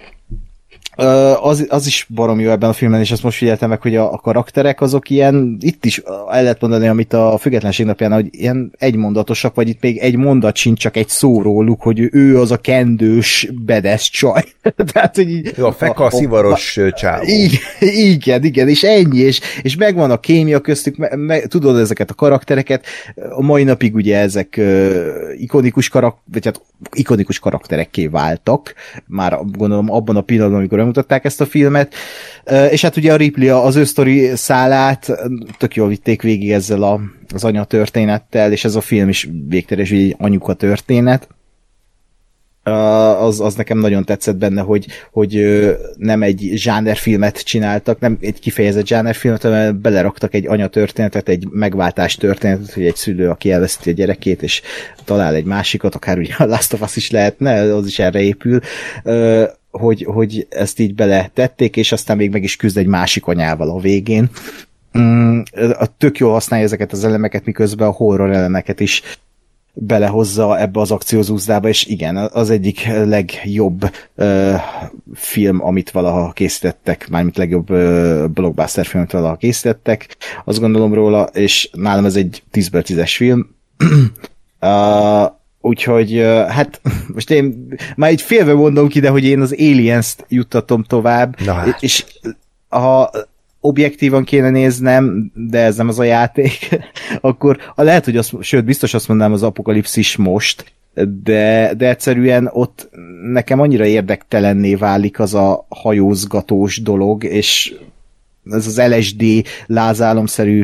az is barom jó ebben a filmben, és azt most figyeltem meg, hogy a karakterek azok ilyen, itt is el lehet mondani, amit a Függetlenség napján, hogy ilyen egymondatosak, vagy itt még egy mondat sincs, csak egy szó róluk, hogy ő az a kendős, bedesz csaj. Tehát, hogy így, a feka-szivaros csávó. Igen, és ennyi, és megvan a kémia köztük, tudod ezeket a karaktereket, a mai napig ugye ezek ikonikus karakterekké váltak, már gondolom abban a pillanatban, amikor bemutatták ezt a filmet, és hát ugye a Ripley az ő sztori szálát tök jól vitték végig ezzel az anya történettel, és ez a film is végtelenül egy anyuka történet. az nekem nagyon tetszett benne, hogy nem egy zsánerfilmet csináltak, nem egy kifejezett zsánerfilmet, hanem beleraktak egy anyatörténetet, egy megváltás történetet, hogy egy szülő, aki elveszti a gyerekét, és talál egy másikat, akár ugye a Last of Us is lehetne, az is erre épül, hogy ezt így beletették, és aztán még meg is küzd egy másik anyával a végén. Tök jól használja ezeket az elemeket, miközben a horror elemeket is belehozza ebbe az akciózúzdába, és igen, az egyik legjobb film, amit valaha készítettek, mármint legjobb blockbuster filmet valaha készítettek, azt gondolom róla, és nálam ez egy 10-ből 10-es film. Úgyhogy, hát most én már így félve mondom ki, de hogy én az Aliens-t juttatom tovább, hát. És ha objektívan kéne néznem, de ez nem az a játék, akkor lehet, hogy sőt, biztos azt mondanám az Apokalipszis most, de egyszerűen ott nekem annyira érdektelenné válik az a hajózgatós dolog, és ez az LSD lázálomszerű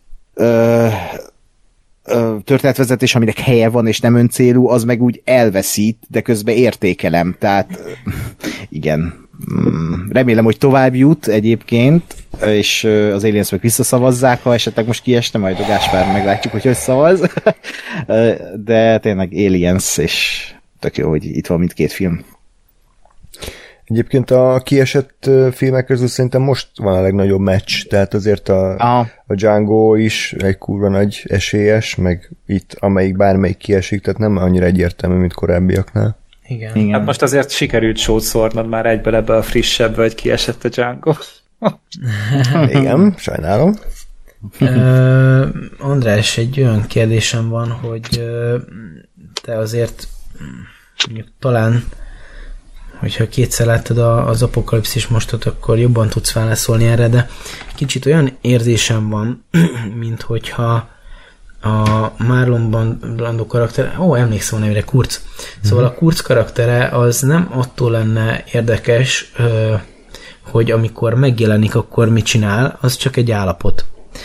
történetvezetés, aminek helye van, és nem öncélú, az meg úgy elveszít, de közben értékelem, tehát igen. Remélem, hogy tovább jut egyébként, és az Aliens meg visszaszavazzák, ha esetleg most kiesne, majd a Gáspár meglátjuk, hogy szavaz. De tényleg Aliens, és tök jó, hogy itt van mindkét film. Egyébként a kiesett filmek közül szerintem most van a legnagyobb meccs, tehát azért a Django is egy kurva nagy esélyes, meg itt amelyik bármelyik kiesik, tehát nem annyira egyértelmű, mint korábbiaknál. Igen. Hát most azért sikerült sót szórnod már egyből ebbe a frissebbe, hogy kiesett a Django. Igen, sajnálom. András, egy olyan kérdésem van, hogy te azért mondjuk talán, hogyha kétszer láttad az Apokalipszis mostot, akkor jobban tudsz válaszolni erre, de kicsit olyan érzésem van, mint hogyha a Marlon Brando karaktere, emlékszem a nevére, Kurz. Szóval a Kurz karaktere az nem attól lenne érdekes, hogy amikor megjelenik, akkor mit csinál, az csak egy állapot.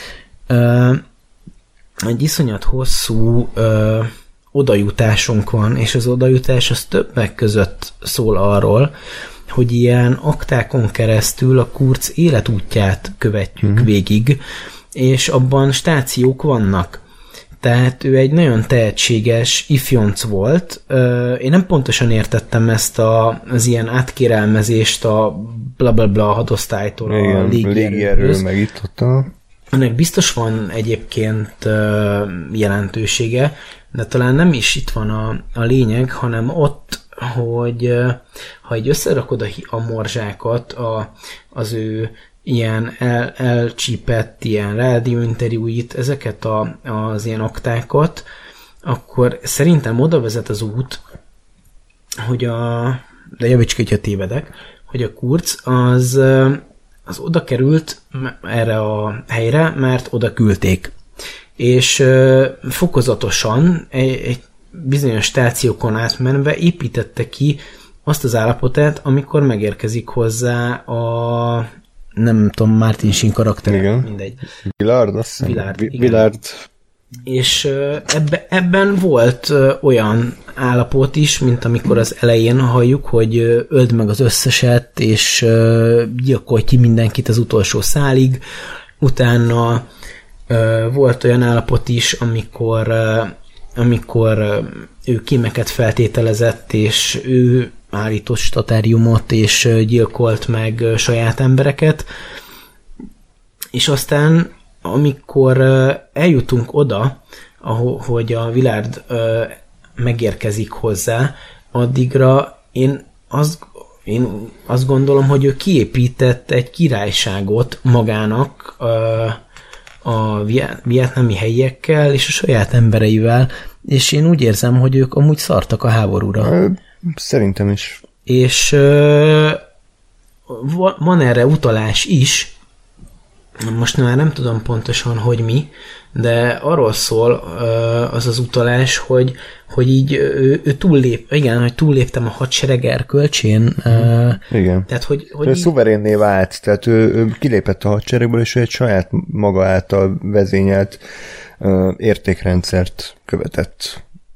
Egy iszonyat hosszú odajutásunk van, és az odajutás az többek között szól arról, hogy ilyen aktákon keresztül a Kurz életútját követjük végig, és abban stációk vannak. Tehát ő egy nagyon tehetséges ifjonc volt. Én nem pontosan értettem ezt az ilyen átkérelmezést a blablabla hadosztálytól a légierőhöz. Meg itt ott ennek biztos van egyébként jelentősége, de talán nem is itt van a lényeg, hanem ott, hogy ha így összerakod a morzsákat, az ő ilyen elcsípett ilyen rádióinterjúit, ezeket az ilyen aktákat, akkor szerintem oda vezet az út, hogy de javíts ki, hogyha tévedek, hogy a Kurz az oda került erre a helyre, mert oda küldték. És fokozatosan egy bizonyos stációkon átmenve építette ki azt az állapotát, amikor megérkezik hozzá a nem tudom, Martin Sheen karakter, igen. Mindegy. Willard, azt hiszem. Willard. És ebben volt olyan állapot is, mint amikor az elején halljuk, hogy öld meg az összeset, és gyilkolj ki mindenkit az utolsó szálig. Utána volt olyan állapot is, amikor ő kémeket feltételezett, és ő állított statáriumot, és gyilkolt meg saját embereket. És aztán, amikor eljutunk oda, hogy a Willard megérkezik hozzá, addigra én azt gondolom, hogy ő kiépített egy királyságot magának a vietnámi helyiekkel és a saját embereivel, és én úgy érzem, hogy ők amúgy szartak a háborúra. Szerintem is. És van erre utalás is, most már nem tudom pontosan, hogy mi, de arról szól az az utalás, hogy így ő hogy túlléptem a hadsereg erkölcsén. Igen. Tehát, hogy ő szuverénné vált, tehát ő kilépett a hadseregből, és ő egy saját maga által vezényelt értékrendszert követett.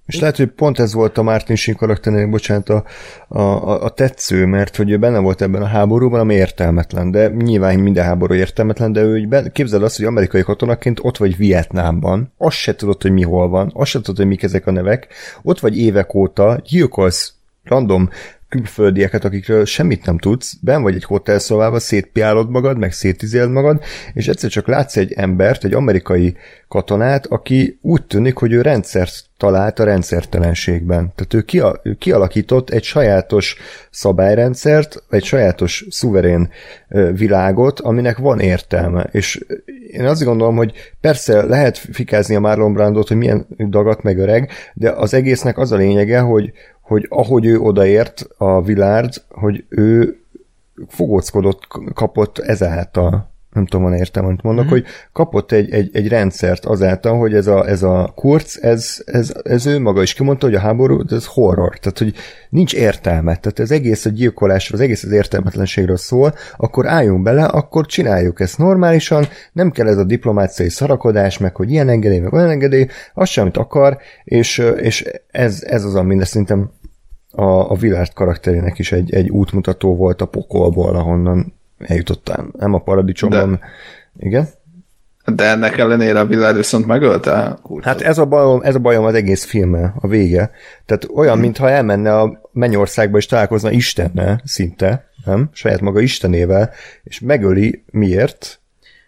És lehet, hogy pont ez volt a Martin Sheen karakterének, bocsánat, a tetsző, mert hogy ő benne volt ebben a háborúban, ami értelmetlen, de nyilván minden háború értelmetlen, de ő képzeld azt, hogy amerikai katonaként ott vagy Vietnámban, azt se tudod, hogy mi hol van, azt se tudod, hogy mik ezek a nevek, ott vagy évek óta, gyilkolsz random külföldieket, akikről semmit nem tudsz, benn vagy egy hotelszobában, szétpiálod magad, meg szétizéled magad, és egyszer csak látsz egy embert, egy amerikai katonát, aki úgy tűnik, hogy ő rendszert talált a rendszertelenségben. Tehát ő kialakított egy sajátos szabályrendszert, egy sajátos szuverén világot, aminek van értelme. És én azt gondolom, hogy persze lehet fikázni a Marlon Brandot, hogy milyen dagat meg öreg, de az egésznek az a lényege, hogy ahogy ő odaért a Willard, hogy ő fogóckodott, kapott ezáltal, nem tudom, van értem, amit mondok, hogy kapott egy rendszert azáltal, hogy ez a Kurz, ez ő maga is kimondta, hogy a háború, ez horror, tehát hogy nincs értelme, tehát ez egész a gyilkolásról, az egész az értelmetlenségről szól, akkor álljunk bele, akkor csináljuk ezt normálisan, nem kell ez a diplomáciai szarakodás, meg hogy ilyen engedély, meg olyan engedély, az sem, amit akar, és ez az, amire szerintem a Willard karakterének is egy útmutató volt a pokolból, ahonnan eljutottál. Nem a paradicsomban. Igen? De ennek ellenére a Willard viszont megölte? Hát ez a bajom az egész filmmel, a vége. Tehát olyan, mintha elmenne a Mennyországba és találkozna Istennel szinte, nem? Saját maga Istenével, és megöli miért?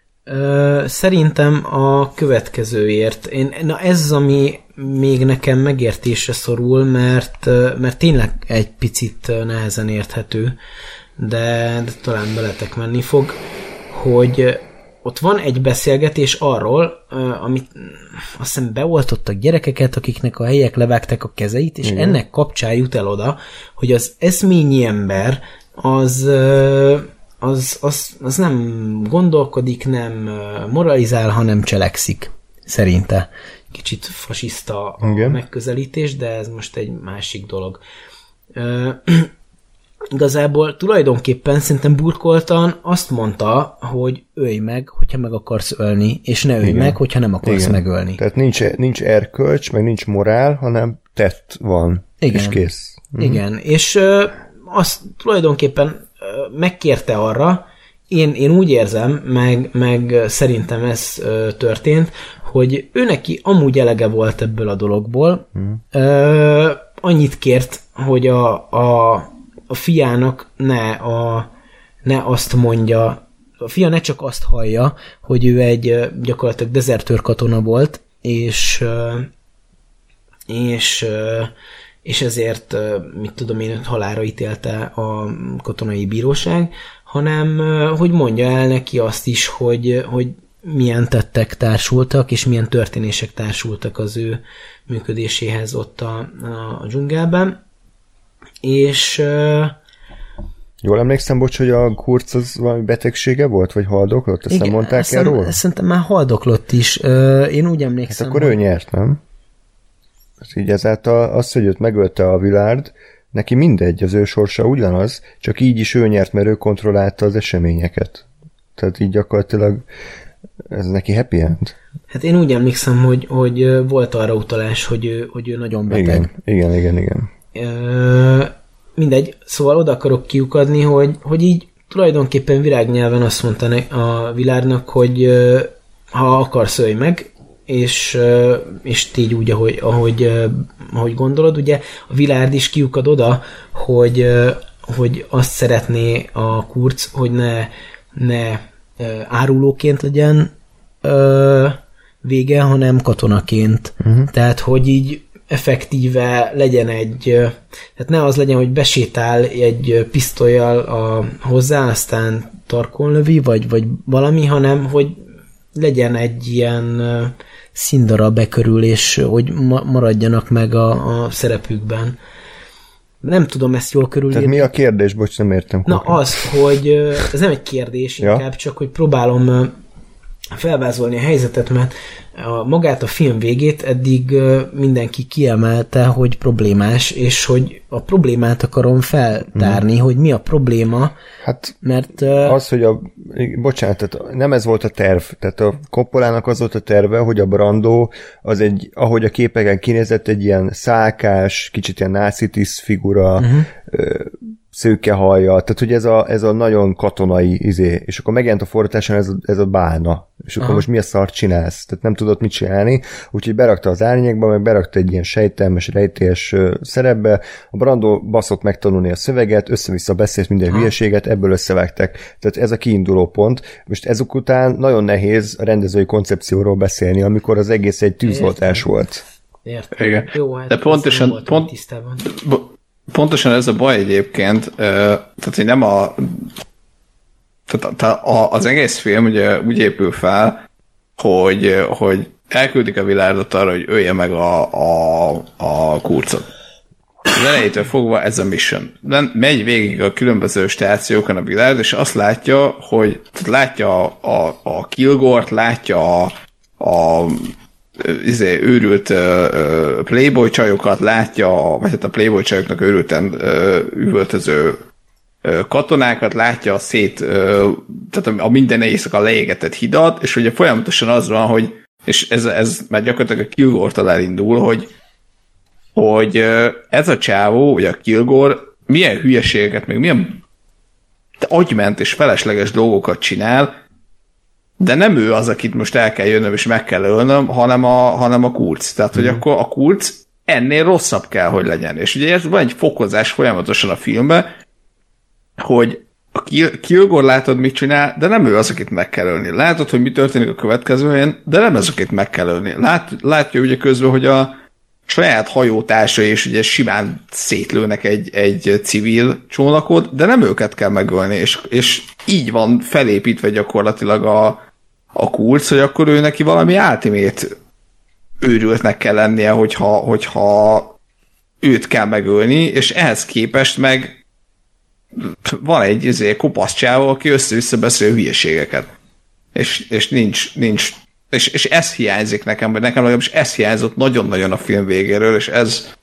Szerintem a következőért. Ez az, ami még nekem megértésre szorul, mert tényleg egy picit nehezen érthető, de talán beletek menni fog, hogy ott van egy beszélgetés arról, amit azt hiszem beoltottak gyerekeket, akiknek a helyek levágták a kezeit, és ennek kapcsán jut el oda, hogy az eszményi ember az nem gondolkodik, nem moralizál, hanem cselekszik, szerinte. Kicsit fasiszta a megközelítés, de ez most egy másik dolog. Igazából tulajdonképpen szerintem burkoltan azt mondta, hogy ölj meg, hogyha meg akarsz ölni, és ne ölj meg, hogyha nem akarsz megölni. Tehát nincs erkölcs, meg nincs morál, hanem tett van, és kész. Igen, és azt tulajdonképpen megkérte arra, én úgy érzem, meg szerintem ez történt, hogy ő neki amúgy elege volt ebből a dologból, annyit kért, hogy a fiának ne azt mondja, a fia ne csak azt hallja, hogy ő egy gyakorlatilag dezertőr katona volt, és ezért, mit tudom én, halálra ítélte a katonai bíróság, hanem hogy mondja el neki azt is, hogy milyen tettek társultak, és milyen történések társultak az ő működéséhez ott a dzsungelben. És jól emlékszem, bocs, hogy a Kurz az valami betegsége volt, vagy haldoklott? Ezt nem mondták el róla? Szerintem már haldoklott is. Én úgy emlékszem, hát akkor ő nyert, nem? Így ezáltal az, hogy őt megölte a Willard, neki mindegy, az ő sorsa ugyanaz, csak így is ő nyert, mert ő kontrollálta az eseményeket. Tehát így gyakorlatilag ez neki happy end. Hát én úgy emlékszem, hogy volt arra utalás, hogy ő nagyon beteg. Igen. Mindegy, szóval oda akarok kiukadni, hogy így tulajdonképpen virágnyelven azt mondta a Willardnak, hogy ha akarsz, ölj meg, és tégy úgy, ahogy gondolod. Ugye a Willard is kiukad oda, hogy azt szeretné a Kurz, hogy ne árulóként legyen vége, hanem katonaként. Tehát, hogy így effektíve legyen tehát ne az legyen, hogy besétál egy pisztollyal hozzá, aztán tarkon lövi, vagy valami, hanem hogy legyen egy ilyen színdarab bekörül, és hogy maradjanak meg a szerepükben. Nem tudom ezt jól körülírni. Tehát mi a kérdés? Bocs, nem értem. Na az, hogy ez nem egy kérdés, inkább csak, hogy próbálom felvázolni a helyzetet, mert magát a film végét eddig mindenki kiemelte, hogy problémás, és hogy a problémát akarom feltárni, hogy mi a probléma. Hát mert az, hogy bocsánat, tehát nem ez volt a terv, tehát a Coppolának az volt a terve, hogy a Brando az egy, ahogy a képeken kinézett, egy ilyen szálkás, kicsit ilyen nácitis figura, szőke hajja, tehát hogy ez a nagyon katonai és akkor megjelent a forgatáson ez a bálna, és akkor most mi a szart csinálsz? Tehát nem tudott mit csinálni, úgyhogy berakta az árnyékba, meg berakta egy ilyen sejtelmes, rejtélyes szerepbe, a Brando baszott megtanulni a szöveget, össze-vissza beszélt minden hülyeséget, ebből összevágták. Tehát ez a kiinduló pont. Most ezek után nagyon nehéz a rendezői koncepcióról beszélni, amikor az egész egy tűzoltás volt. Értem. Igen. Jó, hát de pontosan ez a baj egyébként, tehát hogy nem az egész film ugye úgy épül fel, hogy elküldik a világot arra, hogy ölje meg a kurcot. Az elejétől fogva ez a mission. De megy végig a különböző stációkon a világ, és azt látja, hogy látja a Kilgore-t, látja a őrült playboy csajokat, látja, vagy hát a playboy csajoknak őrülten üvöltöző katonákat, látja tehát a minden éjszaka leégetett hidat, és ugye folyamatosan az van, hogy, és ez már gyakorlatilag a Kilgore-tól elindul, hogy ez a csávó, ugye a Kilgore milyen hülyeségeket, meg milyen agyment és felesleges dolgokat csinál, de nem ő az, akit most el kell jönnöm és meg kell ölnöm, hanem a kurc. Tehát, hogy akkor a kurc ennél rosszabb kell, hogy legyen. És ugye ez van egy fokozás folyamatosan a filmben, hogy a Kilgore látod, mit csinál, de nem ő az, akit meg kell ölni. Látod, hogy mi történik a következő helyen, de nem az, akit meg kell ölni. Látja ugye közben, hogy a saját hajótársai is ugye simán szétlőnek egy civil csónakot, de nem őket kell megölni, és így van felépítve gyakorlatilag a kurc, hogy akkor ő neki valami ultimate őrültnek kell lennie, hogyha őt kell megölni, és ehhez képest meg van egy kopasz csávó, aki össze-vissza beszél hülyeségeket. És nincs és ez hiányzik nekem, vagy nekem legalábbis ez hiányzott nagyon-nagyon a film végéről, és ez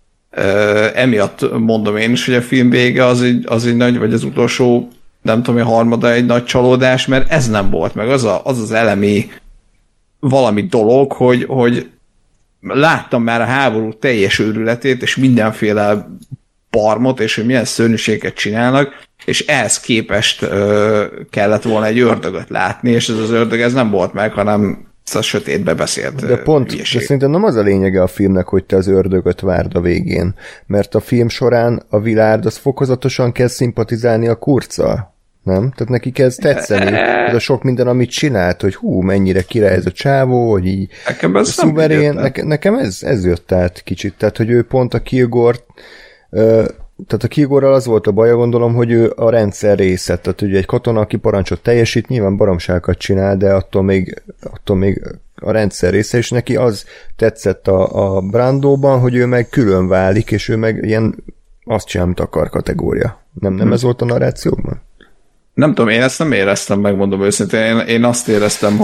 emiatt mondom én is, hogy a film vége az egy nagy, vagy az utolsó, nem tudom, a harmada egy nagy csalódás, mert ez nem volt meg. Az elemi valami dolog, hogy láttam már a háború teljes őrületét, és mindenféle barmot, és hogy milyen szörnyűséget csinálnak, és ehhez képest kellett volna egy ördögöt látni, és ez az ördög ez nem volt meg, hanem a sötétbe beszélt. De pont, de szerintem nem az a lényege a filmnek, hogy te az ördögöt várd a végén, mert a film során a Willard az fokozatosan kezd szimpatizálni a kurccal, nem? Tehát neki kezd tetszeni, ez a sok minden, amit csinált, hogy mennyire király ez a csávó, hogy így szuverén, nekem ez jött át kicsit, tehát hogy ő pont a Kilgore tehát a Kilgore-ral az volt a baja, gondolom, hogy ő a rendszer része, tehát ugye egy katona, aki parancsot teljesít, nyilván baromságokat csinál, de attól még a rendszer része, és neki az tetszett a Brandóban, hogy ő meg külön válik, és ő meg ilyen azt csinál, amit akar kategória. Nem ez volt a narrációban? Nem tudom, én ezt nem éreztem, megmondom őszintén. Én azt éreztem,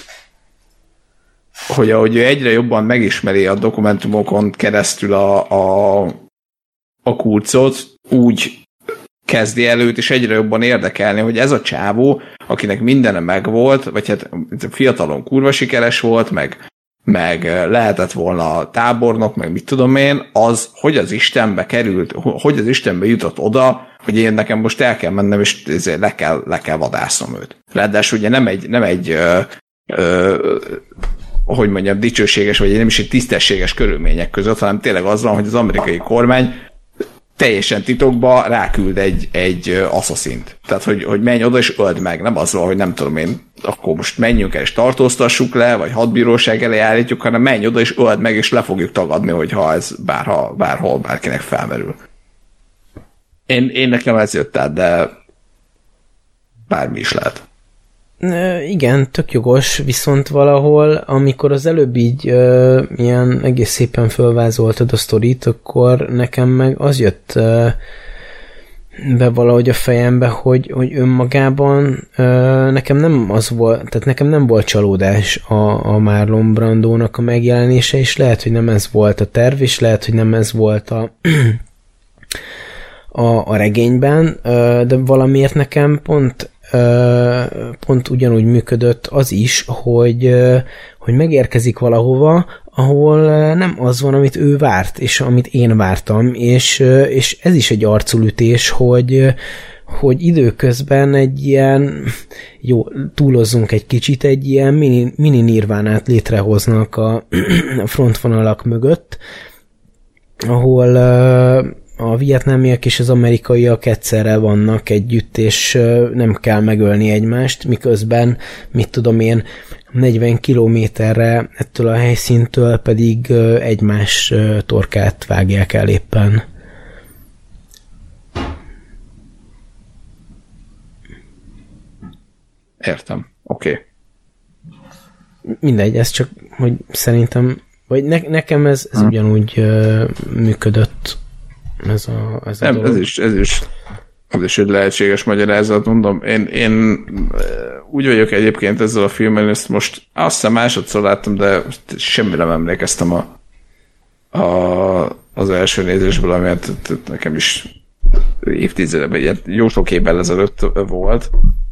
hogy ahogy ő egyre jobban megismeri a dokumentumokon keresztül a kurcot, úgy kezdi előtt, és egyre jobban érdekelni, hogy ez a csávó, akinek mindene megvolt, vagy hát fiatalon kurva sikeres volt, meg lehetett volna tábornok, meg mit tudom én, az, hogy az Istenbe került, hogy az Istenbe jutott oda, hogy én nekem most el kell mennem, és le kell vadásznom őt. Ráadásul ugye nem egy hogy mondjam, dicsőséges, vagy nem is egy tisztességes körülmények között, hanem tényleg az van, hogy az amerikai kormány teljesen titokba ráküld egy asszaszint. Tehát, hogy menj oda és öld meg. Nem azzal, hogy nem tudom én, akkor most menjünk el és tartóztassuk le, vagy hadbíróság elé állítjuk, hanem menj oda és öld meg, és le fogjuk tagadni, hogyha ez bárhol bárkinek felmerül. Én nekem ez jött át, de bármi is lehet. Igen, tök jogos, viszont valahol, amikor az előbb így ilyen egész szépen fölvázoltad a sztorit, akkor nekem meg az jött be valahogy a fejembe, hogy önmagában nekem nem az volt, tehát nekem nem volt csalódás a Marlon Brandónak a megjelenése, és lehet, hogy nem ez volt a terv, és lehet, hogy nem ez volt a regényben, de valamiért nekem pont ugyanúgy működött az is, hogy megérkezik valahova, ahol nem az van, amit ő várt, és amit én vártam, és ez is egy arculütés, hogy időközben egy ilyen, jó, túlozzunk egy kicsit, egy ilyen mini nirvánát létrehoznak a frontvonalak mögött, ahol a vietnámiak és az amerikaiak egyszerre vannak együtt, és nem kell megölni egymást, miközben, mit tudom én, 40 kilométerre ettől a helyszíntől pedig egymás torkát vágják el éppen. Értem. Oké. Mindegy, ez csak, hogy szerintem, vagy nekem ez ugyanúgy működött. Ez a nem, dolog. Ez is egy lehetséges magyarázat, mondom. Én úgy vagyok egyébként ezzel a filmmel, ezt most azt hiszem másodszor láttam, de semmire nem emlékeztem az első nézésből, ami nekem is évtizedben, jó sok évvel ezelőtt volt.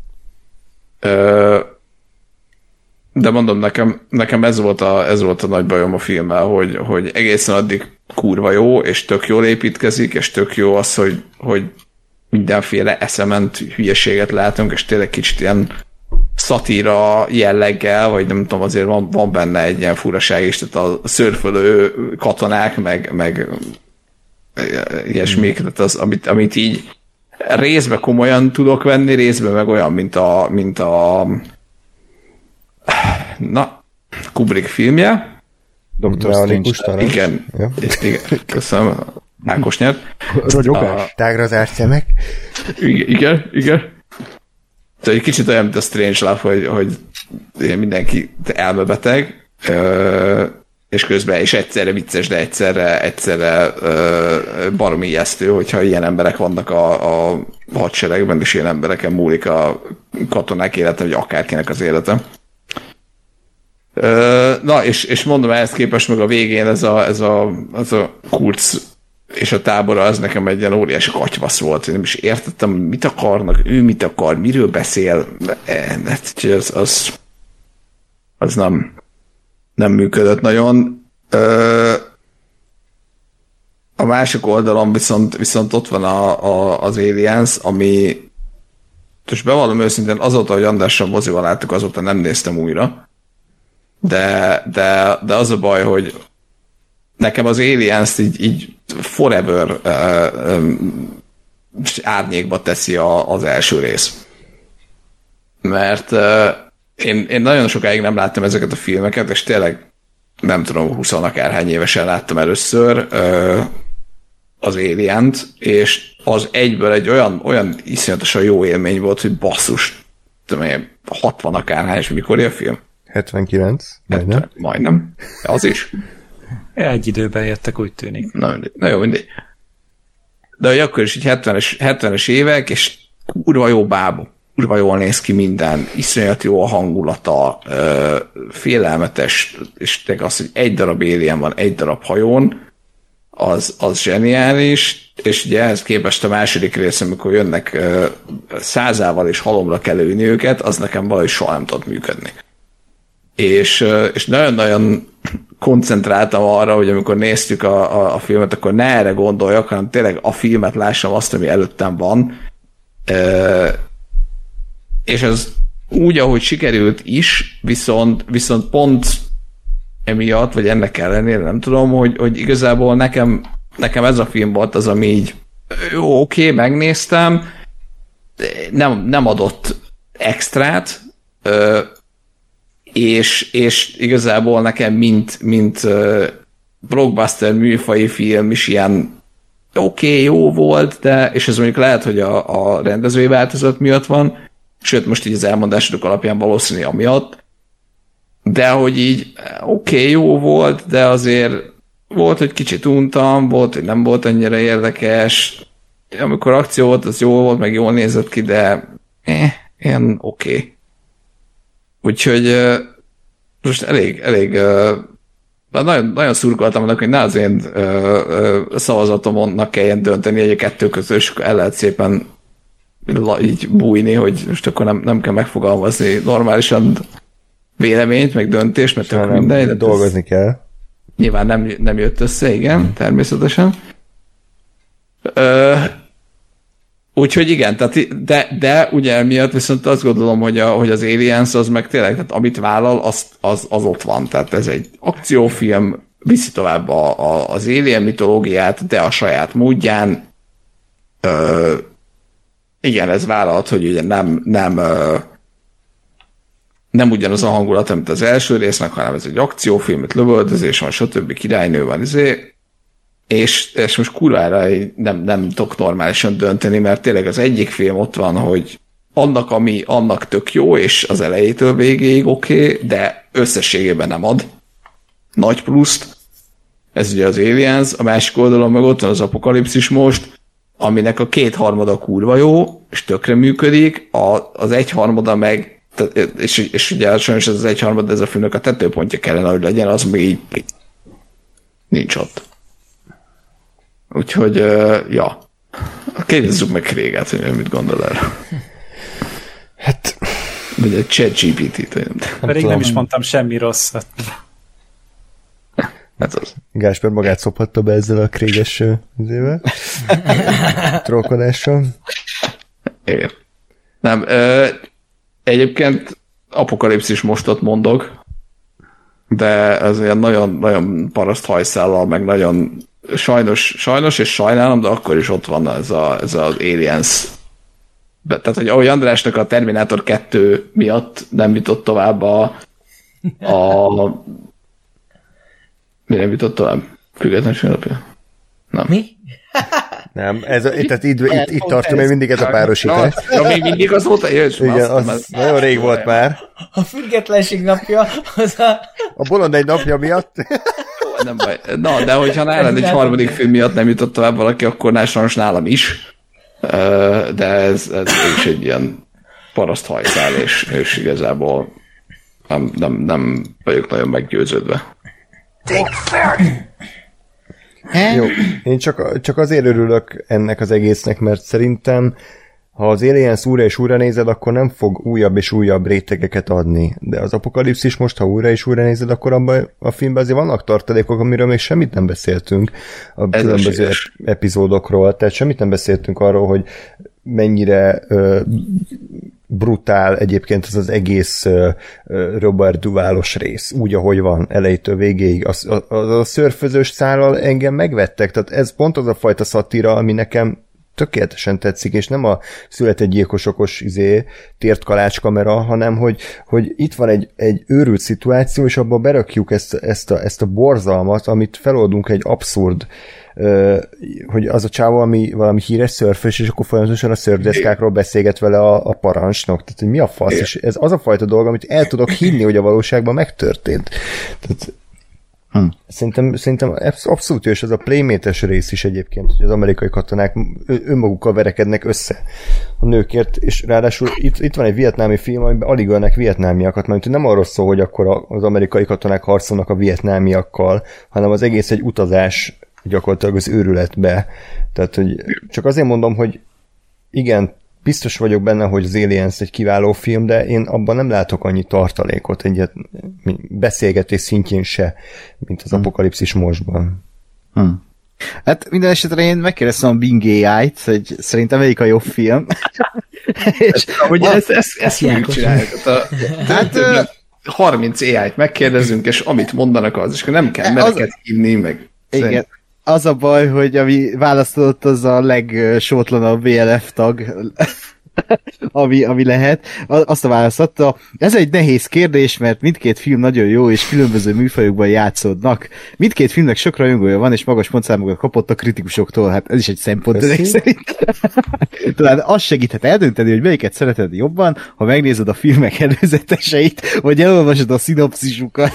De mondom, nekem ez volt a nagy bajom a filmmel, hogy egészen addig kurva jó, és tök jól építkezik, és tök jó az, hogy mindenféle eszement hülyeséget látunk, és tényleg kicsit ilyen szatíra jelleggel, vagy nem tudom, azért van benne egy ilyen furaság is, tehát a szörfölő katonák, meg ilyesmik, tehát az, amit így részben komolyan tudok venni, részben meg olyan, mint a Kubrick filmje. Dr. Strange. Igen. Ja. Igen. Köszönöm. Ákos nyert. Rogyogás. Tágra zárt szemek. Igen. Tehát egy kicsit olyan, mint a Strangelove, hogy mindenki elmebeteg, és közben is egyszerre vicces, de egyszerre baromi ijesztő, hogyha ilyen emberek vannak a hadseregben, és ilyen embereken múlik a katonák élete, vagy akárkinek az élete. Na, és mondom, ehhez képest meg a végén ez a Kurz és a tábora, az nekem egy ilyen óriási katyvasz volt. Én nem is értettem, mit akarnak, ő mit akar, miről beszél. Az nem működött nagyon. A másik oldalon viszont ott van az Aliens, ami, és bevallom őszintén, azóta, hogy Andrással mozival láttuk, azóta nem néztem újra. De az a baj, hogy nekem az Aliens-t így forever árnyékba teszi az első rész. Mert én nagyon sokáig nem láttam ezeket a filmeket, és tényleg nem tudom, 20 akárhány évesen láttam először az Alien-t, és az egyből egy olyan iszonyatosan jó élmény volt, hogy basszus, tudom én, 60 akárhány, és mikor a film? 79, majdnem. Majdnem. Az is. Egy időben jöttek, úgy tűnik. Na jó, mindegy. De hogy akkor is így 70-es évek, és kurva jó bábú. Kurva jól néz ki minden, iszonyat jó a hangulata, félelmetes, és tényleg az, hogy egy darab alien van egy darab hajón, az zseniális, és ugye ehhez képest a második rész, amikor jönnek százával és halomra kell lőni őket, az nekem valahogy soha nem tud működni. És nagyon-nagyon koncentráltam arra, hogy amikor néztük a filmet, akkor ne erre gondoljak, hanem tényleg a filmet lássam azt, ami előttem van. És ez úgy, ahogy sikerült is, viszont pont emiatt, vagy ennek ellenére, nem tudom, hogy igazából nekem ez a film volt az, ami így jó, oké, megnéztem, nem adott extrát, és igazából nekem mint blockbuster műfaji film is ilyen oké, jó volt, de, és ez mondjuk lehet, hogy a rendezői változat miatt van, sőt, most így az elmondásodok alapján valószínű amiatt, de hogy így oké, jó volt, de azért volt, hogy kicsit untam, volt, hogy nem volt annyira érdekes, amikor akció volt, az jó volt, meg jól nézett ki, de ilyen oké. Úgyhogy most elég nagyon, nagyon szurkoltam annak, hogy ne az én szavazatomnak kelljen dönteni egy a kettő közül, és el lehet szépen így bújni, hogy most akkor nem kell megfogalmazni normálisan véleményt, meg döntést, mert tök mindegy. De dolgozni kell. Nyilván nem jött össze, igen, természetesen. Úgyhogy igen, tehát, de ugye emiatt viszont azt gondolom, hogy az Aliens az meg tényleg, tehát amit vállal, az ott van. Tehát ez egy akciófilm, viszi tovább az Alien mitológiát, de a saját módján. Igen, ez vállalt, hogy ugye nem ugyanaz a hangulat, mint az első résznek, hanem ez egy akciófilm, itt lövöldözés van, stb. Királynő van, és most kurvára nem tudok normálisan dönteni, mert tényleg az egyik film ott van, hogy ami annak tök jó, és az elejétől végéig oké, de összességében nem ad nagy pluszt. Ez ugye az Aliens, a másik oldalon meg ott van az Apokalipszis most, aminek a 2/3 kurva jó, és tökre működik, az 1/3 meg, és ugye sajnos ez az 1/3, ez a filmnek a tetőpontja kellene, hogy legyen, az még így nincs ott. Úgyhogy, ja. Kérdezzük meg Kréget, hogy mit gondol erre. Hát... Vagy egy ChatGPT-t. Pedig nem is mondtam semmi rosszat. Hát az. Gásper magát szophatta be ezzel a Kréges trollkodással. Igen. Nem, egyébként Apokalipszis mostot mondok, de ez olyan nagyon paraszt hajszállal, meg nagyon sajnos és sajnálom, de akkor is ott van ez az Aliens. Tehát, hogy ahogy Andrásnak a Terminátor 2 miatt nem jutott tovább mi nem jutott tovább? Függetlenség alapja? Nem. Mi? Nem, tehát itt tartom én mindig ez a párosítás. Még mindig az volt a igen, az nagyon rég volt már. A függetlenség napja az a Bolond egy napja miatt. Nem baj. Na, de hogyha nálad egy harmadik film miatt nem jutott tovább valaki, akkor sajnos nálam is. De ez is egy ilyen paraszt hajszál, és igazából nem vagyok nagyon meggyőződve. Jó, én csak azért örülök ennek az egésznek, mert szerintem ha az Aliens újra és újra nézed, akkor nem fog újabb és újabb rétegeket adni. De az Apokalipszis most, ha újra és újra nézed, akkor abban a filmben azért vannak tartalékok, amiről még semmit nem beszéltünk a különböző epizódokról. Tehát semmit nem beszéltünk arról, hogy mennyire brutál egyébként ez az egész Robert Duvall-os rész, úgy, ahogy van, elejétől végéig. A szörfözős szállal engem megvettek, tehát ez pont az a fajta szatíra, ami nekem tökéletesen tetszik, és nem a született gyilkosokos tért kalácskamera, hanem hogy itt van egy őrült szituáció, és abban berakjuk ezt a borzalmat, amit feloldunk egy abszurd hogy az a csávó, ami valami híres szörfös, és akkor folyamatosan a szörfdeszkákról beszélget vele a parancsnok. Tehát, hogy mi a fasz? És ez az a fajta dolog, amit el tudok hinni, hogy a valóságban megtörtént. Tehát Szerintem abszolút jó, és ez a Playmate-es rész is egyébként, hogy az amerikai katonák önmagukkal verekednek össze a nőkért, és ráadásul itt van egy vietnámi film, amiben alig ölnek vietnámiakat, mert nem arról szól, hogy akkor az amerikai katonák harcolnak a vietnámiakkal, hanem az egész egy utazás gyakorlatilag az őrületbe. Tehát, hogy csak azért mondom, hogy igen, biztos vagyok benne, hogy az Aliens egy kiváló film, de én abban nem látok annyi tartalékot, egy beszélgetés szintjén se, mint az Apokalipszis mostban. Hát minden esetre én megkérdeztem a Bing AI-t, hogy szerintem melyik a jobb film. És hogy ezt fogjuk csinálni. Hát 30 AI-t megkérdezünk, és amit mondanak az, és nem kell mereket hívni, meg... Igen. Az a baj, hogy ami választott, az a legsótlanabb BLF tag, ami lehet. Azt a választotta. Ez egy nehéz kérdés, mert mindkét film nagyon jó, és különböző műfajokban játszódnak. Mindkét filmnek sok rajongója van, és magas pontszámokat kapott a kritikusoktól. Hát ez is egy szempont ezek szerint. Talán az segíthet eldönteni, hogy melyiket szereted jobban, ha megnézed a filmek előzeteseit, vagy elolvasod a szinopszisukat.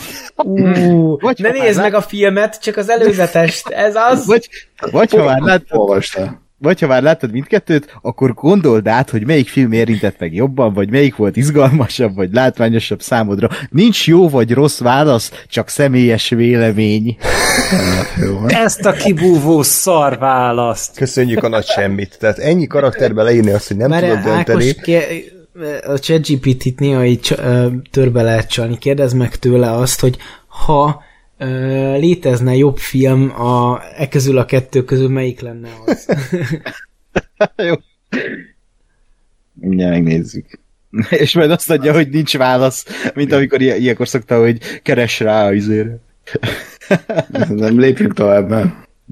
Ne nézd meg a filmet, csak az előzetest. Ez az. Vagy ha már láttad. Olvastál. vagy ha már láttad mindkettőt, akkor gondold át, hogy melyik film érintett meg jobban, vagy melyik volt izgalmasabb, vagy látványosabb számodra. Nincs jó vagy rossz válasz, csak személyes vélemény. Ezt a kibúvó szar választ. Köszönjük a nagy semmit. Tehát ennyi karakterbe leírni azt, hogy nem Már tudod dönteni. a ChatGPT-t néha így törbe lehet csalni. Kérdezd meg tőle azt, hogy ha létezne jobb film közül a kettő közül, melyik lenne az? Jó. Mindjárt megnézzük. És majd azt adja, hogy nincs válasz, mint amikor ilyenkor szokta, hogy keres rá a izére. Nem lépjünk tovább, mert...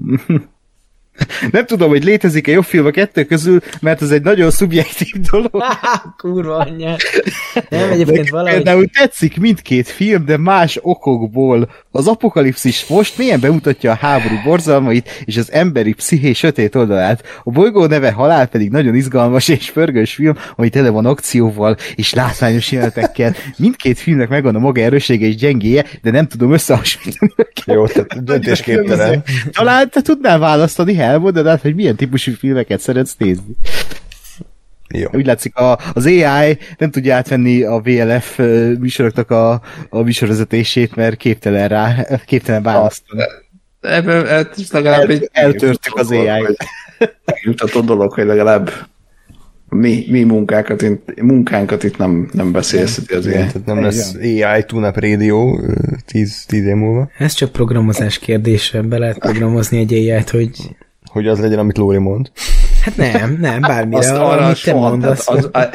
Nem tudom, hogy létezik-e jobb film a kettő közül, mert ez egy nagyon szubjektív dolog. Kurva anyját. Nem, egyébként valahogy... Például tetszik mindkét film, de más okokból. Az Apokalipszis most mélyen bemutatja a háború borzalmait és az emberi psziché sötét oldalát. A bolygó neve Halál pedig nagyon izgalmas és pörgős film, ami tele van akcióval és látványos jelenetekkel. Mindkét filmnek megvan a maga erőssége és gyengéje, de nem tudom összehasonlítani. Jó, tehát döntésképtelen. Talán te tudnál választani, elmondod át, hogy milyen típusú filmeket szeretsz nézni. Jó. Úgy látszik, az AI nem tudja átvenni a VLF műsoroknak a műsorvezetését, mert képtelen választani. Ebből legalább egy... Eltörtük az AI-t. Jutott dolog, hogy legalább mi munkánkat itt nem beszélszeti az AI. Tehát nem lesz AI Tune-Up Radio 10 év múlva. Ez csak programozás kérdése, be lehet programozni egy AI-t, hogy az legyen, amit Lóri mond. Hát nem, bármire, azt arra amit te mondasz.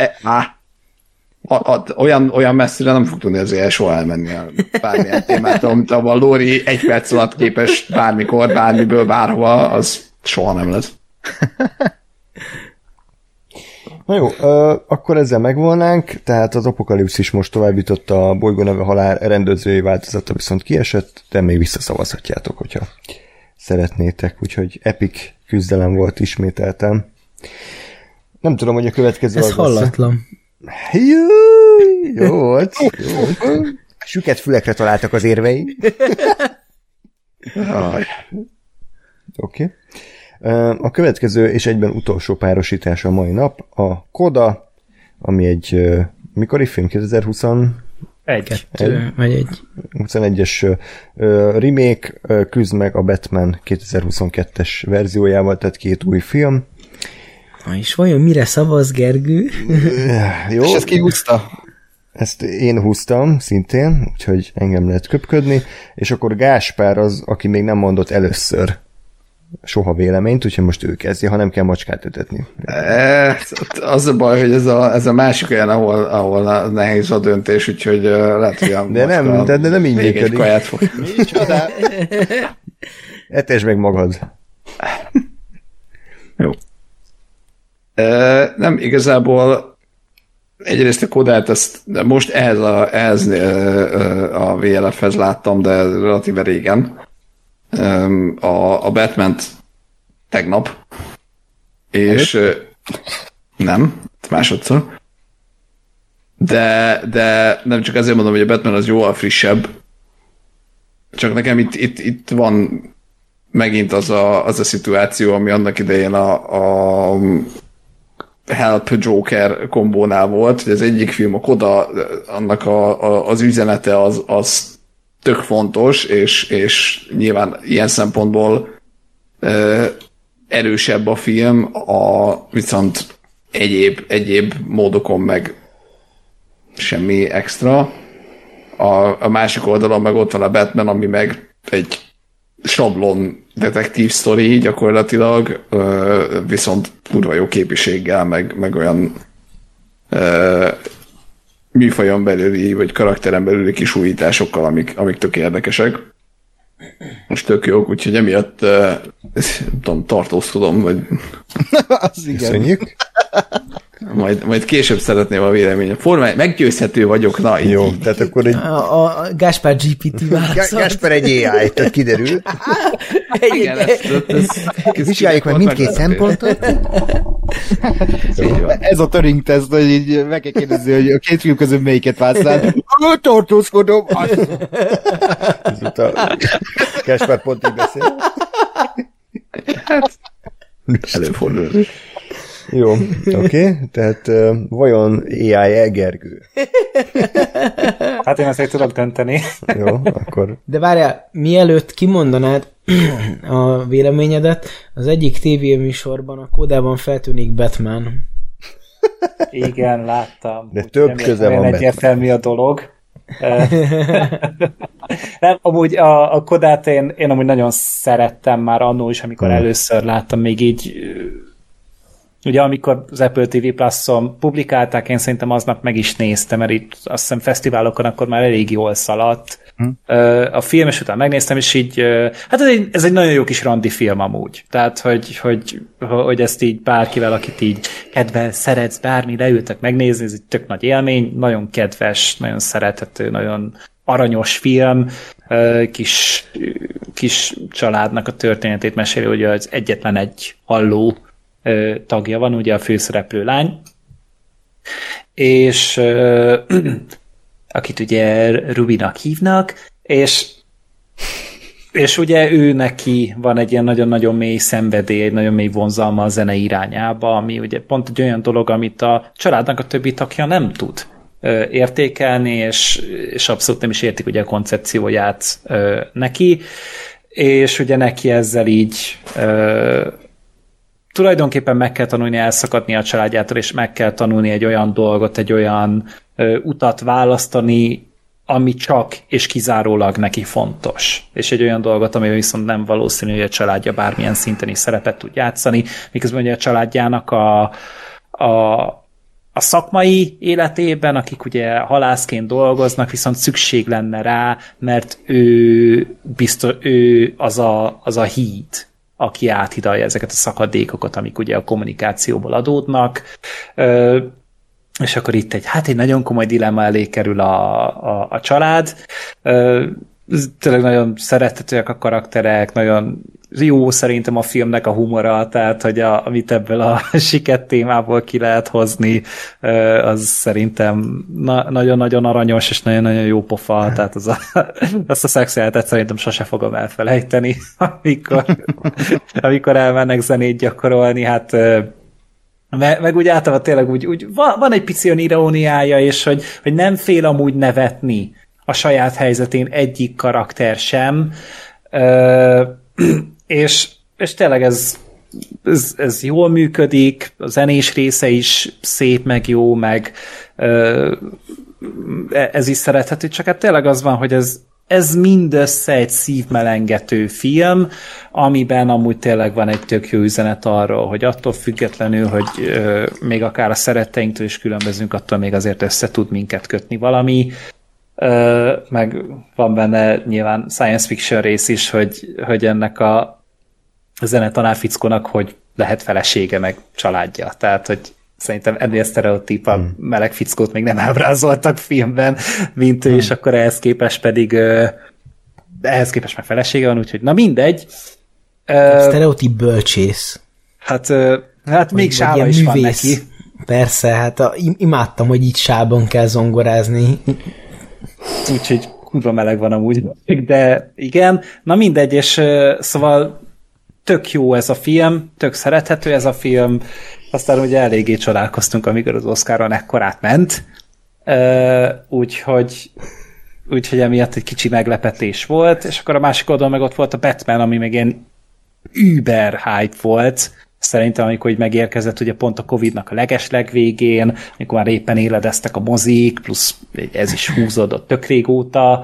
Olyan messzire nem fog tudni az AI soha elmenni bármilyen témát, amit a Lóri egy perc alatt képes bármikor, bármiből, bárhova, az soha nem lesz. Na jó, akkor ezzel megvolnánk, tehát az Apokalipszis most továbbította, a bolygó neve Halál rendezői változata viszont kiesett, de még visszaszavazhatjátok, hogyha szeretnétek, úgyhogy epic küzdelem volt ismételtem. Nem tudom, hogy a következő ez az hallatlan. Jó volt. Süket fülekre találtak az érvei. Oké. A következő és egyben utolsó párosítás a mai nap a Coda, ami egy mikori film? 2020 21-es remake, küzd meg a Batman 2022-es verziójával, tehát két új film. És vajon mire szavaz Gergő? Jó. És ezt ki húzta? Ezt én húztam szintén, úgyhogy engem lehet köpködni, és akkor Gáspár az, aki még nem mondott először soha véleményt, úgyhogy most ő kezdje, ha nem kell macskát ütetni. Az a baj, hogy ez a másik olyan, ahol nehéz a döntés, úgyhogy lehet, hogy a de nem így még egy kaját fog. Etesd meg magad. Jó. Nem, igazából egyrészt a Kodát ezt most ehhez a VLF-hez láttam, de relatíve régen. A Batman-t tegnap, és nem, másodszor. De nem csak azért mondom, hogy a Batman az jóval frissebb, csak nekem itt van megint az a szituáció, ami annak idején a Help Joker kombónál volt, hogy az egyik film, a Coda, annak az üzenete az tök fontos, és nyilván ilyen szempontból erősebb a film, viszont egyéb módokon meg semmi extra. A másik oldalon meg ott van a Batman, ami meg egy sablon detektív sztori gyakorlatilag, viszont kurva jó képiséggel, meg olyan műfajon belüli, vagy karakteren belüli kis újításokkal, amik tök érdekesek. Most tök jók, úgyhogy emiatt tartózkodom, vagy... Az igen. Köszönjük. Majd később szeretném a véleményem. Meggyőzhető vagyok, na így. Jó, tehát akkor egy... A Gáspár GPT válaszolt. Gáspár egy AI, tehát kiderül. Igen, Vizsgáljuk meg mindkét szempontot. Ez a Turing teszt, hogy így meg kell kérdezni, hogy a két film közül melyiket választál. Tartózkodom! Ezúttal Gáspár pont így beszél. Hát, Előfordul. Jó, oké. Tehát vajon AI Gergő? Hát én ezt tudok dönteni. Jó, akkor... De várjál, mielőtt kimondanád a véleményedet, az egyik tévéműsorban a Kodában feltűnik Batman. Igen, láttam. De több köze van Batman. Egyértelmű a dolog. Nem, amúgy a Kodát én amúgy nagyon szerettem már annó is, amikor először láttam, még így ugye amikor az Apple TV Plus-on publikálták, én szerintem aznap meg is néztem, mert itt azt hiszem fesztiválokon akkor már elég jól szaladt. A film, és utána megnéztem, és így, hát ez egy nagyon jó kis randi film amúgy. Tehát, hogy ezt így bárkivel, akit így kedvel, szeretsz, bármi, leültek megnézni, ez egy tök nagy élmény, nagyon kedves, nagyon szerethető, nagyon aranyos film, kis családnak a történetét meséli, hogy az egyetlen egy halló tagja van, ugye a főszereplő lány, és akit ugye Rubinak hívnak, és ugye ő neki van egy ilyen nagyon-nagyon mély szenvedély, egy nagyon mély vonzalma a zene irányába, ami ugye pont egy olyan dolog, amit a családnak a többi tagja nem tud értékelni, és abszolút nem is értik ugye a koncepcióját neki, és ugye neki ezzel így tulajdonképpen meg kell tanulni elszakadni a családjától, és meg kell tanulni egy olyan dolgot, egy olyan utat választani, ami csak és kizárólag neki fontos. És egy olyan dolgot, ami viszont nem valószínű, hogy a családja bármilyen szinten is szerepet tud játszani, miközben ugye a családjának a szakmai életében, akik ugye halászként dolgoznak, viszont szükség lenne rá, mert ő az a híd, aki áthidalja ezeket a szakadékokat, amik ugye a kommunikációból adódnak, és akkor itt egy nagyon komoly dilemma elé kerül a család. Tényleg nagyon szerethetőek a karakterek, nagyon jó szerintem a filmnek a humora, tehát hogy amit ebből a siket témából ki lehet hozni, az szerintem nagyon-nagyon aranyos, és nagyon-nagyon jó pofa, tehát azt a szexuálitet szerintem sose fogom elfelejteni, amikor elmennek zenét gyakorolni, hát meg úgy általában tényleg úgy van egy pici iróniája, és hogy nem fél amúgy nevetni a saját helyzetén egyik karakter sem, és tényleg ez jól működik, a zenés része is szép, meg jó, meg ez is szerethető, csak hát tényleg az van, hogy ez mindössze egy szívmelengető film, amiben amúgy tényleg van egy tök jó üzenet arról, hogy attól függetlenül, hogy még akár a szeretteinktől is különbözünk, attól még azért össze tud minket kötni valami, meg van benne nyilván science fiction rész is, hogy ennek a zenetanárfickónak, hogy lehet felesége, meg családja. Tehát, hogy szerintem ennél sztereotíp a meleg fickót még nem ábrázoltak filmben, mint ő, és akkor ehhez képest meg felesége van, úgyhogy na mindegy. Sztereotíp bölcsész. Hát még sába is van neki. Persze, hát imádtam, hogy így sában kell zongorázni. Úgyhogy kurva meleg van amúgy, de igen. Na mindegy, és szóval tök jó ez a film, tök szerethető ez a film, aztán ugye eléggé csodálkoztunk, amikor az Oscaron ekkorát ment, úgyhogy emiatt egy kicsi meglepetés volt, és akkor a másik oldalon meg ott volt a Batman, ami meg ilyen über hype volt, szerintem, amikor így megérkezett ugye pont a Covid-nak a legesleg végén, amikor már éppen éledeztek a mozik, plusz ez is húzódott tök régóta,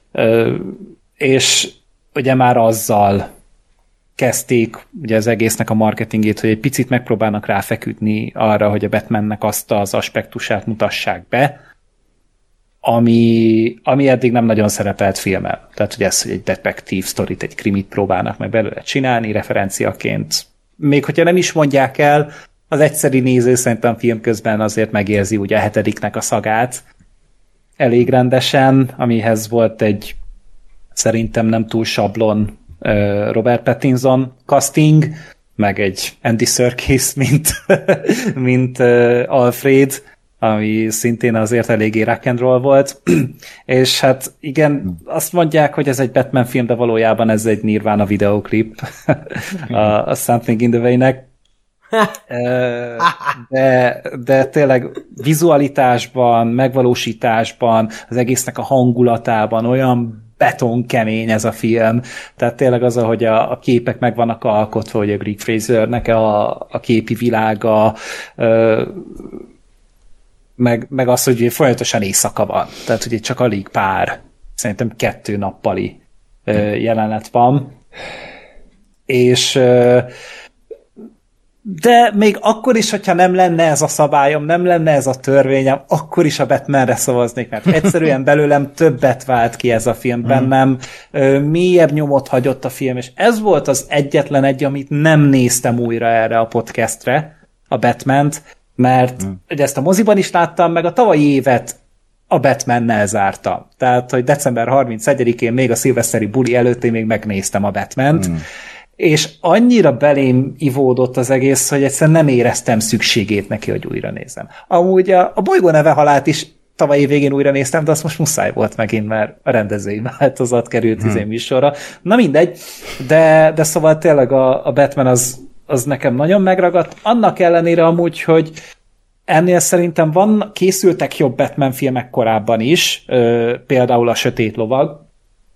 és ugye már azzal kezdték ugye az egésznek a marketingét, hogy egy picit megpróbálnak ráfeküdni arra, hogy a Batmannek azt az aspektusát mutassák be, ami eddig nem nagyon szerepelt filmen. Tehát, hogy ez, hogy egy detektív sztorit, egy krimit próbálnak meg belőle csinálni, referenciaként. Még hogyha nem is mondják el, az egyszeri néző szerintem film közben azért megérzi ugye a hetediknek a szagát elég rendesen, amihez volt egy szerintem nem túl sablon Robert Pattinson casting, meg egy Andy Serkis, mint Alfred, ami szintén azért eléggé rock and roll volt, és hát igen, azt mondják, hogy ez egy Batman film, de valójában ez egy Nirvana videoklip a Something in the Way-nek. De tényleg vizualitásban, megvalósításban, az egésznek a hangulatában olyan betonkemény ez a film. Tehát tényleg az, ahogy a képek meg vannak alkotva, hogy a Greig Frasernek a képi világa, meg az, hogy folyamatosan éjszaka van. Tehát ugye csak alig pár, szerintem 2 nappali jelenet van. És de még akkor is, hogyha nem lenne ez a szabályom, nem lenne ez a törvényem, akkor is a Batmanre szavaznék, mert egyszerűen belőlem többet vált ki ez a film bennem, mélyebb nyomot hagyott a film, és ez volt az egyetlen egy, amit nem néztem újra erre a podcastre, a Batmant, mert ugye ezt a moziban is láttam, meg a tavalyi évet a Batmannel zártam. Tehát, hogy december 31-én még a szilveszteri buli előtt én még megnéztem a Batmant, és annyira belém ivódott az egész, hogy egyszerűen nem éreztem szükségét neki, hogy újra nézem. Amúgy a Bolygó neve halált is tavaly év végén újra néztem, de azt most muszáj volt megint, mert a rendezői változat került műsorra. Na mindegy, de szóval tényleg a Batman az nekem nagyon megragadt, annak ellenére amúgy, hogy ennél szerintem készültek jobb Batman filmek korábban is, például a Sötét Lovag,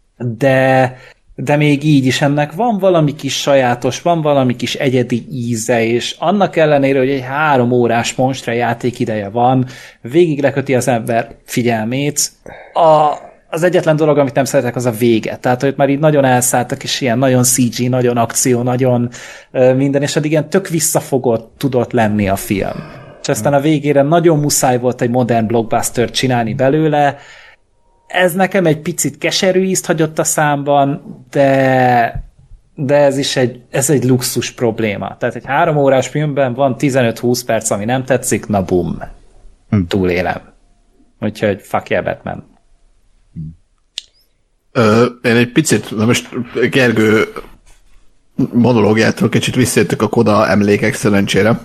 de még így is ennek van valami kis sajátos, van valami kis egyedi íze, és annak ellenére, hogy egy 3 órás monstre játékideje van, végig leköti az ember figyelmét. Az egyetlen dolog, amit nem szeretek, az a vége. Tehát, hogy már így nagyon elszálltak, és ilyen nagyon CG, nagyon akció, nagyon minden, és addig ilyen tök visszafogott tudott lenni a film. És aztán a végére nagyon muszáj volt egy modern blockbuster csinálni belőle. Ez nekem egy picit keserű ízt hagyott a számban, de ez is egy luxus probléma. Tehát egy 3 órás filmben van 15-20 perc, ami nem tetszik, na bum, túlélem. Úgyhogy fuck yeah, Batman. Én egy picit, na most Gergő monológiától kicsit visszajöttök a Koda emlékek szerencsére.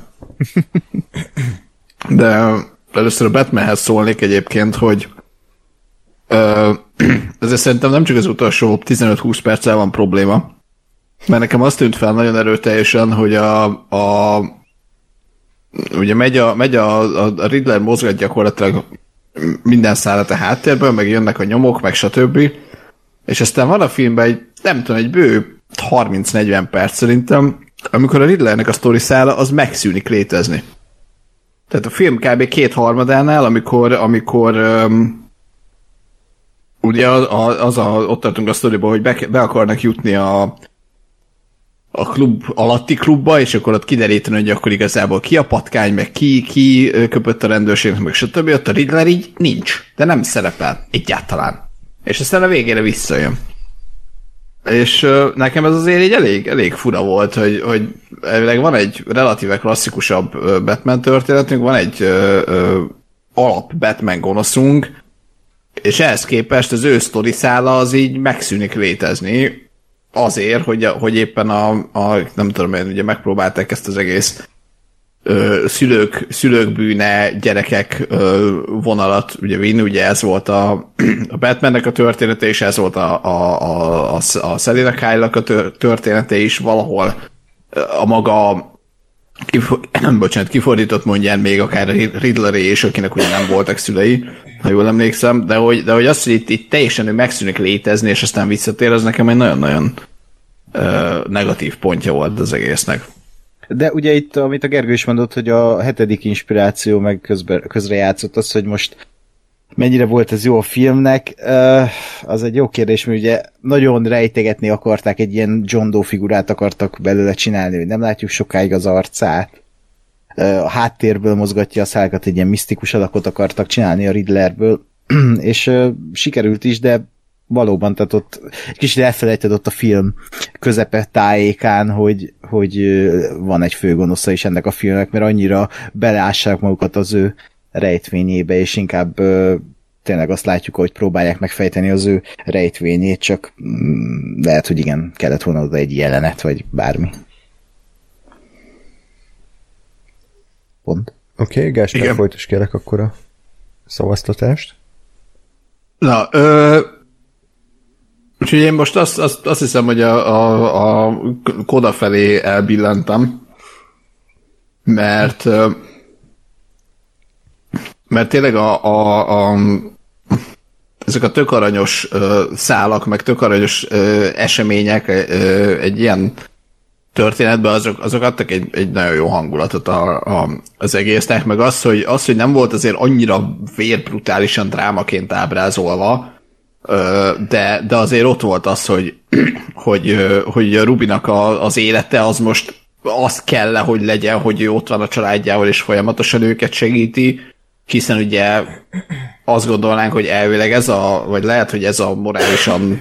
De először a Batmanhez szólnék egyébként, hogy ezért szerintem nem csak az utolsó 15-20 perccel van probléma, mert nekem azt tűnt fel nagyon erőteljesen, hogy ugye megy a Riddler mozgat gyakorlatilag minden szállat a háttérből, meg jönnek a nyomok, meg stb. És aztán van a filmben egy bő 30-40 perc szerintem, amikor a Riddlernek a sztori szála az megszűnik létezni. Tehát a film kb. 2/3-ánál, amikor ugye ott tartunk a sztoriba, hogy be akarnak jutni a klub alatti klubba, és akkor ott kideríteni, hogy akkor igazából ki a patkány, meg ki köpött a rendőrségnek, meg stb. Ott a Riddler így nincs, de nem szerepel egyáltalán. És aztán a végére visszajön. És nekem ez azért így elég fura volt, hogy elvileg van egy relatíve klasszikusabb Batman történetünk, van egy alap Batman gonoszunk, és ehhez képest az ő sztori szála az így megszűnik létezni azért, hogy éppen nem tudom én, ugye megpróbálták ezt az egész szülők bűne, gyerekek vonalat ugye vinni, ugye ez volt a Batmannek a története, és ez volt a Selina Kyle-nak a története is valahol a maga kifordított mondján még akár a Riddleré és akinek ugye nem voltak szülei, ha jól emlékszem, de hogy az, hogy itt teljesen ő megszűnik létezni, és aztán visszatér, az nekem egy nagyon-nagyon negatív pontja volt az egésznek. De ugye itt, amit a Gergő is mondott, hogy a 7. inspiráció meg közre játszott az, hogy most mennyire volt ez jó a filmnek, az egy jó kérdés, mert ugye nagyon rejtegetni akarták, egy ilyen John Doe figurát akartak belőle csinálni, hogy nem látjuk sokáig az arcát. A háttérből mozgatja a szálakat, egy ilyen misztikus alakot akartak csinálni a Riddlerből, és sikerült is, de valóban, tehát ott kicsit elfelejted ott a film közepe tájékán, hogy van egy főgonosza is ennek a filmnek, mert annyira beleássák magukat az ő rejtvényébe, és inkább tényleg azt látjuk, hogy próbálják megfejteni az ő rejtvényét, csak lehet, hogy igen, kellett volna oda egy jelenet, vagy bármi. Pont. Oké, Gáspár, folytasd kérek akkor a szavaztatást. Na, úgyhogy én most azt hiszem, hogy a Koda felé elbillentem, mert tényleg ezek a tök aranyos szálak, meg tök aranyos események egy ilyen történetben, azok adtak egy nagyon jó hangulatot az egésznek, meg az, hogy nem volt azért annyira vérbrutálisan drámaként ábrázolva, de azért ott volt az, hogy Rubynak az élete az most az kell, hogy legyen, hogy ő ott van a családjával, és folyamatosan őket segíti, hiszen ugye azt gondolnánk, hogy elvileg vagy lehet, hogy ez a morálisan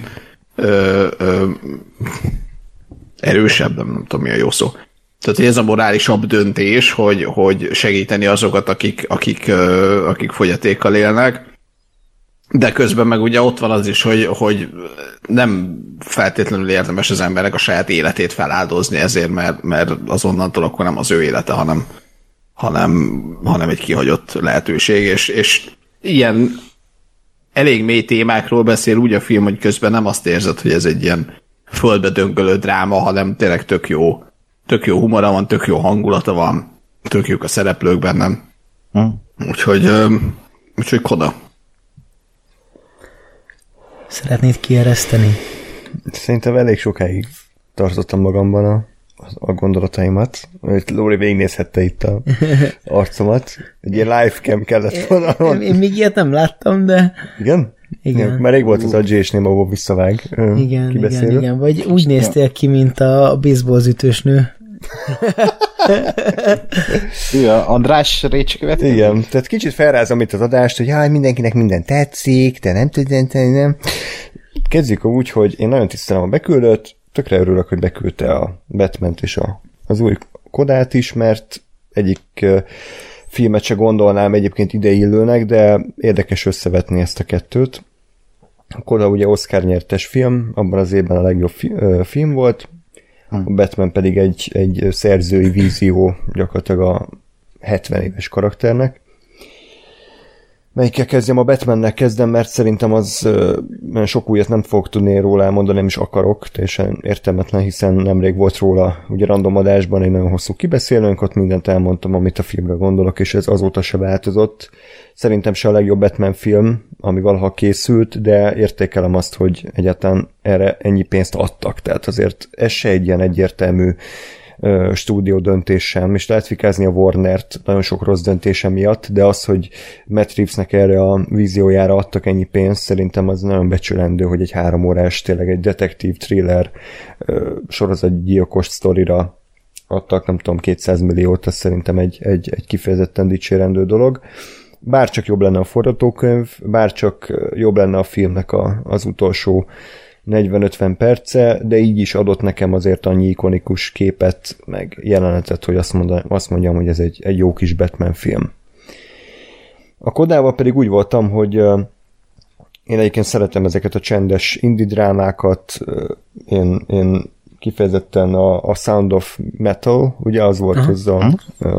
erősebb, nem tudom mi a jó szó. Tehát, hogy ez a morálisabb döntés, hogy segíteni azokat, akik fogyatékkal élnek, de közben meg ugye ott van az is, hogy nem feltétlenül érdemes az embernek a saját életét feláldozni ezért, mert azonnantól akkor nem az ő élete, hanem egy kihagyott lehetőség, és ilyen elég mély témákról beszél úgy a film, hogy közben nem azt érzed, hogy ez egy ilyen földbe döngölő dráma, hanem tényleg tök jó humora van, tök jó hangulata van, tök jók a szereplők bennem. Úgyhogy Koda. Szeretnéd kiereszteni? Szerintem elég sokáig tartottam magamban a gondolataimat. Lóri végignézhette itt a arcomat. Egy ilyen live cam kellett volna. Én még ilyet nem láttam, de... Igen? Igen. Már rég volt az a J-s ahol visszavág. Igen. Vagy úgy néztél ki, mint a baseballzütős nő. András récskövet? Igen, tehát kicsit felrázom itt az adást, hogy jaj, mindenkinek minden tetszik, te nem tudod, nem. Kezdjük úgy, hogy én nagyon tisztelem a beküldőt, tökre örülök, hogy beküldte a Batman-t és az új Kodát is, mert egyik filmet se gondolnám egyébként ideillőnek, de érdekes összevetni ezt a kettőt. A Koda ugye Oscar nyertes film, abban az évben a legjobb film volt, a Batman pedig egy szerzői vízió gyakorlatilag a 70 éves karakternek. Melyikkel kezdjem? A Batmannek kezdem, mert szerintem az sok újat nem fogok tudni róla elmondani, nem is akarok, teljesen értelmetlen, hiszen nemrég volt róla ugye random adásban egy nagyon hosszú kibeszélőnk, ott mindent elmondtam, amit a filmre gondolok, és ez azóta se változott. Szerintem se a legjobb Batman film, ami valaha készült, de értékelem azt, hogy egyáltalán erre ennyi pénzt adtak, tehát azért ez se egy ilyen egyértelmű stúdió döntés sem, és lehet fikázni a Warnert nagyon sok rossz döntése miatt, de az, hogy Matt Reevesnek erre a víziójára adtak ennyi pénzt, szerintem az nagyon becsülendő, hogy egy 3 órás, tényleg egy detektív thriller sorozatgyilkos sztorira adtak, nem tudom, 200 milliót, ez szerintem egy kifejezetten dicsérendő dolog. Bárcsak jobb lenne a forgatókönyv, bárcsak jobb lenne a filmnek az utolsó 40-50 perce, de így is adott nekem azért annyi ikonikus képet, meg jelenetet, hogy azt mondjam, hogy ez egy jó kis Batman film. A Kodával pedig úgy voltam, hogy én egyébként szeretem ezeket a csendes indie drámákat, én kifejezetten a Sound of Metal, ugye az volt az a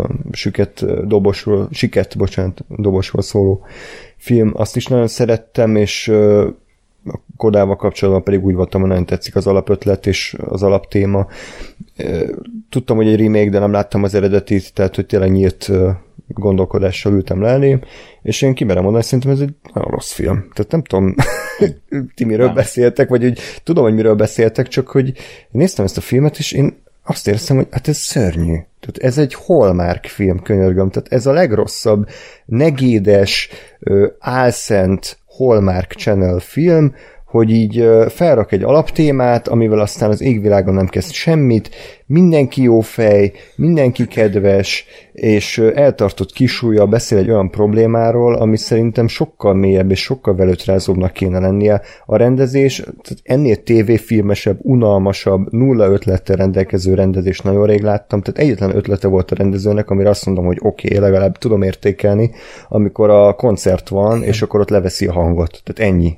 dobosról szóló film, azt is nagyon szerettem, és a Kodával kapcsolatban pedig úgy voltam, hogy nagyon tetszik az alapötlet és az alaptéma. Tudtam, hogy egy remake, de nem láttam az eredetit, tehát hogy tényleg nyílt gondolkodással ültem le elé, és én kimerem mondani, szerintem ez egy nagyon rossz film. Tehát nem tudom, ti miről beszéltek, vagy hogy tudom, hogy miről beszéltek, csak hogy néztem ezt a filmet, és én azt érzem, hogy hát ez szörnyű. Tehát ez egy Hallmark film, könyörgöm. Tehát ez a legrosszabb, negédes, álszent Hallmark Channel film, hogy így felrak egy alaptémát, amivel aztán az égvilágon nem kezd semmit, mindenki jó fej, mindenki kedves, és eltartott kisúllyal beszél egy olyan problémáról, ami szerintem sokkal mélyebb és sokkal velőtrázóbbnak kéne lennie. A rendezés ennél tévéfilmesebb, unalmasabb, nulla ötlettel rendelkező rendezés nagyon rég láttam, tehát egyetlen ötlete volt a rendezőnek, amire azt mondom, hogy oké, legalább tudom értékelni, amikor a koncert van, és akkor ott leveszi a hangot. Tehát ennyi.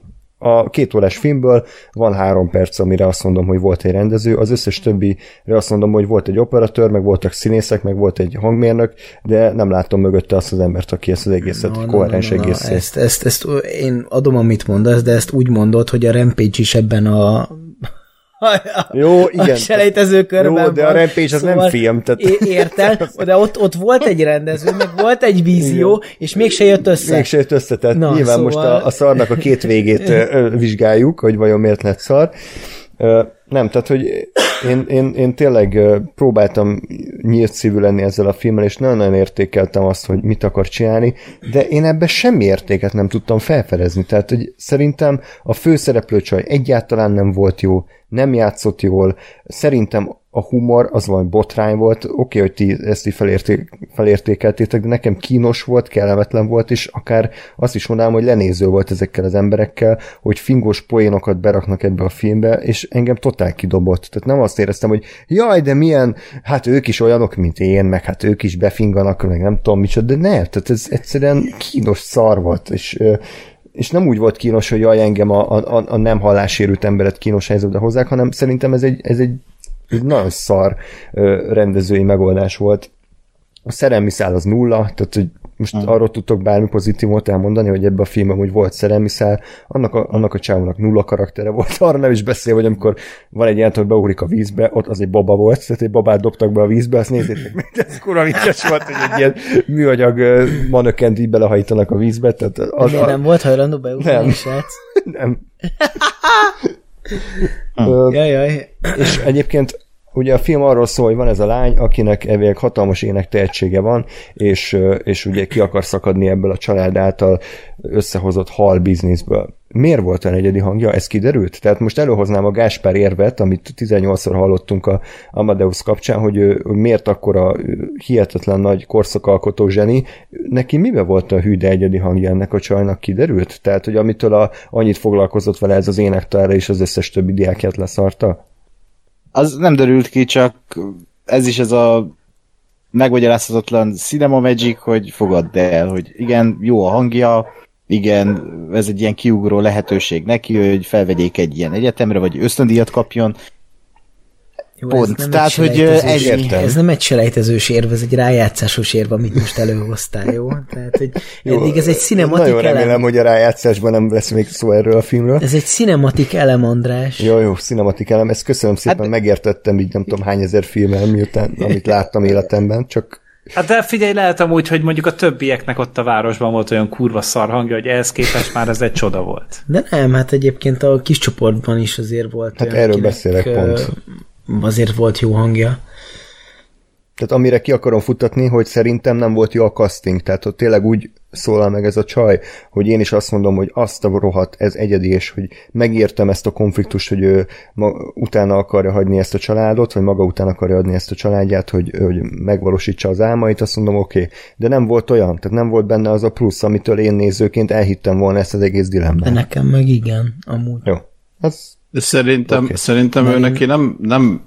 a 2 órás filmből van 3 perc, amire azt mondom, hogy volt egy rendező, az összes többire azt mondom, hogy volt egy operatőr, meg voltak színészek, meg volt egy hangmérnök, de nem látom mögötte azt az embert, aki ezt az egészet koherens egészé. Ezt én adom, amit mondasz, de ezt úgy mondod, hogy a Rampage is ebben a jó, igen. A selejtezőkörben jó, de van. a Rampage az nem film. Tehát... Értem, de ott volt egy rendező, meg volt egy vízió, és mégse jött össze. Mégse jött össze, tehát nyilván szóval... most a szarnak a 2 végét vizsgáljuk, hogy vajon miért lett szar. Nem, tehát, hogy én tényleg próbáltam nyílt szívű lenni ezzel a filmmel, és nagyon-nagyon értékeltem azt, hogy mit akar csinálni, de én ebben semmi értéket nem tudtam felfedezni. Tehát, hogy szerintem a főszereplő csaj egyáltalán nem volt jó, nem játszott jól, szerintem a humor az valami botrány volt, oké, hogy ti ezt így felértékeltétek, de nekem kínos volt, kellemetlen volt, és akár azt is mondanám, hogy lenéző volt ezekkel az emberekkel, hogy fingós poénokat beraknak ebbe a filmbe, és engem totál kidobott. Tehát nem azt éreztem, hogy jaj, de milyen, hát ők is olyanok, mint én, meg hát ők is befinganak, meg nem tudom micsoda, de ne, tehát ez egyszerűen kínos szar volt, és nem úgy volt kínos, hogy jaj, engem a nem hallássérült emberet kínos helyzetbe hozzák, hanem szerintem ez egy nagyon szar rendezői megoldás volt. A szerelmi szál az 0, tehát hogy most arról tudtok bármi pozitívot elmondani, hogy ebben a filmben úgy volt szerelmi szál, annak a csávónak 0 karaktere volt, arra nem is beszél, hogy amikor van egy ilyen, hogy beugrik a vízbe, ott az egy baba volt, tehát egy babát dobtak be a vízbe, azt nézzétek meg, ez kurva vicces volt, hogy egy ilyen műanyag manökent így belehajítanak a vízbe. Tehát nem volt hajlandó beugrani, srác? Nem. Jaj. És egyébként ugye a film arról szól, hogy van ez a lány, akinek elvileg hatalmas ének tehetsége van, és ugye ki akar szakadni ebből a család által összehozott hal bizniszből. Miért volt olyan egyedi hangja? Ez kiderült? Tehát most előhoznám a Gáspár érvet, amit 18-szor hallottunk a Amadeus kapcsán, hogy miért akkora hihetetlen nagy korszakalkotó zseni. Neki mibe volt a hű, de egyedi hangja ennek a csajnak? Kiderült? Tehát, hogy amitől annyit foglalkozott vele ez az énektára, és az összes többi diákját leszarta? Az nem derült ki, csak ez a megmagyarázhatatlan Cinema Magic, hogy fogadd el, hogy igen, jó a hangja, igen, ez egy ilyen kiugró lehetőség neki, hogy felvegyék egy ilyen egyetemre, vagy ösztöndíjat kapjon. Jó, pont. Tehát, hogy ez nem egy selejtezős érv, ez egy rájátszásos érv, amit most előhoztál, jó? Tehát, hogy jó, eddig ez egy cinematik nagyon remélem, hogy a rájátszásban nem lesz még szó erről a filmről. Ez egy cinematik elem, András. Jó, cinematik elem, ezt köszönöm szépen, hát, megértettem így nem tudom hány ezer filmmel, miután, amit láttam életemben, csak... Hát de figyelj, lehet amúgy, hogy mondjuk a többieknek ott a városban volt olyan kurva szar hangja, hogy ehhez képest már ez egy csoda volt. De nem, hát egyébként a kis csoportban is azért volt hát olyan, erről beszélek pont. Azért volt jó hangja. Tehát amire ki akarom futtatni, hogy szerintem nem volt jó a casting, tehát hogy tényleg úgy szólal meg ez a csaj, hogy én is azt mondom, hogy azt a rohadt, ez egyedi, és hogy megértem ezt a konfliktust, hogy ő utána akarja hagyni ezt a családot, vagy maga után akarja adni ezt a családját, hogy megvalósítsa az álmait, azt mondom, oké. De nem volt olyan, tehát nem volt benne az a plusz, amitől én nézőként elhittem volna ezt az egész dilemmát. De nekem meg igen, amúgy. Jó. De szerintem ő neki nem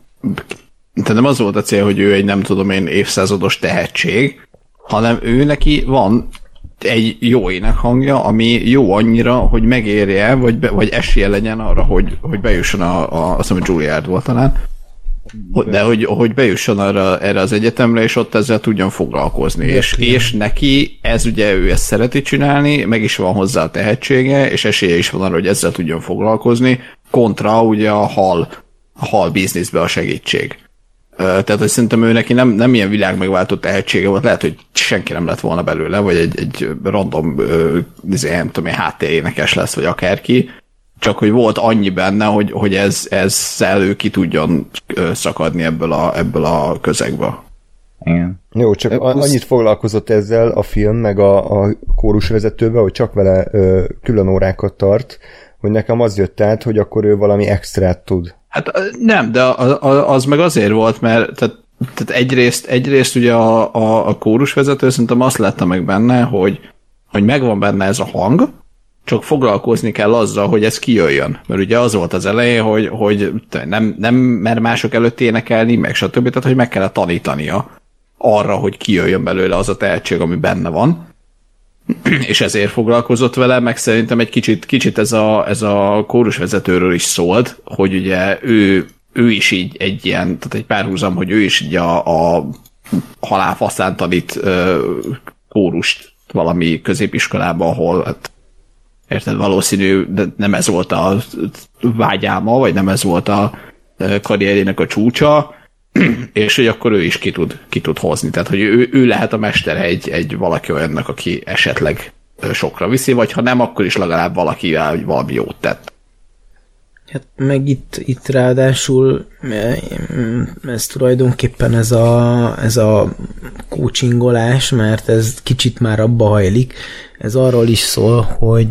az volt a cél, hogy ő egy nem tudom én évszázados tehetség, hanem ő neki van egy jó énekhangja, ami jó annyira, hogy megérje, vagy esélye legyen arra, hogy bejusson azt hiszem, Juilliard volt talán, de hogy bejusson erre az egyetemre, és ott ezzel tudjon foglalkozni. És neki ez ugye ő ezt szereti csinálni, meg is van hozzá a tehetsége, és esélye is van arra, hogy ezzel tudjon foglalkozni, kontra ugye a hal bizniszbe a segítség. Tehát, hogy szerintem ő neki nem ilyen világmegváltó tehetsége volt, lehet, hogy senki nem lett volna belőle, vagy egy random nem tudom, háttérénekes lesz, vagy akárki, csak hogy volt annyi benne, hogy ezzel ő ki tudjon szakadni ebből a közegből. Igen. Jó, csak annyit foglalkozott ezzel a film, meg a kórusvezetővel, hogy csak vele külön órákat tart, hogy nekem az jött át, hogy akkor ő valami extrát tud. Hát nem, de az meg azért volt, mert tehát egyrészt ugye a kórusvezető szerintem azt látta meg benne, hogy megvan benne ez a hang, csak foglalkozni kell azzal, hogy ez kijöjjön. Mert ugye az volt az elején, hogy nem mer mások előtt énekelni, meg stb. Tehát, hogy meg kellett tanítania arra, hogy kijöjjön belőle az a tehetség, ami benne van. és ezért foglalkozott vele, meg szerintem egy kicsit ez a kórusvezetőről is szólt, hogy ugye ő is így egy ilyen, tehát egy párhuzam, hogy ő is így a halálfaszán tanít kórust valami középiskolában, ahol hát, érted, valószínű, de nem ez volt a vágyálma, vagy nem ez volt a karrierjének a csúcsa, és hogy akkor ő is ki tud hozni. Tehát, hogy ő lehet a mestere egy valaki olyannak, aki esetleg sokra viszi, vagy ha nem, akkor is legalább valakivel valami jót tett. Hát meg itt ráadásul ez tulajdonképpen ez a coachingolás, mert ez kicsit már abba hajlik. Ez arról is szól,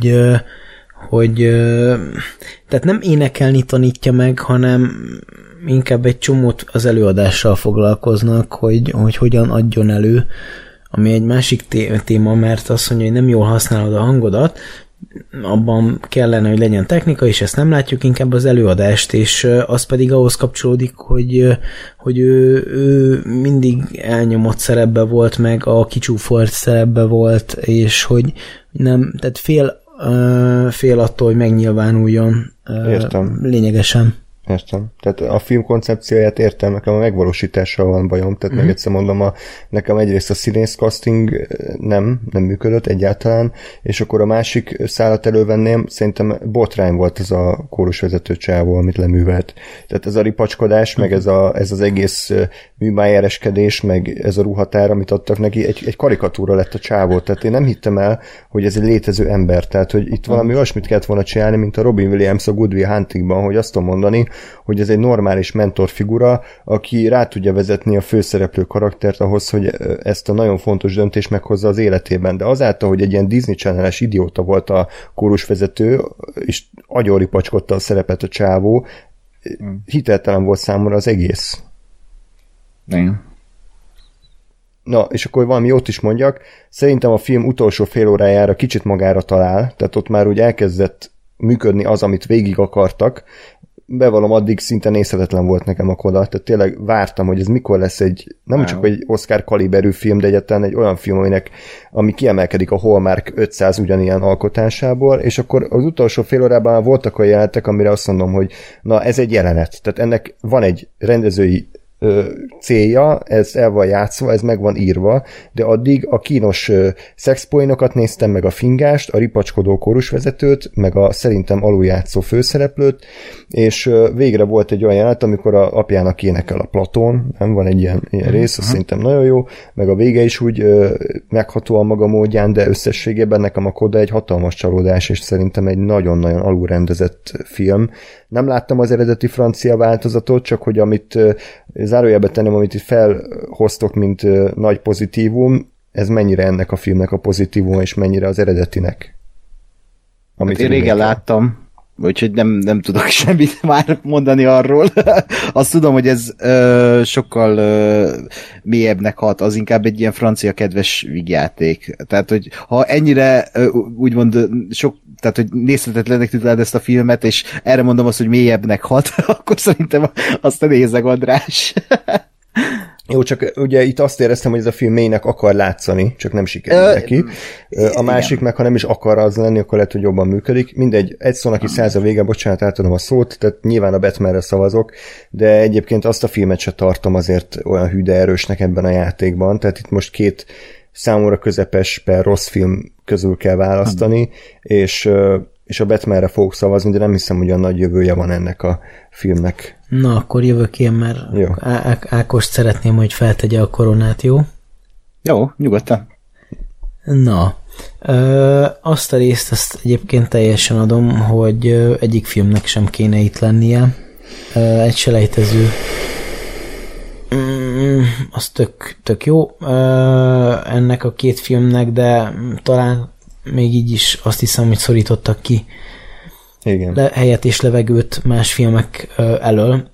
hogy tehát nem énekelni tanítja meg, hanem inkább egy csomót az előadással foglalkoznak, hogy hogyan adjon elő, ami egy másik téma, mert azt mondja, hogy nem jól használod a hangodat, abban kellene, hogy legyen technika, és ezt nem látjuk, inkább az előadást, és az pedig ahhoz kapcsolódik, hogy ő mindig elnyomott szerepbe volt, meg a kicsúfolt szerepbe volt, és hogy nem, tehát fél attól, hogy megnyilvánuljon. Értem. Lényegesen. Értem. Tehát a film koncepcióját értem, nekem a megvalósítással van bajom, tehát meg egyszer mondom, nekem egyrészt a színész casting nem működött egyáltalán, és akkor a másik szállat elővenném, szerintem botrány volt ez a kórusvezető csávó, amit leművelt. Tehát ez a ripacskodás, meg ez az egész műmájereskedés, meg ez a ruhatár, amit adtak neki, egy karikatúra lett a csávó, tehát én nem hittem el, hogy ez egy létező ember, tehát hogy itt valami olyasmit kellett volna csinálni, mint a Robin Williams a Good Will Huntingban, hogy azt tudom mondani, hogy ez egy normális mentorfigura, aki rá tudja vezetni a főszereplő karaktert ahhoz, hogy ezt a nagyon fontos döntést meghozza az életében. De azáltal, hogy egy ilyen Disney Channel-es idióta volt a kórusvezető, és agyonripacskodta a szerepet a csávó, hiteltelen volt számomra az egész. Igen. Na, és akkor valami jót is mondjak. Szerintem a film utolsó fél órájára kicsit magára talál, tehát ott már úgy elkezdett működni az, amit végig akartak. Bevallom, addig szinte nézhetetlen volt nekem a Koda, tehát tényleg vártam, hogy ez mikor lesz nem csak egy Oscar kaliberű film, de egyáltalán egy olyan film, ami kiemelkedik a Hallmark 500 ugyanilyen alkotásából, és akkor az utolsó fél órában voltak olyan jelenetek, amire azt mondom, hogy na, ez egy jelenet, tehát ennek van egy rendezői célja, ez el van játszva, ez meg van írva, de addig a kínos szexpoinokat néztem, meg a fingást, a ripacskodó kórusvezetőt, meg a szerintem aluljátszó főszereplőt, és végre volt egy olyan jelenet, amikor a apjának énekel a Platón, nem van egy ilyen rész, az szerintem nagyon jó, meg a vége is úgy meghatóan maga módján, de összességében nekem a Koda egy hatalmas csalódás, és szerintem egy nagyon-nagyon alulrendezett film. Nem láttam az eredeti francia változatot, csak hogy amit zárójelbe tenném, amit itt felhoztok, mint nagy pozitívum, ez mennyire ennek a filmnek a pozitívuma, és mennyire az eredetinek. Amit én régen láttam, úgyhogy nem tudok semmit már mondani arról. Azt tudom, hogy ez sokkal mélyebbnek hat, az inkább egy ilyen francia kedves vígjáték. Tehát, hogy ha ennyire úgymond tehát, hogy nézhetetlenek titulálod ezt a filmet, és erre mondom azt, hogy mélyebbnek hat, akkor szerintem azt a nézeg, András. Jó, csak ugye itt azt éreztem, hogy ez a film mélynek akar látszani, csak nem sikerül neki. A másik meg, ha nem is akar az lenni, akkor lehet, hogy jobban működik. Mindegy, egy szónak is 100 a vége, bocsánat, átadom a szót, tehát nyilván a Batmanre szavazok, de egyébként azt a filmet se tartom azért olyan hű, de erősnek ebben a játékban, tehát itt most két számomra közepes per rossz film közül kell választani, és a Batmanre fogok szavazni, de nem hiszem, hogy a nagy jövője van ennek a filmnek. Na, akkor jövök én, mert Ákost szeretném, hogy feltegye a koronát, jó? Jó, nyugodtan. Na, azt a részt azt egyébként teljesen adom, hogy egyik filmnek sem kéne itt lennie. Egy selejtező. Az tök jó ennek a két filmnek, de talán még így is azt hiszem, hogy szorítottak ki helyet és levegőt más filmek elől.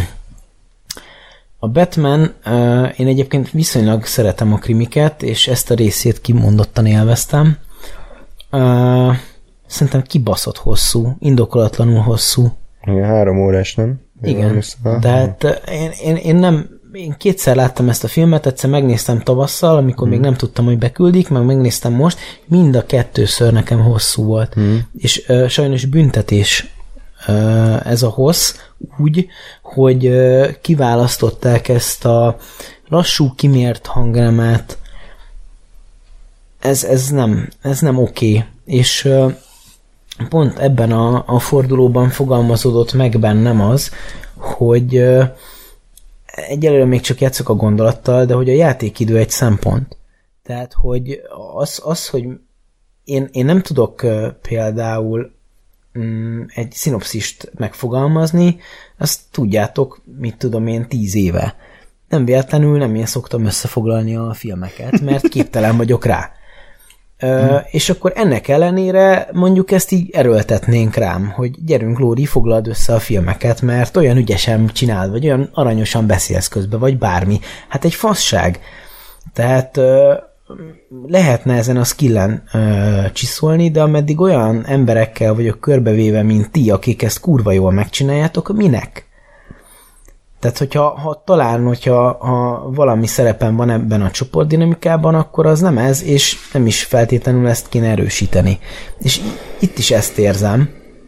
A Batman, én egyébként viszonylag szeretem a krimiket, és ezt a részét kimondottan élveztem. Szerintem kibaszott hosszú, indokolatlanul hosszú. Igen, 3 órás, nem? Igen, tehát én nem én kétszer láttam ezt a filmet, egyszer megnéztem tavasszal, amikor még nem tudtam, hogy beküldik, meg megnéztem most, mind a kettőször nekem hosszú volt. És sajnos büntetés ez a hossz úgy, hogy kiválasztották ezt a lassú, kimért hangnemet. Ez nem oké. És pont ebben a fordulóban fogalmazódott meg bennem az, hogy egyelőre még csak játszok a gondolattal, de hogy a játékidő egy szempont. Tehát, hogy hogy én nem tudok például egy szinopszist megfogalmazni, azt tudjátok, mit tudom én, 10 éve. Nem véletlenül nem én szoktam összefoglalni a filmeket, mert képtelen vagyok rá. És akkor ennek ellenére mondjuk ezt így erőltetnénk rám, hogy gyerünk Lóri, foglald össze a filmeket, mert olyan ügyesen csinálod, vagy olyan aranyosan beszélsz közben, vagy bármi. Hát egy fasság. Tehát lehetne ezen a skillen csiszolni, de ameddig olyan emberekkel vagyok körbevéve, mint ti, akik ezt kurva jól megcsináljátok, minek? Tehát, hogyha valami szerepem van ebben a csoportdinamikában, akkor az nem ez, és nem is feltétlenül ezt kéne erősíteni. És itt is ezt érzem,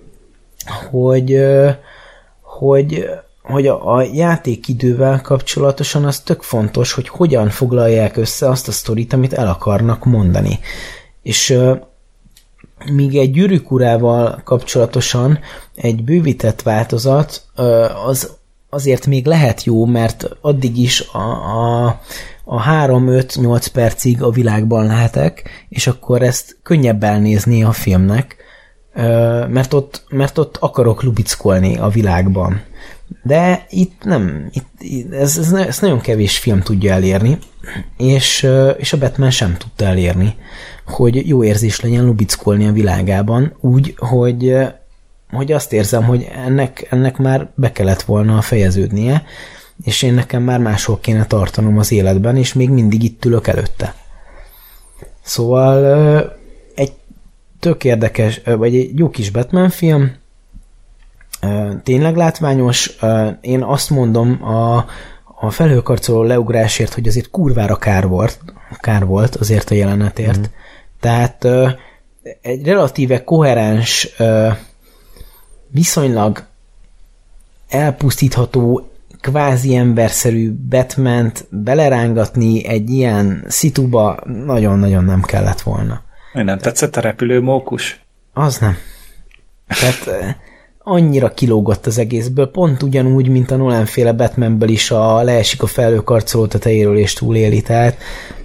hogy a játékidővel kapcsolatosan az tök fontos, hogy hogyan foglalják össze azt a sztorit, amit el akarnak mondani. És míg egy Gyűrűk urával kapcsolatosan egy bővített változat azért még lehet jó, mert addig is a 3-5-8 percig a világban lehetek, és akkor ezt könnyebb elnézni a filmnek, mert ott akarok lubickolni a világban. De itt nem, ezt nagyon kevés film tudja elérni, és a Batman sem tudta elérni, hogy jó érzés legyen lubickolni a világában, úgy, hogy azt érzem, hogy ennek már be kellett volna fejeződnie, és én nekem már máshol kéne tartanom az életben, és még mindig itt ülök előtte. Szóval egy tök érdekes, vagy egy jó kis Batman film, tényleg látványos, én azt mondom a felhőkarcoló leugrásért, hogy azért kurvára kár volt azért a jelenetért. Tehát egy relatíve koherens, viszonylag elpusztítható, kvázi emberszerű Batmant belerángatni egy ilyen szituba nagyon-nagyon nem kellett volna. Nem tetszett a repülő mókus? Az nem. Tehát annyira kilógott az egészből, pont ugyanúgy, mint a Nolan-féle Batmanből is leesik a felhőkarcoló tetejéről és túléli. Tehát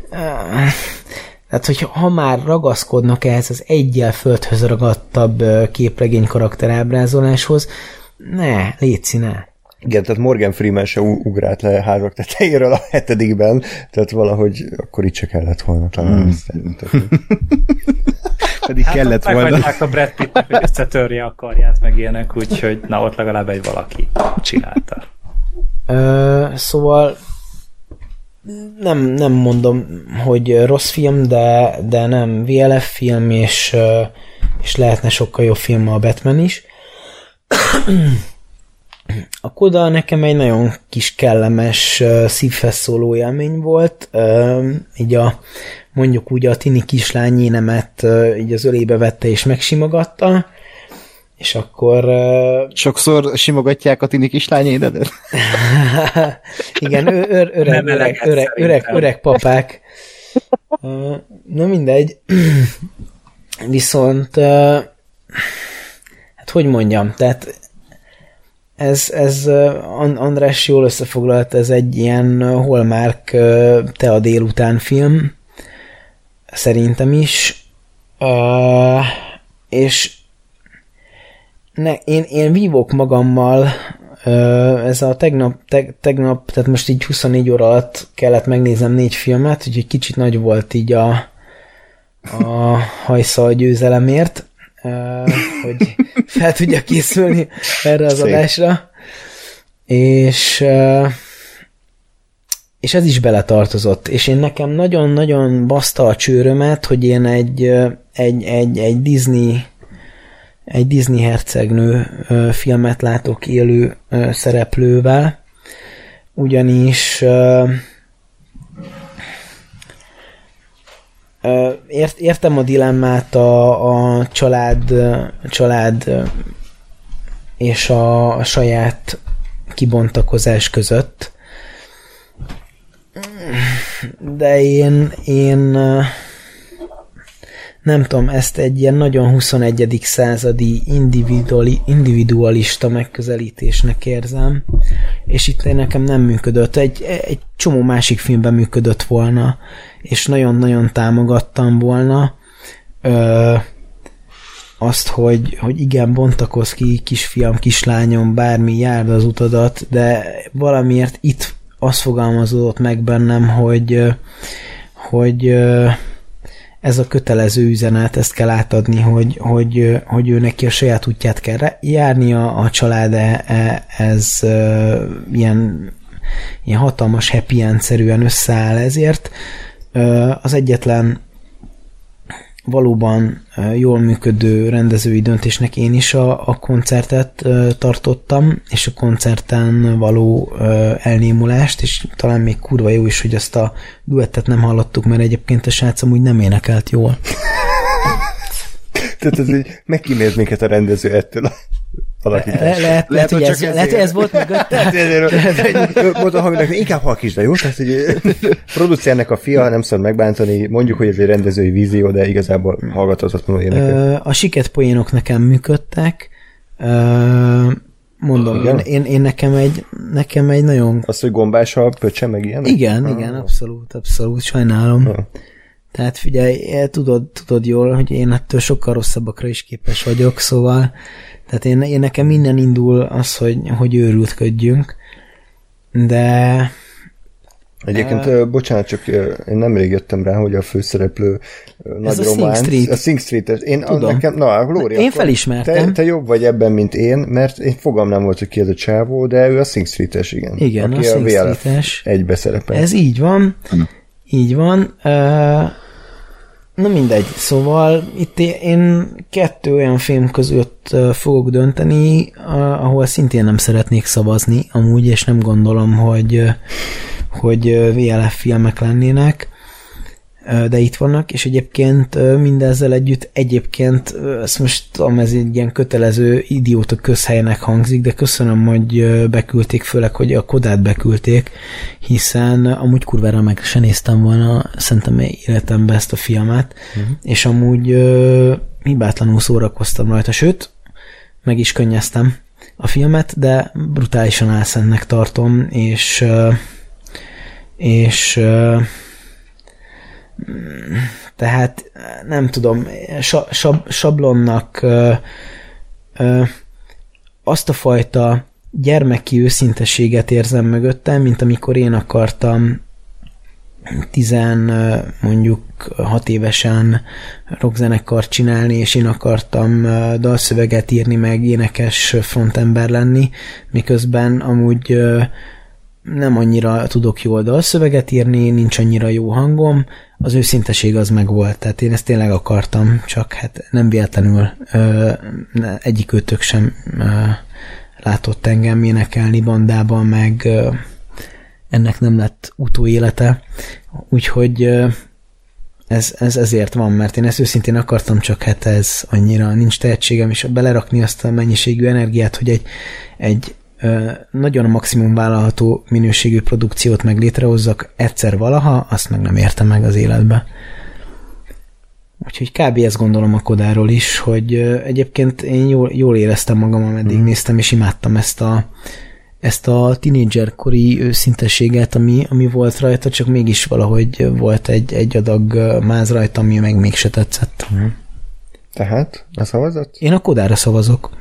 hogy ha már ragaszkodnak ehhez az egyel földhöz ragadtabb képregény karakterábrázoláshoz, létszi, ne. Igen, tehát Morgan Freeman se ugrált le házak tetejéről a 7-ben, tehát valahogy akkor itt se kellett volna talán. Pedig kellett volna. Meghagyták a Brad Pittnek, hogy összetörje a karját, meg ilyenek, úgyhogy na ott legalább egy valaki csinálta. Szóval nem mondom, hogy rossz film, de nem VLF film, és lehetne sokkal jobb film a Batman is. A Koda nekem egy nagyon kis kellemes, szívhez szóló élmény volt. Így mondjuk úgy a tini kislány énemet így az ölébe vette és megsimogatta, és akkor... Sokszor simogatják a tini kislányédet? Igen, öreg papák. Na mindegy. Viszont hát hogy mondjam, tehát ez András jól összefoglalt, ez egy ilyen Hallmark te a délután film, szerintem is, és én vívok magammal, ez a tegnap, tehát most így 24 óra alatt kellett megnéznem 4 filmet, úgyhogy kicsit nagy volt így a hajsza a győzelemért, hogy fel tudja készülni erre az adásra. És ez is beletartozott. És én nekem nagyon-nagyon baszta a csőrömet, hogy én egy Disney hercegnő filmet látok élő szereplővel. ugyanis értem a dilemmát a család és a saját kibontakozás között, de én nem tudom, ezt egy ilyen nagyon 21. századi individualista megközelítésnek érzem, és itt nekem nem működött. Egy csomó másik filmben működött volna, és nagyon-nagyon támogattam volna azt, hogy igen, bontakoz ki, kisfiam, kislányom, bármi, járd az utadat, de valamiért itt azt fogalmazódott meg bennem, hogy ez a kötelező üzenet, ezt kell átadni, hogy ő neki a saját útját kell járnia, a család ez ilyen hatalmas happy end-szerűen összeáll, ezért az egyetlen valóban jól működő rendezői döntésnek én is a koncertet tartottam, és a koncerten való elnémulást, és talán még kurva jó is, hogy azt a duettet nem hallottuk, mert egyébként a srác amúgy nem énekelt jól. Tehát ez így megkímélt minket a rendező ettől a alakítás. Lehet, hogy ez volt mögötte. Mondom, hogy inkább halkítsd, de jó? Tehát, hogy producernek a fia, nem szabad megbántani, mondjuk, hogy ez egy rendezői vízió, de igazából hallgathatatlanul énekel. A siket poénok nekem működtek. Mondom, én nekem egy nagyon... Az, hogy gombás a pöccse, meg ilyen? Igen, abszolút, sajnálom. Tehát figyelj, tudod jól, hogy én ettől sokkal rosszabbakra is képes vagyok, szóval tehát én nekem minden indul az, hogy őrültködjünk, de... Egyébként, bocsánat, csak én nemrég jöttem rá, hogy a főszereplő nagy románc... A Sing Street. Glória, én felismertem. Te jobb vagy ebben, mint én, mert én fogalmam nem volt, hogy ki ez a csávó, de ő a Sing Street-es, igen. Igen, aki a Sing Street-es. Egybe szerepel. Ez így van. Így van. Na mindegy, szóval itt én 2 olyan film között fogok dönteni, ahol szintén nem szeretnék szavazni, amúgy, és nem gondolom, hogy VLF filmek lennének, de itt vannak, és egyébként mindezzel együtt ezt most tudom, ez egy ilyen kötelező idióta közhelynek hangzik, de köszönöm, hogy beküldték, főleg, hogy a Kodát beküldték, hiszen amúgy kurvára meg se néztem volna szerintem életemben ezt a filmet, és amúgy hibátlanul szórakoztam rajta, sőt, meg is könnyeztem a filmet, de brutálisan álszentnek tartom, és tehát nem tudom, sablonnak azt a fajta gyermeki őszinteséget érzem mögöttem, mint amikor én akartam 16 évesen rockzenekart csinálni, és én akartam dalszöveget írni, meg énekes frontember lenni, miközben amúgy nem annyira tudok jól dalszöveget írni, nincs annyira jó hangom, az őszinteség az meg volt, tehát én ezt tényleg akartam, csak hát nem véletlenül egyik őtök sem látott engem énekelni bandában, meg ennek nem lett utóélete, úgyhogy ez ezért van, mert én ezt őszintén akartam, csak hát ez annyira nincs tehetségem, és belerakni azt a mennyiségű energiát, hogy egy nagyon a maximum vállalható minőségű produkciót meg létrehozzak egyszer valaha, azt meg nem értem meg az életbe. Úgyhogy kb. Ezt gondolom a Kodáról is, hogy egyébként én jól éreztem magam, ameddig néztem, és imádtam ezt a tínédzserkori őszinteséget, ami volt rajta, csak mégis valahogy volt egy adag máz rajta, ami meg mégse tetszett. Tehát? A szavazat? Én a Kodára szavazok.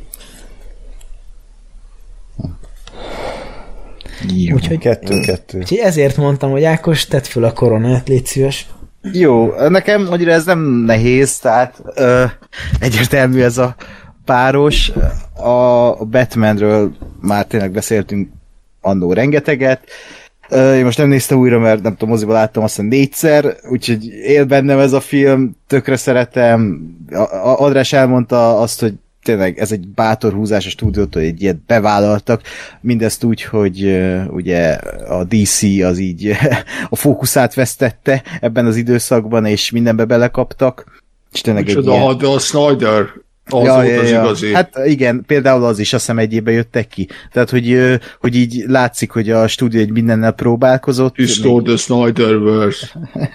Úgyhogy 2-2. Úgyhogy ezért mondtam, hogy Ákos, tedd föl a koronát, légy szíves. Jó, nekem annyira ez nem nehéz, tehát egyértelmű ez a páros. A Batmanről már tényleg beszéltünk annó rengeteget. Én most nem néztem újra, mert nem tudom, moziban láttam azt 4-szer, úgyhogy él bennem ez a film, tökre szeretem. András elmondta azt, hogy tényleg ez egy bátor húzás a stúdiótól, hogy egy ilyet bevállaltak, mindezt úgy, hogy ugye a DC az így a fókuszát vesztette ebben az időszakban, és mindenbe belekaptak, és tényleg egy ilyen... a Snyder, az ja, volt az igazi. Hát igen, például az is, azt hiszem egy évben jöttek ki. Tehát, hogy így látszik, hogy a stúdió egy mindennel próbálkozott. Restore the Snyderverse.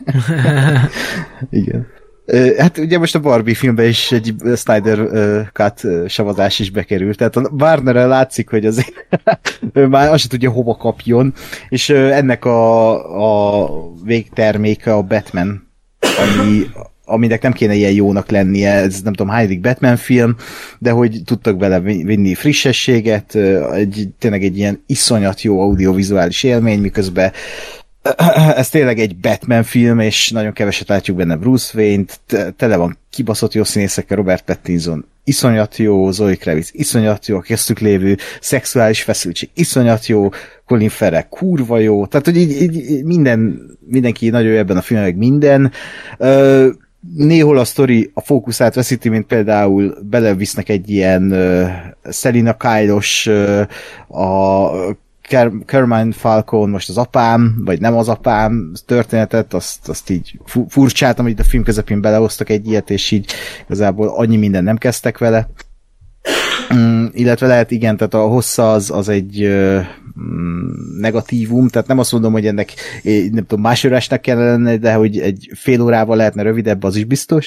Igen. Hát ugye most a Barbie filmben is egy Snyder Cut savazás is bekerült, tehát a Warner-rel látszik, hogy azért ő már azt se tudja hova kapjon, és ennek a végterméke a Batman, aminek nem kéne ilyen jónak lennie, ez nem tudom, hányadik Batman film, de hogy tudtak bele vinni frissességet, tényleg egy ilyen iszonyat jó audiovizuális élmény, miközben ez tényleg egy Batman film, és nagyon keveset látjuk benne Bruce Wayne-t, tele van kibaszott jó színészekkel, Robert Pattinson iszonyat jó, Zoe Kravitz iszonyat jó, a köztük lévő szexuális feszültség iszonyat jó, Colin Farrell kurva jó, tehát hogy így mindenki nagyon jó ebben a filmben, meg minden. Néhol a sztori a fókuszát veszíti, mint például belevisznek egy ilyen Selina Kyle-os a Carmine Falcone most az apám, vagy nem az apám történetet, azt így furcsáltam, hogy a film közepén belehoztak egy ilyet, és így igazából annyi minden nem kezdtek vele. Illetve lehet, igen, tehát a hossza az egy negatívum, tehát nem azt mondom, hogy ennek nem tudom, másodásnak kellene lenni, de hogy egy fél órával lehetne rövidebb, az is biztos.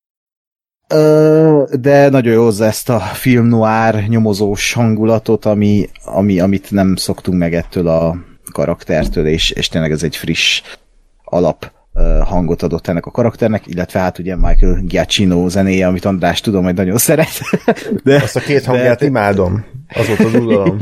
De nagyon jó hozzá ezt a film noir nyomozós hangulatot, amit nem szoktunk meg ettől a karaktertől, és tényleg ez egy friss alap hangot adott ennek a karakternek, illetve hát ugye Michael Giacchino zenéje, amit András tudom, hogy nagyon szeret. De, azt a két hangját imádom. Az volt az udalom.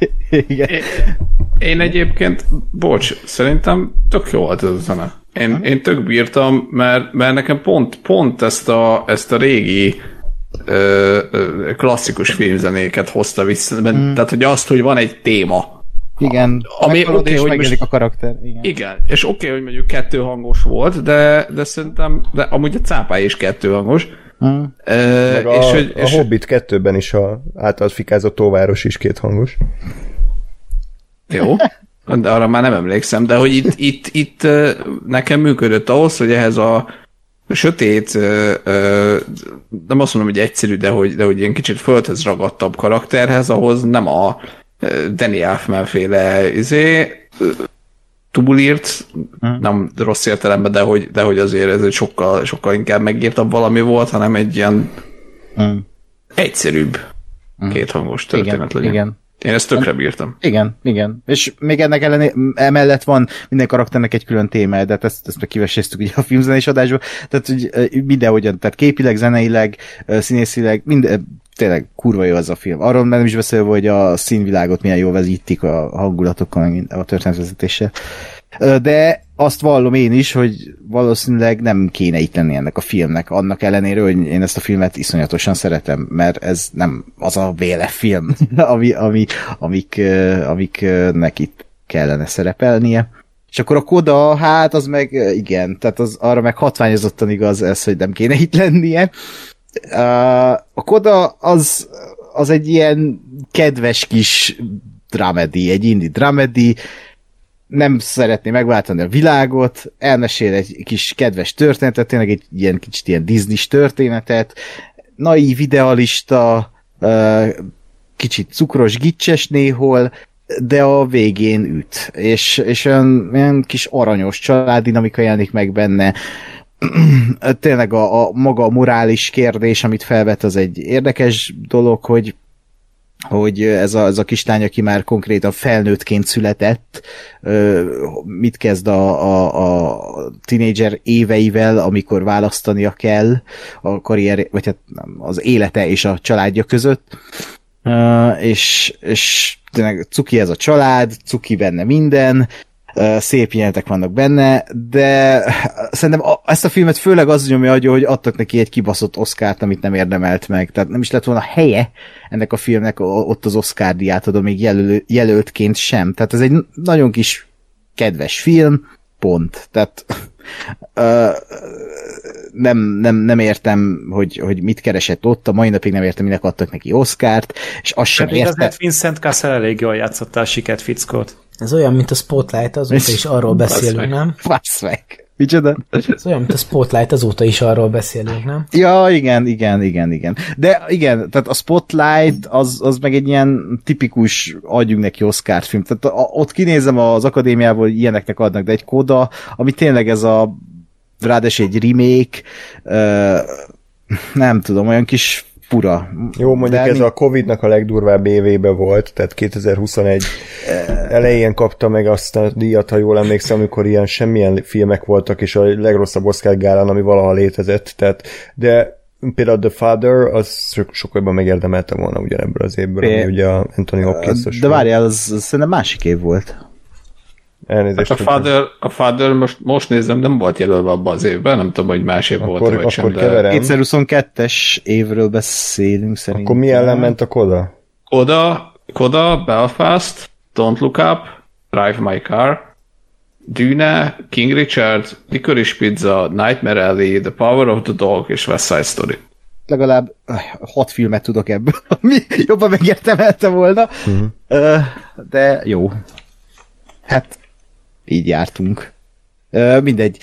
Én egyébként, szerintem tök jó volt ez a zene. Én tök bírtam, mert nekem pont ezt a régi klasszikus filmzenéket hozta vissza. Tehát, hogy azt, hogy van egy téma. Igen, ami oké, hogy most... a karakter. Igen, és oké, hogy mondjuk kettőhangos volt, de szerintem, de amúgy a cápály is kettőhangos. Meg a Hobbit 2-ben is által fikázott tóváros is kéthangos. Jó. De arra már nem emlékszem, de hogy itt nekem működött ahhoz, hogy ehhez a sötét, nem azt mondom, hogy egyszerű, de hogy ilyen kicsit földhez ragadtabb karakterhez, ahhoz nem a Danny Elfman féle túlírt, nem rossz értelemben, de hogy azért ez egy sokkal inkább megírtabb valami volt, hanem egy ilyen egyszerűbb kéthangos történet legyen. Igen. Én ezt tökre bírtam. Igen. És még ennek emellett van minden karakternek egy külön téma, de ezt meg kiveséztük ugye a filmzenés adásban, tehát hogy mindenhogyan, tehát képileg, zeneileg, színészileg, tényleg kurva jó az a film. Arról nem is beszélve, hogy a színvilágot milyen jól vezítik a hangulatokkal, a történetvezetéssel. De azt vallom én is, hogy valószínűleg nem kéne itt lenni ennek a filmnek, annak ellenére, hogy én ezt a filmet iszonyatosan szeretem, mert ez nem az a véle film, amiknek itt kellene szerepelnie. És akkor a Koda, hát az meg igen, tehát arra meg hatványozottan igaz ez, hogy nem kéne itt lennie. A Koda az egy ilyen kedves kis dramedy, egy indie dramedy, nem szeretné megváltani a világot, elmesél egy kis kedves történetet, tényleg egy ilyen kicsit ilyen Disney-s történetet, naív, idealista, kicsit cukros, gicses néhol, de a végén üt. És olyan kis aranyos családdinamika jelenik meg benne. Tényleg a maga morális kérdés, amit felvet, az egy érdekes dolog, hogy ez a kislány, aki már konkrétan felnőttként született, mit kezd a tínédzser éveivel, amikor választania kell a karrier, vagy hát az élete és a családja között, és tényleg cuki ez a család, cuki benne minden, szép jelenetek vannak benne, de szerintem ezt a filmet főleg az nyomja agyon, hogy adtak neki egy kibaszott Oscart, amit nem érdemelt meg. Tehát nem is lett volna helye ennek a filmnek ott az Oscar díját adom, még jelöltként sem. Tehát ez egy nagyon kis kedves film, pont. Tehát nem értem, hogy mit keresett ott, a mai napig nem értem, minek adtak neki Oscart, és azt sem Pedig értem. azért Vincent Cassel elég jól játszotta a siket fickót. Ez olyan, mint a Spotlight, azóta is arról beszélünk, nem? Fasz meg. Micsoda? Ez olyan, mint a Spotlight, azóta is arról beszélünk, nem? Ja, igen. De igen, tehát a Spotlight az meg egy ilyen tipikus adjunk neki Oscar film. Tehát ott kinézem az akadémiából, ilyeneknek adnak, de egy Coda, ami tényleg ez a ráadásul egy remake, nem tudom, olyan kis fura. Jó, mondjuk ez a Covid-nak a legdurvább évébe volt, tehát 2021 elején kapta meg azt a díjat, ha jól emlékszem, amikor ilyen semmilyen filmek voltak, és a legrosszabb Oscar gálán, ami valaha létezett, tehát, de például The Father, az sokkal jobban megérdemelte volna ugyanebből az évből, ami ugye a Anthony Hopkins-os. De várjál, az szerintem másik év volt. Elnézést. A Father most nézem, nem volt jelölve abban az évben, nem tudom, hogy más év volt, vagy sem. Keverem. 2022-es évről beszélünk szerintem. Akkor mi ellen ment a Coda? Coda, Belfast, Don't Look Up, Drive My Car, Dune, King Richard, Licorice Pizza, Nightmare Alley, The Power of the Dog és West Side Story. Legalább 6 filmet tudok ebből, ami jobban megértemelte volna. De jó. Hát így jártunk. Mindegy.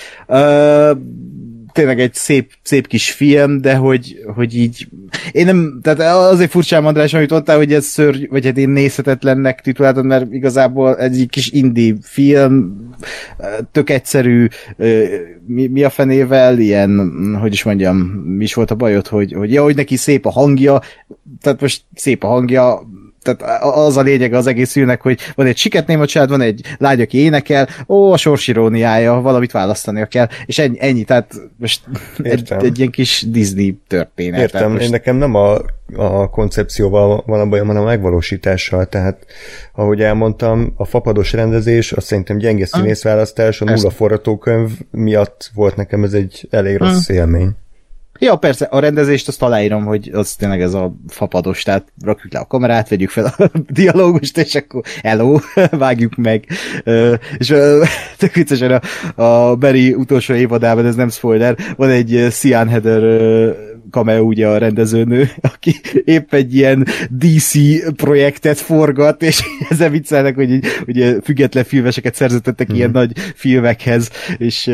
Tényleg egy szép kis film, de hogy így... Én nem... Tehát azért furcsán, András, amit mondtál, hogy ez vagy hát én nézhetetlennek tituláltad, mert igazából egy kis indie film, tök egyszerű, mi a fenével, ilyen, hogy is mondjam, mi is volt a bajod, hogy neki szép a hangja, tehát most szép a hangja, tehát az a lényeg az egész filmnek, hogy van egy siketnéma család, van egy lány, aki énekel, a sorsiróniája, valamit választania kell, és ennyi, tehát most egy ilyen kis Disney történet. Értem, most... nekem nem a koncepcióval van a bajom, hanem a megvalósítással, tehát ahogy elmondtam, a fapados rendezés, azt szerintem gyenge színészválasztás, a nulla forgatókönyv miatt volt nekem ez egy elég rossz élmény. Ja, persze, a rendezést azt aláírom, hogy az tényleg ez a fapados, tehát rakjuk le a kamerát, vegyük fel a dialógust, és akkor hello, vágjuk meg. És tök viccesen a Barry utolsó évadában, ez nem spoiler, van egy Sian Heather cameo, ugye a rendezőnő, aki épp egy ilyen DC projektet forgat, és ezzel viccelnek, hogy ugye független filmeseket szerződtettek ilyen nagy filmekhez, és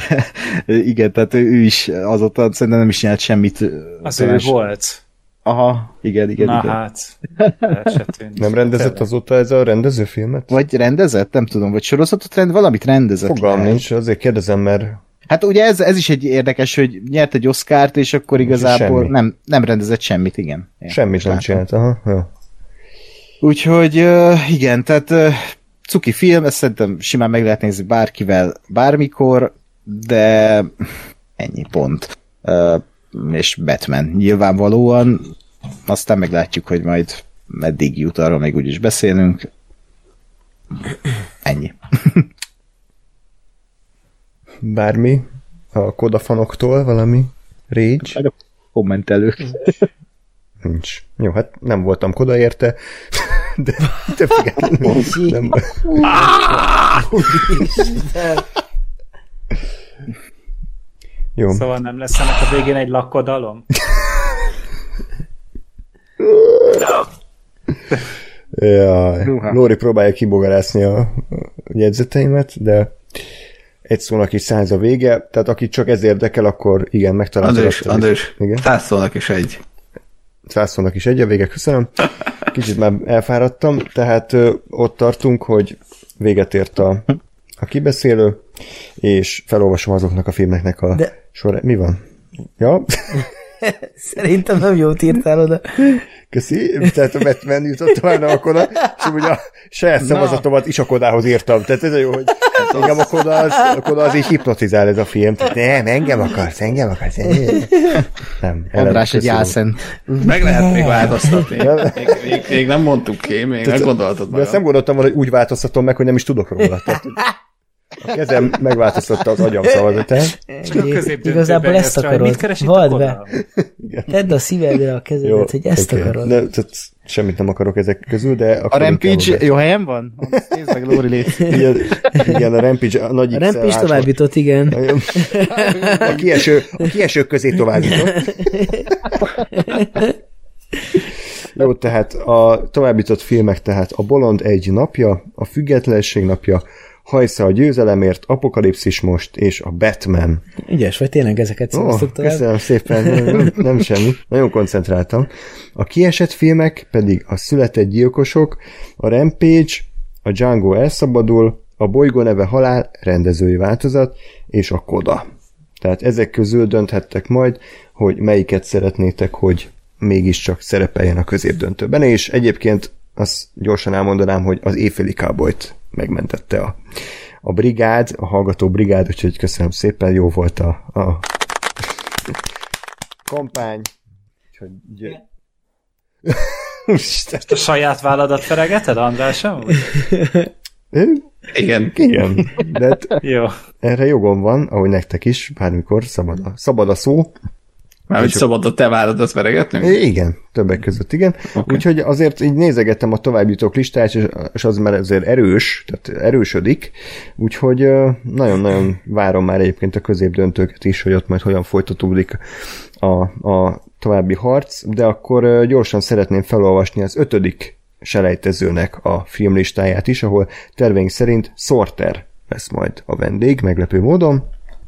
igen, tehát ő is azóta szerintem nem is csinált semmit. Az ő volt. Aha, igen. Na hát. Nem rendezett azóta ez a rendezőfilmet? Vagy rendezett? Nem tudom, vagy sorozatot valamit rendezett. Fogalm nincs, azért kérdezem, mert... Hát ugye ez is egy érdekes, hogy nyert egy Oscart, és akkor igazából nem rendezett semmit, igen. Semmit nem csinált, aha. Ja. Úgyhogy igen, tehát cuki film, ezt szerintem simán meg lehet nézni bárkivel, bármikor, de ennyi pont. És Batman nyilvánvalóan, aztán meglátjuk, hogy majd meddig jut, arról még úgyis beszélünk. Ennyi. Bármi a kodafanoktól, valami rage? Kommentelők. Nincs. Jó, hát nem voltam koda érte, de függetlenül nem. Jó. Szóval nem lesz ennek a végén egy lakkodalom? Jaj. Lóri próbálja kibogarászni a jegyzeteimet, de egy szónak is 100 a vége, tehát aki csak ez érdekel, akkor igen, megtalálta. András, 100 szónak is egy. 100 szónak is egy a vége, köszönöm. Kicsit már elfáradtam, tehát ott tartunk, hogy véget ért a kibeszélő, és felolvasom azoknak a filmeknek a sorát. Mi van? Ja? Szerintem nem jót írtál oda. Köszi, tehát a Batman jutott volna a Koda, és úgy a saját szavazatomat is a Kodához írtam. Tehát ez a jó, hogy engem a Koda az így hipnotizál ez a film. Tehát nem, engem akarsz. Nem. András egy álszent. Meg lehet még változtatni. Még nem mondtuk ki, még nem gondoltad meg. De ezt nem gondoltam volna, hogy úgy változtatom meg, hogy nem is tudok róla. Tehát kezem megváltoztatta az agyam szavazatát. Igazából ezt akarod. Mit keres itt Vald a be. Tedd a szívedre a kezedet, hogy ezt akarod. De, tehát semmit nem akarok ezek közül, de... A Rampage jó helyen van? Nézd meg, Lóri, légy. Igen, a Rampage a nagy A Rampage továbbított, igen. A kiesők közé továbbított. Jó, tehát a továbbított filmek, tehát a Bolond egy napja, a Függetlenség napja, Hajsza a győzelemért, Apokalipszis most, és a Batman. Ügyes vagy, tényleg ezeket szavaztuk tovább. Köszönöm szépen, nem semmi, nagyon koncentráltam. A kiesett filmek pedig a Született gyilkosok, a Rampage, a Django elszabadul, a Bolygó neve halál, rendezői változat, és a Koda. Tehát ezek közül dönthettek majd, hogy melyiket szeretnétek, hogy mégiscsak szerepeljen a középdöntőben, és egyébként azt gyorsan elmondanám, hogy az Éjféli Cowboyt megmentette a brigád, a hallgató brigád, úgyhogy köszönöm szépen, jó volt a kampány. Úgyhogy... Ezt a saját válladat feregeted, Andrásom? Igen. Igen, de hát Jó. erre jogom van, ahogy nektek is, bármikor szabad a szó. Mármint szabad a te válladat veregetnünk? Igen, többek között igen. Okay. Úgyhogy azért így nézegettem a továbbjutók listát, és az már azért erős, tehát erősödik, úgyhogy nagyon-nagyon várom már egyébként a középdöntőket is, hogy ott majd hogyan folytatódik a további harc, de akkor gyorsan szeretném felolvasni az 5. selejtezőnek a filmlistáját is, ahol terveink szerint Sorter lesz majd a vendég, meglepő módon.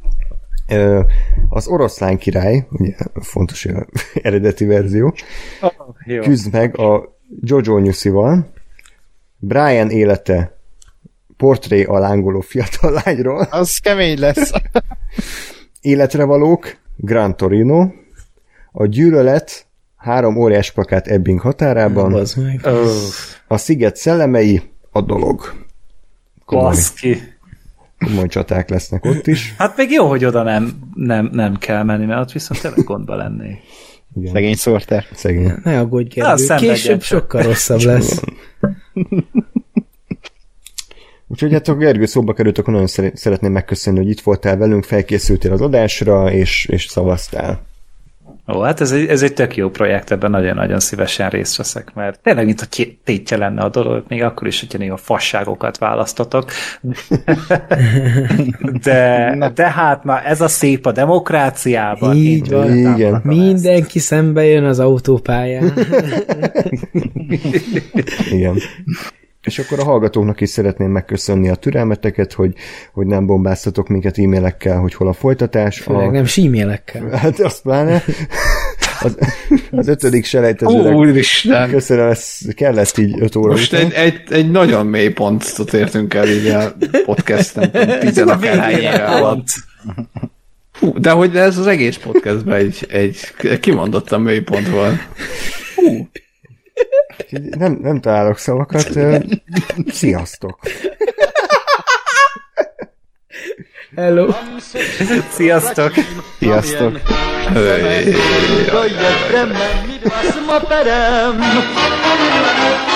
Az Oroszlán király, ugye fontos, hogy eredeti verzió, küzd meg a Jojo Newsy-val, Brian élete portré a lángoló fiatal lányról. Az kemény lesz. Életre valók, Gran Torino, a Gyűlölet, 3 óriás plakát Ebbing határában, a Sziget szellemei, a Dolog. Baszki. Komoly csaták lesznek ott is. Hát még jó, hogy oda nem kell menni, mert ott viszont tényleg gondba lennék. Igen. Szegény Sorter. Szegény. Ne aggódj, Gergő. Később sokkal rosszabb lesz. Úgyhogy hát a Gergő szóba került, akkor nagyon szeretném megköszönni, hogy itt voltál velünk, felkészültél az adásra, és szavaztál. Ó, hát ez egy tök jó projekt, ebben nagyon-nagyon szívesen részt veszek, mert tényleg, mint a tétje lenne a dolog, még akkor is, hogyha néha fasságokat választatok. De hát már ez a szép a demokráciában. Így van. Igen. Mindenki szembe jön az autópályán. Igen. És akkor a hallgatóknak is szeretném megköszönni a türelmeteket, hogy nem bombáztatok minket e-mailekkel, hogy hol a folytatás. Főleg nem símélekkel. Hát azt pláne. Az 5. selejtezőre. Úristen! Köszönöm, ez kellett így 5 óra most után. egy nagyon mély pontot értünk el így a podcasten, 10 akárhány éve alatt. De hogy ez az egész podcastben egy kimondottan mély pont volt. Nem találok szavakat. Sziasztok! Hello! Sziasztok! Sziasztok! To je bremmen, my dva s moperem.